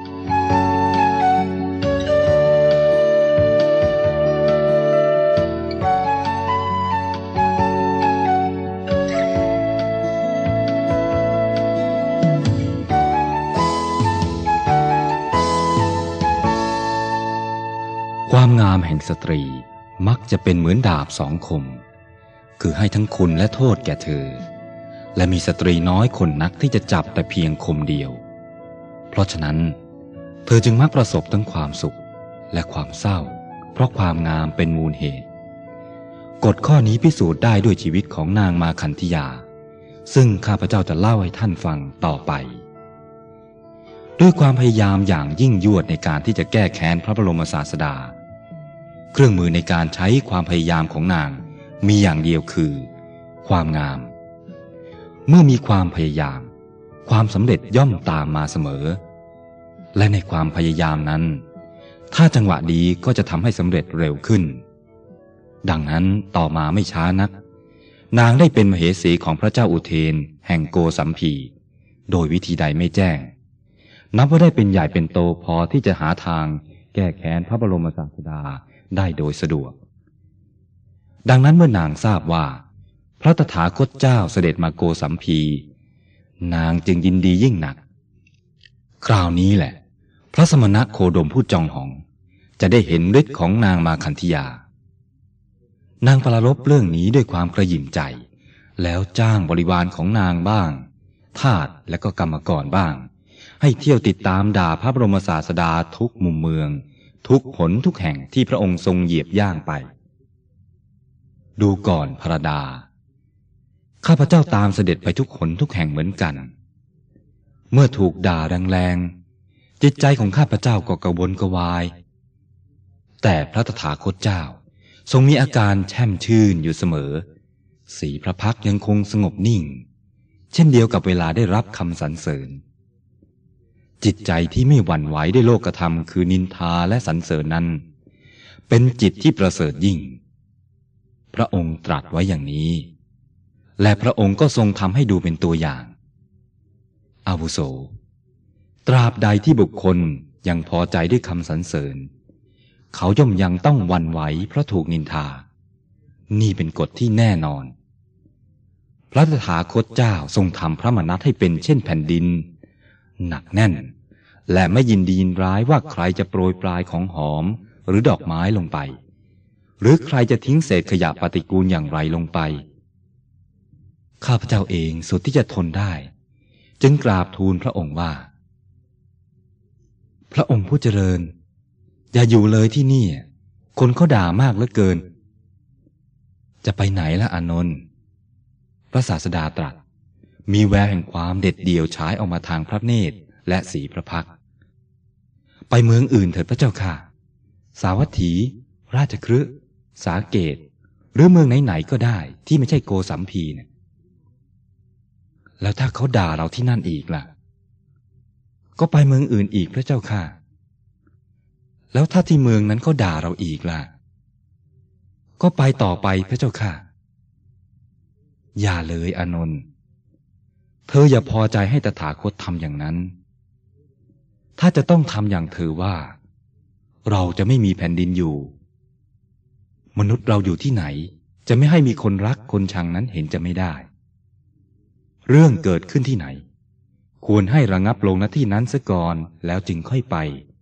ความงามแห่งสตรีมักจะเป็นเหมือนดาบสองคมคือให้ทั้งคุณและโทษแก่เธอและมีสตรีน้อยคนนักที่จะจับแต่เพียงคมเดียวเพราะฉะนั้นเธอจึงมักประสบทั้งความสุขและความเศร้าเพราะความงามเป็นมูลเหตุกฎข้อนี้พิสูจน์ได้ด้วยชีวิตของนางมาคันธิยาซึ่งข้าพเจ้าจะเล่าให้ท่านฟังต่อไปด้วยความพยายามอย่างยิ่งยวดในการที่จะแก้แค้นพระบรมศาสดาเครื่องมือในการใช้ความพยายามของนางมีอย่างเดียวคือความงามเมื่อมีความพยายามความสำเร็จย่อมตามมาเสมอและในความพยายามนั้นถ้าจังหวะดีก็จะทำให้สำเร็จเร็วขึ้นดังนั้นต่อมาไม่ช้านักนางได้เป็นมเหสีของพระเจ้าอุเทนแห่งโกสัมพีโดยวิธีใดไม่แจ้งนับว่าได้เป็นใหญ่เป็นโตพอที่จะหาทางแก้แค้นพระบรมศาสดาได้โดยสะดวกดังนั้นเมื่อนางทราบว่าพระตถาคตเจ้าเสด็จมาโกสัมพีนางจึงยินดียิ่งหนักคราวนี้แหละพระสมณโคดมผู้จองหองจะได้เห็นฤทธิ์ของนางมาคันธิยานางปรารภเรื่องนี้ด้วยความกระหยิ่มใจแล้วจ้างบริวารของนางบ้างทาสและก็กรรมกรบ้างให้เที่ยวติดตามด่าพระบรมศาสดาทุกมุมเมืองทุกหนทุกแห่งที่พระองค์ทรงเหยียบย่างไปดูก่อนพระดาข้าพเจ้าตามเสด็จไปทุกหนทุกแห่งเหมือนกันเมื่อถูกด่าแรงๆจิตใจของข้าพเจ้าก็กระวนกระวายแต่พระตถาคตเจ้าทรงมีอาการแช่มชื่นอยู่เสมอสีพระพักตร์ยังคงสงบนิ่งเช่นเดียวกับเวลาได้รับคำสรรเสริญจิตใจที่ไม่หวั่นไหวด้วยโลกธรรมคือนินทาและสรรเสริญนั้นเป็นจิตที่ประเสริฐยิ่งพระองค์ตรัสไว้อย่างนี้และพระองค์ก็ทรงทำให้ดูเป็นตัวอย่างอาวุโสตราบใดที่บุคคลยังพอใจด้วยคำสรรเสริญเขาย่อมยังต้องหวั่นไหวเพราะถูกนินทานี่เป็นกฎที่แน่นอนพระตถาคตเจ้าทรงทำพระมนัสให้เป็นเช่นแผ่นดินหนักแน่นและไม่ยินดียินร้ายว่าใครจะโปรยปลายของหอมหรือดอกไม้ลงไปหรือใครจะทิ้งเศษขยะปฏิกูลอย่างไรลงไปข้าพเจ้าเองสุดที่จะทนได้จึงกราบทูลพระองค์ว่าพระองค์ผู้เจริญอย่าอยู่เลยที่นี่คนเขาด่ามากเหลือเกินจะไปไหนล่ะอานนท์พระศาสดาตรัสมีแววแห่งความเด็ดเดี่ยวฉายออกมาทางพระเนตรและสีพระพักตร์ไปเมืองอื่นเถิดพระเจ้าค่ะสาวัตถีราชคฤห์สาเกตหรือเมืองไหนๆก็ได้ที่ไม่ใช่โกสัมพีเนี่ยแล้วถ้าเขาด่าเราที่นั่นอีกล่ะก็ไปเมืองอื่นอีกพระเจ้าค่ะแล้วถ้าที่เมืองนั้นเขาด่าเราอีกล่ะก็ไปต่อไปพระเจ้าค่ะอย่าเลยอานนท์เธออย่าพอใจให้ตถาคตทำอย่างนั้นถ้าจะต้องทำอย่างเธอว่าเราจะไม่มีแผ่นดินอยู่มนุษย์เราอยู่ที่ไหนจะไม่ให้มีคนรักคนชังนั้นเห็นจะไม่ได้เรื่องเกิดขึ้นที่ไหนควรให้ระงับลงณที่นั้นซะก่อนแล้วจึงค่อยไป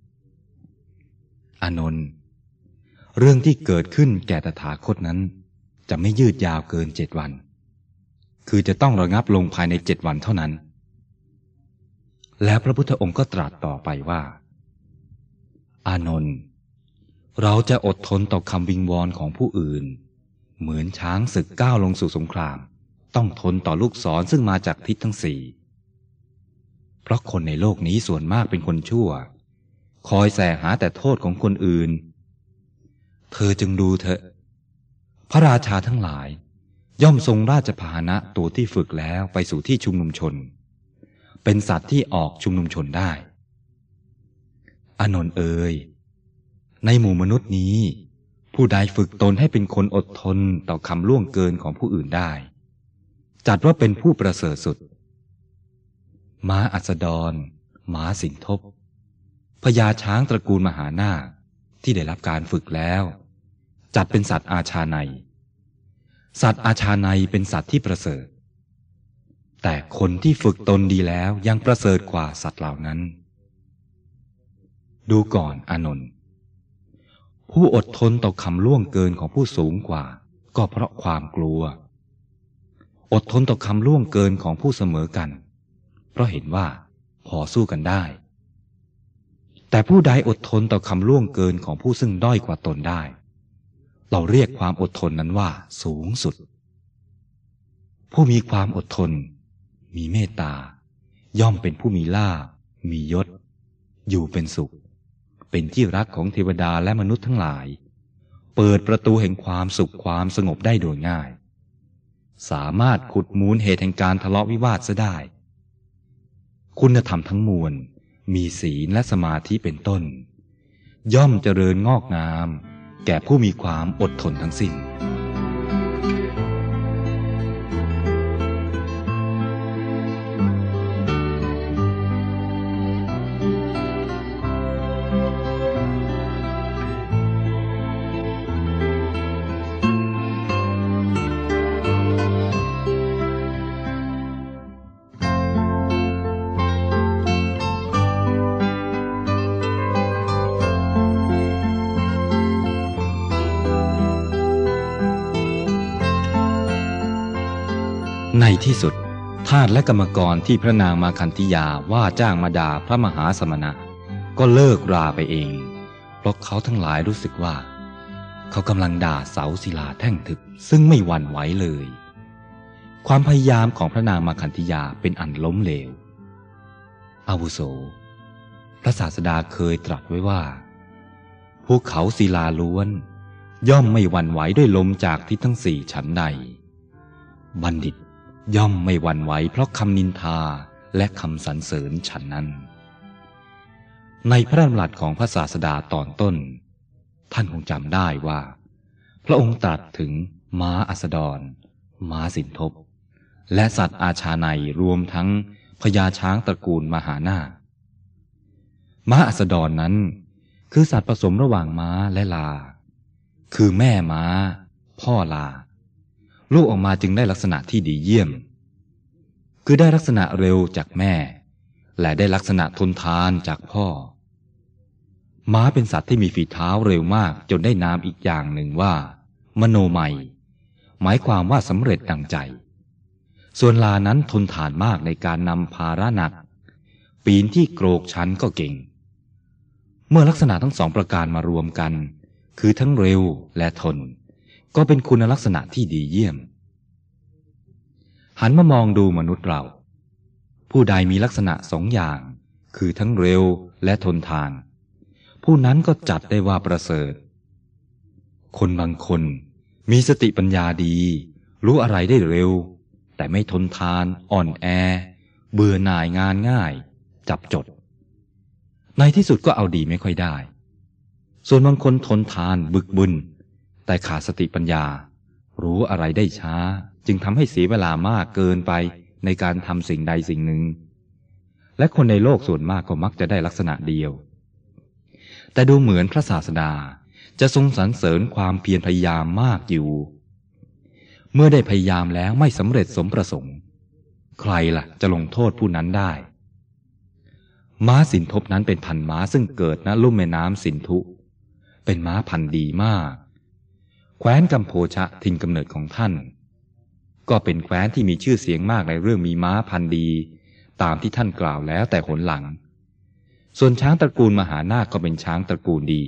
อานนท์เรื่องที่เกิดขึ้นแก่ตถาคตนั้นจะไม่ยืดยาวเกิน7 วันคือจะต้องระงับลงภายใน7 วันเท่านั้นแล้วพระพุทธองค์ก็ตรัสต่อไปว่าอานนท์เราจะอดทนต่อคำวิงวอนของผู้อื่นเหมือนช้างศึกก้าวลงสู่สงครามต้องทนต่อลูกศรซึ่งมาจากทิศทั้ง4เพราะคนในโลกนี้ส่วนมากเป็นคนชั่วคอยแสหาแต่โทษของคนอื่นเธอจึงดูเถอะพระราชาทั้งหลายย่อมทรงราชพาหนะตัวที่ฝึกแล้วไปสู่ที่ชุมนุมชนเป็นสัตว์ที่ออกชุมนุมชนได้อานนท์เอ๋ยในหมู่มนุษย์นี้ผู้ใดฝึกตนให้เป็นคนอดทนต่อคำล่วงเกินของผู้อื่นได้จัดว่าเป็นผู้ประเสริฐสุดม้าอัสดรม้าสิงห์ทบพญาช้างตระกูลมหานาคที่ได้รับการฝึกแล้วจัดเป็นสัตว์อาชาไนยสัตว์อาชาไนยเป็นสัตว์ที่ประเสริฐแต่คนที่ฝึกตนดีแล้วยังประเสริฐกว่าสัตว์เหล่านั้นดูก่อนอานนท์ผู้อดทนต่อคำล่วงเกินของผู้สูงกว่าก็เพราะความกลัวอดทนต่อคำล่วงเกินของผู้เสมอกันเพราะเห็นว่าพอสู้กันได้แต่ผู้ใดอดทนต่อคำล่วงเกินของผู้ซึ่งด้อยกว่าตนได้เราเรียกความอดทนนั้นว่าสูงสุดผู้มีความอดทนมีเมตตาย่อมเป็นผู้มีลาภมียศอยู่เป็นสุขเป็นที่รักของเทวดาและมนุษย์ทั้งหลายเปิดประตูแห่งความสุขความสงบได้โดยง่ายสามารถขุดมูลเหตุแห่งการทะเลาะวิวาทซะได้คุณธรรมทั้งมวลมีศีลและสมาธิเป็นต้นย่อมเจริญงอกงามแก่ผู้มีความอดทนทั้งสิ้นในที่สุดทาสและกรรมกรที่พระนางมาคันธิยาว่าจ้างมาด่าพระมหาสมณะก็เลิกราไปเองเพราะเขาทั้งหลายรู้สึกว่าเขากำลังด่าเสาศิลาแท่งทึบซึ่งไม่หวั่นไหวเลยความพยายามของพระนางมาคันธิยาเป็นอันล้มเหลวอาวุโสพระศาสดาเคยตรัสไว้ว่าภูเขาศิลาล้วนย่อมไม่หวั่นไหวด้วยลมจากทิศทั้งสี่ฉันใดบัณฑิตย่อมไม่หวั่นไหวเพราะคำนินทาและคำสรรเสริญฉันนั้นในพระดำรัสของพระศาสดาตอนต้นท่านคงจำได้ว่าพระองค์ตรัสถึงม้าอัสดรม้าสินทบและสัตว์อาชาไนยรวมทั้งพญาช้างตระกูลมหานาคม้าอัสดรนั้นคือสัตว์ผสมระหว่างม้าและลาคือแม่ม้าพ่อลาลูกออกมาจึงได้ลักษณะที่ดีเยี่ยมคือได้ลักษณะเร็วจากแม่และได้ลักษณะทนทานจากพ่อม้าเป็นสัตว์ที่มีฝีเท้าเร็วมากจนได้นามอีกอย่างหนึ่งว่ามโนมัยหมายความว่าสำเร็จดังใจส่วนลานั้นทนทานมากในการนำภาระหนักปีนที่โกรกชันก็เก่งเมื่อลักษณะทั้งสองประการมารวมกันคือทั้งเร็วและทนก็เป็นคุณลักษณะที่ดีเยี่ยมหันมามองดูมนุษย์เราผู้ใดมีลักษณะสองอย่างคือทั้งเร็วและทนทานผู้นั้นก็จัดได้ว่าประเสริฐคนบางคนมีสติปัญญาดีรู้อะไรได้เร็วแต่ไม่ทนทานอ่อนแอเบื่อหน่ายงานง่ายจับจดในที่สุดก็เอาดีไม่ค่อยได้ส่วนบางคนทนทานบึกบึนแต่ขาดสติปัญญารู้อะไรได้ช้าจึงทำให้เสียเวลามากเกินไปในการทำสิ่งใดสิ่งหนึ่งและคนในโลกส่วนมากก็มักจะได้ลักษณะเดียวแต่ดูเหมือนพระศาสดาจะทรงสรรเสริญความเพียรพยายามมากอยู่เมื่อได้พยายามแล้วไม่สำเร็จสมประสงค์ใครล่ะจะลงโทษผู้นั้นได้ม้าสินทบนั้นเป็นพันม้าซึ่งเกิดณลุ่มแม่น้ำสินธุเป็นม้าพันธุ์ดีมากแคว้นกัมโพชะถิ่นกำเนิดของท่านก็เป็นแคว้นที่มีชื่อเสียงมากในเรื่องมีม้าพันธุ์ดีตามที่ท่านกล่าวแล้วแต่หนหลังส่วนช้างตระกูลมหานาคก็เป็นช้างตระกูลดี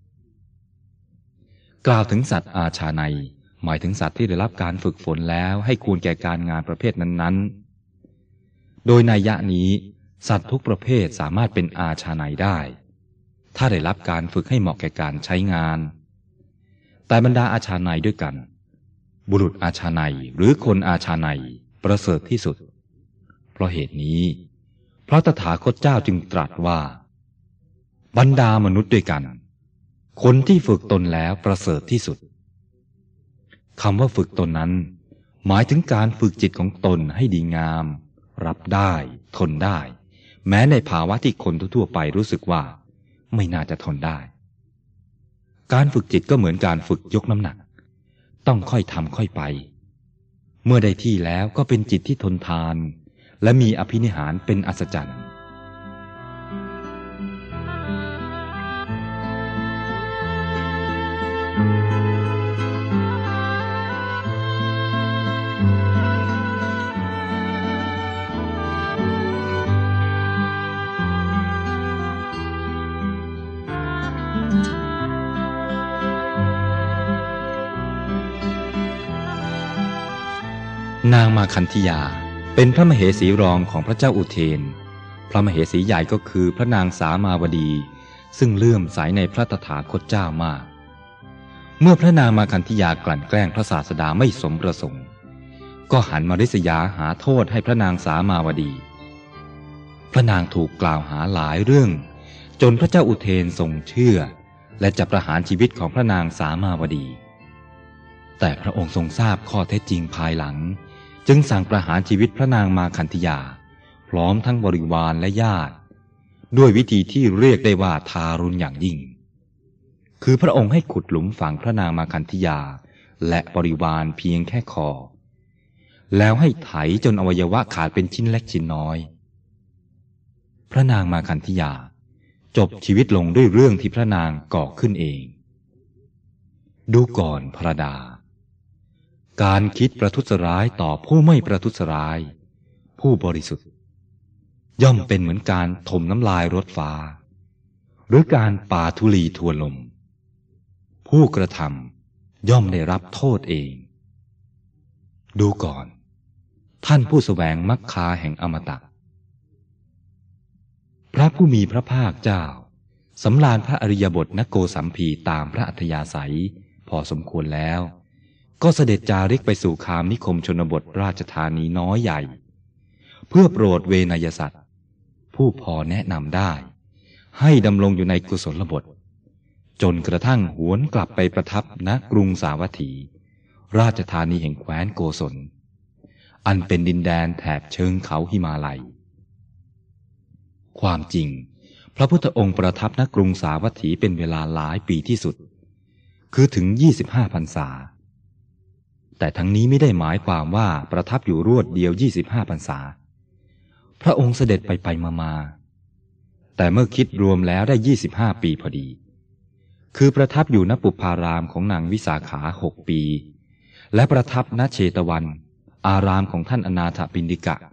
กล่าวถึงสัตว์อาชาไนยหมายถึงสัตว์ที่ได้รับการฝึกฝนแล้วให้ควรแก่การงานประเภทนั้นๆโดยนัยยะนี้สัตว์ทุกประเภทสามารถเป็นอาชาไนยได้ถ้าได้รับการฝึกให้เหมาะแก่การใช้งานแต่บรรดาอาชาไนยด้วยกันบุรุษอาชาไนยหรือคนอาชาไนยประเสริฐที่สุดเพราะเหตุนี้พระตถาคตเจ้าจึงตรัสว่าบรรดามนุษย์ด้วยกันคนที่ฝึกตนแล้วประเสริฐที่สุดคำว่าฝึกตนนั้นหมายถึงการฝึกจิตของตนให้ดีงามรับได้ทนได้แม้ในภาวะที่คนทั่วไปรู้สึกว่าไม่น่าจะทนได้การฝึกจิตก็เหมือนการฝึกยกน้ำหนักต้องค่อยทำค่อยไปเมื่อได้ที่แล้วก็เป็นจิตที่ทนทานและมีอภินิหารเป็นอัศจรรย์พนางมาคันธิยาเป็นพระมเหสีรองของพระเจ้าอุเทนพระมเหสีใหญ่ก็คือพระนางสามาวดีซึ่งเลื่อมใสในพระตถาคตเจ้ามากเมื่อพระนางมาคันธิยากลั่นแกล้งพระศาสดาไม่สมประสงค์ก็หันมาริษยาหาโทษให้พระนางสามาวดีพระนางถูกกล่าวหาหลายเรื่องจนพระเจ้าอุเทนทรงเชื่อและจะประหารชีวิตของพระนางสามาวดีแต่พระองค์ทรงทราบข้อเท็จจริงภายหลังจึงสั่งประหารชีวิตพระนางมาคันธิยาพร้อมทั้งบริวารและญาติด้วยวิธีที่เรียกได้ว่าทารุณอย่างยิ่งคือพระองค์ให้ขุดหลุมฝังพระนางมาคันธิยาและบริวารเพียงแค่คอแล้วให้ไถจนอวัยวะขาดเป็นชิ้นเล็กชิ้นน้อยพระนางมาคันธิยาจบชีวิตลงด้วยเรื่องที่พระนางก่อขึ้นเองดูก่อนพระดาการคิดประทุษร้ายต่อผู้ไม่ประทุษร้ายผู้บริสุทธิ์ย่อมเป็นเหมือนการถมน้ำลายรถฟ้าหรือการปาธุลีทวนลมผู้กระทำย่อมได้รับโทษเองดูก่อนท่านผู้แสวงมรรคาแห่งอมตะพระผู้มีพระภาคเจ้าสำราญพระอริยบทณโกสัมพีตามพระอัธยาศัยพอสมควรแล้วก็เสด็จจาริกไปสู่คามนิคมชนบทราชธานีน้อยใหญ่เพื่อโปรดเวนยสัตว์ผู้พอแนะนำได้ให้ดำรงอยู่ในกุศลบทจนกระทั่งหวนกลับไปประทับณกรุงสาวัตถีราชธานีแห่งแคว้นโกศลอันเป็นดินแดนแถบเชิงเขาหิมาลัยความจริงพระพุทธองค์ประทับณกรุงสาวัตถีเป็นเวลาหลายปีที่สุดคือถึง25 พรรษาแต่ทั้งนี้ไม่ได้หมายความว่าประทับอยู่รวดเดียว25 พรรษาพระองค์เสด็จไปมาแต่เมื่อคิดรวมแล้วได้25 ปีพอดีคือประทับอยู่ณปุพพารามของนางวิสาขา6 ปีและประทับณเชตวันอารามของท่านอนาถปิณฑิกะ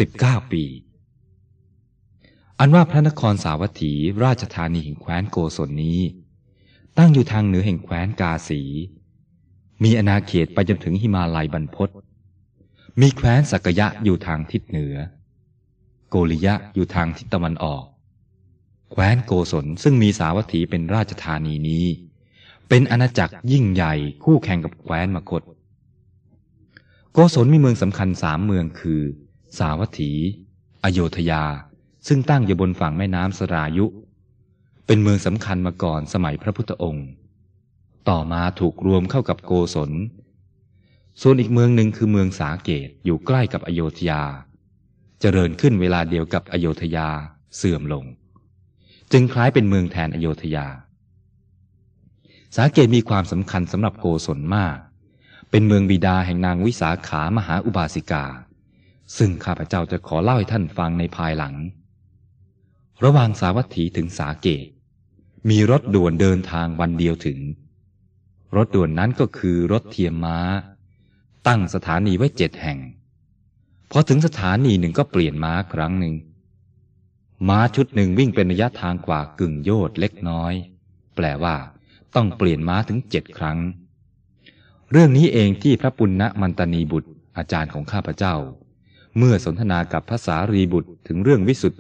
19 ปีอันว่าพระนครสาวัตถีราชธานีแห่งแคว้นโกศลนี้ตั้งอยู่ทางเหนือแห่งแคว้นกาสีมีอาณาเขตไปจนถึงหิมาลัยบรรพตมีแคว้นสักยะอยู่ทางทิศเหนือโกริยะอยู่ทางทิศตะวันออกแคว้นโกศลซึ่งมีสาวัตถีเป็นราชธานีนี้เป็นอาณาจักรยิ่งใหญ่คู่แข่งกับแคว้นมคธโกศลมีเมืองสำคัญ3 เมืองคือสาวัตถีอโยธยาซึ่งตั้งอยู่บนฝั่งแม่น้ำสรายุเป็นเมืองสำคัญมาก่อนสมัยพระพุทธองค์ต่อมาถูกรวมเข้ากับโกศลส่วนอีกเมืองหนึ่งคือเมืองสาเกตอยู่ใกล้กับอโยธยาเจริญขึ้นเวลาเดียวกับอโยธยาเสื่อมลงจึงคล้ายเป็นเมืองแทนอโยธยาสาเกตมีความสำคัญสำหรับโกศลมากเป็นเมืองบิดาแห่งนางวิสาขามหาอุบาสิกาซึ่งข้าพเจ้าจะขอเล่าให้ท่านฟังในภายหลังระหว่างสาวัตถีถึงสาเกตมีรถด่วนเดินทางวันเดียวถึงรถด่วนนั้นก็คือรถเทียมม้าตั้งสถานีไว้7 แห่งพอถึงสถานีหนึ่งก็เปลี่ยนม้าครั้งหนึ่งม้าชุดหนึ่งวิ่งเป็นระยะทางกว่ากึ่งโยชน์เล็กน้อยแปลว่าต้องเปลี่ยนม้าถึง7 ครั้งเรื่องนี้เองที่พระปุณณมันตนีบุตรอาจารย์ของข้าพเจ้าเมื่อสนทนากับพระสารีบุตรถึงเรื่องวิสุทธิ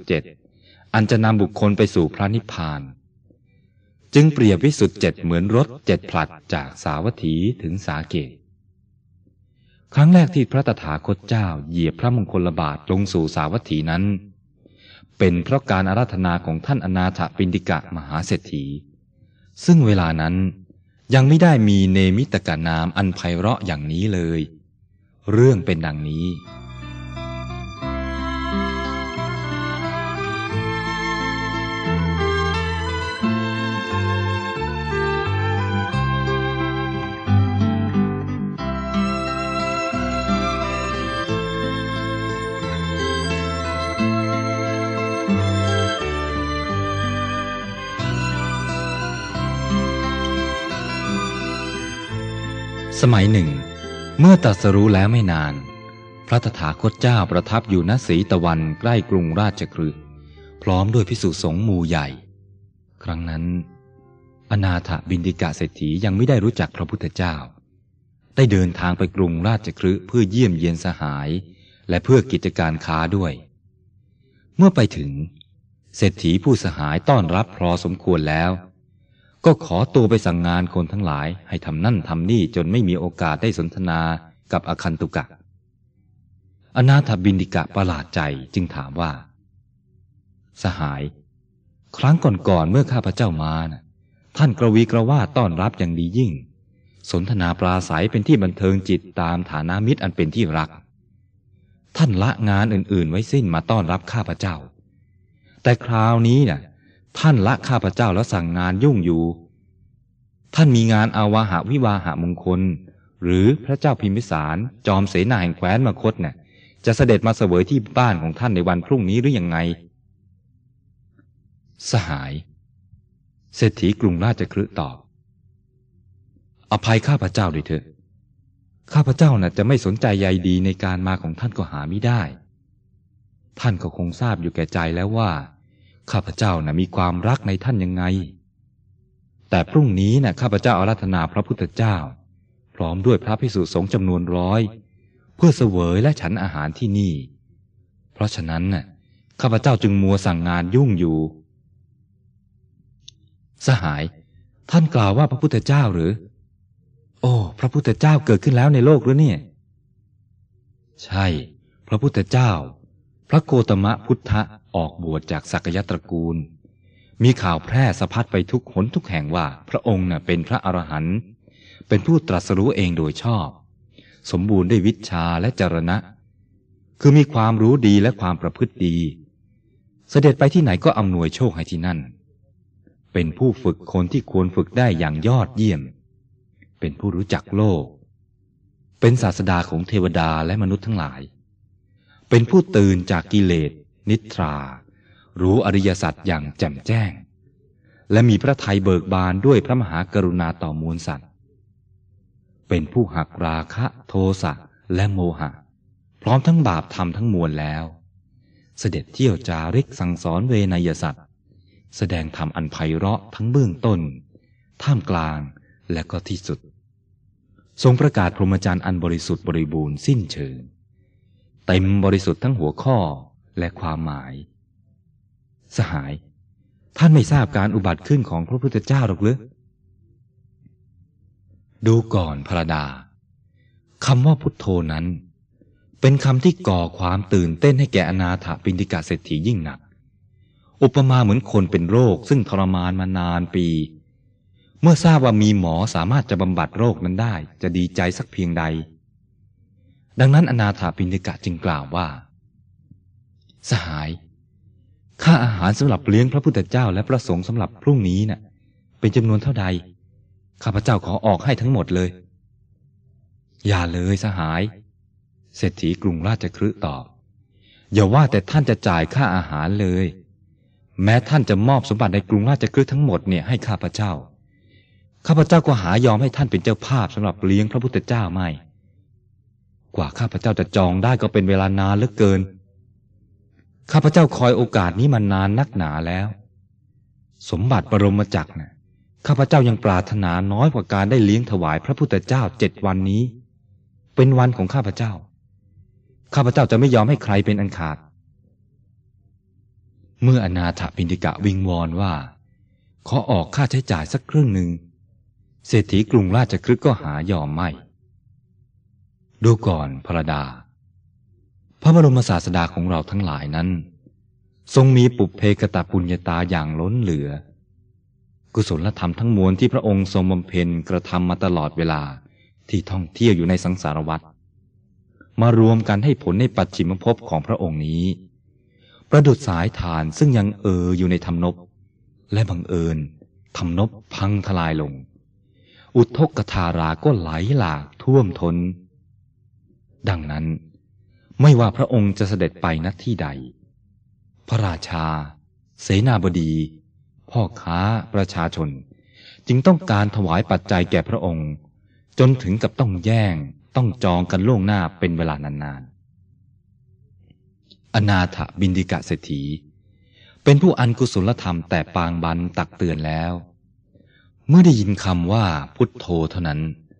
7อันจะนำบุคคลไปสู่พระนิพพานจึงเปรียบวิสุทธิ7เหมือนรถ7 ผลัดจากสาวัตถีถึงสาเกตครั้งแรกที่พระตถาคตเจ้าเหยียบพระมงคลบาทลงสู่สาวัตถีนั้นเป็นเพราะการอาราธนาของท่านอนาถปิณฑิกะมหาเศรษฐีซึ่งเวลานั้นยังไม่ได้มีเนมิตกนามอันไพเราะอย่างนี้เลยเรื่องเป็นดังนี้ สมัยหนึ่งเมื่อตรัสรู้แล้วไม่นานพระตถาคตเจ้าประทับอยู่ณสีตะวันใกล้กรุงราชคฤห์พร้อมด้วยภิกษุสงฆ์หมู่ใหญ่ครั้งนั้นอนาถบิณฑิกะเศรษฐียังไม่ได้รู้จักพระพุทธเจ้าได้เดินทางไปกรุงราชคฤห์เพื่อเยี่ยมเยียนสหายและเพื่อกิจการค้าด้วยเมื่อไปถึงเศรษฐีผู้สหายต้อนรับพอสมควรแล้วก็ขอตัวไปสั่งงานคนทั้งหลายให้ทำนั่นทำนี่จนไม่มีโอกาสได้สนทนากับอคันตุกะอนาถบิณฑิกะประหลาดใจจึงถามว่าสหายครั้งก่อนๆเมื่อข้าพเจ้ามานะท่านกระวีกระวาดต้อนรับอย่างดียิ่งสนทนาปราศัยเป็นที่บันเทิงจิตตามฐานะมิตรอันเป็นที่รักท่านละงานอื่นๆไว้สิ้นมาต้อนรับข้าพเจ้าแต่คราวนี้น่ะท่านละข้าพเจ้าแล้วสั่งงานยุ่งอยู่ท่านมีงานอาวาหะวิวาหะมงคลหรือพระเจ้าพิมพิสารจอมเสนาแห่งแคว้นมคธเนี่ยจะเสด็จมาเสวยที่บ้านของท่านในวันพรุ่งนี้หรือยังไงสหายเศรษฐีกรุงราชคฤห์ตอบอภัยข้าพเจ้าด้วยเถอะข้าพเจ้าน่ะจะไม่สนใจใยดีในการมาของท่านก็หาไม่ได้ท่านก็คงทราบอยู่แก่ใจแล้วว่าข้าพเจ้าน่ะมีความรักในท่านยังไงแต่พรุ่งนี้น่ะข้าพเจ้าอาราธนาพระพุทธเจ้าพร้อมด้วยพระภิกษุสงฆ์จำนวน100เพื่อเสวยและฉันอาหารที่นี่เพราะฉะนั้นน่ะข้าพเจ้าจึงมัวสั่งงานยุ่งอยู่สหายท่านกล่าวว่าพระพุทธเจ้าหรือโอ้พระพุทธเจ้าเกิดขึ้นแล้วในโลกหรือเนี่ยใช่พระพุทธเจ้าพระโกตมะพุทธะออกบวชจากสักยตระกูลมีข่าวแพร่สะพัดไปทุกหนทุกแห่งว่าพระองค์น่ะเป็นพระอรหันต์เป็นผู้ตรัสรู้เองโดยชอบสมบูรณ์ด้วยวิชชาและจรณะคือมีความรู้ดีและความประพฤติดีเสด็จไปที่ไหนก็อำนวยโชคให้ที่นั่นเป็นผู้ฝึกคนที่ควรฝึกได้อย่างยอดเยี่ยมเป็นผู้รู้จักโลกเป็นศาสดาของเทวดาและมนุษย์ทั้งหลายเป็นผู้ตื่นจากกิเลสนิทรารู้อริยสัจอย่างแจ่มแจ้งและมีพระทัยเบิกบานด้วยพระมหากรุณาต่อมวลสัตว์เป็นผู้หักราคะโทสะและโมหะพร้อมทั้งบาปธรรมทั้งมวลแล้วเสด็จเที่ยวจาริกสั่งสอนเวนยสัตว์แสดงธรรมอันไพเราะทั้งเบื้องต้นท่ามกลางและก็ที่สุดทรงประกาศพรหมจรรย์อันบริสุทธิ์บริบูรณ์สิ้นเชิงเต็มบริสุทธิ์ทั้งหัวข้อและความหมายสหายท่านไม่ทราบการอุบัติขึ้นของพระพุทธเจ้าหรอกหรือดูก่อนพระดาคำว่าพุทโธนั้นเป็นคำที่ก่อความตื่นเต้นให้แก่อนาถบิณฑิกะเศรษฐียิ่งหนักอุปมาเหมือนคนเป็นโรคซึ่งทรมานมานานปีเมื่อทราบว่ามีหมอสามารถจะบำบัดโรคนั้นได้จะดีใจสักเพียงใดดังนั้นอนาถบิณฑิกะจึงกล่าวว่าสหายค่าอาหารสำหรับเลี้ยงพระพุทธเจ้าและพระสงฆ์สำหรับพรุ่งนี้น่ะเป็นจำนวนเท่าใดข้าพเจ้าขอออกให้ทั้งหมดเลยอย่าเลยสหายเศรษฐีกรุงราชคฤห์ตอบอย่าว่าแต่ท่านจะจ่ายค่าอาหารเลยแม้ท่านจะมอบสมบัติในกรุงราชคฤห์ทั้งหมดเนี่ยให้ข้าพเจ้าก็หายอมให้ท่านเป็นเจ้าภาพสำหรับเลี้ยงพระพุทธเจ้าไม่กว่าข้าพเจ้าจะจองได้ก็เป็นเวลานานเหลือเกินข้าพเจ้าคอยโอกาสนี้มานานนักหนาแล้วสมบัติบรมจักรน่ะข้าพเจ้ายังปรารถนาน้อยกว่าการได้เลี้ยงถวายพระพุทธเจ้า7 วันนี้เป็นวันของข้าพเจ้าจะไม่ยอมให้ใครเป็นอันขาดเมื่ออนาถบิณฑิกะวิงวอนว่าขอออกค่าใช้จ่ายสักครึ่งหนึ่งเศรษฐีกรุงราชคฤห์ก็หายอมไม่ดูก่อนพระดาพระบรมศาสดาของเราทั้งหลายนั้นทรงมีปุพเพกตปุญญาตาอย่างล้นเหลือกุศลธรรมทั้งมวลที่พระองค์ทรงบำเพ็ญกระทำมาตลอดเวลาที่ท่องเที่ยวอยู่ในสังสารวัฏมารวมกันให้ผลในปัจฉิมภพของพระองค์นี้ประดุจสายฐานซึ่งยังอยู่ในธรรมนพและบังเอิญธรรมนพพังทลายลงอุทกธาราก็ไหลหลากท่วมท้นดังนั้นไม่ว่าพระองค์จะเสด็จไปณที่ใดพระราชาเสนาบดีพ่อค้าประชาชนจึงต้องการถวายปัจจัยแก่พระองค์จนถึงกับต้องแย่งต้องจองกันล่วงหน้าเป็นเวลานานๆอนาถบิณฑิกะเศรษฐีเป็นผู้อันกุศลธรรมแต่ปางบันตักเตือนแล้วเมื่อได้ยินคำว่าพุทโธเท่านั้น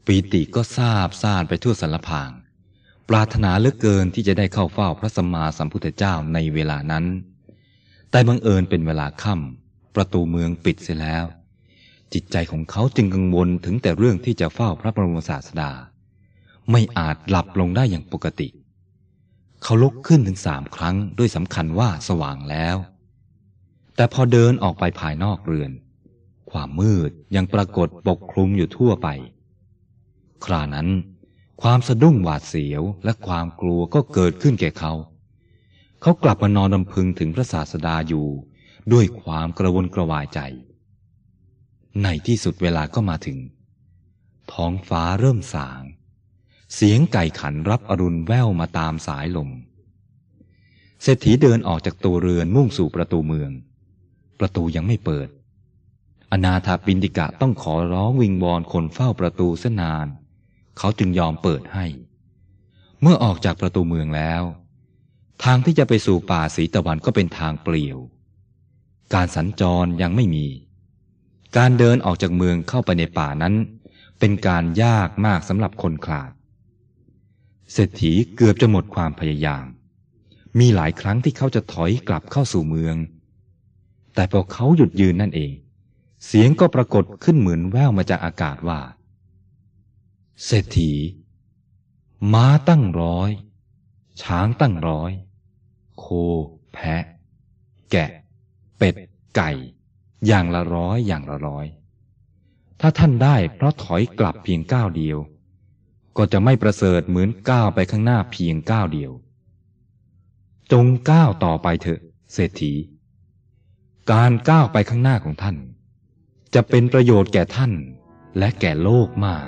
ปีติก็ซาบซ่านไปทั่วสรรพางปรารถนาเหลือเกินที่จะได้เข้าเฝ้าพระสัมมาสัมพุทธเจ้าในเวลานั้นแต่บังเอิญเป็นเวลาค่ำประตูเมืองปิดเสียแล้วจิตใจของเขาจึงกังวลถึงแต่เรื่องที่จะเฝ้าพระบรมศาสดาไม่อาจหลับลงได้อย่างปกติเขาลุกขึ้นถึง3 ครั้งด้วยสำคัญว่าสว่างแล้วแต่พอเดินออกไปภายนอกเรือนความมืดยังปรากฏปกคลุมอยู่ทั่วไปครานั้นความสะดุ้งหวาดเสียวและความกลัวก็เกิดขึ้นแก่เขากลับมานอนรำพึงถึงพระศาสดาอยู่ด้วยความกระวนกระวายใจในที่สุดเวลาก็มาถึงท้องฟ้าเริ่มสางเสียงไก่ขันรับอรุณแว่วมาตามสายลมเศรษฐีเดินออกจากตัวเรือนมุ่งสู่ประตูเมืองประตูยังไม่เปิดอนาถปิณฑิกะต้องขอร้องวิงวอนคนเฝ้าประตูเสียนานเขาจึงยอมเปิดให้เมื่อออกจากประตูเมืองแล้วทางที่จะไปสู่ป่าสีตะวันก็เป็นทางเปลี่ยวการสัญจรยังไม่มีการเดินออกจากเมืองเข้าไปในป่านั้นเป็นการยากมากสำหรับคนขลาดเศรษฐีเกือบจะหมดความพยายามมีหลายครั้งที่เขาจะถอยกลับเข้าสู่เมืองแต่พอเขาหยุดยืนนั่นเองเสียงก็ปรากฏขึ้นเหมือนแว่วมาจากอากาศว่าเศรษฐีม้าตั้ง100ช้างตั้ง100โคแพะแกะเป็ดไก่อย่างละ100อย่างละ100ถ้าท่านได้เพราะถอยกลับเพียงก้าวเดียวก็จะไม่ประเสริฐเหมือนก้าวไปข้างหน้าเพียงก้าวเดียวจงก้าวต่อไปเถอะเศรษฐีการก้าวไปข้างหน้าของท่านจะเป็นประโยชน์แก่ท่านและแก่โลกมาก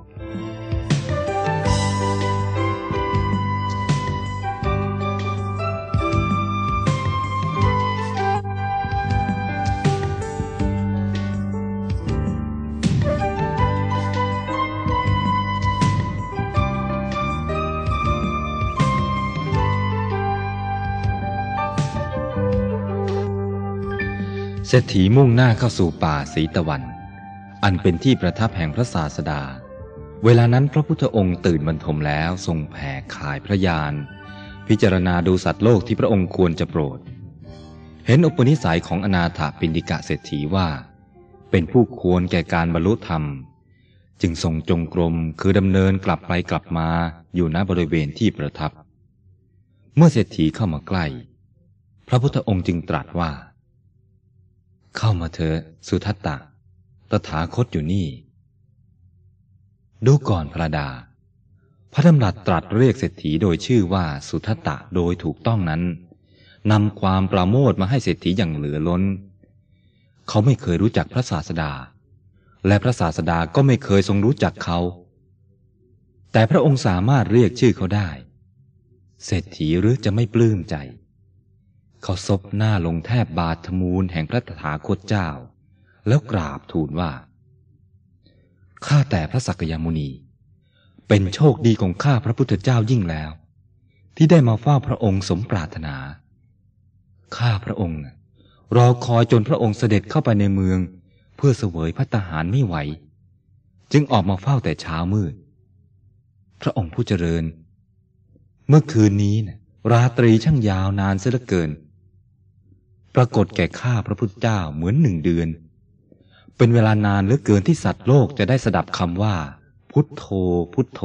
เศรษฐีมุ่งหน้าเข้าสู่ป่าสีตะวันอันเป็นที่ประทับแห่งพระศาสดาเวลานั้นพระพุทธองค์ตื่นบรรทมแล้วทรงแผ่ข่ายพระญาณพิจารณาดูสัตว์โลกที่พระองค์ควรจะโปรดเห็นอุปนิสัยของอนาถปิณฑิกะเศรษฐีว่าเป็นผู้ควรแก่การบรรลุธรรมจึงทรงจงกรมคือดำเนินกลับไปกลับมาอยู่ณบริเวณที่ประทับเมื่อเศรษฐีเข้ามาใกล้พระพุทธองค์จึงตรัสว่าเข้ามาเถอะสุทัตตะตถาคตอยู่นี่ดูก่อนพระดาพระดำรัสตรัสเรียกเศรษฐีโดยชื่อว่าสุทัตตะโดยถูกต้องนั้นนำความปราโมทย์มาให้เศรษฐีอย่างเหลือล้นเขาไม่เคยรู้จักพระศาสดาและพระศาสดาก็ไม่เคยทรงรู้จักเขาแต่พระองค์สามารถเรียกชื่อเขาได้เศรษฐีหรือจะไม่ปลื้มใจเขาซบหน้าลงแทบบาทมูลแห่งพระตถาคตเจ้าแล้วกราบทูลว่าข้าแต่พระสักยมุนีเป็นโชคดีของข้าพระพุทธเจ้ายิ่งแล้วที่ได้มาเฝ้าพระองค์สมปรารถนาข้าพระองค์รอคอยจนพระองค์เสด็จเข้าไปในเมืองเพื่อเสวยภัตตาหารไม่ไหวจึงออกมาเฝ้าแต่เช้ามืดพระองค์ผู้เจริญเมื่อคืนนี้ราตรีช่างยาวนานเสียเหลือเกินปรากฏแก่ข้าพระพุทธเจ้าเหมือน1 เดือนเป็นเวลานานเหลือเกินที่สัตว์โลกจะได้สดับคำว่าพุทโธพุทโธ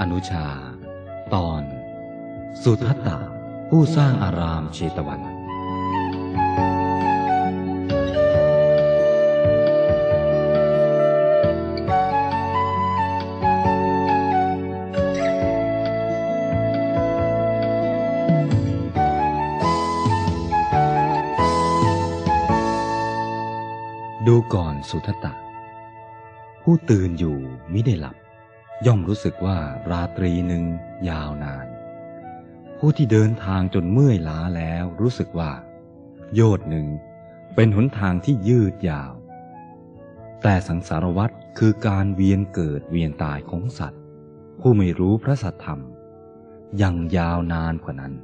นุชาตอนสุทัตตะผู้สร้างอารามเชตวันดูก่อนสุทัตตะผู้ตื่นอยู่มิได้หลับย่อมรู้สึกว่าราตรีหนึ่งยาวนานผู้ที่เดินทางจนเมื่อยล้าแล้วรู้สึกว่าโยชน์หนึ่งเป็นหนทางที่ยืดยาวแต่สังสารวัฏคือการเวียนเกิดเวียนตายของสัตว์ผู้ไม่รู้พระสัทธรรมยังยาวนานกว่านั้น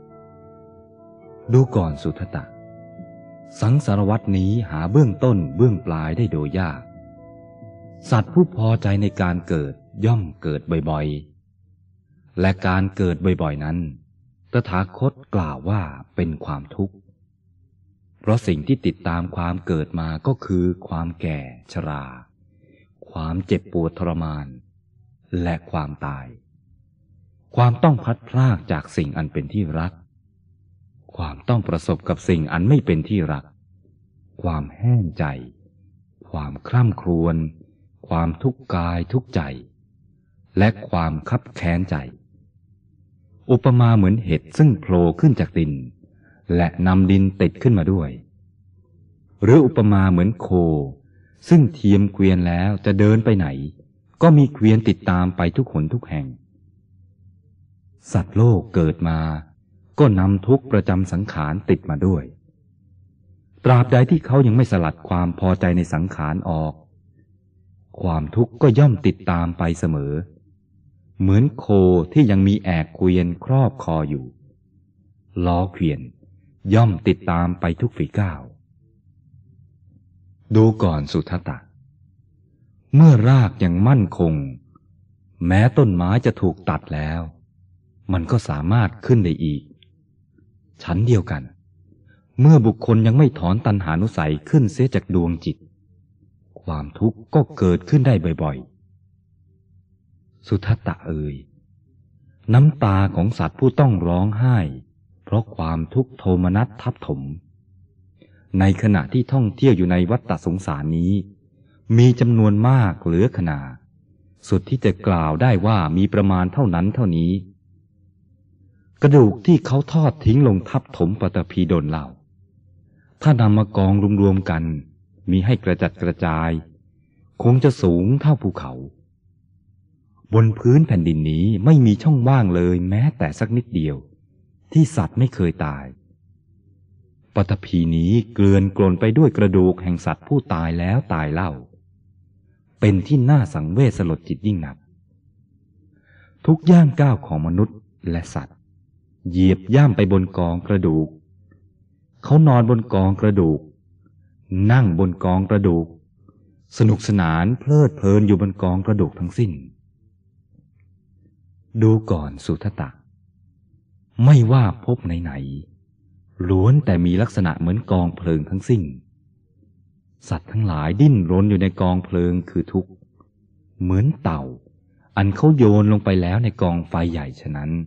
ดูก่อนสุทัตตะสังสารวัฏนี้หาเบื้องต้นเบื้องปลายได้โดยยากสัตว์ผู้พอใจในการเกิดย่อมเกิดบ่อยๆและการเกิดบ่อยๆนั้นตถาคตกล่าวว่าเป็นความทุกข์เพราะสิ่งที่ติดตามความเกิดมาก็คือความแก่ชราความเจ็บปวดทรมานและความตายความต้องพลัดพรากจากสิ่งอันเป็นที่รักความต้องประสบกับสิ่งอันไม่เป็นที่รักความแห้งใจความคร่ำครวญความทุกข์กายทุกข์ใจและความคับแค้นใจอุปมาเหมือนเห็ดซึ่งโผล่ขึ้นจากดินและนำดินติดขึ้นมาด้วยหรืออุปมาเหมือนโคซึ่งเทียมเกวียนแล้วจะเดินไปไหนก็มีเกวียนติดตามไปทุกหนทุกแห่งสัตว์โลกเกิดมาก็นำทุกข์ประจำสังขารติดมาด้วยตราบใดที่เขายังไม่สลัดความพอใจในสังขารออกความทุกข์ก็ย่อมติดตามไปเสมอเหมือนโคที่ยังมีแอกเกวียนครอบคออยู่ล้อเกวียนย่อมติดตามไปทุกฝีก้าวดูก่อนสุทัตตะเมื่อรากยังมั่นคงแม้ต้นไม้จะถูกตัดแล้วมันก็สามารถขึ้นได้อีกฉันเดียวกันเมื่อบุคคลยังไม่ถอนตัณหานุสัยขึ้นเสียจากดวงจิตความทุกข์ก็เกิดขึ้นได้บ่อยๆสุทัตตะเอ่ยน้ำตาของสัตว์ผู้ต้องร้องไห้เพราะความทุกข์โทมนัสทับถมในขณะที่ท่องเที่ยวอยู่ในวัฏสงสารนี้มีจำนวนมากเหลือขนาสุดที่จะกล่าวได้ว่ามีประมาณเท่านั้นเท่านี้กระดูกที่เขาทอดทิ้งลงทับถมปฐพีดลเหล่าถ้านำมากองรวมๆกันมีให้กระจัดกระจายคงจะสูงเท่าภูเขาบนพื้นแผ่นดินนี้ไม่มีช่องว่างเลยแม้แต่สักนิดเดียวที่สัตว์ไม่เคยตายปฐพีนี้เกลื่อนกลนไปด้วยกระดูกแห่งสัตว์ผู้ตายแล้วตายเล่าเป็นที่น่าสังเวชสลดจิตยิ่งนักทุกย่างก้าวของมนุษย์และสัตว์เหยียบย่ำไปบนกองกระดูกเขานอนบนกองกระดูกนั่งบนกองกระดูกสนุกสนานเพลิดเพลินอยู่บนกองกระดูกทั้งสิ้นดูก่อนสุทัตตะไม่ว่าภพไหนๆล้วนแต่มีลักษณะเหมือนกองเพลิงทั้งสิ้นสัตว์ทั้งหลายดิ้นรนอยู่ในกองเพลิงคือทุกข์เหมือนเต่าอันเขาโยนลงไปแล้วในกองไฟใหญ่ฉะนั้น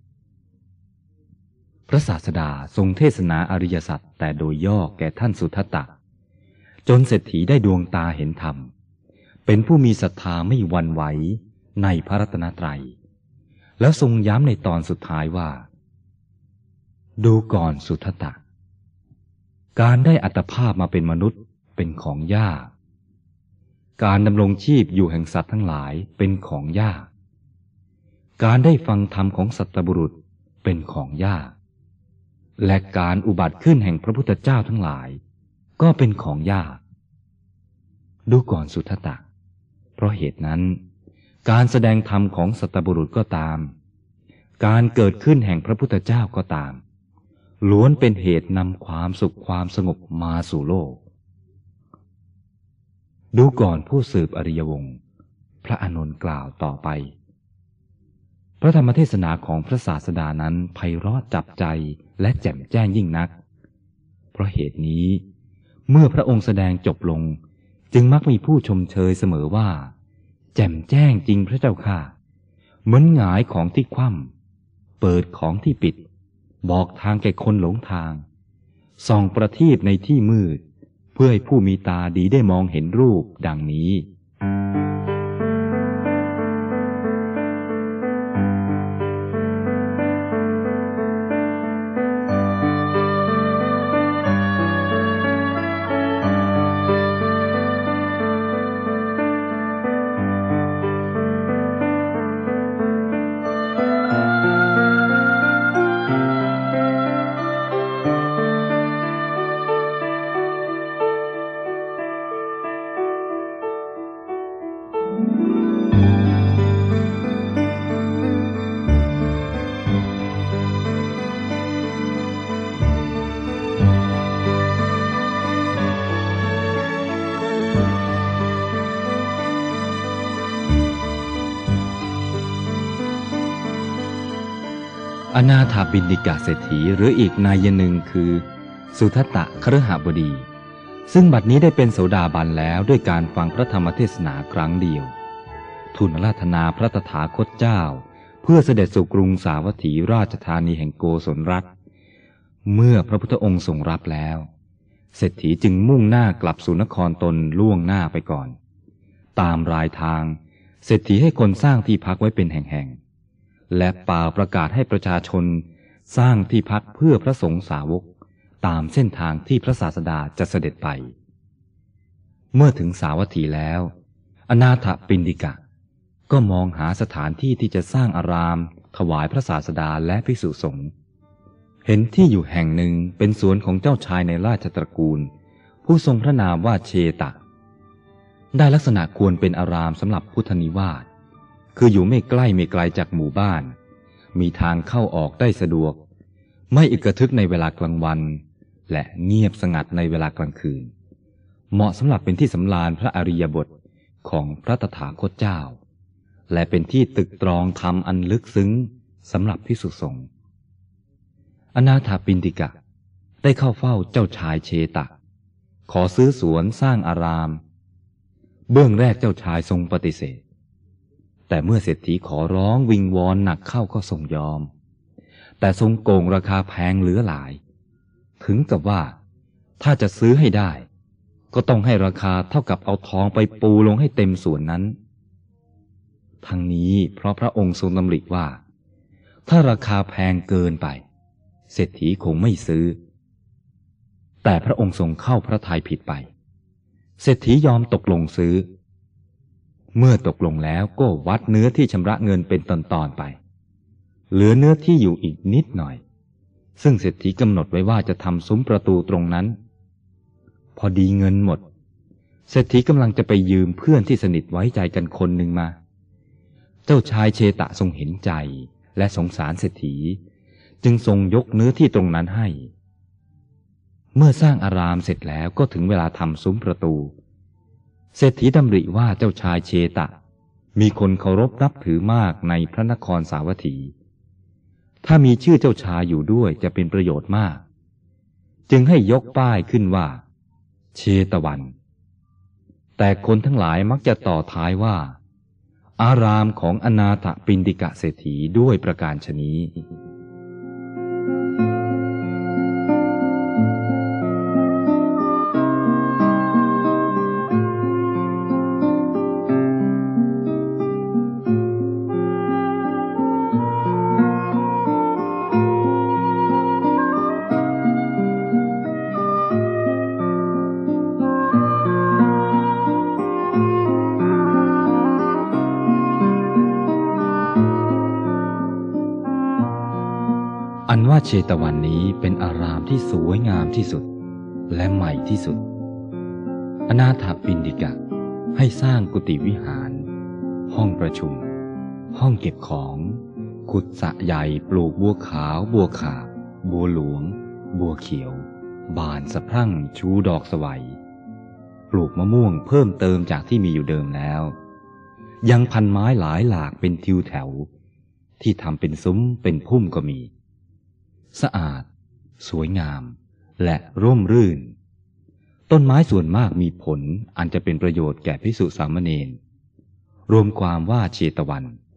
พระศาสดาทรงเทศนาอริยสัจแต่โดยย่อแก่ท่านสุทัตตะจนเศรษฐีได้ดวงตาเห็นธรรมเป็นผู้มีศรัทธาไม่หวั่นไหวในพระรัตนตรัยแล้วทรงย้ำในตอนสุดท้ายว่าดูก่อนสุทัตตะการได้อัตภาพมาเป็นมนุษย์เป็นของยากการดำรงชีพอยู่แห่งสัตว์ทั้งหลายเป็นของยากการได้ฟังธรรมของสัตบุรุษเป็นของยากและการอุบัติขึ้นแห่งพระพุทธเจ้าทั้งหลายก็เป็นของยากดูก่อนสุทัตตะเพราะเหตุนั้นการแสดงธรรมของสัตบุรุษก็ตามการเกิดขึ้นแห่งพระพุทธเจ้าก็ตามล้วนเป็นเหตุนำความสุขความสงบมาสู่โลกดูก่อนผู้สืบอริยวงศ์พระอานนท์กล่าวต่อไปพระธรรมเทศนาของพระศาสดานั้นไพเราะจับใจและแจ่มแจ้งยิ่งนักเพราะเหตุนี้เมื่อพระองค์แสดงจบลงจึงมักมีผู้ชมเชยเสมอว่าแจ่มแจ้งจริงพระเจ้าค่ะเหมือนหงายของที่คว่ำเปิดของที่ปิดบอกทางแก่คนหลงทางส่องประทีปในที่มืดเพื่อให้ผู้มีตาดีได้มองเห็นรูปดังนี้ อนาถบิณฑิกะเศรษฐีหรืออีกนายหนึ่งคือสุทัตตะคฤหบดีซึ่งบัดนี้ได้เป็นโสดาบันแล้วด้วยการฟังพระธรรมเทศนาครั้งเดียวทูลอาราธนาพระตถาคตเจ้าเพื่อเสด็จสู่กรุงสาวัตถีราชธานีแห่งโกศลรัฐเมื่อพระพุทธองค์ทรงรับแล้วเศรษฐีจึงมุ่งหน้ากลับสู่นครตนล่วงหน้าไปก่อนตามรายทางเศรษฐีให้คนสร้างที่พักไว้เป็นแห่งๆและเป่าประกาศให้ประชาชนสร้างที่พักเพื่อพระสงฆ์สาวกตามเส้นทางที่พระศาสดาจะเสด็จไปเมื่อถึงสาวัตถีแล้วอนาถปิณฑิกะก็มองหาสถานที่ที่จะสร้างอารามถวายพระศาสดาและภิกษุสงฆ์เห็นที่อยู่แห่งหนึ่งเป็นสวนของเจ้าชายในราชตระกูลผู้ทรงพระนามว่าเชตะได้ลักษณะควรเป็นอารามสำหรับพุทธนิวาสคืออยู่ไม่ใกล้ไม่ไกลจากหมู่บ้านมีทางเข้าออกได้สะดวกไม่อึกกระทึกในเวลากลางวันและเงียบสงัดในเวลากลางคืนเหมาะสำหรับเป็นที่สำราญพระอริยบทของพระตถาคตเจ้าและเป็นที่ตึกตรองธรรมอันลึกซึ้งสำหรับภิกษุสงฆ์อนาถปิณฑิกะได้เข้าเฝ้าเจ้าชายเชตะขอซื้อสวนสร้างอารามเบื้องแรกเจ้าชายทรงปฏิเสธแต่เมื่อเศรษฐีขอร้องวิงวอนหนักเข้าก็ทรงยอมแต่ทรงโกงราคาแพงเหลือหลายถึงกับว่าถ้าจะซื้อให้ได้ก็ต้องให้ราคาเท่ากับเอาทองไปปูลงให้เต็มส่วนนั้นทั้งนี้เพราะพระองค์ทรงดำริว่าถ้าราคาแพงเกินไปเศรษฐีคงไม่ซื้อแต่พระองค์ทรงเข้าพระทัยผิดไปเศรษฐียอมตกลงซื้อเมื่อตกลงแล้วก็วัดเนื้อที่ชำระเงินเป็นตอนๆไปเหลือเนื้อที่อยู่อีกนิดหน่อยซึ่งเศรษฐีกำหนดไว้ว่าจะทำซุ้มประตูตรงนั้นพอดีเงินหมดเศรษฐีกำลังจะไปยืมเพื่อนที่สนิทไว้ใจกันคนหนึ่งมาเจ้าชายเชตะทรงเห็นใจและสงสารเศรษฐีจึงทรงยกเนื้อที่ตรงนั้นให้เมื่อสร้างอารามเสร็จแล้วก็ถึงเวลาทำซุ้มประตูเศรษฐีดำริว่าเจ้าชายเชตะมีคนเคารพนับถือมากในพระนครสาวัตถีถ้ามีชื่อเจ้าชายอยู่ด้วยจะเป็นประโยชน์มากจึงให้ยกป้ายขึ้นว่าเชตวันแต่คนทั้งหลายมักจะต่อท้ายว่าอารามของอนาถปิณฑิกะเศรษฐีด้วยประการฉะนี้อันว่าเชตวันนี้เป็นอารามที่สวยงามที่สุดและใหม่ที่สุดอนาถปิณฑิกะให้สร้างกุฏิวิหารห้องประชุมห้องเก็บของขุดสระใหญ่ปลูกบัวขาวบัวขาบบัวหลวงบัวเขียวบานสะพรั่งชูดอกสวัยปลูกมะม่วงเพิ่มเติมจากที่มีอยู่เดิมแล้วยังพันไม้หลายหลากเป็นทิวแถวที่ทำเป็นซุ้มเป็นพุ่มก็มีสะอาดสวยงามและร่มรื่นต้นไม้ส่วนมากมีผลอันจะเป็นประโยชน์แก่ภิกษุสามเณรรวมความว่าเชตวัน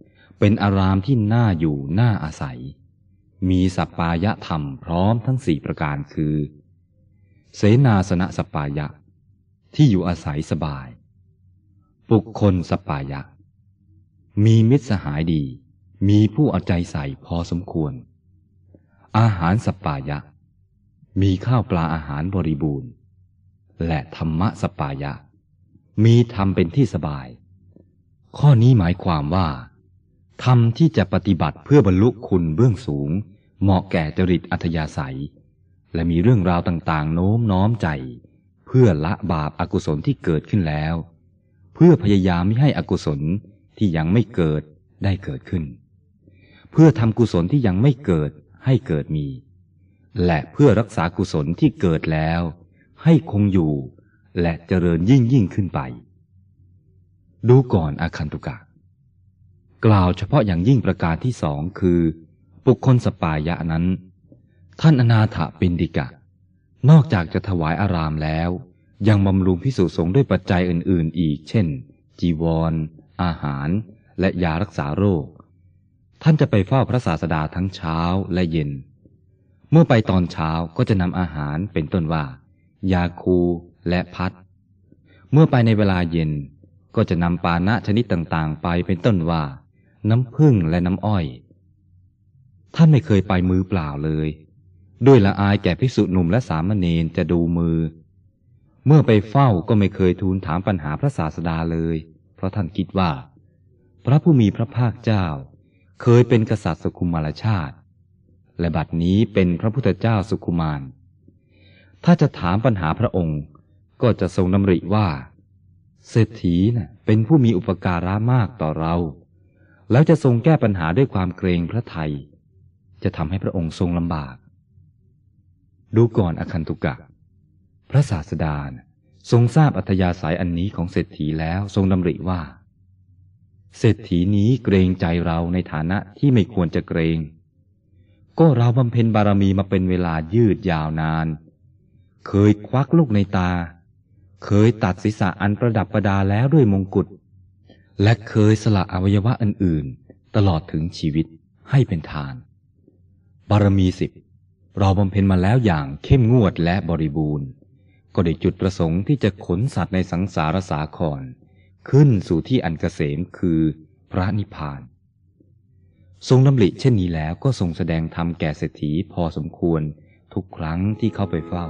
เป็นอารามที่น่าอยู่น่าอาศัยมีสัปปายะธรรมพร้อมทั้ง4ประการคือเสนาสนะสัปปายะที่อยู่อาศัยสบายบุคคลสัปปายะมีมิตรสหายดีมีผู้เอาใจใส่พอสมควรอาหารสัปปายะมีข้าวปลาอาหารบริบูรณ์และธรรมะสัปปายะมีธรรมเป็นที่สบายข้อนี้หมายความว่าธรรมที่จะปฏิบัติเพื่อบรรลุคุณเบื้องสูงเหมาะแก่จริตอัธยาศัยและมีเรื่องราวต่างๆโน้มน้อมใจเพื่อละบาปอกุศลที่เกิดขึ้นแล้วเพื่อพยายามไม่ให้อกุศลที่ยังไม่เกิดได้เกิดขึ้นเพื่อทำกุศลที่ยังไม่เกิดให้เกิดมีและเพื่อรักษากุศลที่เกิดแล้วให้คงอยู่และเจริญยิ่งขึ้นไปดูก่อนอาคันตุกะกล่าวเฉพาะอย่างยิ่งประการที่2คือบุคคลสัปปายะนั้นท่านอนาถปิณฑิกะนอกจากจะถวายอารามแล้วยังบำรุงภิกษุสงฆ์ด้วยปัจจัยอื่นๆอีกเช่นจีวรอาหารและยารักษาโรคท่านจะไปเฝ้าพระศาสดาทั้งเช้าและเย็นเมื่อไปตอนเช้าก็จะนำอาหารเป็นต้นว่ายาคูและพัดเมื่อไปในเวลาเย็นก็จะนำปานะชนิดต่างๆไปเป็นต้นว่าน้ำผึ้งและน้ำอ้อยท่านไม่เคยไปมือเปล่าเลยด้วยละอายแก่ภิกษุหนุ่มและสามเณรจะดูมือเมื่อไปเฝ้าก็ไม่เคยทูลถามปัญหาพระศาสดาเลยเพราะท่านคิดว่าพระผู้มีพระภาคเจ้าเคยเป็นกษัตริย์สุขุมารชาติและบัดนี้เป็นพระพุทธเจ้าสุขุมารถ้าจะถามปัญหาพระองค์ก็จะทรงดำริว่าเศรษฐีน่ะเป็นผู้มีอุปการะมากต่อเราแล้วจะทรงแก้ปัญหาด้วยความเกรงพระทัยจะทำให้พระองค์ทรงลำบากดูก่อนอคันตุกะพระศาสดาทรงทราบอัธยาศัยอันนี้ของเศรษฐีแล้วทรงดำริว่าเศรษฐีนี้เกรงใจเราในฐานะที่ไม่ควรจะเกรงก็เราบำเพ็ญบารมีมาเป็นเวลายืดยาวนานเคยควักลูกในตาเคยตัดศีรษะอันประดับประดาแล้วด้วยมงกุฎและเคยสละอวัยวะอื่นๆตลอดถึงชีวิตให้เป็นทานบารมี10เราบำเพ็ญมาแล้วอย่างเข้มงวดและบริบูรณ์ก็ได้จุดประสงค์ที่จะขนสัตว์ในสังสารสาครขึ้นสู่ที่อันเกษมคือพระนิพพานทรงดำริเช่นนี้แล้วก็ทรงแสดงธรรมแก่เศรษฐีพอสมควรทุกครั้งที่เข้าไปเฝ้า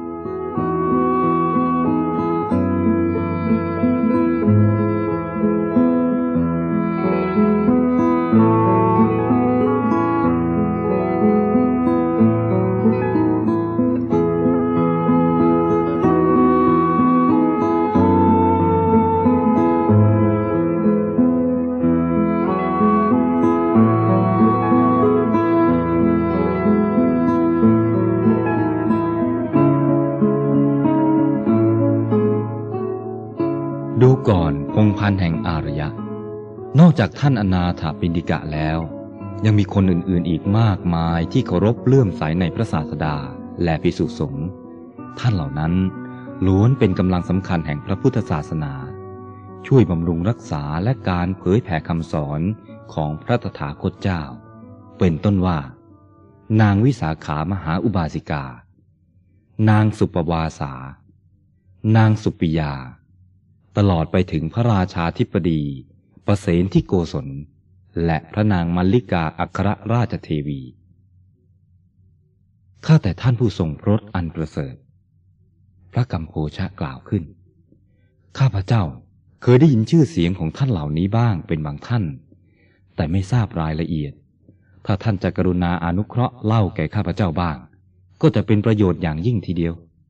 ดูก่อนพงศ์พันธ์แห่งอารยะนอกจากท่านอนาถปิณฑิกะแล้วยังมีคนอื่นๆอีกมากมายที่เคารพเลื่อมใสในพระศาสดาและภิกษุสงฆ์ท่านเหล่านั้นล้วนเป็นกำลังสำคัญแห่งพระพุทธศาสนาช่วยบำรุงรักษาและการเผยแผ่คำสอนของพระตถาคตเจ้าเป็นต้นว่านางวิสาขามหาอุบาสิกานางสุปวาสานางสุปิยาตลอดไปถึงพระราชาธิปดีประเสนที่โกศลและพระนางมัลลิกาอัครราชเทวีข้าแต่ท่านผู้ทรงพรตอันประเสริฐพระกัมโพชะกล่าวขึ้นข้าพเจ้าเคยได้ยินชื่อเสียงของท่านเหล่านี้บ้างเป็นบางท่านแต่ไม่ทราบรายละเอียดถ้าท่านจะกรุณาอนุเคราะห์เล่าแก่ข้าพเจ้าบ้างก็จะเป็นประโยชน์อย่างยิ่งทีเดียว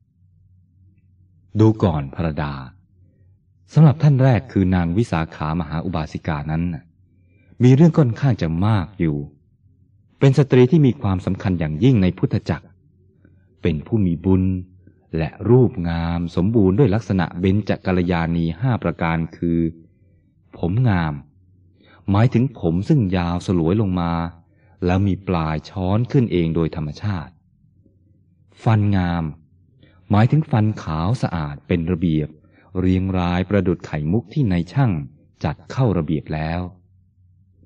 ดูก่อนพระดาสำหรับท่านแรกคือนางวิสาขามหาอุบาสิกานั้นมีเรื่องค่อนข้างจะมากอยู่เป็นสตรีที่มีความสำคัญอย่างยิ่งในพุทธจักรเป็นผู้มีบุญและรูปงามสมบูรณ์ด้วยลักษณะเบญจกัลยาณี5ประการคือผมงามหมายถึงผมซึ่งยาวสลวยลงมาแล้วมีปลายช้อนขึ้นเองโดยธรรมชาติฟันงามหมายถึงฟันขาวสะอาดเป็นระเบียบเรียงรายประดุจไข่มุกที่นายช่างจัดเข้าระเบียบแล้ว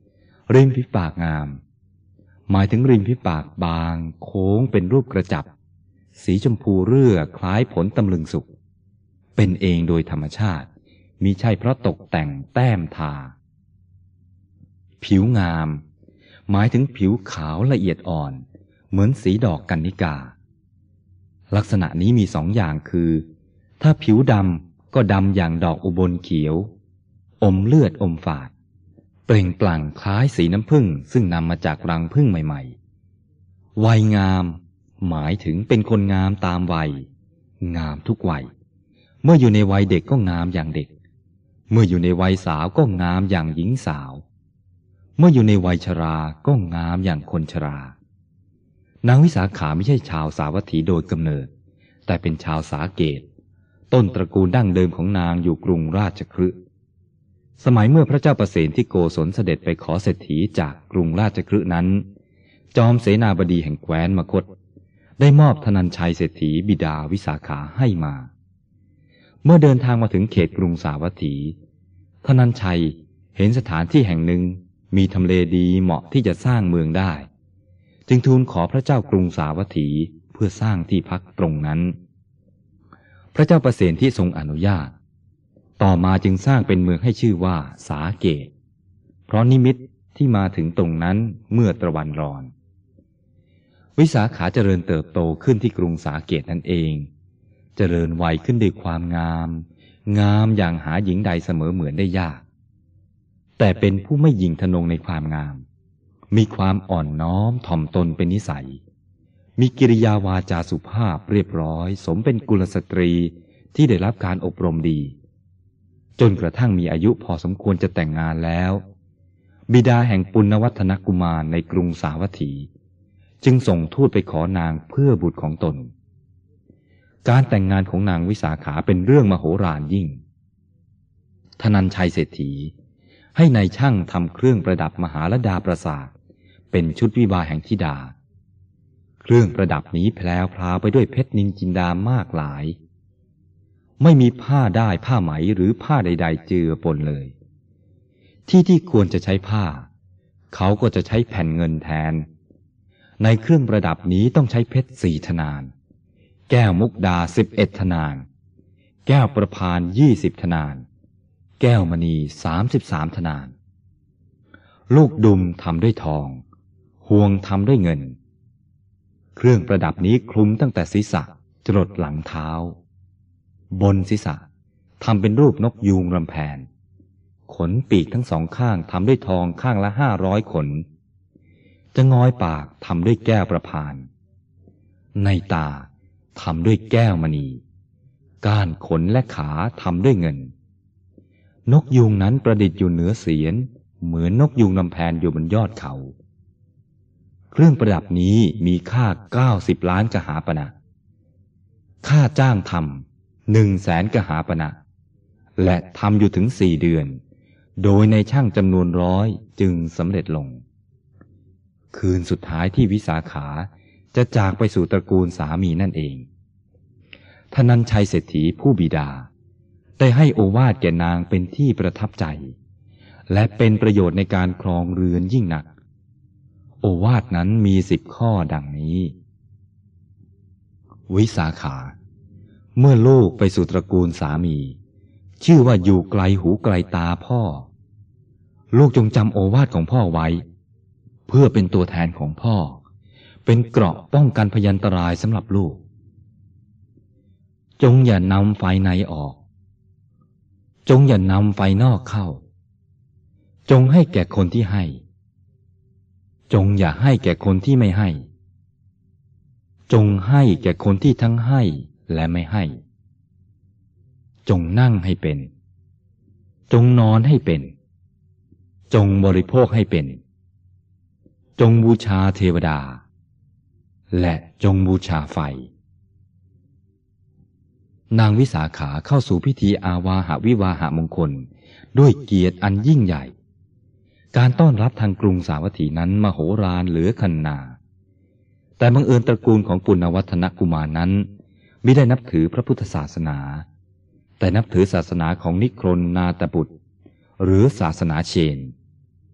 ริมฝีปากงามหมายถึงริมฝีปากบางโค้งเป็นรูปกระจับสีชมพูเรื่อคล้ายผลตำลึงสุกเป็นเองโดยธรรมชาติมิใช่เพราะตกแต่งแต้มทาผิวงามหมายถึงผิวขาวละเอียดอ่อนเหมือนสีดอกกันนิกาลักษณะนี้มี2 อย่างคือถ้าผิวดำก็ดำอย่างดอกอุบลเขียวอมเลือดอมฝาดเปล่งปลั่งคล้ายสีน้ำผึ้งซึ่งนำมาจากรังผึ้งใหม่ๆวัยงามหมายถึงเป็นคนงามตามวัยงามทุกวัยเมื่ออยู่ในวัยเด็กก็งามอย่างเด็กเมื่ออยู่ในวัยสาวก็งามอย่างหญิงสาวเมื่ออยู่ในวัยชราก็งามอย่างคนชรานางวิสาขาไม่ใช่ชาวสาวัตถีโดยกำเนิดแต่เป็นชาวสาเกตต้นตระกูลดั้งเดิมของนางอยู่กรุงราชคฤห์สมัยเมื่อพระเจ้าประเสนที่โกศลเสด็จไปขอเศรษฐีจากกรุงราชคฤห์นั้นจอมเสนาบดีแห่งแคว้นมคธได้มอบธนัญชัยเศรษฐีบิดาวิสาขาให้มาเมื่อเดินทางมาถึงเขตกรุงสาวัตถีธนัญชัยเห็นสถานที่แห่งหนึ่งมีทำเลดีเหมาะที่จะสร้างเมืองได้จึงทูลขอพระเจ้ากรุงสาวัตถีเพื่อสร้างที่พักตรงนั้นพระเจ้าประเสนที่ทรงอนุญาตต่อมาจึงสร้างเป็นเมืองให้ชื่อว่าสาเกตเพราะนิมิตที่มาถึงตรงนั้นเมื่อตะวันรอนวิสาขาเจริญเติบโตขึ้นที่กรุงสาเกตนั่นเองเจริญวัยขึ้นด้วยความงามอย่างหาหญิงใดเสมอเหมือนได้ยากแต่เป็นผู้ไม่หยิ่งทะนงในความงามมีความอ่อนน้อมถ่อมตนเป็นนิสัยมีกิริยาวาจาสุภาพเรียบร้อยสมเป็นกุลสตรีที่ได้รับการอบรมดีจนกระทั่งมีอายุพอสมควรจะแต่งงานแล้วบิดาแห่งปุณณวัฒนกุมารในกรุงสาวัตถีจึงส่งทูตไปขอนางเพื่อบุตรของตนการแต่งงานของนางวิสาขาเป็นเรื่องมโหฬารยิ่งธนัญชัยเศรษฐีให้นายช่างทำเครื่องประดับมหาลดาปราสาทเป็นชุดวิวาห์แห่งธิดาเครื่องประดับนี้แพรวพราวไปด้วยเพชรนินจินดามากหลายไม่มีผ้าด้ายผ้าไหมหรือผ้าใดๆเจือปนเลยที่ควรจะใช้ผ้าเขาก็จะใช้แผ่นเงินแทนในเครื่องประดับนี้ต้องใช้เพชร4 ธนานแก้วมุกดา11 ธนานแก้วประพาน20 ธนานแก้วมณี33 ธนานลูกดุมทำด้วยทองห่วงทำด้วยเงินเครื่องประดับนี้คลุมตั้งแต่ศีรษะจรดหลังเท้าบนศีรษะทำเป็นรูปนกยูงรำแพนขนปีกทั้ง2 ข้างทำด้วยทองข้างละ500 ขนจะงอยปากทำด้วยแก้วประพานในตาทำด้วยแก้วมณีก้านขนและขาทำด้วยเงินนกยูงนั้นประดิษฐ์อยู่เหนือเสียนเหมือนนกยูงลำแพนอยู่บนยอดเขาเครื่องประดับนี้มีค่า90 ล้านกหาปณะค่าจ้างทำ100,000 กหาปณะและทำอยู่ถึง4 เดือนโดยในช่างจำนวน100จึงสำเร็จลงคืนสุดท้ายที่วิสาขาจะจากไปสู่ตระกูลสามีนั่นเองธนัญชัยเศรษฐีผู้บิดาได้ให้โอวาทแก่นางเป็นที่ประทับใจและเป็นประโยชน์ในการครองเรือนยิ่งนักโอวาทนั้นมี10 ข้อดังนี้วิสาขาเมื่อลูกไปสู่ตระกูลสามีชื่อว่าอยู่ไกลหูไกลตาพ่อลูกจงจำโอวาทของพ่อไว้เพื่อเป็นตัวแทนของพ่อเป็นเกราะป้องกันพยันตรายสำหรับลูกจงอย่านำไฟในออกจงอย่านำไฟนอกเข้าจงให้แก่คนที่ให้จงอย่าให้แก่คนที่ไม่ให้จงให้แก่คนที่ทั้งให้และไม่ให้จงนั่งให้เป็นจงนอนให้เป็นจงบริโภคให้เป็นจงบูชาเทวดาและจงบูชาไฟนางวิสาขาเข้าสู่พิธีอาวาหวิวาหมงคลด้วยเกียรติอันยิ่งใหญ่การต้อนรับทางกรุงสาวัตถีนั้นมโหฬารเหลือขรรณาแต่บังเอิญตระกูลของปุณณวัฒนกุมารนั้นมิได้นับถือพระพุทธศาสนาแต่นับถือศาสนาของนิครนนาตบุตรหรือศาสนาเชน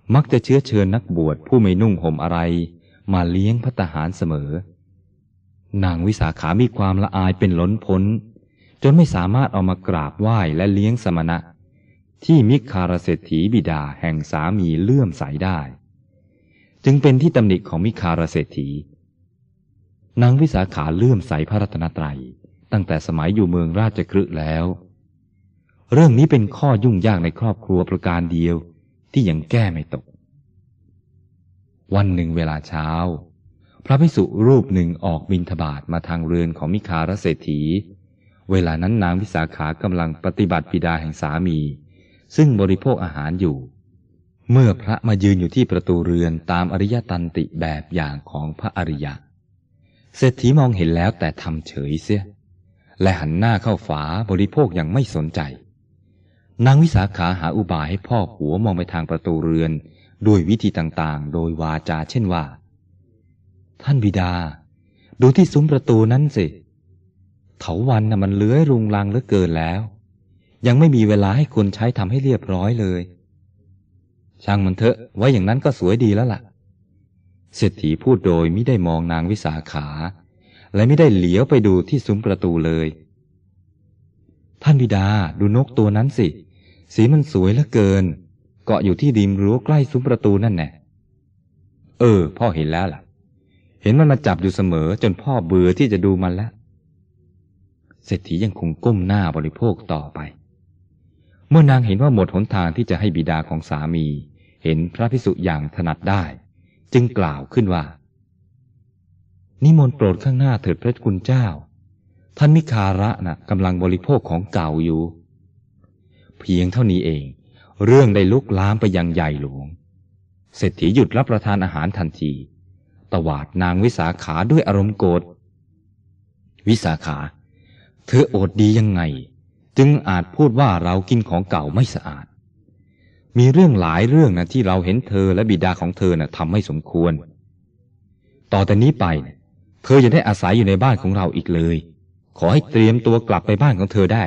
มักจะเชื้อเชิญนักบวชผู้ไม่นุ่งห่มอะไรมาเลี้ยงภัตตาหารเสมอนางวิสาขามีความละอายเป็นล้นพ้นจนไม่สามารถเอามากราบไหว้และเลี้ยงสมณะที่มิคคารเศรษฐีบิดาแห่งสามีเลื่อมใสได้จึงเป็นที่ตำหนิของมิคคารเศรษฐีนางวิสาขาเลื่อมใสพระรัตนตรัยตั้งแต่สมัยอยู่เมืองราชคฤห์แล้วเรื่องนี้เป็นข้อยุ่งยากในครอบครัวประการเดียวที่ยังแก้ไม่ตกวันหนึ่งเวลาเช้าพระภิกษุรูปหนึ่งออกบิณฑบาตมาทางเรือนของมิคคารเศรษฐีเวลานั้นนางวิสาขากำลังปฏิบัติบิดาแห่งสามีซึ่งบริโภคอาหารอยู่เมื่อพระมายืนอยู่ที่ประตูเรือนตามอริยตันติแบบอย่างของพระอริยะเศรษฐีมองเห็นแล้วแต่ทำเฉยเสียและหันหน้าเข้าฝาบริโภคอย่างไม่สนใจนางวิสาขาหาอุบายให้พ่อหัวมองไปทางประตูเรือนด้วยวิธีต่างๆโดยวาจาเช่นว่าท่านบิดาดูที่ซุ้มประตูนั้นสิเถาวัลย์มันเลื้อยรุงรังเหลือเกินแล้วยังไม่มีเวลาให้คนใช้ทำให้เรียบร้อยเลยช่างมันเถอะไว้อย่างนั้นก็สวยดีแล้วล่ะเศรษฐีพูดโดยไม่ได้มองนางวิสาขาและไม่ได้เหลียวไปดูที่ซุ้มประตูเลยท่านบิดาดูนกตัวนั้นสิสีมันสวยเหลือเกินเกาะอยู่ที่ริมรั้วใกล้ซุ้มประตูนั่นแน่พ่อเห็นแล้วล่ะเห็นมันมาจับอยู่เสมอจนพ่อเบื่อที่จะดูมันแล้วเศรษฐียังคงก้มหน้าบริโภคต่อไปเมื่อนางเห็นว่าหมดหนทางที่จะให้บิดาของสามีเห็นพระภิกษุอย่างถนัดได้จึงกล่าวขึ้นว่านิมนต์โปรดข้างหน้าเถิดพระคุณเจ้าท่านมิคคาระน่ะกำลังบริโภคของเก่าอยู่เพียงเท่านี้เองเรื่องได้ลุกลามไปยังใหญ่หลวงเศรษฐีหยุดรับประทานอาหารทันทีตวาดนางวิสาขาด้วยอารมณ์โกรธวิสาขาเธอโอดดียังไงจึงอาจพูดว่าเรากินของเก่าไม่สะอาดมีเรื่องหลายเรื่องนะที่เราเห็นเธอและบิดาของเธอน่ะทำไม่สมควรต่อแต่นี้ไปเธอจะได้อาศัยอยู่ในบ้านของเราอีกเลยขอให้เตรียมตัวกลับไปบ้านของเธอได้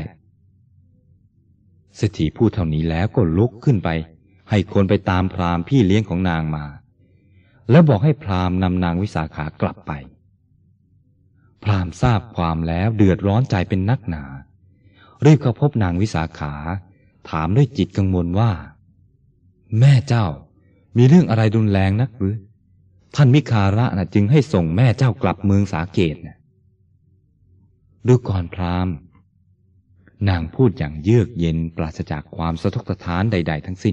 เศรษฐีพูดเท่านี้แล้วก็ลุกขึ้นไปให้คนไปตามพราหมณ์พี่เลี้ยงของนางมาแล้วบอกให้พราหมณ์นำนางวิสาขากลับไปพราหมณ์ทราบความแล้วเดือดร้อนใจเป็นนักหนารีบเข้าพบนางวิสาขาถามด้วยจิตกังวลว่าแม่เจ้ามีเรื่องอะไรรุนแรงนักหรือท่านมิคคาระน่ะจึงให้ส่งแม่เจ้ากลับเมืองสาเกตน่ะดูก่อนพราหมณ์นางพูดอย่างเยือกเย็นปราศจากความสะทกสะท้านใดๆทั้งสิ้น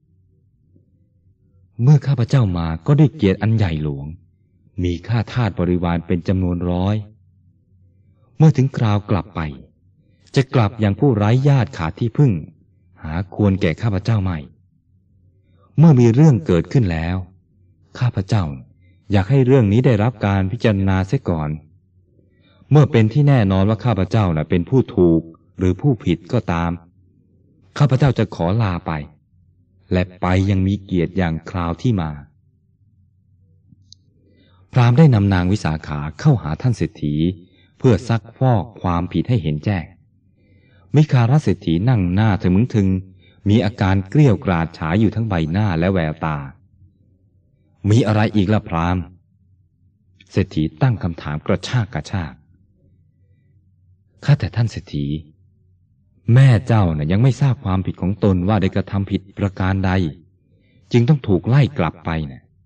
เมื่อข้าพเจ้ามาก็ได้เกียรติอันใหญ่หลวงมีข้าทาสบริวารเป็นจำนวน100เมื่อถึงคราวกลับไปจะกลับอย่างผู้ไร้ญาติขาดที่พึ่งหาควรแก่ข้าพเจ้าไม่เมื่อมีเรื่องเกิดขึ้นแล้วข้าพเจ้าอยากให้เรื่องนี้ได้รับการพิจารณาเสียก่อนเมื่อเป็นที่แน่นอนว่าข้าพเจ้าเป็นผู้ถูกหรือผู้ผิดก็ตามข้าพเจ้าจะขอลาไปและไปยังมีเกียรติอย่างคราวที่มาพราหมณ์ได้นำนางวิสาขาเข้าหาท่านเศรษฐีเพื่อซักฟอกความผิดให้เห็นแจ้งมิคคารเศรษฐีนั่งหน้าทะมึงทึงมีอาการเกรี้ยวกราดฉายอยู่ทั้งใบหน้าและแววตามีอะไรอีกล่ะพราหมณ์เศรษฐีตั้งคำถามกระชากข้าแต่ท่านเศรษฐีแม่เจ้ายังไม่ทราบความผิดของตนว่าได้กระทำผิดประการใดจึงต้องถูกไล่กลับไป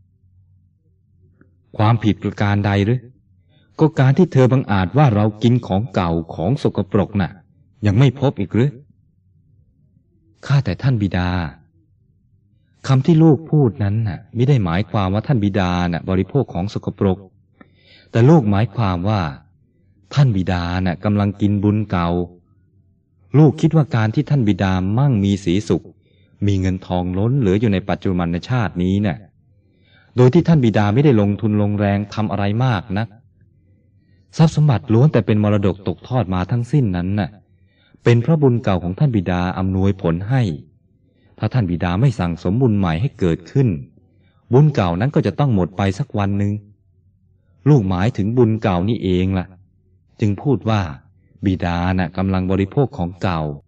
ความผิดประการใดหรือก็การที่เธอบังอาจว่าเรากินของเก่าของสกปรกยังไม่พบอีกหรือข้าแต่ท่านบิดาคำที่ลูกพูดนั้นไม่ได้หมายความว่าท่านบิดาบริโภคของสกปรกแต่ลูกหมายความว่าท่านบิดากำลังกินบุญเก่าลูกคิดว่าการที่ท่านบิดามั่งมีสีสุขมีเงินทองล้นเหลืออยู่ในปัจจุบันชาตินี้โดยที่ท่านบิดาไม่ได้ลงทุนลงแรงทำอะไรมากนักทรัพย์สมบัติล้วนแต่เป็นมรดกตกทอดมาทั้งสิ้นนั้นเป็นเพราะบุญเก่าของท่านบิดาอำนวยผลให้ถ้าท่านบิดาไม่สั่งสมบุญใหม่ให้เกิดขึ้นบุญเก่านั้นก็จะต้องหมดไปสักวันหนึ่งลูกหมายถึงบุญเก่านี่เองล่ะจึงพูดว่าบิดากำลังบริโภคของเก่า